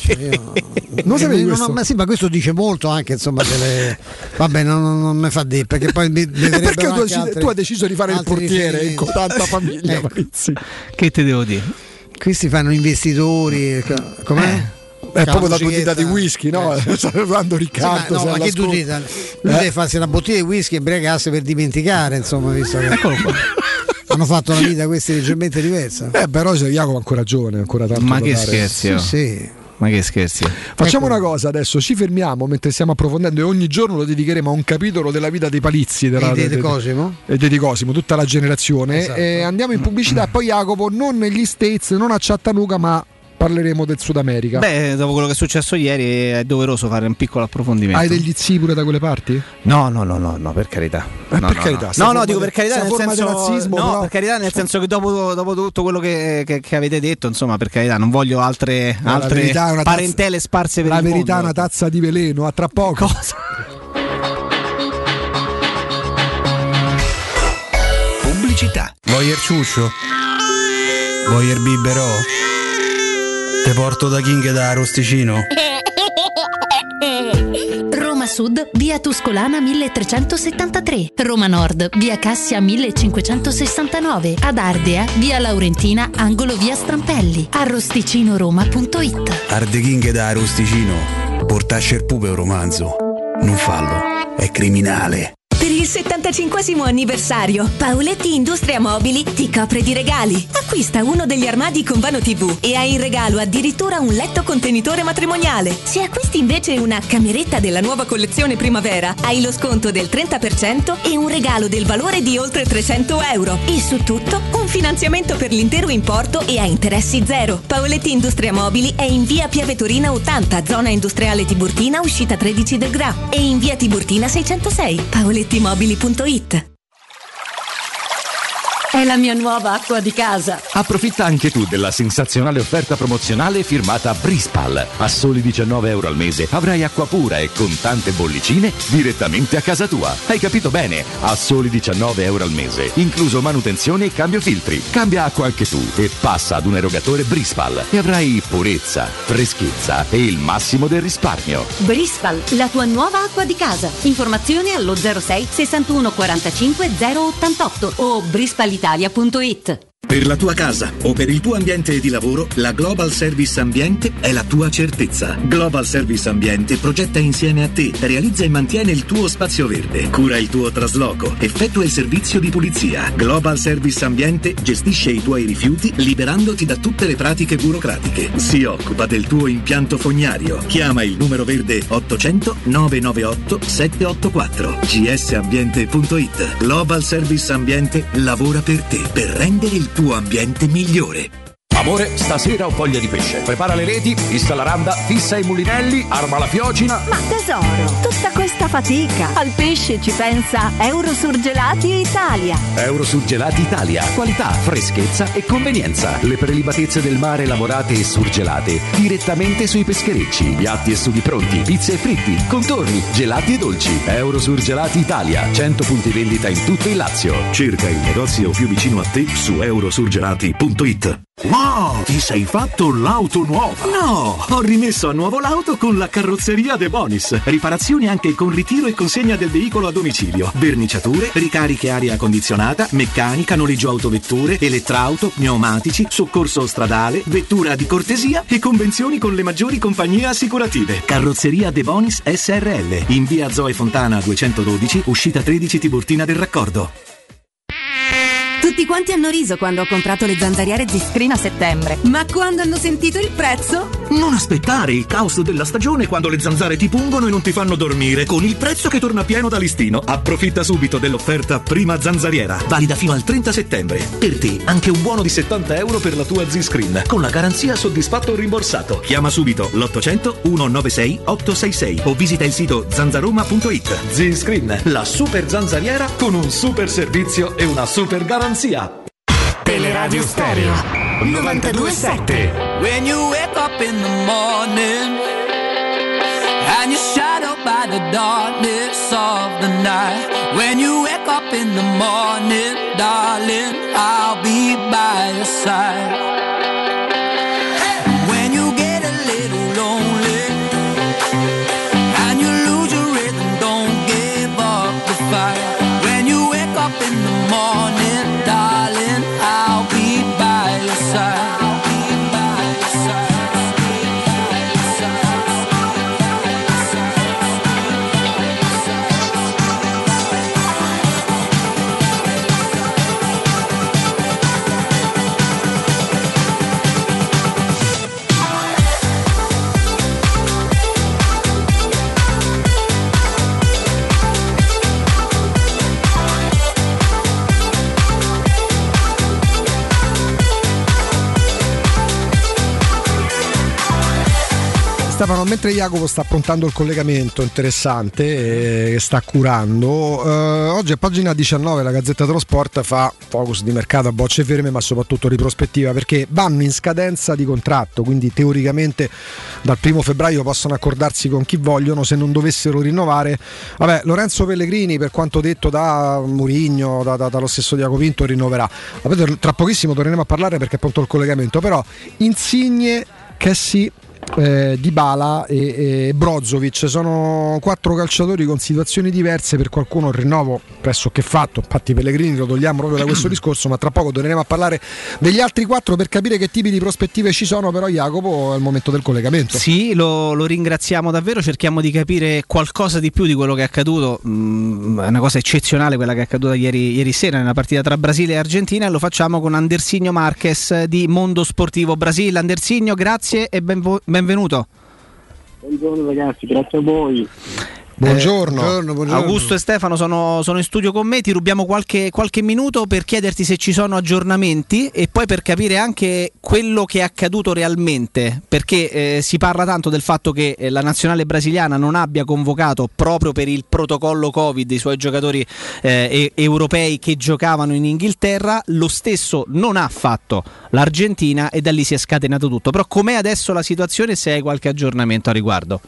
Non sapevi Eh, questo? non- ma sì, ma questo dice molto anche, insomma, delle... vabbè, non, non, non mi fa dire, perché poi mi- vedrebbero Perché tu, anche hai- altri- tu hai deciso di fare il altri portiere riferimenti. con tanta famiglia Ecco. Palizzi. Che te devo dire? Questi fanno investitori, co- com'è? Eh. È proprio la tua musichetta. ditta di whisky, no? Sta parlando Riccardo. Sì, ma, no, sei ma che tu all'ascolto. dite? Lui Eh? deve farsi una bottiglia di whisky e bregasse per dimenticare, insomma, visto che Eccolo qua. hanno fatto una vita questi leggermente diversa. Eh, però se Jacopo è ancora giovane, ancora tanto Ma da che dare. scherzi, oh. Sì, sì. Ma che scherzi. Facciamo Ecco. una cosa adesso, ci fermiamo mentre stiamo approfondendo e ogni giorno lo dedicheremo a un capitolo della vita dei Palizzi della, E di de- De Cosimo? e di De Cosimo, tutta la generazione. Esatto. E andiamo in pubblicità, poi Jacopo, non negli States, non a Chattanooga, ma parleremo del Sud America. Beh, dopo quello che è successo ieri è doveroso fare un piccolo approfondimento. Hai degli zii pure da quelle parti? No, no, no, no, no, per carità. Eh, No, per no, carità, no. sta No, no, forma dico di- per carità sta nel forma di senso razzismo, no, però- per carità nel senso che dopo, dopo tutto quello che, che- che avete detto, insomma, per carità, non voglio altre, No, la altre verità è una tazza- parentele sparse per La il verità è mondo. una tazza di veleno, a tra poco. Cosa? Pubblicità. Voyer ciuscio? Voyer biberò? Te porto da King e da Rosticino? Roma Sud, via Tuscolana milletrecentosettantatré. Roma Nord, via Cassia millecinquecentosessantanove. Ad Ardea, via Laurentina, angolo via Strampelli. Arrosticinoroma punto it. Arde King e da Rosticino? Portasce il pupe un romanzo. Non fallo, è criminale. Per il settantacinquesimo anniversario, Paoletti Industria Mobili ti copre di regali. Acquista uno degli armadi con vano tivù e hai in regalo addirittura un letto contenitore matrimoniale. Se acquisti invece una cameretta della nuova collezione primavera, hai lo sconto del trenta per cento e un regalo del valore di oltre trecento euro. E su tutto, un finanziamento per l'intero importo e a interessi zero. Paoletti Industria Mobili è in via Piave Torina ottanta, zona industriale Tiburtina, uscita tredici del Gra. E in via Tiburtina seicentosei. Paoletti Mobili punto it. È la mia nuova acqua di casa. Approfitta anche tu della sensazionale offerta promozionale firmata Brispal. A soli diciannove euro al mese avrai acqua pura e con tante bollicine direttamente a casa tua. Hai capito bene? A soli diciannove euro al mese, incluso manutenzione e cambio filtri. Cambia acqua anche tu e passa ad un erogatore Brispal e avrai purezza, freschezza e il massimo del risparmio. Brispal, la tua nuova acqua di casa. Informazioni allo zero sei sessantuno quarantacinque zero ottantotto o brispalitalia punto it. Per la tua casa o per il tuo ambiente di lavoro, la Global Service Ambiente è la tua certezza. Global Service Ambiente progetta insieme a te, realizza e mantiene il tuo spazio verde, cura il tuo trasloco, effettua il servizio di pulizia. Global Service Ambiente gestisce i tuoi rifiuti liberandoti da tutte le pratiche burocratiche. Si occupa del tuo impianto fognario. Chiama il numero verde ottocento nove nove otto sette otto quattro g s ambiente punto it. Global Service Ambiente lavora per te per rendere il tuo ambiente migliore. Amore, stasera ho voglia di pesce. Prepara le reti, fissa la randa, fissa i mulinelli, arma la fiocina. Ma tesoro, tutta questa fatica. Al pesce ci pensa Eurosurgelati Italia. Eurosurgelati Italia. Qualità, freschezza e convenienza. Le prelibatezze del mare lavorate e surgelate direttamente sui pescherecci. Piatti e sughi pronti, pizze e fritti, contorni, gelati e dolci. Eurosurgelati Italia. cento punti vendita in tutto il Lazio. Cerca il negozio più vicino a te su eurosurgelati punto it. Wow, ti sei fatto l'auto nuova? No, ho rimesso a nuovo l'auto con la carrozzeria De Bonis. Riparazioni anche con ritiro e consegna del veicolo a domicilio. Verniciature, ricariche aria condizionata, meccanica, noleggio autovetture, elettrauto, pneumatici, soccorso stradale, vettura di cortesia e convenzioni con le maggiori compagnie assicurative. Carrozzeria De Bonis S R L, in via Zoe Fontana duecentododici, uscita tredici Tiburtina del Raccordo. Tutti quanti hanno riso quando ho comprato le zanzariere Z-Screen a settembre. Ma quando hanno sentito il prezzo? Non aspettare il caos della stagione quando le zanzare ti pungono e non ti fanno dormire, con il prezzo che torna pieno da listino. Approfitta subito dell'offerta Prima Zanzariera, valida fino al trenta settembre. Per te anche un buono di settanta euro per la tua Z-Screen, con la garanzia soddisfatto o rimborsato. Chiama subito l'ottocento centonovantasei ottocentosessantasei o visita il sito zanzaroma punto it. Z-Screen, la super zanzariera con un super servizio e una super garanzia. Teleradio Stereo novantadue sette. When you wake up in the morning and you're shadowed by the darkness of the night. When you wake up in the morning, darling, I'll be by your side. When you get a little lonely and you lose your rhythm, don't give up the fight. When you wake up in the morning, darling, I'll be by your side. Stefano, mentre Jacopo sta approntando il collegamento interessante che sta curando, eh, oggi a pagina diciannove la Gazzetta dello Sport fa focus di mercato a bocce ferme, ma soprattutto di prospettiva, perché vanno in scadenza di contratto, quindi teoricamente dal primo febbraio possono accordarsi con chi vogliono. Se non dovessero rinnovare, vabbè, Lorenzo Pellegrini, per quanto detto da Mourinho, da, da, dallo stesso Diaco Pinto, rinnoverà. Vabbè, tra pochissimo torneremo a parlare perché è pronto il collegamento, però Insigne, Kessie, Eh, Dybala e, e Brozovic sono quattro calciatori con situazioni diverse. Per qualcuno il rinnovo pressoché fatto, infatti Pellegrini lo togliamo proprio da questo discorso, ma tra poco torneremo a parlare degli altri quattro per capire che tipi di prospettive ci sono. Però Jacopo, è il momento del collegamento. Sì, lo, lo ringraziamo davvero, cerchiamo di capire qualcosa di più di quello che è accaduto. Mm, è una cosa eccezionale quella che è accaduta ieri, ieri sera nella partita tra Brasile e Argentina, e lo facciamo con Andersinho Marques di Mondo Sportivo Brasile. Andersinho, grazie e benvo- benvenuto. Buongiorno ragazzi, grazie a voi. Buongiorno. Eh, buongiorno, buongiorno. Augusto e Stefano sono, sono in studio con me. Ti rubiamo qualche, qualche minuto per chiederti se ci sono aggiornamenti e poi per capire anche quello che è accaduto realmente, perché eh, si parla tanto del fatto che eh, la nazionale brasiliana non abbia convocato, proprio per il protocollo Covid, i suoi giocatori eh, e, europei che giocavano in Inghilterra. Lo stesso non ha fatto l'Argentina e da lì si è scatenato tutto. Però com'è adesso la situazione, se hai qualche aggiornamento a riguardo?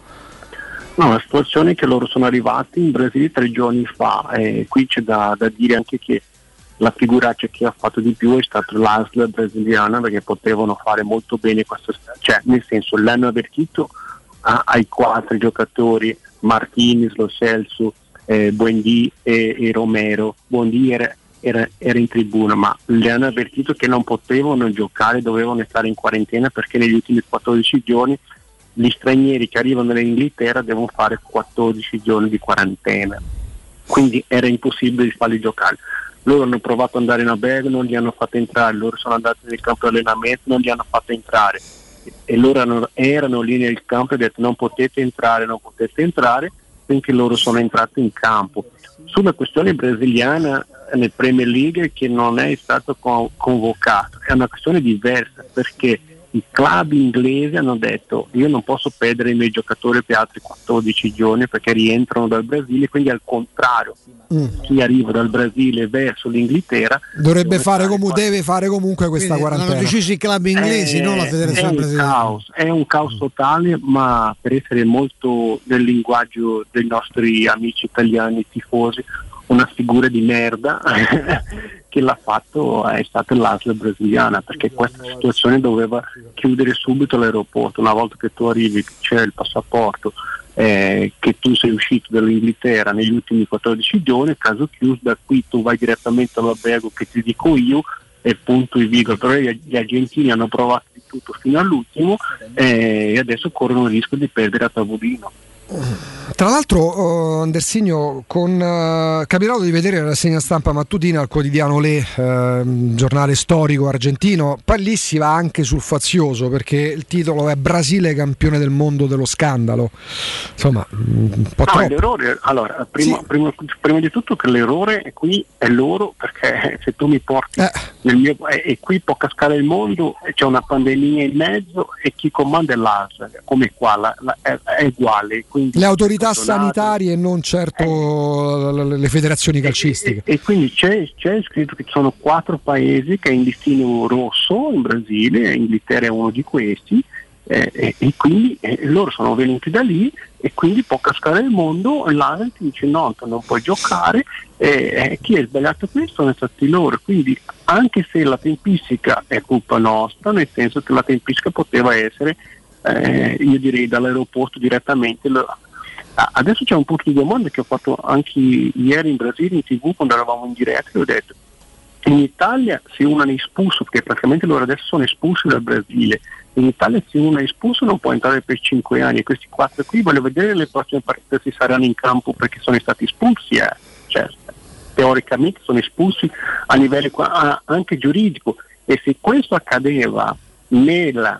No, la situazione è che loro sono arrivati in Brasile tre giorni fa e qui c'è da, da dire anche che la figuraccia che ha fatto di più è stata l'A S L brasiliana, perché potevano fare molto bene questo, cioè nel senso l'hanno avvertito a, ai quattro giocatori, Martinez, Lo Celso, eh, Buendì e, e Romero. Buendì era, era, era in tribuna, ma le hanno avvertito che non potevano giocare, dovevano stare in quarantena perché negli ultimi quattordici giorni gli stranieri che arrivano dall'Inghilterra devono fare quattordici giorni di quarantena, quindi era impossibile di farli giocare. Loro hanno provato ad andare in albergo, non li hanno fatto entrare, loro sono andati nel campo di allenamento, non li hanno fatto entrare e loro erano, erano lì nel campo e hanno detto non potete entrare, non potete entrare, finché loro sono entrati in campo. Sulla questione brasiliana nel Premier League che non è stato con- convocato, è una questione diversa, perché i club inglesi hanno detto io non posso perdere i miei giocatori per altri quattordici giorni perché rientrano dal Brasile, quindi al contrario mm. chi arriva dal Brasile verso l'Inghilterra dovrebbe fare, fare comu- deve fare comunque questa quindi quarantena. Hanno deciso i club inglesi, è, non la federazione è brasiliana. Caos, è un caos totale, ma per essere molto nel linguaggio dei nostri amici italiani tifosi, una figura di merda che l'ha fatto è stata l'A S L brasiliana, perché questa situazione doveva chiudere subito l'aeroporto. Una volta che tu arrivi, c'è il passaporto, eh, che tu sei uscito dall'Inghilterra negli ultimi quattordici giorni, caso chiuso, da qui tu vai direttamente all'albergo che ti dico io e punto e virgola. Però gli, gli argentini hanno provato di tutto fino all'ultimo eh, e adesso corrono il rischio di perdere a tavolino. Tra l'altro, uh, Andersigno, con uh, capitato di vedere la rassegna stampa mattutina al quotidiano Le, uh, giornale storico argentino, poi lì si va anche sul fazioso perché il titolo è Brasile campione del mondo dello scandalo. Insomma, un po' no, troppo. L'errore, allora, prima, sì. prima, prima di tutto che l'errore qui è loro, perché se tu mi porti eh. nel mio e, e qui può cascare il mondo, c'è una pandemia in mezzo e chi comanda è l'A S L, come qua la, la, è, è uguale. Quindi le autorità sanitarie e non certo eh. le federazioni calcistiche. E, e, e quindi c'è, c'è scritto che ci sono quattro paesi che è in listino rosso in Brasile, Inghilterra è uno di questi, eh, e, e quindi eh, loro sono venuti da lì e quindi può cascare il mondo, l'A S L ti dice no, non puoi giocare, e eh, chi ha sbagliato questo sono stati loro. Quindi anche se la tempistica è colpa nostra, nel senso che la tempistica poteva essere Eh, io direi dall'aeroporto direttamente. Adesso c'è un punto di domanda che ho fatto anche ieri in Brasile in tv quando eravamo in diretta e ho detto in Italia se uno è espulso, perché praticamente loro adesso sono espulsi dal Brasile, in Italia se uno è espulso non può entrare per cinque anni e questi quattro qui voglio vedere le prossime partite se saranno in campo perché sono stati espulsi, eh. cioè, teoricamente sono espulsi a livello anche giuridico, e se questo accadeva nella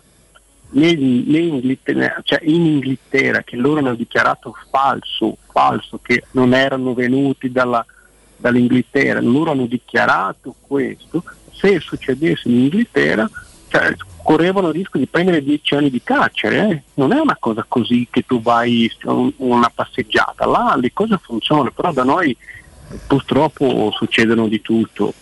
In Inghilterra, cioè in Inghilterra, che loro hanno dichiarato falso, falso che non erano venuti dalla, dall'Inghilterra, loro hanno dichiarato questo, se succedesse in Inghilterra cioè, correvano il rischio di prendere dieci anni di carcere, eh? Non è una cosa così che tu vai una passeggiata, là le cose funzionano, però da noi purtroppo succedono di tutto.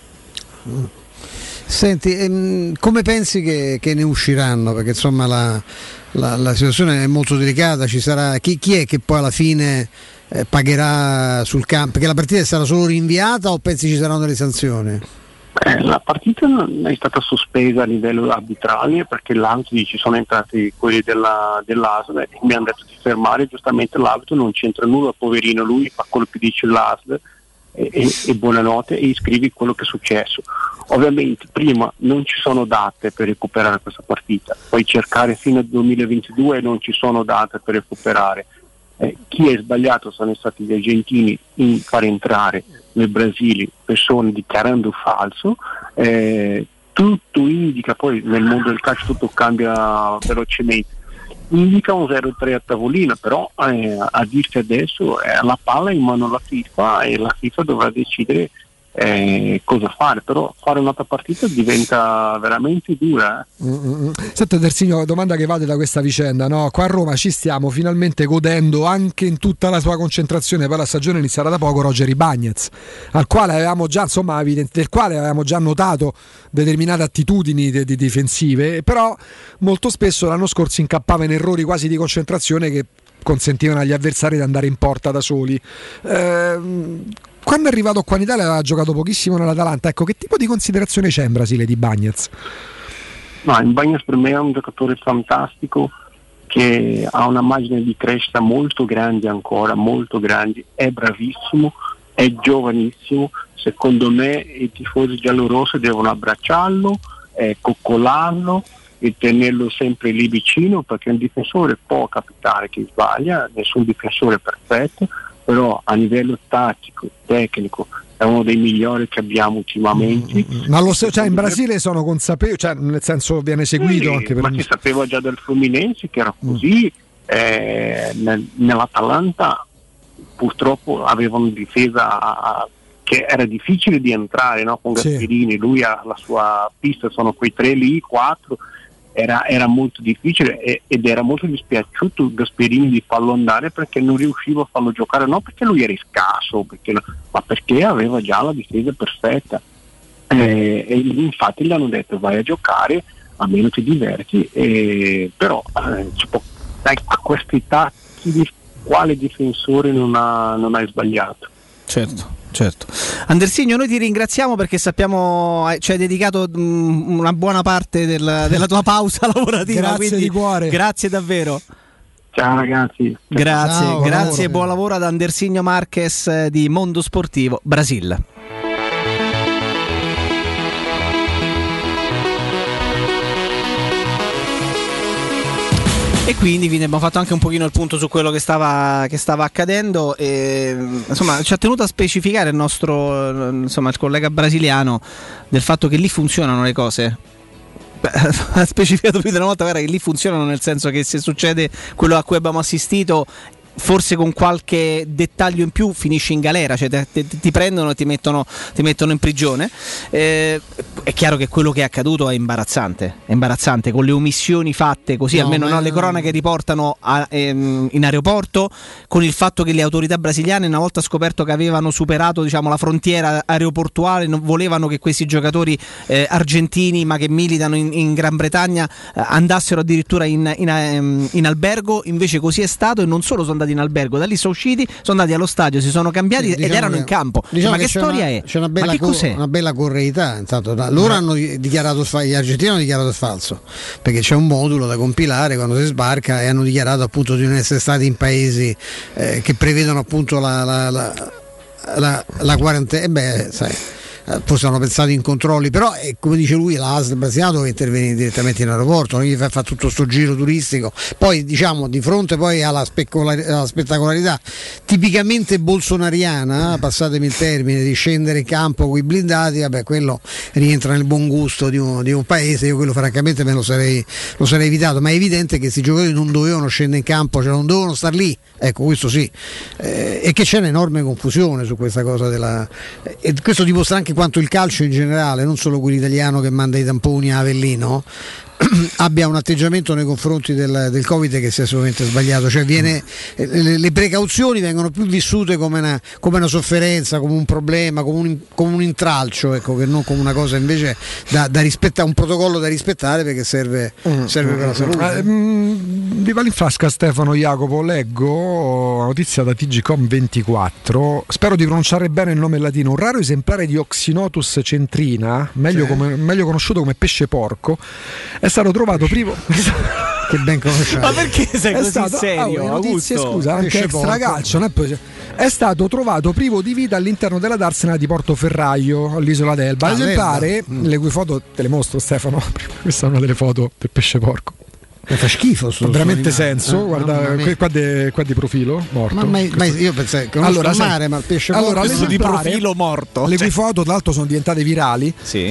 Mm. Senti, ehm, come pensi che, che ne usciranno? Perché insomma la, la, la situazione è molto delicata, ci sarà chi, chi è che poi alla fine eh, pagherà sul campo? Perché la partita sarà solo rinviata o pensi ci saranno delle sanzioni? Eh, la partita è stata sospesa a livello arbitrale perché l'arbitro ci sono entrati quelli della, dell'A S L e mi hanno detto di fermare, giustamente l'arbitro non c'entra nulla, poverino, lui fa quello che dice l'A S L e, e, e buonanotte e iscrivi quello che è successo. Ovviamente prima non ci sono date per recuperare questa partita, puoi cercare fino al duemilaventidue e non ci sono date per recuperare. Eh, chi è sbagliato sono stati gli argentini in far entrare nel Brasile persone dichiarando falso, eh, tutto indica, poi nel mondo del calcio tutto cambia velocemente, indica un zero tre a tavolino, però eh, a dirti adesso eh, la palla è in mano alla FIFA e la FIFA dovrà decidere Eh, cosa fare, però fare un'altra partita diventa veramente dura. eh. Mm-hmm. Senti Dersigno, domanda che vade da questa vicenda, no? Qua a Roma ci stiamo finalmente godendo anche in tutta la sua concentrazione, poi la stagione inizierà da poco, Roger Ibañez, al quale avevamo già insomma evidente, del quale avevamo già notato determinate attitudini de- de- difensive, però molto spesso l'anno scorso incappava in errori quasi di concentrazione che consentivano agli avversari di andare in porta da soli. Ehm Quando è arrivato qua in Italia aveva giocato pochissimo nell'Atalanta, ecco, che tipo di considerazione c'è in Brasile di Ibañez? No, Ibañez per me è un giocatore fantastico che ha una margine di crescita molto grande ancora, molto grande, è bravissimo, è giovanissimo, secondo me i tifosi giallorossi devono abbracciarlo, eh, coccolarlo e tenerlo sempre lì vicino, perché un difensore può capitare che sbaglia, nessun difensore è perfetto, però a livello tattico, tecnico è uno dei migliori che abbiamo ultimamente. Ma lo so, cioè in Brasile sono consapevoli, cioè nel senso viene seguito sì, anche per ma si sapeva già del Fluminense che era così, mm. eh, nel, nell'Atalanta purtroppo aveva una difesa che era difficile di entrare, no? Con Gasperini, sì. Lui ha la sua pista, sono quei tre lì, quattro, era, era molto difficile e, ed era molto dispiaciuto Gasperini di farlo andare perché non riusciva a farlo giocare, non perché lui era scarso, perché, ma perché aveva già la difesa perfetta. Eh, e infatti gli hanno detto vai a giocare, almeno ti diverti, eh, però eh, può, dai, a questa età chi, quale difensore non ha, non ha sbagliato? Certo. Certo. Andersigno, noi ti ringraziamo perché sappiamo ci hai dedicato mh, una buona parte del, della tua pausa lavorativa. Grazie quindi di cuore. Grazie davvero. Ciao ragazzi. Grazie, Ciao, grazie e buon buon lavoro ad Andersigno Marques di Mondo Sportivo Brasil. E quindi, quindi abbiamo fatto anche un pochino il punto su quello che stava, che stava accadendo e, insomma, ci ha tenuto a specificare il nostro, insomma, il collega brasiliano del fatto che lì funzionano le cose. Beh, ha specificato più di una volta, guarda, che lì funzionano, nel senso che se succede quello a cui abbiamo assistito, forse con qualche dettaglio in più finisci in galera, cioè te, te, ti prendono e ti mettono, ti mettono in prigione. Eh, è chiaro che quello che è accaduto è imbarazzante, è imbarazzante con le omissioni fatte così, no, almeno no, le cronache riportano a, ehm, in aeroporto, con il fatto che le autorità brasiliane, una volta scoperto che avevano superato, diciamo, la frontiera aeroportuale, non volevano che questi giocatori eh, argentini ma che militano in, in Gran Bretagna eh, andassero addirittura in, in, in albergo. Invece così è stato, e non solo sono andati in albergo, da lì sono usciti, sono andati allo stadio, si sono cambiati, sì, diciamo, ed erano che, in campo. Diciamo ma che, che storia una, è? C'è una bella, ma che co- cos'è? una bella correità. Intanto, loro eh. hanno dichiarato, gli argentini hanno dichiarato falso, perché c'è un modulo da compilare quando si sbarca, e hanno dichiarato appunto di non essere stati in paesi eh, che prevedono appunto la, la, la, la, la quarantena. E beh, sai, forse hanno pensato in controlli, però eh, come dice lui, la A S L brasiliana deve intervenire direttamente in aeroporto, non gli fa, fa tutto sto giro turistico. Poi diciamo di fronte poi alla, specolar- alla spettacolarità tipicamente bolsonariana, passatemi il termine, di scendere in campo con i blindati, vabbè, quello rientra nel buon gusto di un, di un paese. Io quello francamente me lo sarei, lo sarei evitato, ma è evidente che questi giocatori non dovevano scendere in campo, cioè non dovevano star lì, ecco, questo sì, eh, e che c'è un'enorme confusione su questa cosa della, e questo dimostra anche quanto il calcio in generale, non solo quello italiano che manda i tamponi a Avellino, abbia un atteggiamento nei confronti del, del Covid che sia assolutamente sbagliato. Cioè viene, le, le precauzioni vengono più vissute come una, come una sofferenza, come un problema, come un, come un intralcio, ecco, che non come una cosa invece da, da rispettare, un protocollo da rispettare, perché serve, mm. serve per la salute. Eh, mh, di Valinfrasca, Stefano, Jacopo, leggo notizia da T G Com ventiquattro, spero di pronunciare bene il nome latino, un raro esemplare di Oxynotus centrina, meglio, sì. come, meglio conosciuto come pesce porco, è stato trovato privo che ben conosciamo. Ma perché sei è così stato, serio? Ah, notizie, scusa, anche pesce extra porco. calcio, non è, poi, è stato trovato privo di vita all'interno della darsena di Portoferraio, all'isola d'Elba. Ah, L'esemplare, mm. le cui foto te le mostro, Stefano. Questa è una delle foto del pesce porco. Mi fa schifo, fa veramente senso, eh, guarda qua di, qua di profilo morto. Ma mai, mai, io pensavo che allora, il mare, ma il pesce allora, morto di profilo morto. Le cioè. cui foto tra l'altro sono diventate virali. Sì.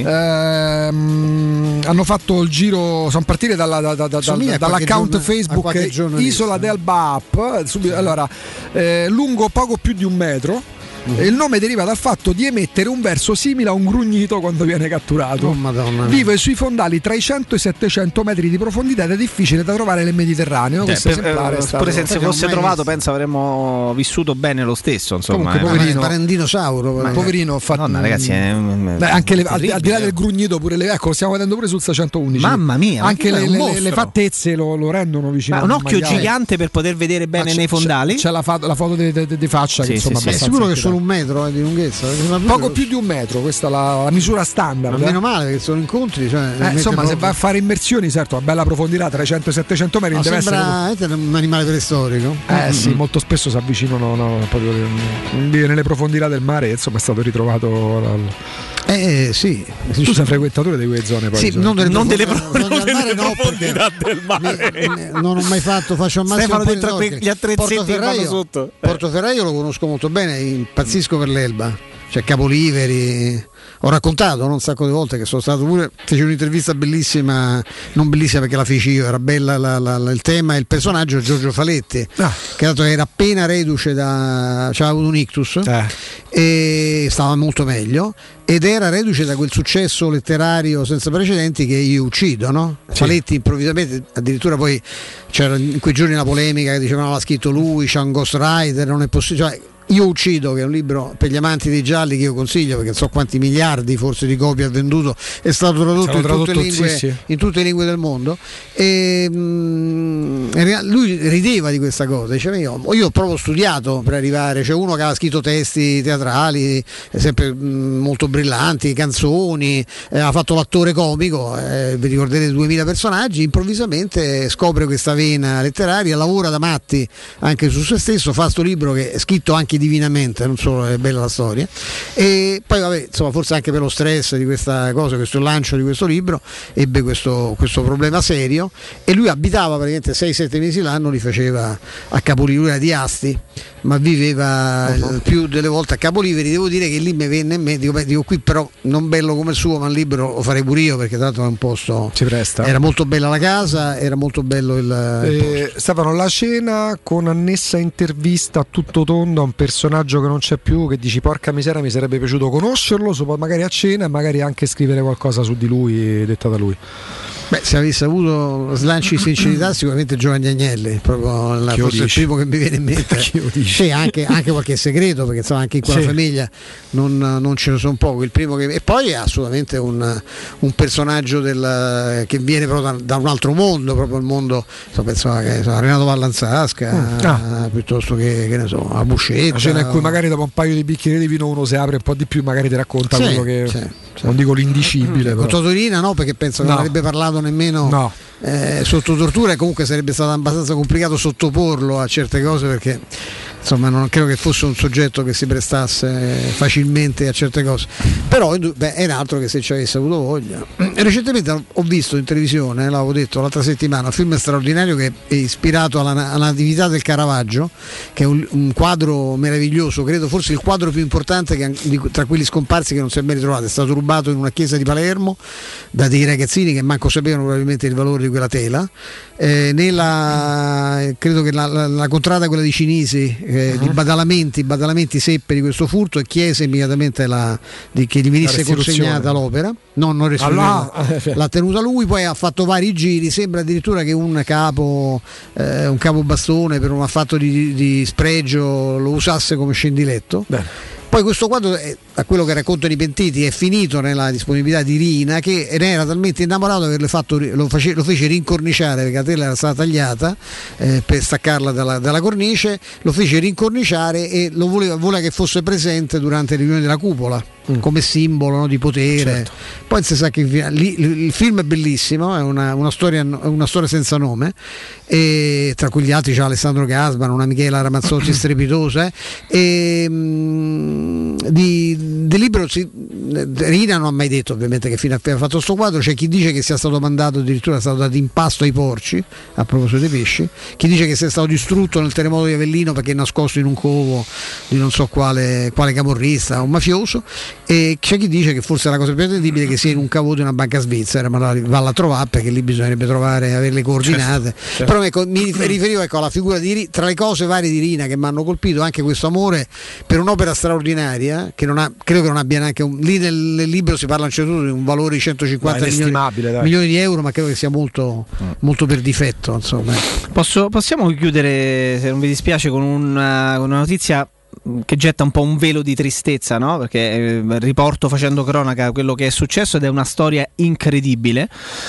Ehm, hanno fatto il giro, sono partite dalla, da, da, da, dall'account giorno, Facebook Isola d'Elba App. Subito, allora, eh, lungo poco più di un metro. Mm. Il nome deriva dal fatto di emettere un verso simile a un grugnito quando viene catturato. Oh, Madonna. Vive sui fondali tra i cento e i settecento metri di profondità ed è difficile da trovare nel Mediterraneo. Cioè, per, eh, stato... pure se si fosse trovato, penso avremmo vissuto bene lo stesso. Insomma, comunque, eh. poverino, un dinosauro. Ma poverino, fatto... Madonna, ragazzi, è, Beh, anche le, al, al di là del grugnito, pure le, ecco, lo stiamo vedendo pure sul seicentoundici. Mamma mia, anche le, le, le fattezze lo, lo rendono vicino. Ma un occhio maiale. Gigante per poter vedere bene nei fondali. C'è, c'è la, fa- la foto di, di, di faccia, sì, che insomma, sì, è sicuro che sono un metro eh, di lunghezza? Poco più di un metro, questa è la, la misura standard. Ma meno male che sono incontri. Cioè, eh, insomma, proprio... se vai a fare immersioni, certo, a bella profondità, trecento settecento metri. No, deve sembra essere un animale preistorico. Eh mm-hmm. sì, mm-hmm. molto spesso si avvicinano, no, proprio nelle profondità del mare. Insomma, è stato ritrovato. Al... Eh sì. Tu sei frequentatore di quelle zone, poi, sì, non delle, non delle, prof... non non delle mare, profondità no, del mare. Mi, mi, non ho mai fatto, faccio al massimo Stefano dentro gli attrezzetti che vanno sotto. Portoferraio lo conosco molto bene, impazzisco per l'Elba. Cioè Capoliveri, ho raccontato no, un sacco di volte che sono stato pure, feci un'intervista bellissima, non bellissima perché la feci io, era bella la, la, la, il tema e il personaggio, Giorgio Faletti, ah. che era appena reduce da, c'aveva avuto un ictus eh. e stava molto meglio ed era reduce da quel successo letterario senza precedenti che Io uccido, no? Sì. Faletti improvvisamente, addirittura poi c'era in quei giorni la polemica che dicevano l'ha scritto lui, c'è un ghostwriter, non è possibile, cioè, Io uccido, che è un libro per gli amanti dei gialli che io consiglio perché non so quanti miliardi forse di copie ha venduto, è stato tradotto, in, tradotto tutte le lingue, sì, sì. in tutte le lingue del mondo e mh, lui rideva di questa cosa, diceva io, io ho proprio studiato per arrivare, c'è uno che ha scritto testi teatrali sempre mh, molto brillanti, canzoni, eh, ha fatto l'attore comico, eh, vi ricorderete duemila personaggi, improvvisamente scopre questa vena letteraria, lavora da matti anche su se stesso, fa sto libro che è scritto anche divinamente, non solo è bella la storia, e poi vabbè, insomma, forse anche per lo stress di questa cosa, questo lancio di questo libro ebbe questo, questo problema serio e lui abitava praticamente sei sette mesi l'anno, li faceva a Capoliveri, lui era di Asti ma viveva uh-huh. più delle volte a Capoliveri. Devo dire che lì mi venne in me, dico, beh, dico qui però non bello come il suo, ma il libro lo farei pure io perché tanto è un posto, si presta, era molto bella la casa, era molto bello il, eh, il Stefano, la cena con annessa intervista a tutto tondo a un personaggio che non c'è più, che dici porca miseria mi sarebbe piaciuto conoscerlo, magari a cena e magagari anche scrivere qualcosa su di lui, detta da lui. Beh, se avesse avuto slanci di sincerità sicuramente Giovanni Agnelli, proprio la, forse il primo che mi viene in mente. Sì, anche, anche qualche segreto, perché insomma anche in quella sì. famiglia non, non ce ne sono poco. Il primo che, e poi è assolutamente un, un personaggio del, che viene proprio da, da un altro mondo, proprio il mondo, so, pensavo che so, Renato Vallanzasca, ah. piuttosto che, che ne so, a Buscetta. Una cena in cui magari dopo un paio di bicchieri di vino uno si apre un po' di più, magari ti racconta sì, quello che sì, sì. non dico l'indicibile. Con Totorina no, perché penso che no. non avrebbe parlato nemmeno no. eh, sotto tortura, e comunque sarebbe stato abbastanza complicato sottoporlo a certe cose perché insomma non credo che fosse un soggetto che si prestasse facilmente a certe cose, però beh, è un altro che se ci avesse avuto voglia. Recentemente ho visto in televisione, l'avevo detto l'altra settimana, un film straordinario che è ispirato alla, alla Natività del Caravaggio, che è un, un quadro meraviglioso, credo forse il quadro più importante che, di, tra quelli scomparsi che non si è mai ritrovato, è stato rubato in una chiesa di Palermo da dei ragazzini che manco sapevano probabilmente il valore di quella tela. Eh, nella, credo che la, la, la contrada, quella di Cinisi, eh, uh-huh. di Badalamenti, Badalamenti seppe di questo furto e chiese immediatamente la, di, che gli venisse consegnata l'opera. No, non allora, l'ha tenuta lui, poi ha fatto vari giri, sembra addirittura che un capo eh, un capo bastone per un affatto di, di spregio lo usasse come scendiletto. Bene. Poi questo quadro, a quello che raccontano i pentiti, è finito nella disponibilità di Rina, che ne era talmente innamorato che fatto, lo, face, lo fece rincorniciare, perché la tela era stata tagliata eh, per staccarla dalla, dalla cornice, lo fece rincorniciare e lo voleva, voleva che fosse presente durante le riunioni della cupola mm. come simbolo, no, di potere. Certo. Poi non si sa che lì, il film è bellissimo, è una, una, storia, una storia senza nome, e tra cui gli altri c'è Alessandro Gasman, una Michela Ramazzotti strepitosa, eh, e mh, di, del libro si, Rina non ha mai detto ovviamente che fine ha fatto sto quadro. C'è chi dice che sia stato mandato, addirittura è stato dato in pasto ai porci, a proposito dei pesci, chi dice che sia stato distrutto nel terremoto di Avellino perché è nascosto in un covo di non so quale, quale camorrista, un mafioso, e c'è chi dice che forse la cosa più attendibile è che sia in un cavo di una banca svizzera, ma la, valla a trovare perché lì bisognerebbe trovare, avere le coordinate. Certo, certo. Però ecco, mi riferivo ecco, alla figura di, tra le cose varie di Rina che mi hanno colpito, anche questo amore per un'opera straordinaria che non ha, credo che non abbia neanche un, lì nel, nel libro si parla di un valore di centocinquanta milioni, milioni di euro, ma credo che sia molto, mm. molto per difetto, insomma. Posso, possiamo chiudere, se non vi dispiace, con una, con una notizia che getta un po' un velo di tristezza, no? Perché eh, riporto facendo cronaca quello che è successo ed è una storia incredibile,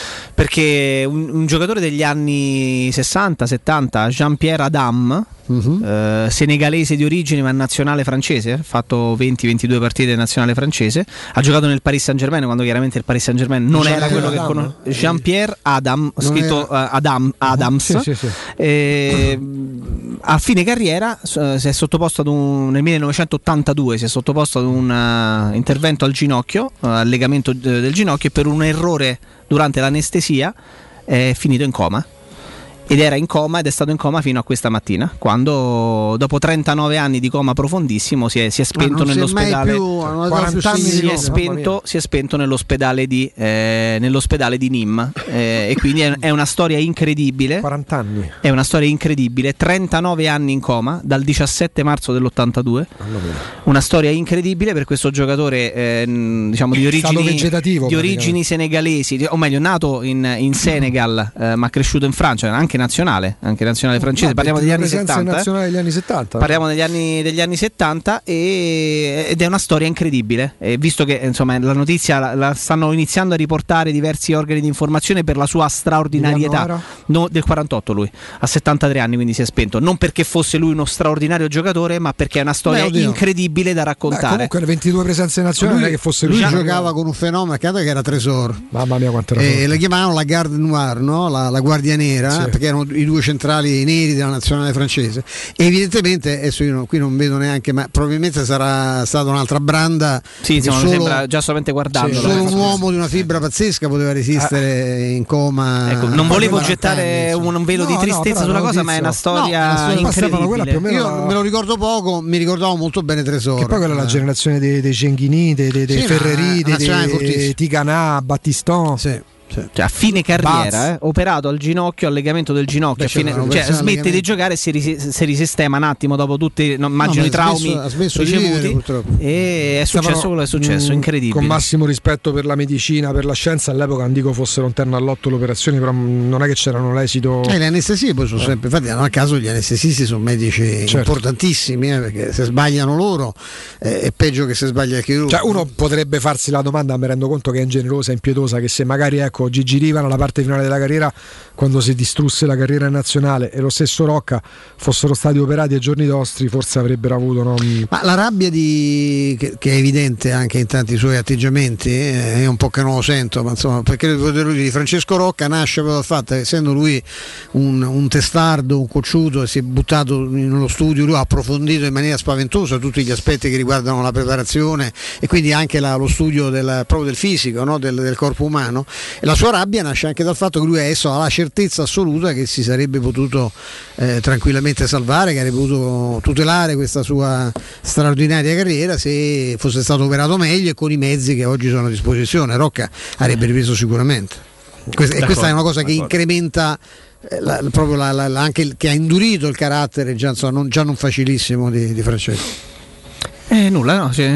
perché un, un giocatore degli anni sessanta settanta, Jean-Pierre Adam, uh-huh. eh, senegalese di origine ma nazionale francese, ha fatto venti ventidue partite nazionale francese, ha giocato nel Paris Saint-Germain quando chiaramente il Paris Saint-Germain non Jean era quello Adam, che conosce, Jean-Pierre Adam, scritto uh, Adam, Adams, uh-huh. sì, sì, sì. Eh, a fine carriera uh, si è sottoposto ad un, nel millenovecentottantadue si è sottoposto ad un uh, intervento al ginocchio, uh, al legamento del ginocchio, e per un errore durante l'anestesia è finito in coma ed era in coma ed è stato in coma fino a questa mattina, quando dopo trentanove anni di coma profondissimo si è, si è spento nell'ospedale. quaranta anni si, è spento, si è spento nell'ospedale di, eh, nell'ospedale di Nîmes, eh, e quindi è, è una storia incredibile. quaranta anni. È una storia incredibile, trentanove anni in coma dal diciassette marzo dell'ottantadue. Una storia incredibile per questo giocatore, eh, diciamo di origini, di origini senegalesi, o meglio nato in, in Senegal, eh, ma cresciuto in Francia, anche nazionale, anche nazionale francese. No, parliamo degli anni settanta. Nazionale degli anni settanta. Parliamo degli anni, degli anni settanta e, ed è una storia incredibile. E visto che insomma la notizia la, la stanno iniziando a riportare diversi organi di informazione per la sua straordinarietà. No, del quarantotto lui, a settantatré anni, quindi si è spento. Non perché fosse lui uno straordinario giocatore, ma perché è una storia Beh, incredibile da raccontare. Beh, comunque le ventidue presenze nazionali lui, che fosse lui lui giocava con un fenomeno che era Tresor. Mamma mia quanto era e la chiamavano la Garde Noire, no? la, la guardia nera, sì. perché erano i due centrali neri della nazionale francese. E evidentemente adesso io no, qui non vedo neanche, ma probabilmente sarà stata un'altra branda. Sì, insomma, solo, sembra già solamente guardando. Sì, solo un uomo di una fibra pazzesca poteva resistere ah. in coma. Ecco, non volevo gettare anni, un velo no, di tristezza no, sulla cosa, ma è una storia, no, è una storia incredibile. Io la... me lo ricordo poco, mi ricordavo molto bene Tresor. Che poi quella è la generazione dei, dei Cenghini, dei, dei, dei sì, Ferreri, dei, dei Tiganà, Battiston. Sì. Cioè, a fine carriera, eh, operato al ginocchio, al legamento del ginocchio, Beh, a fine, cioè, smette di giocare e si, ris- si risistema un attimo dopo tutti, no, immagino, no, i traumi ha smesso, ha smesso ricevuti. E è successo quello che è successo, incredibile. Con massimo rispetto per la medicina, per la scienza, all'epoca non dico fossero un terno all'otto le operazioni, però non è che c'erano l'esito. Eh, le anestesie poi sono eh. sempre, infatti non a caso gli anestesisti sono medici certo. importantissimi, eh, perché se sbagliano loro eh, è peggio che se sbaglia il chirurgo. Cioè uno potrebbe farsi la domanda, mi rendo conto che è ingenerosa, impietosa, che se magari ecco Gigi Riva alla parte finale della carriera, quando si distrusse la carriera nazionale, e lo stesso Rocca fossero stati operati ai giorni nostri, forse avrebbero avuto no? Ma la rabbia di che, che è evidente anche in tanti suoi atteggiamenti, eh, è un po' che non lo sento, ma insomma, perché lui di Francesco Rocca nasce proprio dal fatto che essendo lui un, un testardo, un cocciuto, e si è buttato nello studio, lui ha approfondito in maniera spaventosa tutti gli aspetti che riguardano la preparazione e quindi anche la, lo studio del, proprio del fisico, no? del, del corpo umano, e la sua rabbia nasce anche dal fatto che lui adesso ha la certezza assoluta che si sarebbe potuto eh, tranquillamente salvare, che avrebbe potuto tutelare questa sua straordinaria carriera se fosse stato operato meglio e con i mezzi che oggi sono a disposizione. Rocca avrebbe ripreso sicuramente. Questa, e questa è una cosa che incrementa eh, la, proprio la, la, la, anche il, che ha indurito il carattere già, insomma, non, già non facilissimo di, di Francesco. Eh, nulla, no, cioè,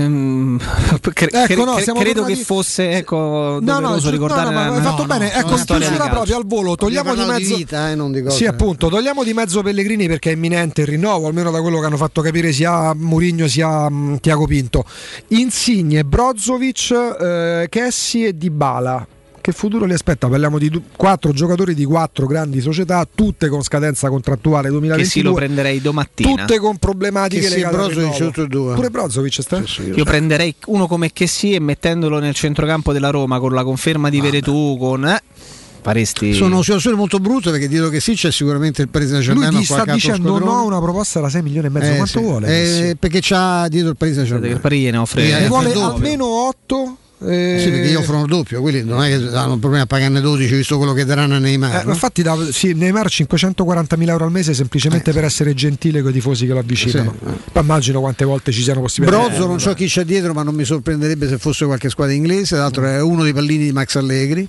cre- ecco, no, cre- credo tornati... che fosse ecco, no, doveroso no, ricordare. No, no, ma hai fatto no, bene, no, ecco, in chiusura proprio al volo, togliamo di mezzo di vita, eh, non di cose. Sì, appunto, togliamo di mezzo Pellegrini perché è imminente il rinnovo, almeno da quello che hanno fatto capire sia Mourinho sia um, Tiago Pinto. Insigne, Brozovic, eh, Kessi e Dybala. Che futuro li aspetta? Parliamo di quattro giocatori di quattro grandi società, tutte con scadenza contrattuale duemilaventidue. Che sì, lo prenderei domattina. Tutte con problematiche che legate al rinnovo. Pure Brozovic sta? Sì, sì, io, io prenderei uno come che sì e mettendolo nel centrocampo della Roma con la conferma di ah, Veretù, con eh, faresti... Sono situazioni molto brutte perché dico che sì, c'è sicuramente il Paris Saint-Germain. Lui gli sta dicendo no, una proposta da sei milioni e mezzo, eh, quanto sì. vuole? Eh, perché c'ha dietro il Paris Saint-Germain. Il Paris ne offre. Ne vuole almeno otto. Eh, sì, perché gli offrono il doppio, quelli non è che hanno un problema a pagarne dodici visto quello che daranno a Neymar. Eh, no? Infatti, da, sì, Neymar cinquecentoquarantamila euro al mese semplicemente eh, per essere gentile con i tifosi che lo avvicinano. Sì, eh. immagino quante volte ci siano possibilità. Brozzo, non so chi c'è dietro, ma non mi sorprenderebbe se fosse qualche squadra inglese. L'altro è uno dei pallini di Max Allegri.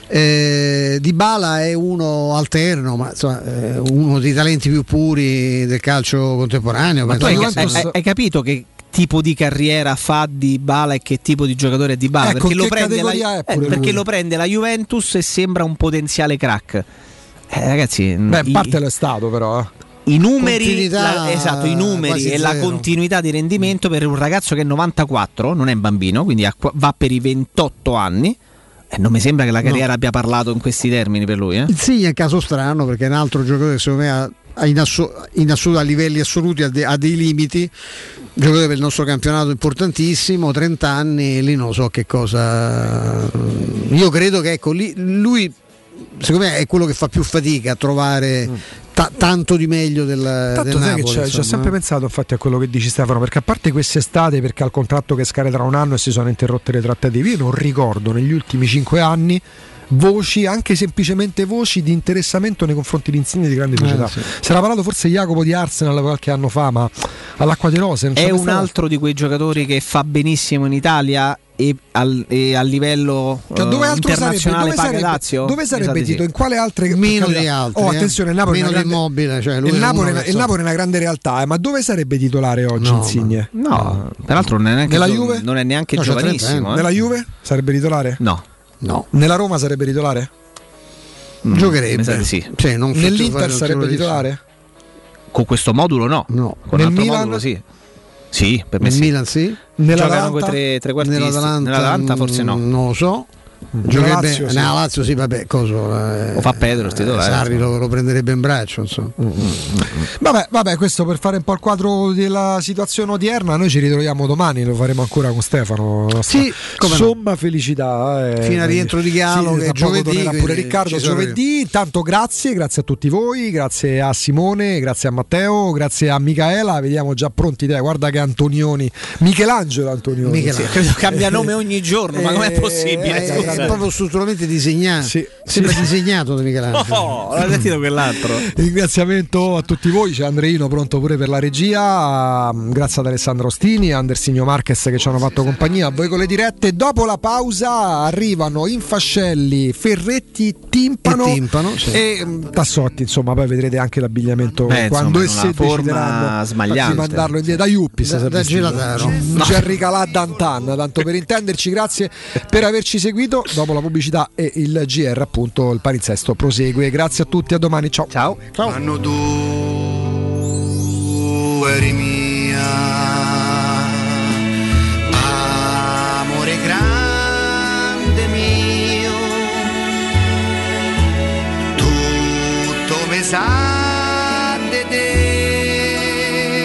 Eh, Dybala è uno alterno, ma insomma, eh, uno dei talenti più puri del calcio contemporaneo. Ma tu hai, hai, hai capito che tipo di carriera fa Dybala e che tipo di giocatore è Dybala? Ecco, perché, lo prende, la, è eh, perché lo prende la Juventus e sembra un potenziale crack. Eh, ragazzi, beh, in parte lo è stato però. Eh. I numeri, la, esatto, i numeri e zero. La continuità di rendimento per un ragazzo che è novantaquattro, non è un bambino, quindi va per i ventotto anni. Eh, non mi sembra che la carriera no. abbia parlato in questi termini per lui. Eh? Sì, è un caso strano perché è un altro giocatore che secondo me ha In, assu- in assoluto a livelli assoluti ha, de- ha dei limiti, giocatore per il nostro campionato importantissimo, trenta anni, lì non so che cosa. Io credo che ecco lì, lui secondo me è quello che fa più fatica a trovare ta- tanto di meglio del, tanto del Napoli. Che ci ho sempre pensato infatti a quello che dici Stefano, perché a parte quest'estate, perché ha il contratto che scade tra un anno e si sono interrotte le trattative, io non ricordo negli ultimi cinque anni voci, anche semplicemente voci di interessamento nei confronti di Insigne di grandi società. Eh, sì. Si era parlato forse Jacopo di Arsenal qualche anno fa, ma all'Acqua di Rose non è un stato. altro di quei giocatori che fa benissimo in Italia e, al, e a livello Cioè, dove uh, altro internazionale sarebbe? Dove paga sarebbe, Lazio? dove sarebbe Esatto, Tito? sì. In quale altre meno perché- di altri? Oh, eh. attenzione, il Napoli meno è una di grande- Immobile, cioè lui il è Napoli, uno il che so. Napoli è una grande realtà, eh, ma dove sarebbe titolare oggi No, Insigne? No, peraltro non è neanche, Nella gio- Juve? non è neanche No, c'ha trenta giovanissimo. anni. Eh? Nella Juve sarebbe titolare? No. No. Nella Roma sarebbe titolare? Mm, Giocherebbe. mi sa di sì. Cioè, non Nell'Inter faccio- sarebbe faccio- titolare? Con questo modulo no. No. Con Nel un altro Milan? modulo sì. Sì, per me Nel sì. Milan sì. Giocano con i tre, tre quartisti. Nell'Atalanta, Nell'Atalanta forse no. mm, Non lo so. Nella Giocherebbe Lazio, sì. nella Lazio sì, vabbè, coso, eh, Lo fa Pedro, sti titolare, Sarri insomma. lo, lo prenderebbe in braccio, insomma. Vabbè, vabbè, questo per fare un po' il quadro della situazione odierna. Noi ci ritroviamo domani, lo faremo ancora con Stefano. La nostra Sì, come no. somma felicità. eh. Fino al rientro di Gallo, Sì, che tra è poco giovedì, tornerà pure quindi Riccardo ci saremo. giovedì. Intanto grazie, grazie a tutti voi, grazie a Simone, grazie a Matteo, grazie a Micaela. Vediamo già pronti te. Guarda che Antonioni, Michelangelo Antonioni. Michelangelo. Sì, credo cambia nome ogni giorno, ma com'è Eh, possibile? È, Scusa. è proprio strutturalmente disegnato. Sì. Sembra disegnato da Michelangelo. Oh, l'ha sentito quell'altro. Ringraziamento a tutti voi, c'è Andreino pronto pure per la regia, grazie ad Alessandro Ostini, Andersigno Marquez che ci hanno fatto compagnia, a voi con le dirette. Dopo la pausa arrivano Infascelli, Ferretti, Timpano E Timpano, sì. e mm, Tassotti, insomma poi vedrete anche l'abbigliamento Beh, quando e insomma, in se una forma decideranno smagliante. di mandarlo indietro da Iuppis, Da- si è da vestito. Gelataro. No. Jerry Calà Dantan, tanto per intenderci. Grazie per averci seguito. Dopo la pubblicità e il G R, appunto, il palinsesto prosegue. Grazie a tutti, a domani, ciao. Ciao. Ciao. Quando tu eri mia, amore grande mio, tutto mi sa di te,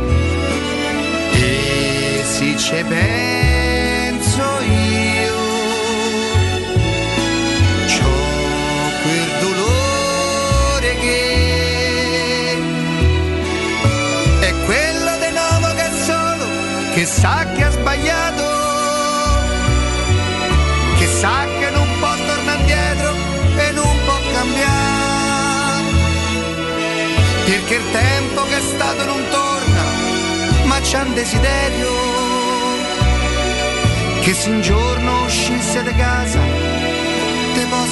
e se ci penso io, c'ho quel dolore che è quello di nuovo che solo, che sa che ha sbagliato, che sa che non può tornare indietro e non può cambiare, perché il tempo che è stato non torna, ma c'è un desiderio che se un giorno uscisse di casa te possa